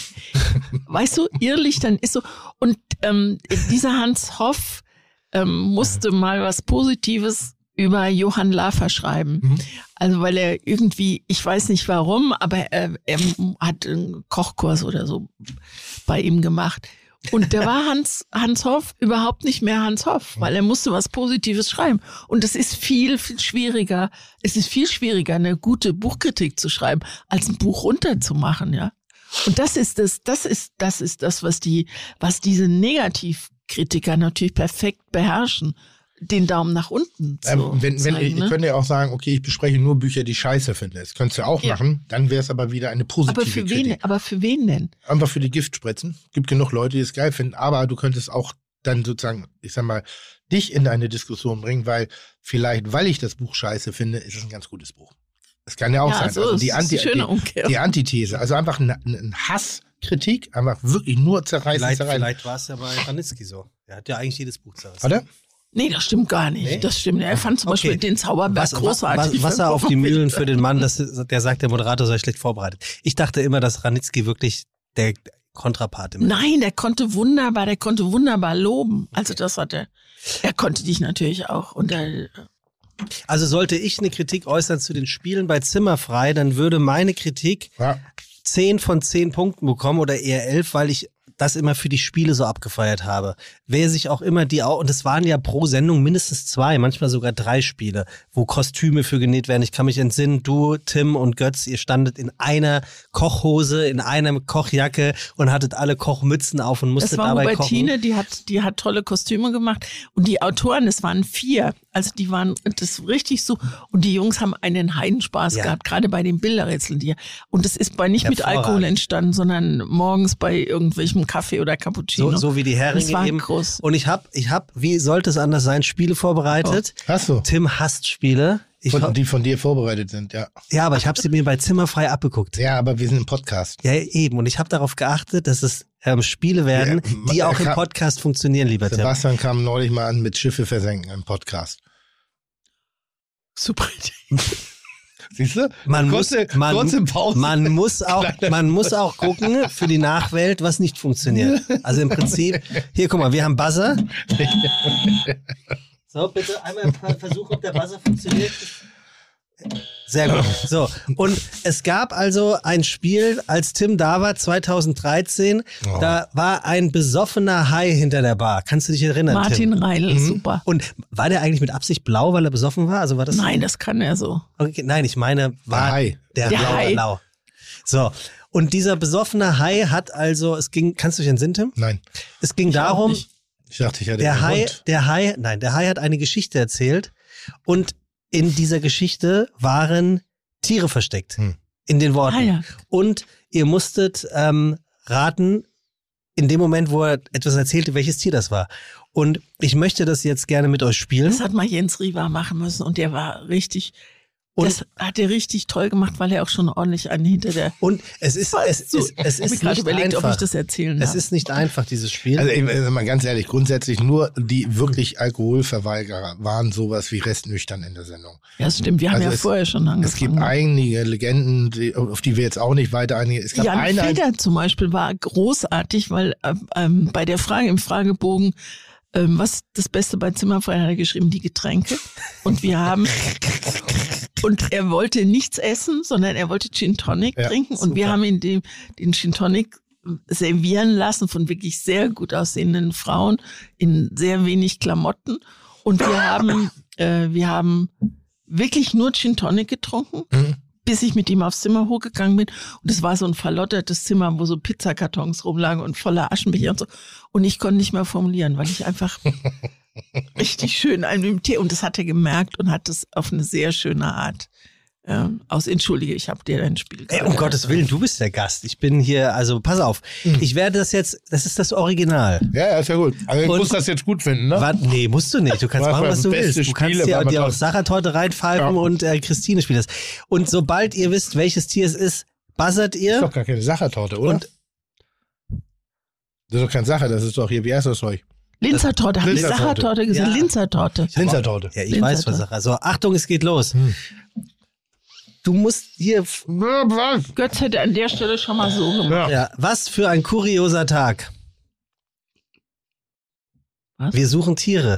Weißt du, irrlichtern ist so. Und ähm, dieser Hans Hoff ähm, musste mal was Positives über Johann Lafer schreiben. Mhm. Also weil er irgendwie, ich weiß nicht warum, aber er, er hat einen Kochkurs oder so bei ihm gemacht. Und da war Hans, Hans Hoff überhaupt nicht mehr Hans Hoff, weil er musste was Positives schreiben. Und es ist viel, viel schwieriger, es ist viel schwieriger, eine gute Buchkritik zu schreiben, als ein Buch runterzumachen, ja. Und das ist das, das ist, das ist das, was die, was diese Negativkritiker natürlich perfekt beherrschen. Den Daumen nach unten zu Ähm, wenn, wenn, zeigen, ich ne? könnte ja auch sagen, okay, ich bespreche nur Bücher, die ich scheiße finde. Das könntest du auch Ja. machen, dann wäre es aber wieder eine positive Aber für Kritik. wen, aber für wen denn? Einfach für die Giftspritzen. Gibt genug Leute, die es geil finden, aber du könntest auch dann sozusagen, ich sag mal, dich in eine Diskussion bringen, weil vielleicht, weil ich das Buch scheiße finde, ist es ein ganz gutes Buch. Das kann ja auch Ja, sein. so Also ist die, es Anti, eine schöne die, Umkehr. die Antithese, also einfach ein, ein Hasskritik, einfach wirklich nur zerreißen, Vielleicht, zerreißen. vielleicht war es ja bei Ranitzky so. Er hat ja eigentlich jedes Buch zerrissen. Hat er? Nee, das stimmt gar nicht. Nee? Das stimmt. Er fand zum Okay. Beispiel den Zauberberg Was, was, großartig. was, Wasser auf die Mühlen für den Mann, das, der sagt, der Moderator sei schlecht vorbereitet. Ich dachte immer, dass Ranitzky wirklich der Kontrapart im Nein, der konnte wunderbar, der konnte wunderbar loben. Also das hat er. Er konnte dich natürlich auch. Und er, Also sollte ich eine Kritik äußern zu den Spielen bei Zimmerfrei, dann würde meine Kritik Ja. zehn von zehn Punkten bekommen oder eher elf, weil ich das immer für die Spiele so abgefeiert habe. Wer sich auch immer die, und es waren ja pro Sendung mindestens zwei, manchmal sogar drei Spiele, wo Kostüme für genäht werden. Ich kann mich entsinnen, du, Tim und Götz, ihr standet in einer Kochhose, in einer Kochjacke und hattet alle Kochmützen auf und musstet das war dabei Hubertine, kochen. die hat, die hat tolle Kostüme gemacht. Und die Autoren, es waren vier. Also die waren das richtig so. Und die Jungs haben einen Heidenspaß Ja. gehabt, gerade bei den Bilderrätseln. Die, und das ist bei nicht mit Hervorragend. Alkohol entstanden, sondern morgens bei irgendwelchem Kaffee oder Cappuccino. So, so wie die Das Heringe war eben. groß. Und ich habe, ich hab, wie sollte es anders sein, Spiele vorbereitet. Hast du? Tim hasst Spiele. Ich, Von, die von dir vorbereitet sind, ja. ja, aber ich habe sie mir bei Zimmerfrei abgeguckt. Ja, aber wir sind im Podcast. Ja, eben. Und ich habe darauf geachtet, dass es ähm, Spiele werden, Ja, die er auch im kam- Podcast funktionieren, lieber Tim. Sebastian kam neulich mal an mit Schiffe versenken im Podcast. Super Idee. Siehst du? Man kurze, muss, man, kurze Pause. man muss auch, Kleiner- man muss auch gucken für die Nachwelt, was nicht funktioniert. Also im Prinzip, hier, guck mal, wir haben Buzzer. So, bitte einmal versuchen, ob der Buzzer funktioniert. Sehr gut. So, und es gab also ein Spiel, als Tim da war, zweitausenddreizehn, Oh. da war ein besoffener Hai hinter der Bar. Kannst du dich erinnern, Martin Tim? Reil, Mhm. super. Und war der eigentlich mit Absicht blau, weil er besoffen war? Also war das? Nein, das kann er so. Okay, nein, ich meine, war Der Hai. der, Der blaue Hai. Blau. So. Und dieser besoffene Hai hat also, es ging, kannst du dich entsinnen, Tim? Nein. Es ging Ich auch darum, nicht. Ich dachte, ich hatte der einen Hai, Hund. der Hai, nein, der Hai hat eine Geschichte erzählt und in dieser Geschichte waren Tiere versteckt. Hm. In den Worten. Ah, ja. Und ihr musstet ähm, raten, in dem Moment, wo er etwas erzählte, welches Tier das war. Und ich möchte das jetzt gerne mit euch spielen. Das hat mal Jens Riva machen müssen und der war richtig, Und- das hat er richtig toll gemacht, weil er auch schon ordentlich einen hinter der... Und es ist, es So, ist, es ich hab mir ist gerade nicht überlegt, einfach. ob ich das erzählen Es darf. ist nicht einfach, dieses Spiel. Also ich, also mal ganz ehrlich, grundsätzlich nur die wirklich Alkoholverweigerer waren sowas wie restnüchtern in der Sendung. Ja, das stimmt, wir haben Also ja es- vorher schon angefangen. Es gibt einige Legenden, die, auf die wir jetzt auch nicht weiter eingehen. Es gab Jan eine, Feder zum Beispiel war großartig, weil ähm, ähm, bei der Frage im Fragebogen, ähm, was das Beste bei Zimmerfrei, hat er geschrieben, die Getränke. Und wir haben, und er wollte nichts essen, sondern er wollte Gin Tonic Ja, trinken. Und wir super. haben ihn den, den Gin Tonic servieren lassen von wirklich sehr gut aussehenden Frauen in sehr wenig Klamotten. Und wir haben, äh, wir haben wirklich nur Gin Tonic getrunken. Mhm. Bis ich mit ihm aufs Zimmer hochgegangen bin. Und es war so ein verlottertes Zimmer, wo so Pizzakartons rumlagen und voller Aschenbecher und so. Und ich konnte nicht mehr formulieren, weil ich einfach richtig schön einen mit dem Tee. Und das hat er gemerkt und hat das auf eine sehr schöne Art Ähm, aus Entschuldige, ich habe dir dein Spiel Ey, um Gottes Willen, du bist der Gast. Ich bin hier, also pass auf. Mhm. Ich werde das jetzt, das ist das Original. Ja, ja, ist ja gut. Also ich Und, muss das jetzt gut finden, ne? Wat, nee, musst du nicht. Du kannst Was machen, was du beste willst. Du kannst Spiele, dir, dir auch toll. Sachertorte reinpfeifen Ja. und äh, Christine spielt das. Und sobald ihr wisst, welches Tier es ist, buzzert ihr. Das ist doch gar keine Sachertorte, oder? Und das ist doch keine Sache, das ist doch hier, wie heißt das Zeug? Linzertorte, habe ich Linzertorte. Sachertorte gesagt? Ja. Linzertorte. Linzertorte. Ja, ich Linzertorte. weiß, was Sache. So, Achtung, es geht los. Hm. Du musst hier. Götz hätte an der Stelle schon mal so gemacht. Ja. Ja, was für ein kurioser Tag. Was? Wir suchen Tiere.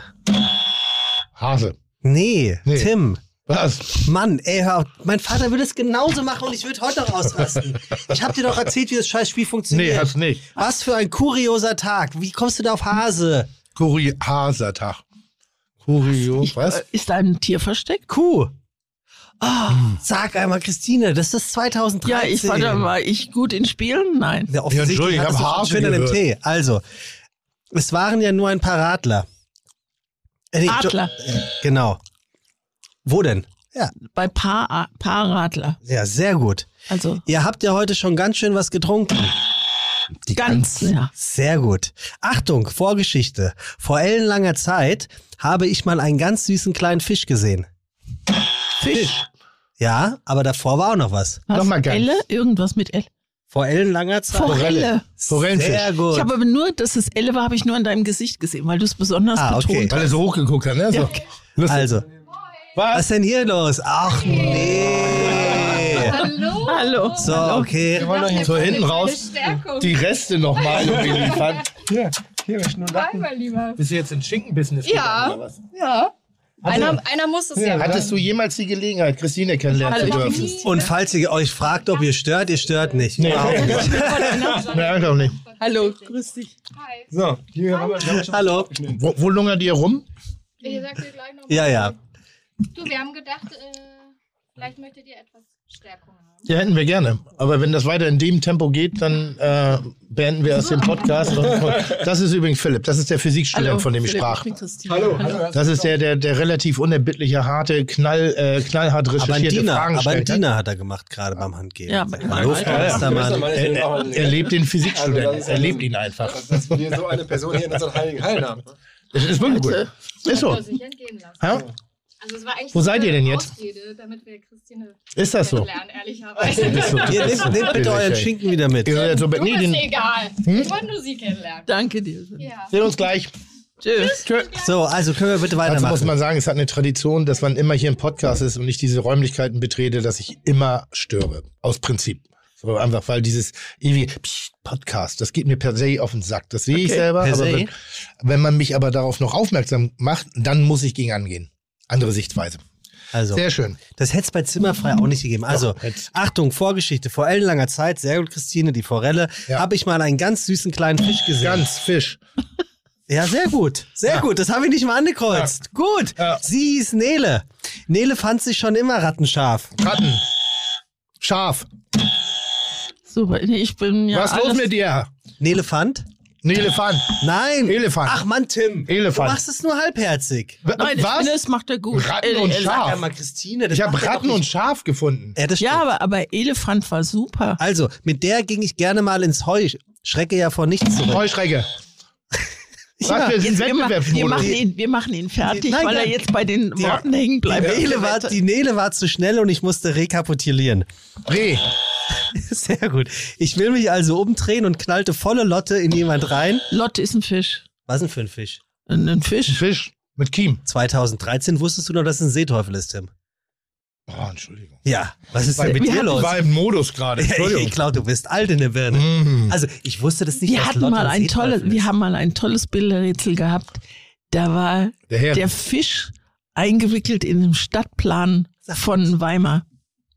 Hase. Nee, Nee. Tim. Was? Mann, ey, hör auf. Mein Vater würde es genauso machen und ich würde heute noch ausrasten. Ich hab dir doch erzählt, wie das scheiß Spiel funktioniert. Nee, hat's nicht. Was für ein kurioser Tag. Wie kommst du da auf Hase? Kuri Hasertag. Kurio, Ich, was? äh, ist da ein Tier versteckt? Kuh. Oh, sag einmal, Christine, das ist zweitausenddreizehn. Ja, ich war da, war ich gut in Spielen? Nein. Ja, offensichtlich Entschuldigung, ich hattest hab du schon Hase schön an dem gehört. Tee. Also, es waren ja nur ein paar Radler. Äh, nee, Adler. Jo- Genau. Wo denn? Ja, Bei Paar, Paarradler. ja, sehr gut. Also Ihr habt ja heute schon ganz schön was getrunken. Die ganz, ja. Sehr gut. Achtung, Vorgeschichte. Vor ellenlanger Zeit habe ich mal einen ganz süßen kleinen Fisch gesehen. Fisch. Ja, aber davor war auch noch was. Was? Nochmal ganz. Elle? Irgendwas mit Elle. Vor ellenlanger Zeit. Forelle. Forellenfisch. Sehr gut. Ich habe aber nur, dass es Elle war, habe ich nur an deinem Gesicht gesehen, weil du es besonders Ah, okay. betont Weil er hast. so hochgeguckt hat, ne? So. Ja. Lustig. Also, was ist denn hier los? Ach nee. Hallo. Hallo. So, okay. So hinten raus die Reste nochmal liefern. Hier, hier, wir Schnullacken. Mein Lieber. Bist du jetzt in Schinken-Business Ja. gegangen, oder was? Ja. Einer, einer muss es ja. Hattest du jemals die Gelegenheit, Christine kennenlernen zu Hallo. dürfen? Und falls ihr euch fragt, ob ihr stört, ihr stört nicht. Nee. Wow. Nee, einfach nicht. Hallo, grüß dich. Hi. So, hier haben wir Hallo. Wo, wo lungert ihr rum? Ich sag dir gleich noch. Ja, ja. Du, wir haben gedacht, äh, vielleicht möchtet ihr etwas Stärkung haben. Ja, hätten wir gerne. Aber wenn das weiter in dem Tempo geht, dann äh, beenden wir erst den Podcast. Und, das ist übrigens Philipp. Das ist der Physikstudent, Hallo, von dem ich Philipp, sprach. ich bin Christine. Hallo. Das ist der, der, der relativ unerbittliche, harte, knall, äh, knallhart Aber ein recherchierte Diener, Fragen aber ein stellt. Diener hat er gemacht, gerade beim Handgeben. Ja, bei Hallo, meinem Frau Alter. Westermann. Er, er, er lebt den Physikstudenten. Er lebt ihn einfach. Dass wir so eine Person hier in unseren heiligen Hallen haben. Das ist wirklich gut. Ist so. sich entgehen lassen. Ja? Also es war eigentlich Wo so seid eine ihr denn jetzt? Ausrede, damit wir Christine Ist das so? kennenlernen, ehrlicherweise. Ist so. Hier, nehmt, nehmt bitte euren Schinken wieder mit. Ihr seid so, Du nee, bist den, egal. Hm? Ich wollte nur sie kennenlernen. Danke dir. Ja. sehen uns gleich. Tschüss. Tschö. So, also können wir bitte Also weitermachen. muss man sagen, es hat eine Tradition, dass man immer hier im Podcast ist und ich diese Räumlichkeiten betrete, dass ich immer störe. Aus Prinzip. So einfach, weil dieses ewige Psst, Podcast, das geht mir per se auf den Sack. Das sehe ich Okay, selber. per Aber se. wenn, wenn man mich aber darauf noch aufmerksam macht, dann muss ich gegen angehen. Andere Sichtweise. Also, Sehr schön. das hätte es bei Zimmerfrei auch nicht gegeben. Also, Doch, hätt's. Achtung, Vorgeschichte. Vor ellenlanger Zeit, sehr gut, Christine, die Forelle, Ja. habe ich mal einen ganz süßen kleinen Fisch gesehen. Ganz Fisch. Ja, sehr gut. Sehr Ja. gut. Das habe ich nicht mal angekreuzt. Gut. Ja. Sie hieß Nele. Nele fand sich schon immer rattenscharf. Ratten. Schaf. Super, nee, ich bin ja Was ist los alles- mit dir? Nele fand? Ein Elefant. Nein. Elefant. Ach Mann, Tim. Elefant. Du machst es nur halbherzig. W- Nein, ich Was? finde, das macht er gut. Ratten Äh, und äh, Schaf. Sag mal, Christine. Das Ich habe macht er Ratten doch und nicht. Schaf gefunden. Ja, das Ja, stimmt. aber, aber Elefant war super. Also, mit der ging ich gerne mal ins Heu. Schrecke ja vor nichts zurück. Heuschrecke. Ja, Was, wir sind Jetzt, wir, ma- wir, Wettbewerbsmodus. machen ihn, wir machen ihn fertig, Nein, weil er nein. jetzt bei den Worten hängen Die bleibt. Nele, war, die Nele war zu schnell und ich musste rekapitulieren. Reh. Sehr gut. Ich will mich also umdrehen und knallte volle Lotte in jemand rein. Lotte ist ein Fisch. Was denn für ein Fisch? Ein, ein Fisch? Fisch. Mit Kiem. zweitausenddreizehn wusstest du noch, dass es ein Seeteufel ist, Tim? Oh, Entschuldigung. Ja, was ist denn mit Wir dir hatten- los? Ich war im Modus gerade. Ja, Entschuldigung. ich glaube, du bist alt in der Birne. Mhm. Also, ich wusste das nicht. Wir dass hatten Lotte mal ein Seeteufel tolles, ist. wir haben mal ein tolles Bilderrätsel gehabt. Da war Der Herr. der Fisch eingewickelt in den Stadtplan von Weimar,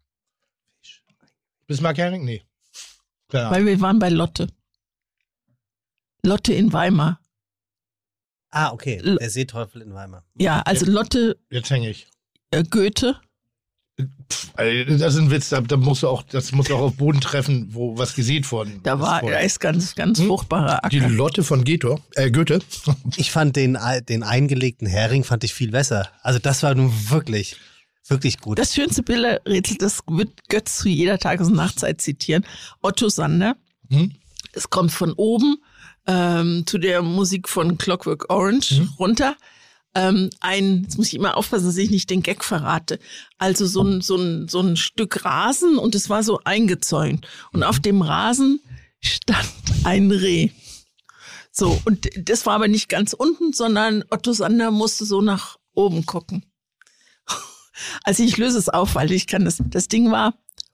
Bismarck Hering? Nee. Klar. weil wir waren bei Lotte. Lotte in Weimar. Ah, okay. L- Der Seeteufel in Weimar. Ja, also Lotte, Jetzt hänge ich. äh, Goethe. Also, das ist ein Witz, da, da musst du auch, das muss auch auf Boden treffen, wo was gesät worden Da war, ist. er ist ganz, ganz fruchtbarer Die Acker. Lotte von Goethe, äh, Goethe. Ich fand den, den eingelegten Hering fand ich viel besser. Also, das war nun wirklich Wirklich gut. Das schönste Bilderrätsel, das wird Götz zu jeder Tages- und Nachtzeit zitieren. Otto Sander. Hm? Es kommt von oben ähm, zu der Musik von Clockwork Orange hm? runter. Ähm, ein, jetzt muss ich immer aufpassen, dass ich nicht den Gag verrate. Also so ein, so ein, so ein Stück Rasen und es war so eingezäunt. Und auf dem Rasen stand ein Reh. So, und das war aber nicht ganz unten, sondern Otto Sander musste so nach oben gucken. Also ich löse es auf, weil ich kann das. Das Ding war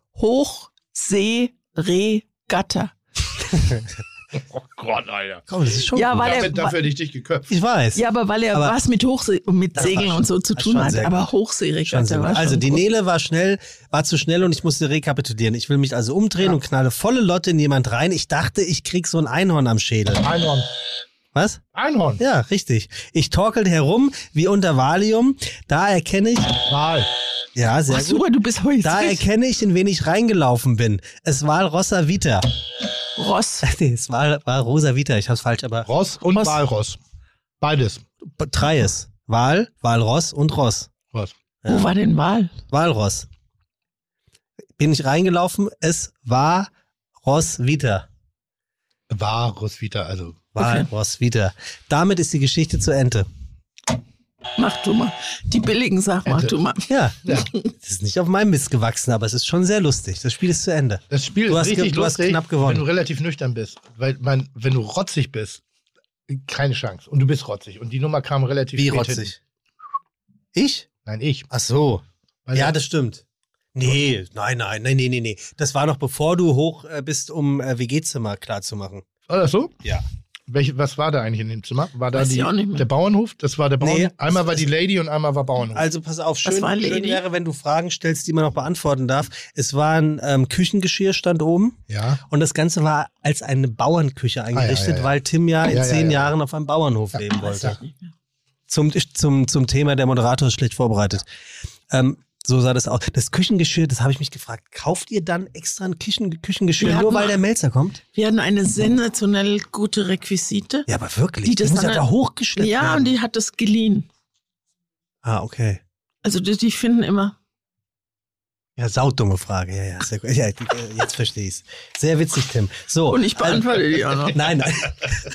Hochseeregatta. Oh Gott, Alter. Komm, das ist schon ja, gut. weil Dafür, er, dafür hätte ich dich geköpft. Ich weiß. Ja, aber weil er aber was mit Hochsee und mit Segeln und so zu tun hat. Aber Hochseeregatta war schon Also die gut. Nele war schnell, war zu schnell und ich musste rekapitulieren. Ich will mich also umdrehen ja. und knalle volle Lotte in jemand rein. Ich dachte, ich krieg so ein Einhorn am Schädel. Einhorn. Was? Einhorn. Ja, richtig. Ich torkelte herum wie unter Valium. Da erkenne ich... Wal. Ja, sehr Ach, gut. super, du bist heute. Da erkenne ich, in wen ich reingelaufen bin. Es war Rossa Vita. Ross. Nee, es war, war Rosa Vita. Ich hab's falsch, aber... Ross und Ross. Walross. Beides. Dreies. Wal, Walross und Ross. Ross. Ja. Wo war denn Wal? Walross. Bin ich reingelaufen, es war Ross Vita. War Ross Vita, also... War okay. Ross Vita. Damit ist die Geschichte zu Ende. Mach du mal. Die billigen Sachen mach du mal. Ja, ja. Das ist nicht auf meinem Mist gewachsen, aber es ist schon sehr lustig. Das Spiel ist zu Ende. Das Spiel du ist hast, richtig du lustig, hast knapp gewonnen. wenn du relativ nüchtern bist. Weil, mein, wenn du rotzig bist, keine Chance. Und du bist rotzig. Und die Nummer kam relativ Wie spät rotzig? Hin. Ich? Nein, ich. Ach so. Weil ja, das stimmt. Nee, nein, nein, nein, nee, nee, nee. Das war noch bevor du hoch äh, bist, um äh, W G-Zimmer klarzumachen. War das so? Ja. Welche, was war da eigentlich in dem Zimmer? War da Weiß die, ich auch nicht mehr. der Bauernhof? Das war der Bauernhof. Nee, einmal das- war die Lady und einmal war Bauernhof. Also pass auf, schön, Was war schön Lady? wäre, wenn du Fragen stellst, die man noch beantworten darf. Es war ein ähm, Küchengeschirr, stand oben. ja. Und das Ganze war als eine Bauernküche eingerichtet, Ah, ja, ja. weil Tim ja in Ja, ja, zehn ja. Jahren auf einem Bauernhof leben Weiß wollte. ich nicht mehr. Zum, zum, zum Thema, der Moderator ist schlecht vorbereitet. Ähm, so sah das aus. Das Küchengeschirr, das habe ich mich gefragt. Kauft ihr dann extra ein Küchen, Küchengeschirr, Wir nur hatten- weil der Melzer kommt? Wir hatten eine sensationell gute Requisite. Ja, aber wirklich. Die das muss ja dann- da hochgeschleppt Ja, werden. und die hat das geliehen. Ah, okay. Also die, die finden immer. Ja, saudumme Frage. Ja, ja, sehr gut. Ja, die- äh, jetzt verstehe ich's. Sehr witzig, Tim. So. Und ich beantworte die auch noch. Nein, nein.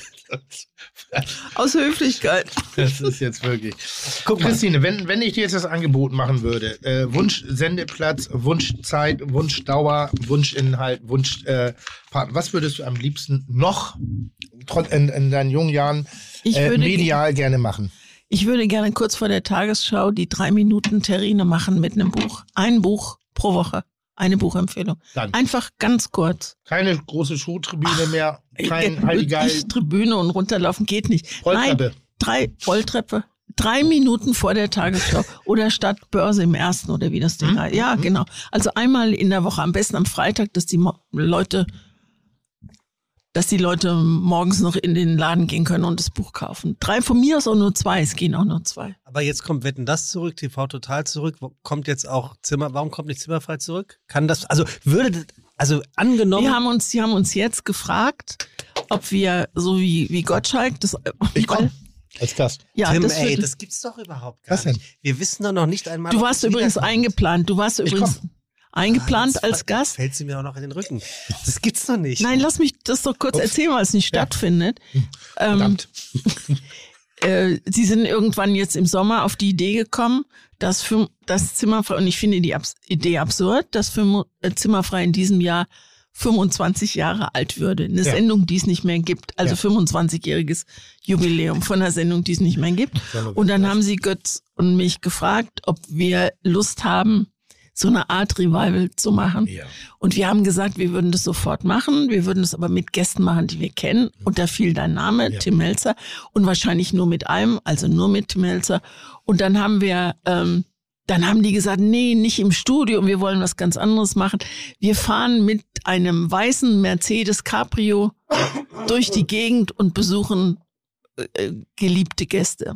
Aus Höflichkeit. Das ist jetzt wirklich. Guck mal. Christine, wenn, wenn ich dir jetzt das Angebot machen würde, äh, Wunsch-Sendeplatz, Wunschzeit, Wunschdauer, Wunschinhalt, Wunsch, äh, Partner, was würdest du am liebsten noch trotz in, in deinen jungen Jahren Ich äh, würde- medial gerne machen? Ich würde gerne kurz vor der Tagesschau die drei Minuten Terrine machen mit einem Buch. Ein Buch pro Woche. Eine Buchempfehlung. Dann. Einfach ganz kurz. Keine große Schuhtribüne mehr, kein Äh, Heiligeil, ich, Tribüne und runterlaufen geht nicht. Rolltreppe. Nein, drei Rolltreppe. Drei Minuten vor der Tagesschau oder Stadtbörse im ersten oder wie das Ding heißt. Ja, genau. Also einmal in der Woche, am besten am Freitag, dass die Mo- Leute, dass die Leute morgens noch in den Laden gehen können und das Buch kaufen. Drei, von mir aus auch nur zwei. Es gehen auch nur zwei. Aber jetzt kommt Wetten, das zurück, T V Total zurück. Wo- Kommt jetzt auch Zimmer, warum kommt nicht Zimmerfrei zurück? Kann das, also würde, das- also angenommen. Wir haben uns, die haben uns jetzt gefragt, ob wir so wie, wie Gottschalk, das, Ich komm. weil- Als Gast. ja, Tim, das ey, wird- das gibt's doch überhaupt gar Was denn? nicht. Wir wissen doch noch nicht einmal. Du ob warst es übrigens wiederkommt. eingeplant. Du warst übrigens eingeplant Jetzt als Gast. Fällt sie mir auch noch in den Rücken. Das gibt's doch nicht. Nein, lass mich das doch kurz erzählen, weil es nicht stattfindet. Ähm, Verdammt. äh, Sie sind irgendwann jetzt im Sommer auf die Idee gekommen, dass für, das Zimmerfrei, und ich finde die Abs Idee absurd, dass für, äh, Zimmerfrei in diesem Jahr fünfundzwanzig Jahre alt würde. Eine Ja. Sendung, die es nicht mehr gibt. Also Ja. fünfundzwanzigjähriges Jubiläum von einer Sendung, die es nicht mehr gibt. Und dann haben sie Götz und mich gefragt, ob wir Lust haben, so eine Art Revival zu machen. Ja. Und wir haben gesagt, wir würden das sofort machen. Wir würden das aber mit Gästen machen, die wir kennen. Und da fiel dein Name, Ja. Tim Melzer. Und wahrscheinlich nur mit einem, also nur mit Tim Melzer. Und dann haben wir, ähm, dann haben die gesagt, nee, nicht im Studio. Wir wollen was ganz anderes machen. Wir fahren mit einem weißen Mercedes Cabrio durch die Gegend und besuchen äh, geliebte Gäste.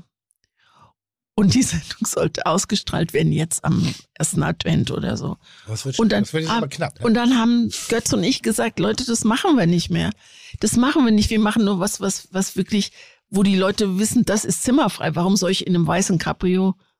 Und die Sendung sollte ausgestrahlt werden jetzt am ersten Advent oder so. Das wird, Und dann, das wird jetzt ah, aber knapp. Ne? und dann haben Götz und ich gesagt, Leute, das machen wir nicht mehr. Das machen wir nicht. Wir machen nur was, was, was wirklich, wo die Leute wissen, das ist zimmerfrei. Warum soll ich in einem weißen Cabrio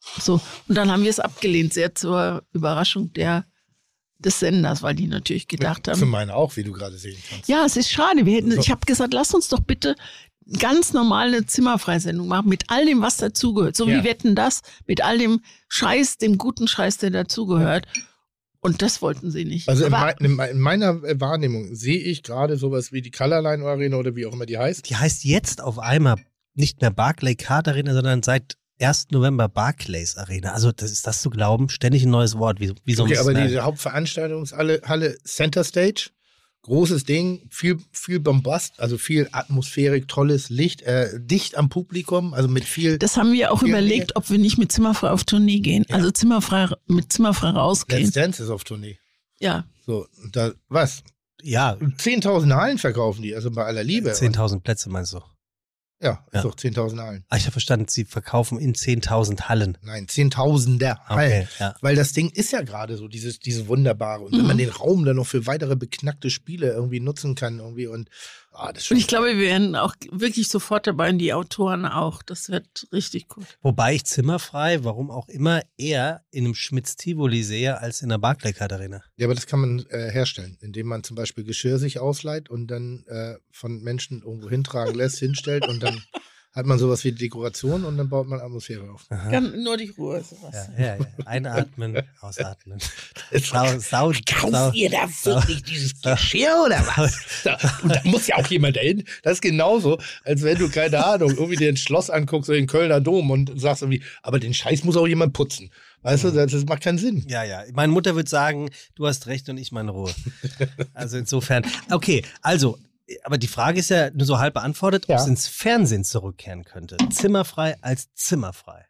So. Und dann haben wir es abgelehnt, sehr zur Überraschung der, des Senders, weil die natürlich gedacht haben. Für meine auch, wie du gerade sehen kannst. Ja, es ist schade. Wir hätten, So. ich habe gesagt, lass uns doch bitte ganz normale Zimmerfreisendung machen, mit all dem, was dazugehört. So Ja. wie Wetten, das, mit all dem Scheiß, dem guten Scheiß, der dazugehört. Und das wollten sie nicht. Also in, Aber, mein, in, in meiner Wahrnehmung sehe ich gerade sowas wie die Colorline Arena oder wie auch immer die heißt. Die heißt jetzt auf einmal nicht mehr Barclaycard Arena, sondern seit ersten November Barclays Arena. Also das ist das zu glauben, ständig ein neues Wort. Wie, wie so Okay, aber Snack. diese Hauptveranstaltungshalle Halle Center Stage, großes Ding, viel, viel Bombast, also viel Atmosphärik, tolles Licht, äh, dicht am Publikum, also mit viel. das haben wir auch viel- überlegt, ob wir nicht mit Zimmerfrei auf Tournee gehen. Also Zimmerfrei, mit Zimmerfrei rausgehen. Let's Dance ist auf Tournee. Ja. So, und da, was? Ja, zehntausend Hallen verkaufen die, also bei aller Liebe. zehntausend Plätze meinst du? Ja, ist Ja. doch zehntausend Hallen. Ah, ich habe verstanden, sie verkaufen in zehntausend Hallen. Nein, zehntausender Hallen. Okay, ja. Weil das Ding ist ja gerade so, dieses, dieses Wunderbare. Und wenn Mhm. man den Raum dann noch für weitere beknackte Spiele irgendwie nutzen kann, irgendwie und ah, das ist schon Und ich glaube, wir werden auch wirklich sofort dabei und die Autoren auch. Das wird richtig gut. Wobei ich Zimmerfrei, warum auch immer, eher in einem Schmitz-Tivoli sehe als in der Barclaycard Arena. Ja, aber das kann man äh, herstellen, indem man zum Beispiel Geschirr sich ausleiht und dann äh, von Menschen irgendwo hintragen lässt, hinstellt und dann hat man sowas wie Dekoration und dann baut man Atmosphäre auf. Kann nur die Ruhe. Sowas. Ja, ja, ja. Einatmen, ausatmen. Jetzt Sau, sau, sau, kauft ihr da wirklich dieses Geschirr oder was? Da, und da muss ja auch jemand dahin. Das ist genauso, als wenn du, keine Ahnung, irgendwie dir ein Schloss anguckst oder den Kölner Dom und sagst irgendwie, aber den Scheiß muss auch jemand putzen. Weißt du, das, das macht keinen Sinn. Ja, ja. Meine Mutter würde sagen, du hast recht und ich meine Ruhe. Also insofern. Okay, also, aber die Frage ist ja nur so halb beantwortet, ob Ja. es ins Fernsehen zurückkehren könnte. Zimmerfrei als zimmerfrei.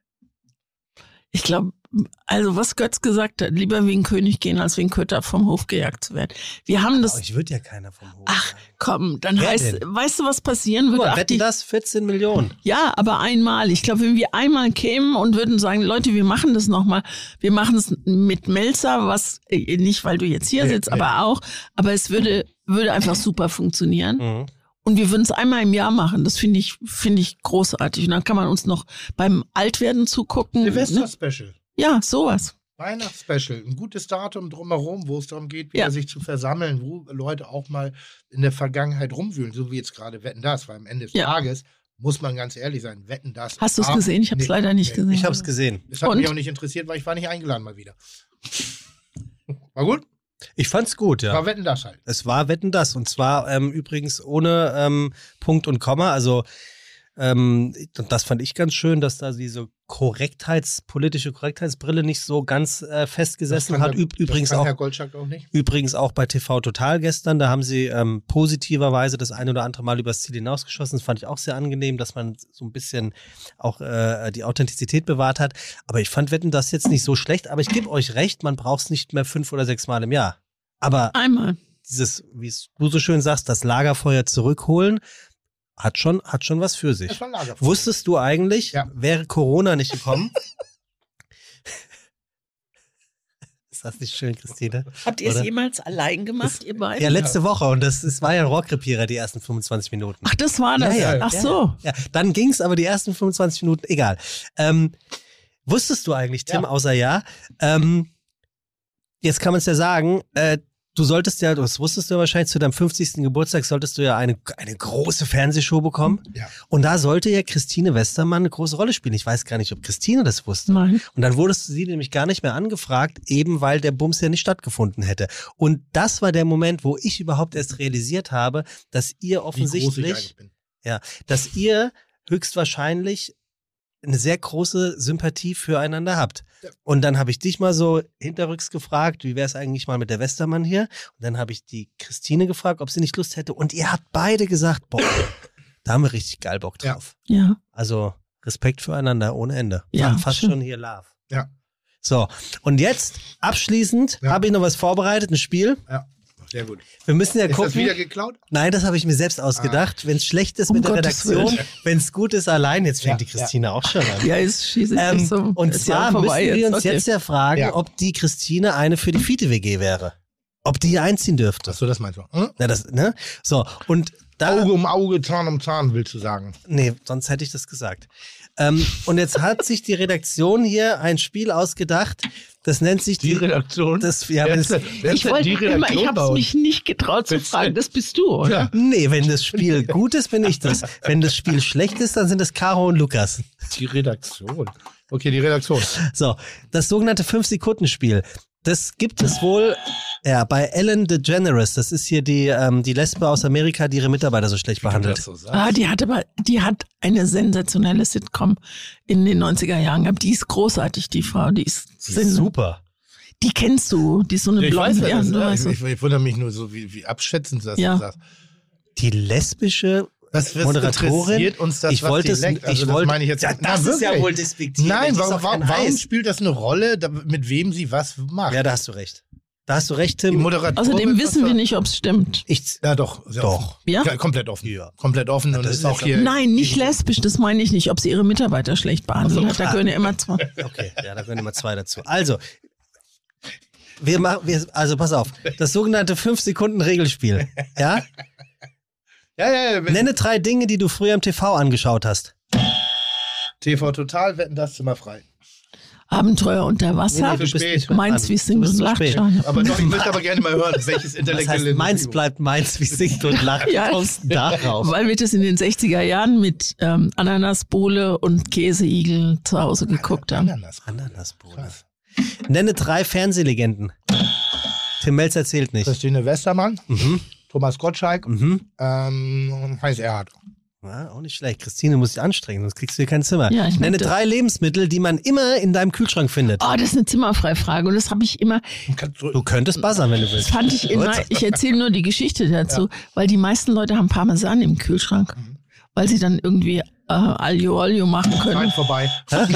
Ich glaube, also was Götz gesagt hat, lieber wie ein König gehen, als wie ein Köter vom Hof gejagt zu werden. Wir haben das. Aber ich würde ja keiner vom Hof. Ach, komm, dann Wer heißt, denn? weißt du, was passieren Guck würde? mal, Ach, wetten die- das? vierzehn Millionen. Ja, aber einmal. Ich glaube, wenn wir einmal kämen und würden sagen, Leute, wir machen das nochmal. Wir machen es mit Melzer, was, äh, nicht weil du jetzt hier Nee, sitzt, nee. aber auch. Aber es würde, würde einfach super funktionieren. Mhm. Und wir würden es einmal im Jahr machen. Das finde ich, finde ich großartig. Und dann kann man uns noch beim Altwerden zugucken. Ne? Silvester-Special. Ja, sowas. Weihnachtsspecial, ein gutes Datum drumherum, wo es darum geht, Ja. wieder sich zu versammeln, wo Leute auch mal in der Vergangenheit rumwühlen, so wie jetzt gerade Wetten das, weil am Ende des Ja. Tages muss man ganz ehrlich sein, Wetten das. Hast du es Ah, gesehen? Ich habe es nee, leider nicht nee. gesehen. Ich habe es gesehen. Das hat Und? mich auch nicht interessiert, weil ich war nicht eingeladen mal wieder. War gut? Ich fand's gut, ja. War Wetten das halt. Es war Wetten das. Und zwar ähm, übrigens ohne ähm, Punkt und Komma. Also ähm, und das fand ich ganz schön, dass da diese Korrektheits, politische Korrektheitsbrille nicht so ganz äh, festgesessen Das kann hat. der- Üb übrigens das kann auch Herr Goldschlag auch nicht. Übrigens auch bei T V Total gestern, da haben sie ähm, positiverweise das eine oder andere Mal übers Ziel hinausgeschossen. Das fand ich auch sehr angenehm, dass man so ein bisschen auch äh, die Authentizität bewahrt hat. Aber ich fand Wetten das jetzt nicht so schlecht. Aber ich gebe euch recht, man braucht es nicht mehr fünf oder sechs Mal im Jahr. Aber Einmal. dieses, wie es du so schön sagst, das Lagerfeuer zurückholen, hat schon, hat schon was für sich. Das war ein Lagerfeuer. Wusstest du eigentlich, Ja. wäre Corona nicht gekommen? Ist das nicht schön, Christine? Habt ihr es Oder? jemals allein gemacht, ihr beiden? Ja, letzte Woche und das, das war ja ein Rohrkrepierer, die ersten fünfundzwanzig Minuten. Ach, das war das. Ja, ja, Ach ja, so. Ja, dann ging's aber die ersten fünfundzwanzig Minuten, egal. Ähm, wusstest du eigentlich, Tim, Ja. außer ja, ähm, jetzt kann man es ja sagen, äh, du solltest ja, das wusstest du ja wahrscheinlich, zu deinem fünfzigsten Geburtstag solltest du ja eine, eine große Fernsehshow bekommen. Ja. Und da sollte ja Christine Westermann eine große Rolle spielen. Ich weiß gar nicht, ob Christine das wusste. Nein. Und dann wurdest du sie nämlich gar nicht mehr angefragt, eben weil der Bums ja nicht stattgefunden hätte. Und das war der Moment, wo ich überhaupt erst realisiert habe, dass ihr Wie groß ich offensichtlich, eigentlich bin. ja, dass ihr höchstwahrscheinlich eine sehr große Sympathie füreinander habt. Ja. Und dann habe ich dich mal so hinterrücks gefragt, wie wäre es eigentlich mal mit der Westermann hier? Und dann habe ich die Christine gefragt, ob sie nicht Lust hätte. Und ihr habt beide gesagt, boah, da haben wir richtig geil Bock drauf. Ja. Also Respekt füreinander ohne Ende. Ja, Fast schön. schon hier Love. Ja. So, und jetzt abschließend Ja. habe ich noch was vorbereitet, ein Spiel. Ja, sehr gut. Wir müssen ja Ist gucken. das wieder geklaut? Nein, das habe ich mir selbst ausgedacht. Wenn es schlecht ist Um mit der Gottes Redaktion, Willen. wenn es gut ist allein, jetzt fängt Ja, die Christine auch schon an. Ja, ist schieße Ähm, ist so. und ist zwar ja vorbei müssen wir uns Okay. jetzt ja fragen, Ja. ob die Christine eine für die Fiete-W G wäre. Ob die hier einziehen dürfte. Achso, das meinst du. Hm? Na, das, ne? So, und da... Auge um Auge, Zahn um Zahn, willst du sagen. Nee, sonst hätte ich das gesagt. Ähm, und jetzt hat sich die Redaktion hier ein Spiel ausgedacht, das nennt sich die, die Redaktion. Das, ja, wer das, ist, wer ich wollte immer, ich habe es mich nicht getraut zu fragen, das bist du, oder? Ja. Nee, wenn das Spiel gut ist, bin ich das. Wenn das Spiel schlecht ist, dann sind es Caro und Lukas. Die Redaktion. Okay, die Redaktion. So, das sogenannte fünf-Sekunden-Spiel. Das gibt es wohl ja, bei Ellen DeGeneres. Das ist hier die, ähm, die Lesbe aus Amerika, die ihre Mitarbeiter so schlecht behandelt. So ah, die hat aber, die hat eine sensationelle Sitcom in den neunziger Jahren gehabt. Die ist großartig, die Frau. Die ist, die ist super. Die kennst du. Die ist so eine ja, blonde. Ja, ja, ich, ich, ich wundere mich nur so, wie, wie abschätzend das ja. du sagst. Die lesbische Was, was Moderatorin, interessiert uns das, ich was wollte die es, leckt? Also ich das wollte, meine ich jetzt. ja, das na, ist ja wohl despektierlich. Nein, warum, warum, warum spielt das eine Rolle, mit wem sie was macht? Ja, da hast du recht. Da hast du recht, Tim. Außerdem wissen wir nicht, ob es stimmt. Ich, ja, doch. Sehr doch. Offen. Ja? ja? Komplett offen. Ja. Komplett offen. Ja, und das ist ist auch hier. Nein, nicht lesbisch, das meine ich nicht. Ob sie ihre Mitarbeiter schlecht behandelt so, hat. Da gehören ja immer zwei. Okay, ja, da gehören immer zwei dazu. Also, wir machen, wir, also pass auf. Das sogenannte fünf-Sekunden-Regelspiel. Ja? Ja, ja, ja. Nenne drei Dinge, die du früher im T V angeschaut hast. T V Total, Wetten, das Zimmer frei. Abenteuer unter Wasser. Nee, nee, meins wie singt und lacht. Aber doch, ich möchte aber gerne mal hören, welches intellektuelle... Das heißt, meins bleibt meins wie singt und lacht. Ja, kommst darauf? Weil wir das in den sechziger Jahren mit ähm, Ananasbowle und Käseigel zu Hause geguckt haben. Ananasbowle. Ananasbowle. Nenne drei Fernsehlegenden. Tim Melzer erzählt nicht. Christine Westermann, mhm. Thomas Gottschalk, mhm. ähm, Heinz Erhardt. Ja, auch nicht schlecht. Christine muss sich anstrengen, sonst kriegst du hier kein Zimmer. Ja, ich Nenne möchte. drei Lebensmittel, die man immer in deinem Kühlschrank findet. Oh, das ist eine Zimmerfreifrage und das habe ich immer. Du könntest buzzern, wenn du willst. Das fand ich immer. Ich erzähle nur die Geschichte dazu, ja. Weil die meisten Leute haben Parmesan im Kühlschrank, mhm. weil sie dann irgendwie äh, Aglio Olio machen können. Nein, vorbei.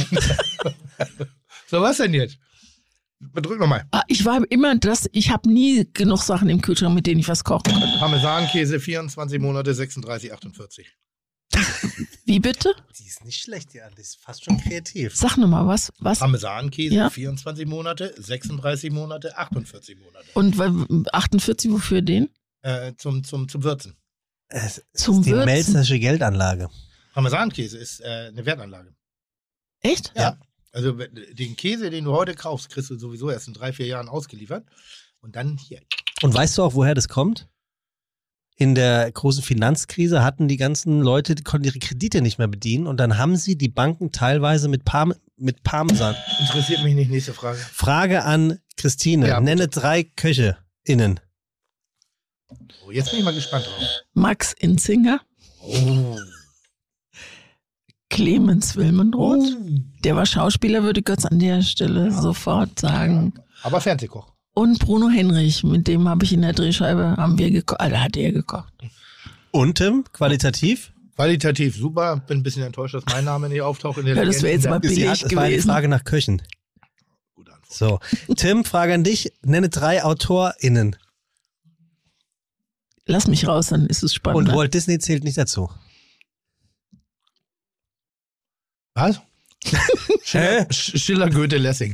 So, was denn jetzt? Drück nochmal. Ah, ich war immer das, ich habe nie genug Sachen im Kühlschrank, mit denen ich was kochen könnte. Parmesankäse, vierundzwanzig Monate, sechsunddreißig, achtundvierzig. Wie bitte? Die ist nicht schlecht, ja. Die ist fast schon kreativ. Sag nochmal, was? was? Parmesankäse, ja? vierundzwanzig Monate, sechsunddreißig Monate, achtundvierzig Monate. Und achtundvierzig, wofür den? Äh, zum, zum, zum Würzen. Es zum ist die Würzen? Melzersche Geldanlage. Parmesankäse ist äh, eine Wertanlage. Echt? Ja. ja. Also den Käse, den du heute kaufst, kriegst du sowieso erst in drei, vier Jahren ausgeliefert. Und dann hier. Und weißt du auch, woher das kommt? In der großen Finanzkrise hatten die ganzen Leute, die konnten ihre Kredite nicht mehr bedienen und dann haben sie die Banken teilweise mit, Parm mit Parmesan. Interessiert mich nicht, nächste Frage. Frage an Christine. Ja, nenne drei Köche innen. Oh, jetzt bin ich mal gespannt drauf. Max Inzinger. Oh. Clemens Wilmenroth. Oh. Der war Schauspieler, würde Götz an der Stelle ja. sofort sagen. Ja. Aber Fernsehkoch. Und Bruno Henrich, mit dem habe ich in der Drehscheibe, haben wir gekocht, also hat er gekocht. Und Tim, qualitativ? Qualitativ super, bin ein bisschen enttäuscht, dass mein Name nicht auftaucht in der Ja, das wäre jetzt mal billig das gewesen. war eine Frage nach Köchen. Gute Antwort. So, Tim, Frage an dich, nenne drei AutorInnen. Lass mich raus, dann ist es spannend. Und Walt Disney zählt nicht dazu. Was? Schiller, Schiller, Goethe, Lessing.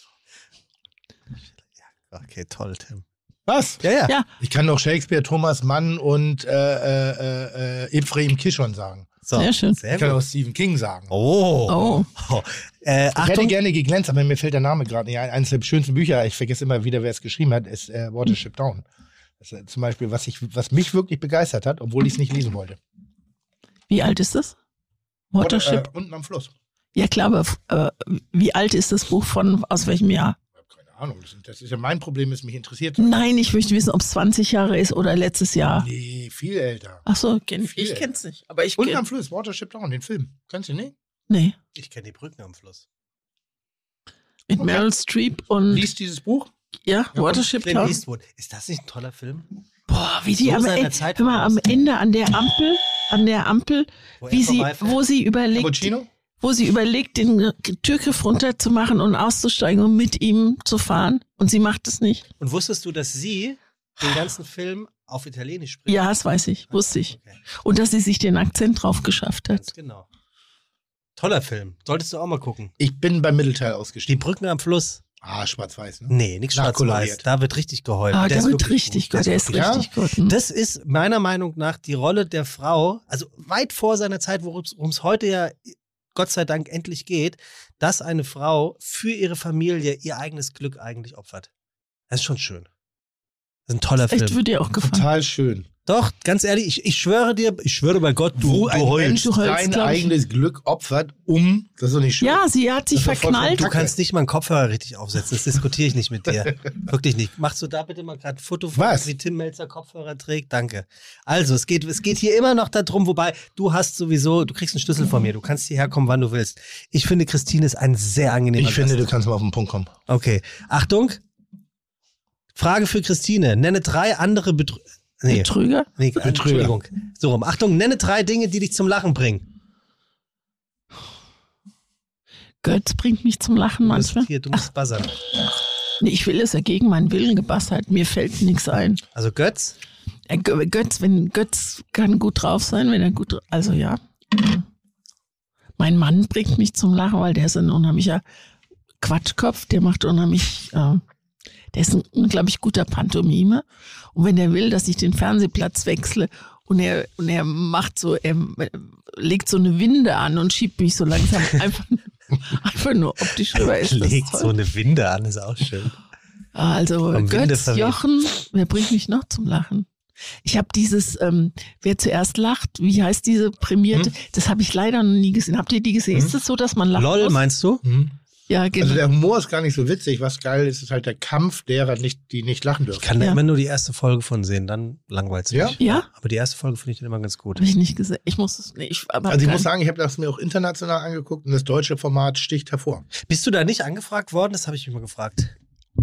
Okay, toll, Tim. Was? Ja, ja, ja. Ich kann doch Shakespeare, Thomas Mann und äh, äh, äh, Ephraim Kishon sagen. So. Sehr schön. Sehr ich kann auch Stephen King sagen. Oh. oh. oh. Äh, ich hätte gerne geglänzt, aber mir fällt der Name gerade nicht ein. Eines der schönsten Bücher, ich vergesse immer wieder, wer es geschrieben hat, ist äh, Watership Down. Das ist zum Beispiel, was, ich, was mich wirklich begeistert hat, obwohl ich es nicht lesen wollte. Wie alt ist das? Watership? Water, äh, unten am Fluss. Ja klar, aber äh, wie alt ist das Buch von, aus welchem Jahr? Keine Ahnung, das ist ja mein Problem, es mich interessiert. Nein, ich möchte wissen, ob es zwanzig Jahre ist oder letztes Jahr. Nee, viel älter. Ach so, kenn, viel ich älter. kenn's nicht. Aber ich Unten kenn, am Fluss, Watership Down, den Film. Kennst du nicht? Nee. Ich kenne die Brücken am Fluss. Mit Okay. Meryl Streep und... Liest dieses Buch? Ja, ja Watership Clint Down. Eastwood. Ist das nicht ein toller Film? Boah, wie die So am, seiner Ende, Zeit hör mal, am Ende an der Ampel, an der Ampel, Wo wie er sie, vorbeifährt. wo sie überlegt... Cappuccino? wo sie überlegt, den Türgriff runterzumachen und auszusteigen und mit ihm zu fahren. Und sie macht es nicht. Und wusstest du, dass sie den ganzen Film auf Italienisch spricht? Ja, das weiß ich, wusste ich. Okay. Und dass sie sich den Akzent drauf geschafft hat. Ganz genau. Toller Film. Solltest du auch mal gucken. Ich bin beim Mittelteil Die ausgestiegen. Brücken am Fluss. Ah, schwarz-weiß, ne? Nee, nichts schwarz-weiß. Nachkoloriert. Da wird richtig geheult. Ah, Der der ist wird wirklich richtig gut. gut. Der ist wirklich richtig gut. Hm? Das ist meiner Meinung nach die Rolle der Frau, also weit vor seiner Zeit, worum es heute ja Gott sei Dank endlich geht, dass eine Frau für ihre Familie ihr eigenes Glück eigentlich opfert. Das ist schon schön. Das ist ein toller Film. Echt, würde dir auch gefallen. Total schön. Doch, ganz ehrlich, ich, ich schwöre dir, ich schwöre bei Gott, du, Wo du ein heulst. Mensch Du heulst, sein glaub ich. eigenes Glück opfert, um, das ist doch nicht schön. Ja, sie hat sich Das ist doch vollkommen verknallt. Du Kacke. kannst nicht mal einen Kopfhörer richtig aufsetzen, das diskutiere ich nicht mit dir. Wirklich nicht. Machst du da bitte mal gerade ein Foto von, Was? wie Tim Melzer Kopfhörer trägt? Danke. Also, es geht, es geht hier immer noch darum, wobei du hast sowieso, du kriegst einen Schlüssel von mir, du kannst hierher kommen, wann du willst. Ich finde, Christine ist ein sehr angenehmer Ich finde, Gast. du kannst mal auf den Punkt kommen. Okay. Achtung. Frage für Christine. Nenne drei andere Betrü nee. Betrüger? Nee, Betrüger. Entschuldigung. So rum. Achtung, nenne drei Dinge, die dich zum Lachen bringen. Götz bringt mich zum Lachen Du musst manchmal. hier, du musst buzzern. Nee, ich will es ja gegen meinen Willen gebassert. Mir fällt nichts ein. Also Götz? Äh, Gö- Götz, wenn Götz kann gut drauf sein, wenn er gut, dra- also ja. Mein Mann bringt mich zum Lachen, weil der ist ein unheimlicher Quatschkopf. Der macht unheimlich, äh, der ist ein unglaublich guter Pantomime. Und wenn er will, dass ich den Fernsehplatz wechsle und er, und er macht so, er legt so eine Winde an und schiebt mich so langsam einfach, einfach nur optisch rüber. Ist das Legt toll. so eine Winde an, ist auch schön. Also Am Winde Götz, verweht. Jochen, wer bringt mich noch zum Lachen? Ich habe dieses, ähm, wer zuerst lacht, wie heißt diese prämierte, Hm? das habe ich leider noch nie gesehen. Habt ihr die gesehen? Hm? Ist das so, dass man lacht? LOL, muss? meinst du? Mhm. Ja, genau. Also der Humor ist gar nicht so witzig. Was geil ist, ist halt der Kampf derer, nicht, die nicht lachen dürfen. Ich kann da Ja. immer nur die erste Folge von sehen, dann langweilt es mich. Ja? Ja? Aber die erste Folge finde ich dann immer ganz gut. Habe ich nicht gesehen. Ich muss es nicht. Aber Also ich kein- muss sagen, ich habe das mir auch international angeguckt und das deutsche Format sticht hervor. Bist du da nicht angefragt worden? Das habe ich mich mal gefragt.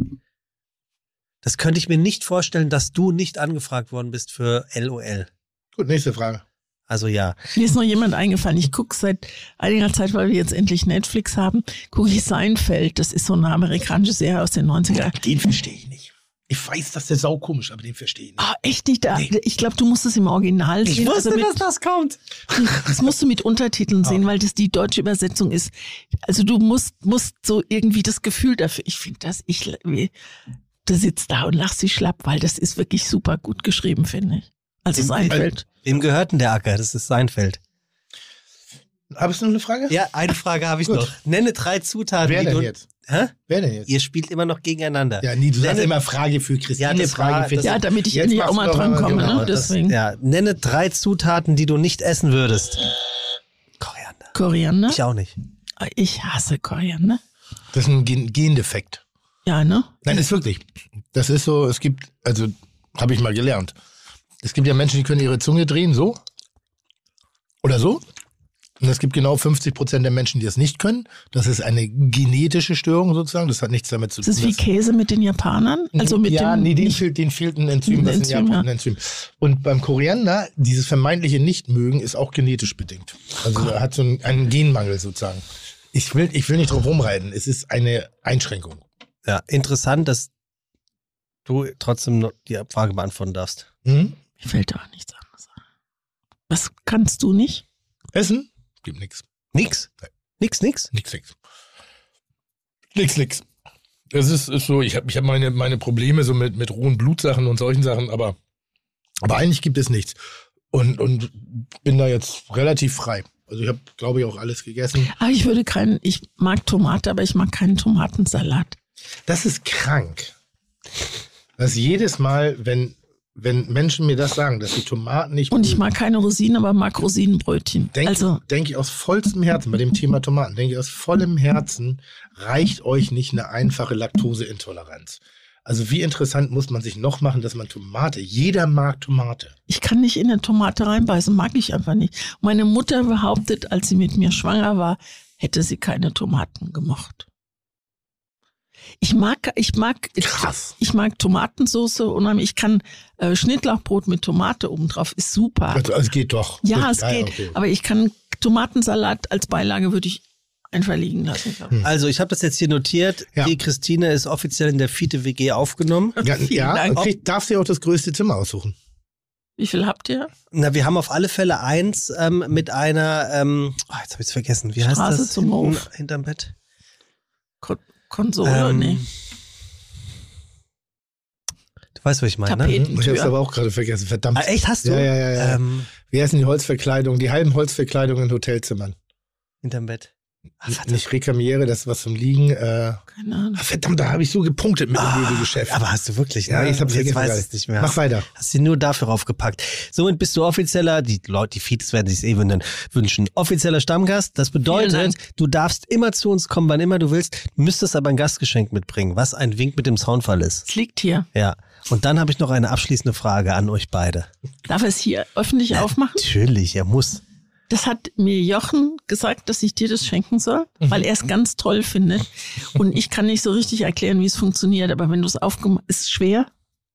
Das könnte ich mir nicht vorstellen, dass du nicht angefragt worden bist für LOL. Gut, nächste Frage. Also ja. Mir ist noch jemand eingefallen. Ich gucke seit einiger Zeit, weil wir jetzt endlich Netflix haben, gucke ich Seinfeld. Das ist so eine amerikanische Serie aus den neunziger. Den verstehe ich nicht. Ich weiß, dass der sau komisch, aber den verstehe ich nicht. Ah, echt nicht? Da, Ich glaube, du musst es im Original sehen. Ich wusste, also mit, dass das kommt. Das musst du mit Untertiteln sehen, weil das die deutsche Übersetzung ist. Also du musst, musst so irgendwie das Gefühl dafür. Ich finde das, ich, du sitzt da und lachst dich schlapp, weil das ist wirklich super gut geschrieben, finde ich. Also Seinfeld. Wem gehört denn der Acker? Das ist Seinfeld. Hast du noch eine Frage? Ja, eine Frage habe ich Gut. noch. Nenne drei Zutaten, Wer die denn du... jetzt? Hä? Wer denn jetzt? Ihr spielt immer noch gegeneinander. Ja, nie, du sagst Nenne- immer Frage für Christine, Ja, das Frage war- für das- Ja, damit ich Jetzt endlich machst auch mal du doch dran mal- komme, genau, ne? Das, Deswegen. ja, nenne drei Zutaten, die du nicht essen würdest. Koriander. Koriander? Ich auch nicht. Ich hasse Koriander. Das ist ein Gen Gendefekt. Ja, ne? Nein, ist wirklich. Das ist so, es gibt, also habe ich mal gelernt. Es gibt ja Menschen, die können ihre Zunge drehen, so. Oder so. Und es gibt genau fünfzig Prozent der Menschen, die das nicht können. Das ist eine genetische Störung sozusagen. Das hat nichts damit zu Das tun. ist wie dass- Käse mit den Japanern. Also mit ja, dem, nee, denen nicht- fehlt, denen fehlt ein Enzym, Ein was in Enzym, Japan ja. ein Enzym. Und beim Koriander, dieses vermeintliche Nichtmögen ist auch genetisch bedingt. Also er hat so einen, einen Genmangel sozusagen. Ich will, ich will nicht drauf rumreiten. Es ist eine Einschränkung. Ja, interessant, dass du trotzdem noch die Frage beantworten darfst. Mhm. Mir fällt da auch nichts anderes ein. Was kannst du nicht? Essen? Gibt nix. Nix? Nix, nix? Nix, nix. Nix, nix. Es ist, ist so, ich habe ich hab meine, meine Probleme so mit, mit rohen Blutsachen und solchen Sachen, aber, aber eigentlich gibt es nichts. Und, und bin da jetzt relativ frei. Also ich habe, glaube ich, auch alles gegessen. Ah, ich würde keinen, ich mag Tomate, aber ich mag keinen Tomatensalat. Das ist krank. Dass jedes Mal, wenn, wenn Menschen mir das sagen, dass die Tomaten nicht Und ich mag keine Rosinen, aber mag Rosinenbrötchen. Denke Also, denk ich aus vollstem Herzen, bei dem Thema Tomaten, denke ich aus vollem Herzen, reicht euch nicht eine einfache Laktoseintoleranz. Also wie interessant muss man sich noch machen, dass man Tomate, jeder mag Tomate. ich kann nicht in eine Tomate reinbeißen, mag ich einfach nicht. Meine Mutter behauptet, als sie mit mir schwanger war, hätte sie keine Tomaten gemocht. Ich mag, ich mag, Krass. ich mag Tomatensauce unheimlich. Ich kann äh, Schnittlauchbrot mit Tomate obendrauf, ist super. Also, also es geht doch. Ja, Gut, es geht. okay. Aber ich kann Tomatensalat als Beilage würde ich einfach liegen lassen. glaub ich. Also, ich habe das jetzt hier notiert. Ja. Die Christine ist offiziell in der Fiete-W G aufgenommen. Ja, Vielen ja Dank. und krieg, darfst dir auch das größte Zimmer aussuchen. Wie viel habt ihr? Na, wir haben auf alle Fälle eins ähm, mit einer, ähm, oh, jetzt habe ich es vergessen. Wie heißt Straße das? zum Hof. Hinten- Hinterm Bett? Konsole, Ähm, nee. Du weißt, was ich meine, ne? Tapetentür. Ich hab's aber auch gerade vergessen, verdammt. Ah, echt, hast du? Ja, ja, ja. ja. Ähm, Wie heißen die Holzverkleidungen? Die halben Holzverkleidungen in Hotelzimmern. hinterm Bett. Nicht, nicht Recamiere, das ist was zum Liegen. Äh, Keine Ahnung. verdammt, da habe ich so gepunktet mit dem Ah, Möbelgeschäft. aber hast du wirklich, ne? Ja, ich hab's Jetzt vergessen weiß gerade. es nicht mehr. Mach weiter. Hast sie nur dafür raufgepackt. Somit bist du offizieller, die Leute, die Feeds werden sich eh wünschen, wünschen, offizieller Stammgast. Das Vielen bedeutet, Dank. du darfst immer zu uns kommen, wann immer du willst, müsstest aber ein Gastgeschenk mitbringen, was ein Wink mit dem Zaunfall ist. Es liegt hier. Ja. Und dann habe ich noch eine abschließende Frage an euch beide. Darf er es hier öffentlich aufmachen? Natürlich, er muss. Das hat mir Jochen gesagt, dass ich dir das schenken soll, weil er es ganz toll findet. Und ich kann nicht so richtig erklären, wie es funktioniert, aber wenn du es aufgemacht hast, ist es schwer.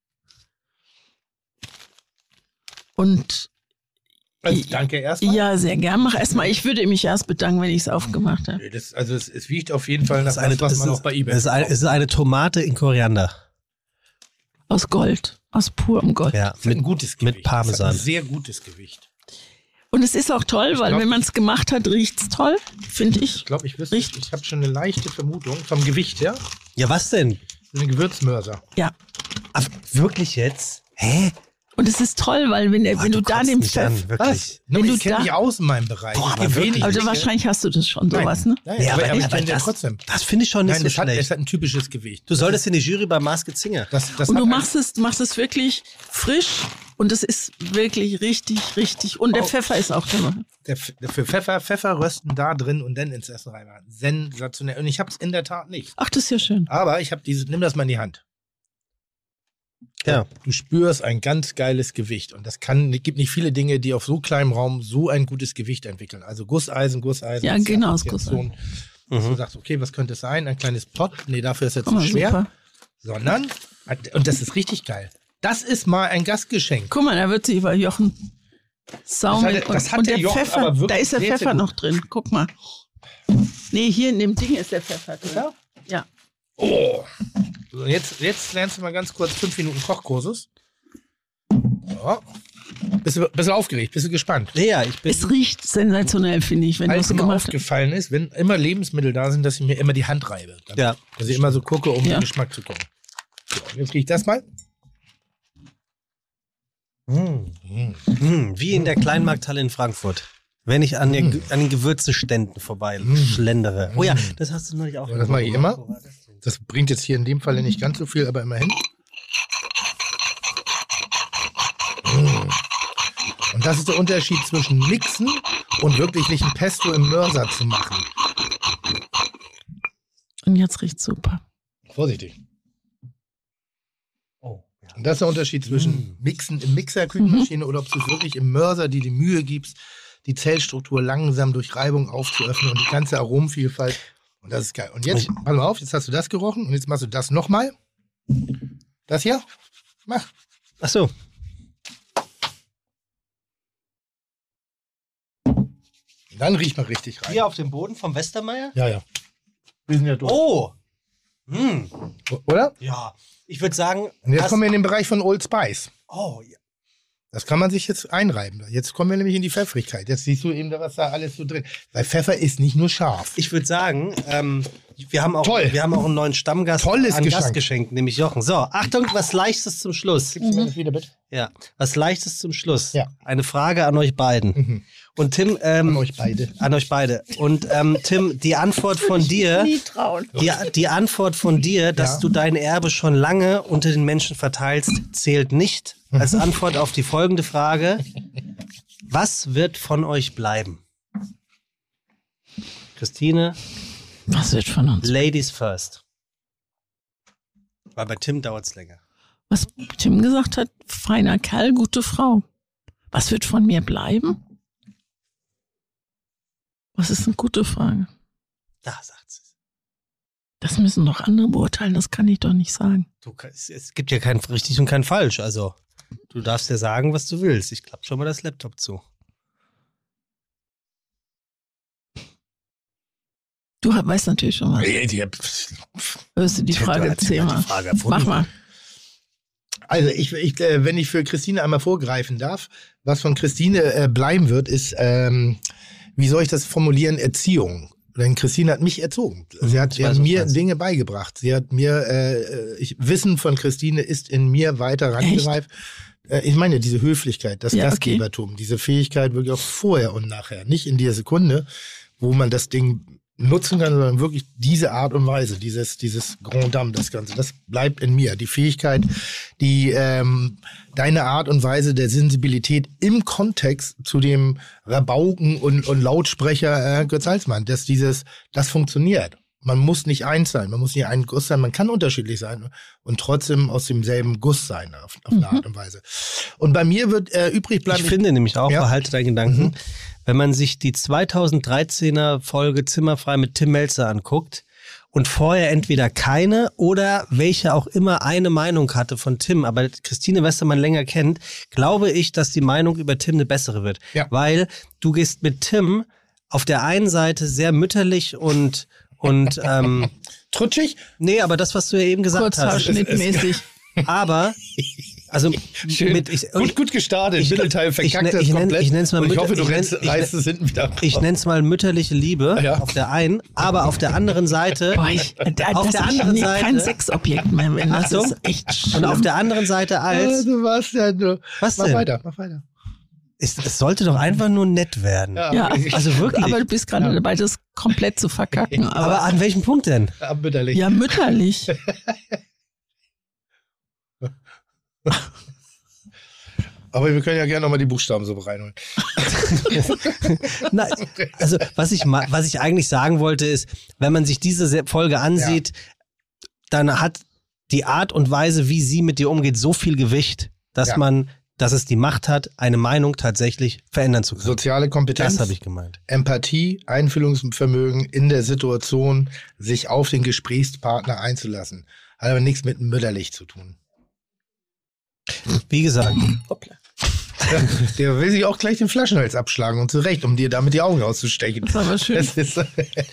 Und Also, danke erstmal. ja, sehr gern. Mach erstmal. Ich würde mich erst bedanken, wenn ich es aufgemacht habe. Das, also es, es wiegt auf jeden Fall nach Das ist eine, was, was es man ist, auch bei eBay es ist eine, es ist eine Tomate in Koriander. Aus Gold. Aus purem Gold. Ja, Das hat ein mit, gutes Gewicht. mit Das hat Parmesan. ein sehr gutes Gewicht. Und es ist auch toll, weil glaub, wenn man es gemacht hat, riecht's toll, finde ich. Ich glaube, ich wüsste, ich, ich habe schon eine leichte Vermutung vom Gewicht her. Ja, was denn? Ein Gewürzmörser. Ja. Ach, wirklich jetzt? Hä? Und es ist toll, weil wenn, Boah, wenn du, da kotzt den mich an, Pfeff... wirklich. Wenn du ich kenne da- mich aus in meinem Bereich. Boah, Ich aber geh wirklich. wenig- Also wahrscheinlich hast du das schon, Nein. sowas, ne? Nein, Ja, aber, aber aber ich echt, kenne den das- trotzdem. Das finde ich schon nicht Nein, so es hat, schlecht. es hat ein typisches Gewicht. Du solltest in die Jury bei Maske Zinger. Das, das Und hat du ein- machst es, machst es wirklich frisch und es ist wirklich richtig, richtig. Und der Oh. Pfeffer ist auch drin. Der, F- der für Pfeffer, Pfeffer rösten da drin und dann ins Essen reinmachen. Sensationell. Und ich habe es in der Tat nicht. Ach, das ist ja schön. Aber ich habe dieses, nimm das mal in die Hand. Ja. Du spürst ein ganz geiles Gewicht. Und das kann, es gibt nicht viele Dinge, die auf so kleinem Raum so ein gutes Gewicht entwickeln. Also Gusseisen, Gusseisen. Ja, genau, das Assoziation, Dass du sagst, okay, was könnte es sein? Ein kleines Pot. Nee, dafür ist jetzt Guck zu mal, schwer. super. Sondern, und das ist richtig geil. Das ist mal ein Gastgeschenk. Guck mal, da wird sich über Jochen saumen. Das hat- das und hat und der der Jochen Pfeffer, aber wirklich da ist der sehr, sehr Pfeffer gut. noch drin. Guck mal. Nee, hier in dem Ding ist der Pfeffer drin. Ja? Ja. Oh. So, jetzt, jetzt lernst du mal ganz kurz fünf Minuten Kochkurses. Ja. Bist du, bist du aufgeregt? Bist du gespannt? Ja, ich bin. Es riecht sensationell, finde ich, wenn du Weil es es mir gemacht hast. aufgefallen ist, wenn immer Lebensmittel da sind, dass ich mir immer die Hand reibe. Dann, Ja. Dass ich immer so gucke, um Ja. den Geschmack zu gucken. So, und jetzt riecht das mal. Mm. Mm, wie in der Kleinmarkthalle in Frankfurt. Wenn ich an, der, Mm. an den Gewürzeständen vorbei schlendere. Oh ja, das hast du neulich auch So, das mache ich immer. Wo war das denn? Das bringt jetzt hier in dem Fall nicht ganz so viel, aber immerhin. Mm. Und das ist der Unterschied zwischen Mixen und wirklichen Pesto im Mörser zu machen. Und jetzt riecht super. Vorsichtig. Oh, ja. Und das ist der Unterschied zwischen Mixen im Mixer, Küchenmaschine oder ob du es wirklich im Mörser dir die Mühe gibst, die Zellstruktur langsam durch Reibung aufzuöffnen und die ganze Aromenvielfalt. Und das ist geil. Und jetzt, pass mal auf, jetzt hast du das gerochen und jetzt machst du das nochmal. Das hier? Mach. Ach so. Und dann riech mal richtig rein. Hier auf dem Boden vom Westermeier? Ja, ja. Wir sind ja durch. Oh! Hm. Oder? Ja. Ich würde sagen. Und jetzt hast- kommen wir in den Bereich von Old Spice. Oh, ja. Das kann man sich jetzt einreiben. Jetzt kommen wir nämlich in die Pfeffrigkeit. Jetzt siehst du eben, was da alles so drin ist. Weil Pfeffer ist nicht nur scharf. Ich würde sagen, ähm, wir, haben auch, Toll. wir haben auch einen neuen Stammgast Tolles an Geschenk. Gastgeschenk, nämlich Jochen. So, Achtung, was Leichtes zum Schluss. Gibst du mir das wieder, bitte? Ja, was Leichtes zum Schluss. Ja. Eine Frage an euch beiden. Mhm. Und Tim, ähm, An euch beide. An euch beide. Und ähm, Tim, die Antwort von dir, Nie trauen. die, die Antwort von dir, dass Ja. du dein Erbe schon lange unter den Menschen verteilst, zählt nicht. Als Antwort auf die folgende Frage: Was wird von euch bleiben? Christine, Was wird von uns? Ladies first. Weil bei Tim dauert es länger. Was Tim gesagt hat, feiner Kerl, gute Frau. Was wird von mir bleiben? Was ist eine gute Frage? Da sagt sie. Das müssen doch andere beurteilen, das kann ich doch nicht sagen. Du, es, es gibt ja kein richtig und kein falsch. Also, du darfst ja sagen, was du willst. Ich klappe schon mal das Laptop zu. Du weißt natürlich schon was. Hörst du die Frage, erzähl mal. Mach mal. Also ich, ich äh, wenn ich für Christine einmal vorgreifen darf, was von Christine äh, bleiben wird, ist, ähm, wie soll ich das formulieren, Erziehung. Denn Christine hat mich erzogen. Sie hat ja mir Dinge beigebracht. Sie hat mir, äh, ich, Wissen von Christine ist in mir weiter rangereift. Äh, ich meine, diese Höflichkeit, das ja, Gastgebertum, okay. diese Fähigkeit wirklich auch vorher und nachher. Nicht in dieser Sekunde, wo man das Ding nutzen kann, sondern wirklich diese Art und Weise, dieses, dieses Grand Dame, das Ganze, das bleibt in mir. Die Fähigkeit, die, ähm, deine Art und Weise der Sensibilität im Kontext zu dem Rabauken und, und Lautsprecher äh, Götz Salzmann, dass dieses, das funktioniert. Man muss nicht eins sein, man muss nicht ein Guss sein, man kann unterschiedlich sein und trotzdem aus demselben Guss sein, auf, auf eine mhm. Art und Weise. Und bei mir wird äh, übrig bleiben. Ich finde nämlich auch, ja. behalte deinen Gedanken, mhm. wenn man sich die zweitausenddreizehner Folge Zimmerfrei mit Tim Melzer anguckt und vorher entweder keine oder welche auch immer eine Meinung hatte von Tim, aber Christine Westermann länger kennt, glaube ich, dass die Meinung über Tim eine bessere wird. Ja. Weil du gehst mit Tim auf der einen Seite sehr mütterlich und und ähm, trutschig? Nee, aber das, was du ja eben gesagt hast. Kurzhaarschnittmäßig. Aber also Schön. Mit, ich, gut, gut gestartet, ich, Mittelteil verkackt das komplett. Ich nenne es mal, und ich hoffe, du ich reißt, reißt es hinten wieder raus. Ich nenne es mal mütterliche Liebe ja. auf der einen, aber auf der anderen Seite. Boah, ich, da, auf das der ist anderen nicht Seite, kein Sexobjekt mehr, wenn das Achtung, ist echt schlimm. Und auf der anderen Seite als. Ja, du warst ja nur. Was mach denn? weiter, mach weiter. Es, es sollte doch einfach nur nett werden. Ja, ja. Also wirklich. Aber du bist gerade ja. dabei, das komplett zu verkacken. Aber, aber an welchem Punkt denn? Ja, mütterlich. Ja, mütterlich. Aber wir können ja gerne nochmal die Buchstaben so reinholen. Na, also was ich, was ich eigentlich sagen wollte ist, wenn man sich diese Folge ansieht, ja. dann hat die Art und Weise, wie sie mit dir umgeht, so viel Gewicht, dass ja. man, dass es die Macht hat, eine Meinung tatsächlich verändern zu können. Soziale Kompetenz. Das habe ich gemeint. Empathie, Einfühlungsvermögen in der Situation, sich auf den Gesprächspartner einzulassen. Hat aber nichts mit mütterlich zu tun. Wie gesagt. Hoppla. Der will sich auch gleich den Flaschenhals abschlagen und zurecht, um dir damit die Augen auszustechen. Das war aber schön. Das ist,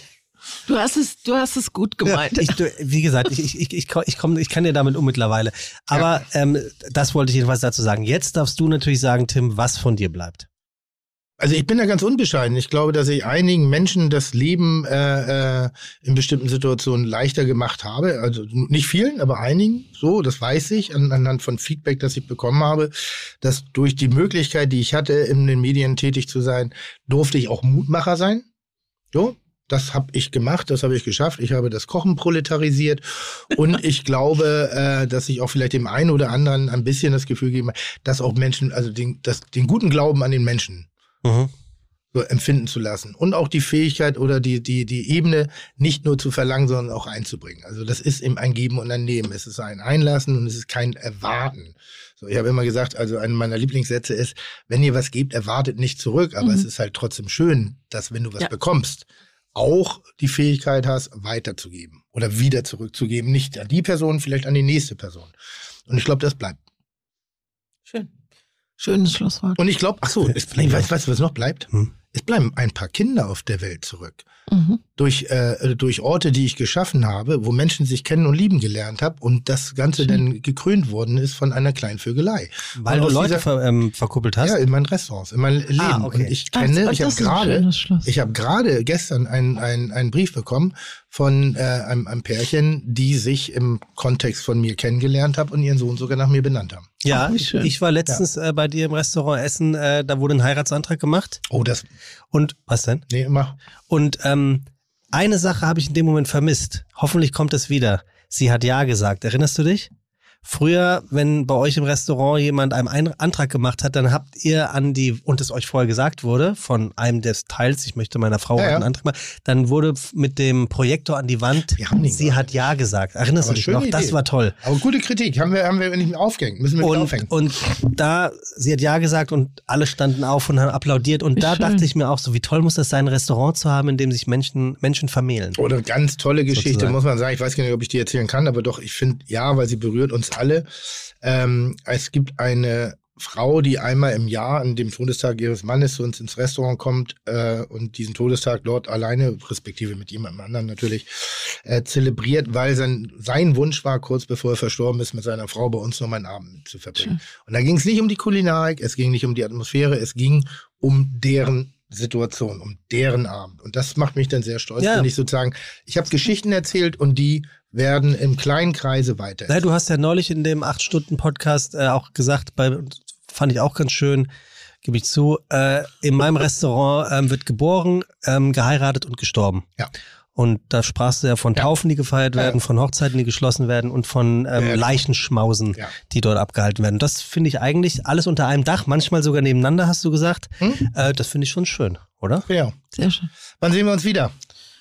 du, hast es, du hast es gut gemeint. Ja, ich, du, wie gesagt, ich, ich, ich, ich, ich, komm, ich kann dir damit um mittlerweile. Aber ja. ähm, das wollte ich jedenfalls dazu sagen. Jetzt darfst du natürlich sagen, Tim, was von dir bleibt. Also ich bin da ganz unbescheiden. Ich glaube, dass ich einigen Menschen das Leben äh, äh, in bestimmten Situationen leichter gemacht habe. Also nicht vielen, aber einigen. So, das weiß ich an, anhand von Feedback, das ich bekommen habe, dass durch die Möglichkeit, die ich hatte, in den Medien tätig zu sein, durfte ich auch Mutmacher sein. So, das habe ich gemacht, das habe ich geschafft. Ich habe das Kochen proletarisiert und ich glaube, äh, dass ich auch vielleicht dem einen oder anderen ein bisschen das Gefühl gebe, dass auch Menschen, also den, das, den guten Glauben an den Menschen Mhm. so empfinden zu lassen. Und auch die Fähigkeit oder die, die, die Ebene nicht nur zu verlangen, sondern auch einzubringen. Also das ist eben ein Geben und ein Nehmen. Es ist ein Einlassen und es ist kein Erwarten. So, ich habe immer gesagt, also einer meiner Lieblingssätze ist, wenn ihr was gebt, erwartet nicht zurück. Aber mhm. es ist halt trotzdem schön, dass wenn du was ja. bekommst, auch die Fähigkeit hast, weiterzugeben oder wieder zurückzugeben. Nicht an die Person, vielleicht an die nächste Person. Und ich glaube, das bleibt. Schön. Schönes Schlusswort. Und ich glaube, ach so, es, ich weiß, weißt du, was noch bleibt? Hm. Es bleiben ein paar Kinder auf der Welt zurück. Mhm. Durch, äh, durch Orte, die ich geschaffen habe, wo Menschen sich kennen und lieben gelernt haben und das Ganze Schön. dann gekrönt worden ist von einer kleinen Vögelei. Weil und du Leute dieser, ver, ähm, verkuppelt hast? Ja, in meinen Restaurants, in meinem Leben. Ah, okay. Und ich kenne, Ach, ich habe gerade, ich habe gerade gestern einen ein, einen Brief bekommen von äh, einem, einem Pärchen, die sich im Kontext von mir kennengelernt haben und ihren Sohn sogar nach mir benannt haben. Ja, ich, ich war letztens ja. äh, bei dir im Restaurant essen, äh, da wurde ein Heiratsantrag gemacht. Oh, das. Und was denn? Nee, mach. Und ähm, eine Sache habe ich in dem Moment vermisst. Hoffentlich kommt es wieder. Sie hat ja gesagt. Erinnerst du dich? Früher, wenn bei euch im Restaurant jemand einen Antrag gemacht hat, dann habt ihr an die, und es euch vorher gesagt wurde, von einem des Teils, ich möchte meiner Frau ja, ja. einen Antrag machen, dann wurde mit dem Projektor an die Wand, sie hat ja gesagt. Erinnerst Aber du dich noch? Idee. Das war toll. Aber gute Kritik, haben wir, haben wir nicht mehr aufgehängt, müssen wir nicht und, aufhängen. Und da, sie hat ja gesagt und alle standen auf und haben applaudiert und wie da schön. dachte ich mir auch so, wie toll muss das sein, ein Restaurant zu haben, in dem sich Menschen, Menschen vermählen. Oder ganz tolle Geschichte, sozusagen. Muss man sagen. Ich weiß gar nicht, ob ich die erzählen kann, aber doch, ich finde, ja, weil sie berührt uns alle. Ähm, es gibt eine Frau, die einmal im Jahr an dem Todestag ihres Mannes zu uns ins Restaurant kommt äh, und diesen Todestag dort alleine, respektive mit jemandem anderen natürlich, äh, zelebriert, weil sein, sein Wunsch war, kurz bevor er verstorben ist, mit seiner Frau bei uns noch einen Abend zu verbringen. Schön. Und da ging es nicht um die Kulinarik, es ging nicht um die Atmosphäre, es ging um deren Situation, um deren Abend. Und das macht mich dann sehr stolz, Ja. wenn ich sozusagen, ich habe Geschichten erzählt und die werden im kleinen Kreise weiter. Na, du hast ja neulich in dem acht Stunden Podcast äh, auch gesagt, bei, fand ich auch ganz schön, gebe ich zu, äh, in meinem Restaurant ähm, wird geboren, ähm, geheiratet und gestorben. Ja. Und da sprachst du ja von Taufen, die gefeiert werden, Ja. von Hochzeiten, die geschlossen werden und von ähm, Ja. Leichenschmausen, Ja. die dort abgehalten werden. Das finde ich eigentlich alles unter einem Dach, manchmal sogar nebeneinander, hast du gesagt. Hm? Äh, das finde ich schon schön, oder? Ja. Sehr schön. Wann sehen wir uns wieder?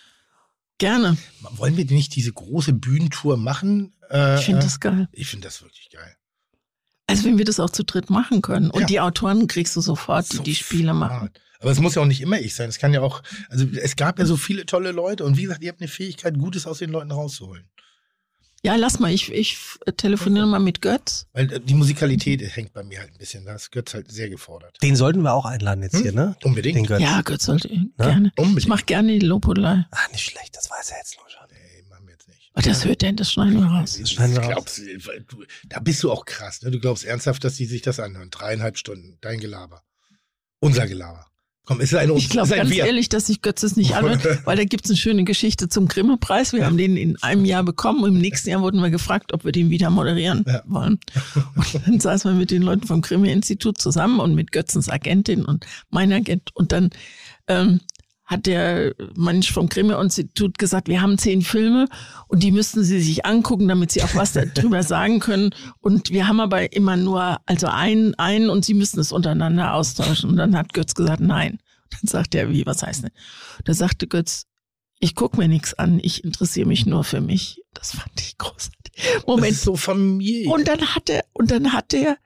Gerne. Wollen wir nicht diese große Bühnentour machen? Äh, Ich finde äh, das geil. Ich finde das wirklich geil. Also wenn wir das auch zu dritt machen können. Und Ja. die Autoren kriegst du sofort, die die Spiele machen. Aber es muss ja auch nicht immer ich sein. Es kann ja auch, also es gab ja so viele tolle Leute und wie gesagt, ihr habt eine Fähigkeit, Gutes aus den Leuten rauszuholen. Ja, lass mal, ich, ich telefoniere mal mit Götz. Weil äh, die Musikalität hängt bei mir halt ein bisschen. Da ist Götz halt sehr gefordert. Den sollten wir auch einladen jetzt Hm? hier, ne? Unbedingt. Den Götz. Ja, Götz sollte Ne? gerne. Unbedingt. Ich mache gerne die Lobhudelei. Ah, nicht schlecht, das weiß er jetzt nur schon. Nee, machen wir jetzt nicht. Oh, das hört er, das schneiden wir raus. Das schneiden wir raus. Glaubst, du, du, da bist du auch krass. Ne? Du glaubst ernsthaft, dass die sich das anhören. Dreieinhalb Stunden, dein Gelaber. Unser Gelaber. Komm, ist ein uns. Ich glaube ist ein ganz Wir. ehrlich, dass sich Götz es nicht anhört, weil da gibt es eine schöne Geschichte zum Grimme-Preis. Wir haben den in einem Jahr bekommen und im nächsten Jahr wurden wir gefragt, ob wir den wieder moderieren Ja. wollen. Und dann saßen wir mit den Leuten vom Grimme-Institut zusammen und mit Götzens Agentin und mein Agent. Und dann ähm, hat der Mensch vom Grimme-Institut gesagt, wir haben zehn Filme und die müssten Sie sich angucken, damit Sie auch was darüber sagen können. Und wir haben aber immer nur, also einen, einen und Sie müssen es untereinander austauschen. Und dann hat Götz gesagt, nein. Dann sagt er, wie, was heißt denn? Da sagte Götz, ich gucke mir nichts an, ich interessiere mich nur für mich. Das fand ich großartig. Moment. Das ist so Familie. Und dann hat er, und dann hat er,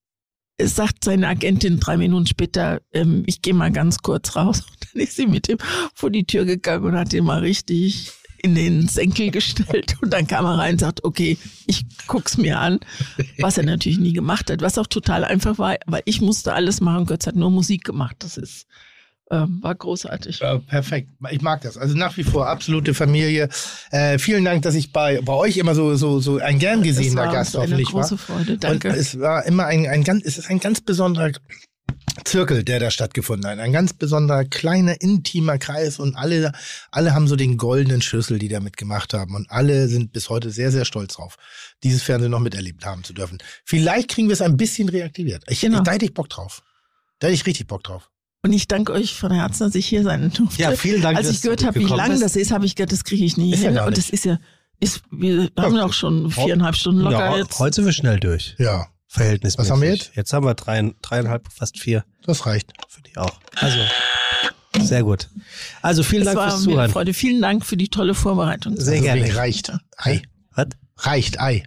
es sagt seine Agentin drei Minuten später, ähm, ich gehe mal ganz kurz raus. Und dann ist sie mit ihm vor die Tür gegangen und hat ihn mal richtig in den Senkel gestellt. Und dann kam er rein und sagt, okay, ich guck's mir an. Was er natürlich nie gemacht hat, was auch total einfach war, weil ich musste alles machen. Götz hat nur Musik gemacht. Das ist, ähm, war großartig. Ja, perfekt. Ich mag das. Also nach wie vor absolute Familie. Äh, vielen Dank, dass ich bei, bei euch immer so, so, so ein gern gesehener Es war Gast uns eine hoffentlich war. große Freude. Danke. Und es war immer ein, ein ganz, es ist ein ganz besonderer Zirkel, der da stattgefunden hat. Ein ganz besonderer, kleiner, intimer Kreis und alle, alle haben so den goldenen Schlüssel, die da mitgemacht haben. Und alle sind bis heute sehr, sehr stolz drauf, dieses Fernsehen noch miterlebt haben zu dürfen. Vielleicht kriegen wir es ein bisschen reaktiviert. Ich, Genau. Da hätte ich Bock drauf. Da hätte ich richtig Bock drauf. Und ich danke euch von Herzen, dass ich hier sein durfte. Ja, vielen Dank, Als dass ich du gehört habe, wie gekommen lang bist. das ist, habe ich gedacht, das kriege ich nie Ist ja hin. gar Und das nicht. ist ja, ist, wir haben ja auch schon viereinhalb Stunden locker Ja, jetzt. heute sind wir schnell durch. Ja, Verhältnismäßig. Was haben wir jetzt? Jetzt haben wir drei, dreieinhalb, fast vier. das reicht. Für dich auch. Also, sehr gut. Also, vielen Es Dank war fürs mir eine Zuhören. Freude. Vielen Dank für die tolle Vorbereitung. Sehr Also gerne. wegen reicht. Ei. Was? Reicht, Ei.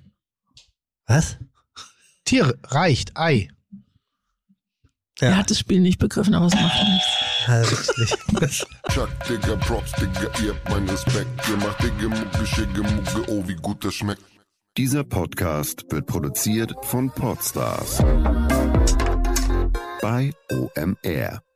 Was? Tier reicht, Ei. Er hat das Spiel nicht begriffen, aber es macht nichts. Ja, wirklich. Chuck, Digga, Props, Digga, ihr habt meinen Respekt. Ihr macht Digga, Mucke, Schicke, Mucke, oh, wie gut das schmeckt. Dieser Podcast wird produziert von Podstars bei O M R.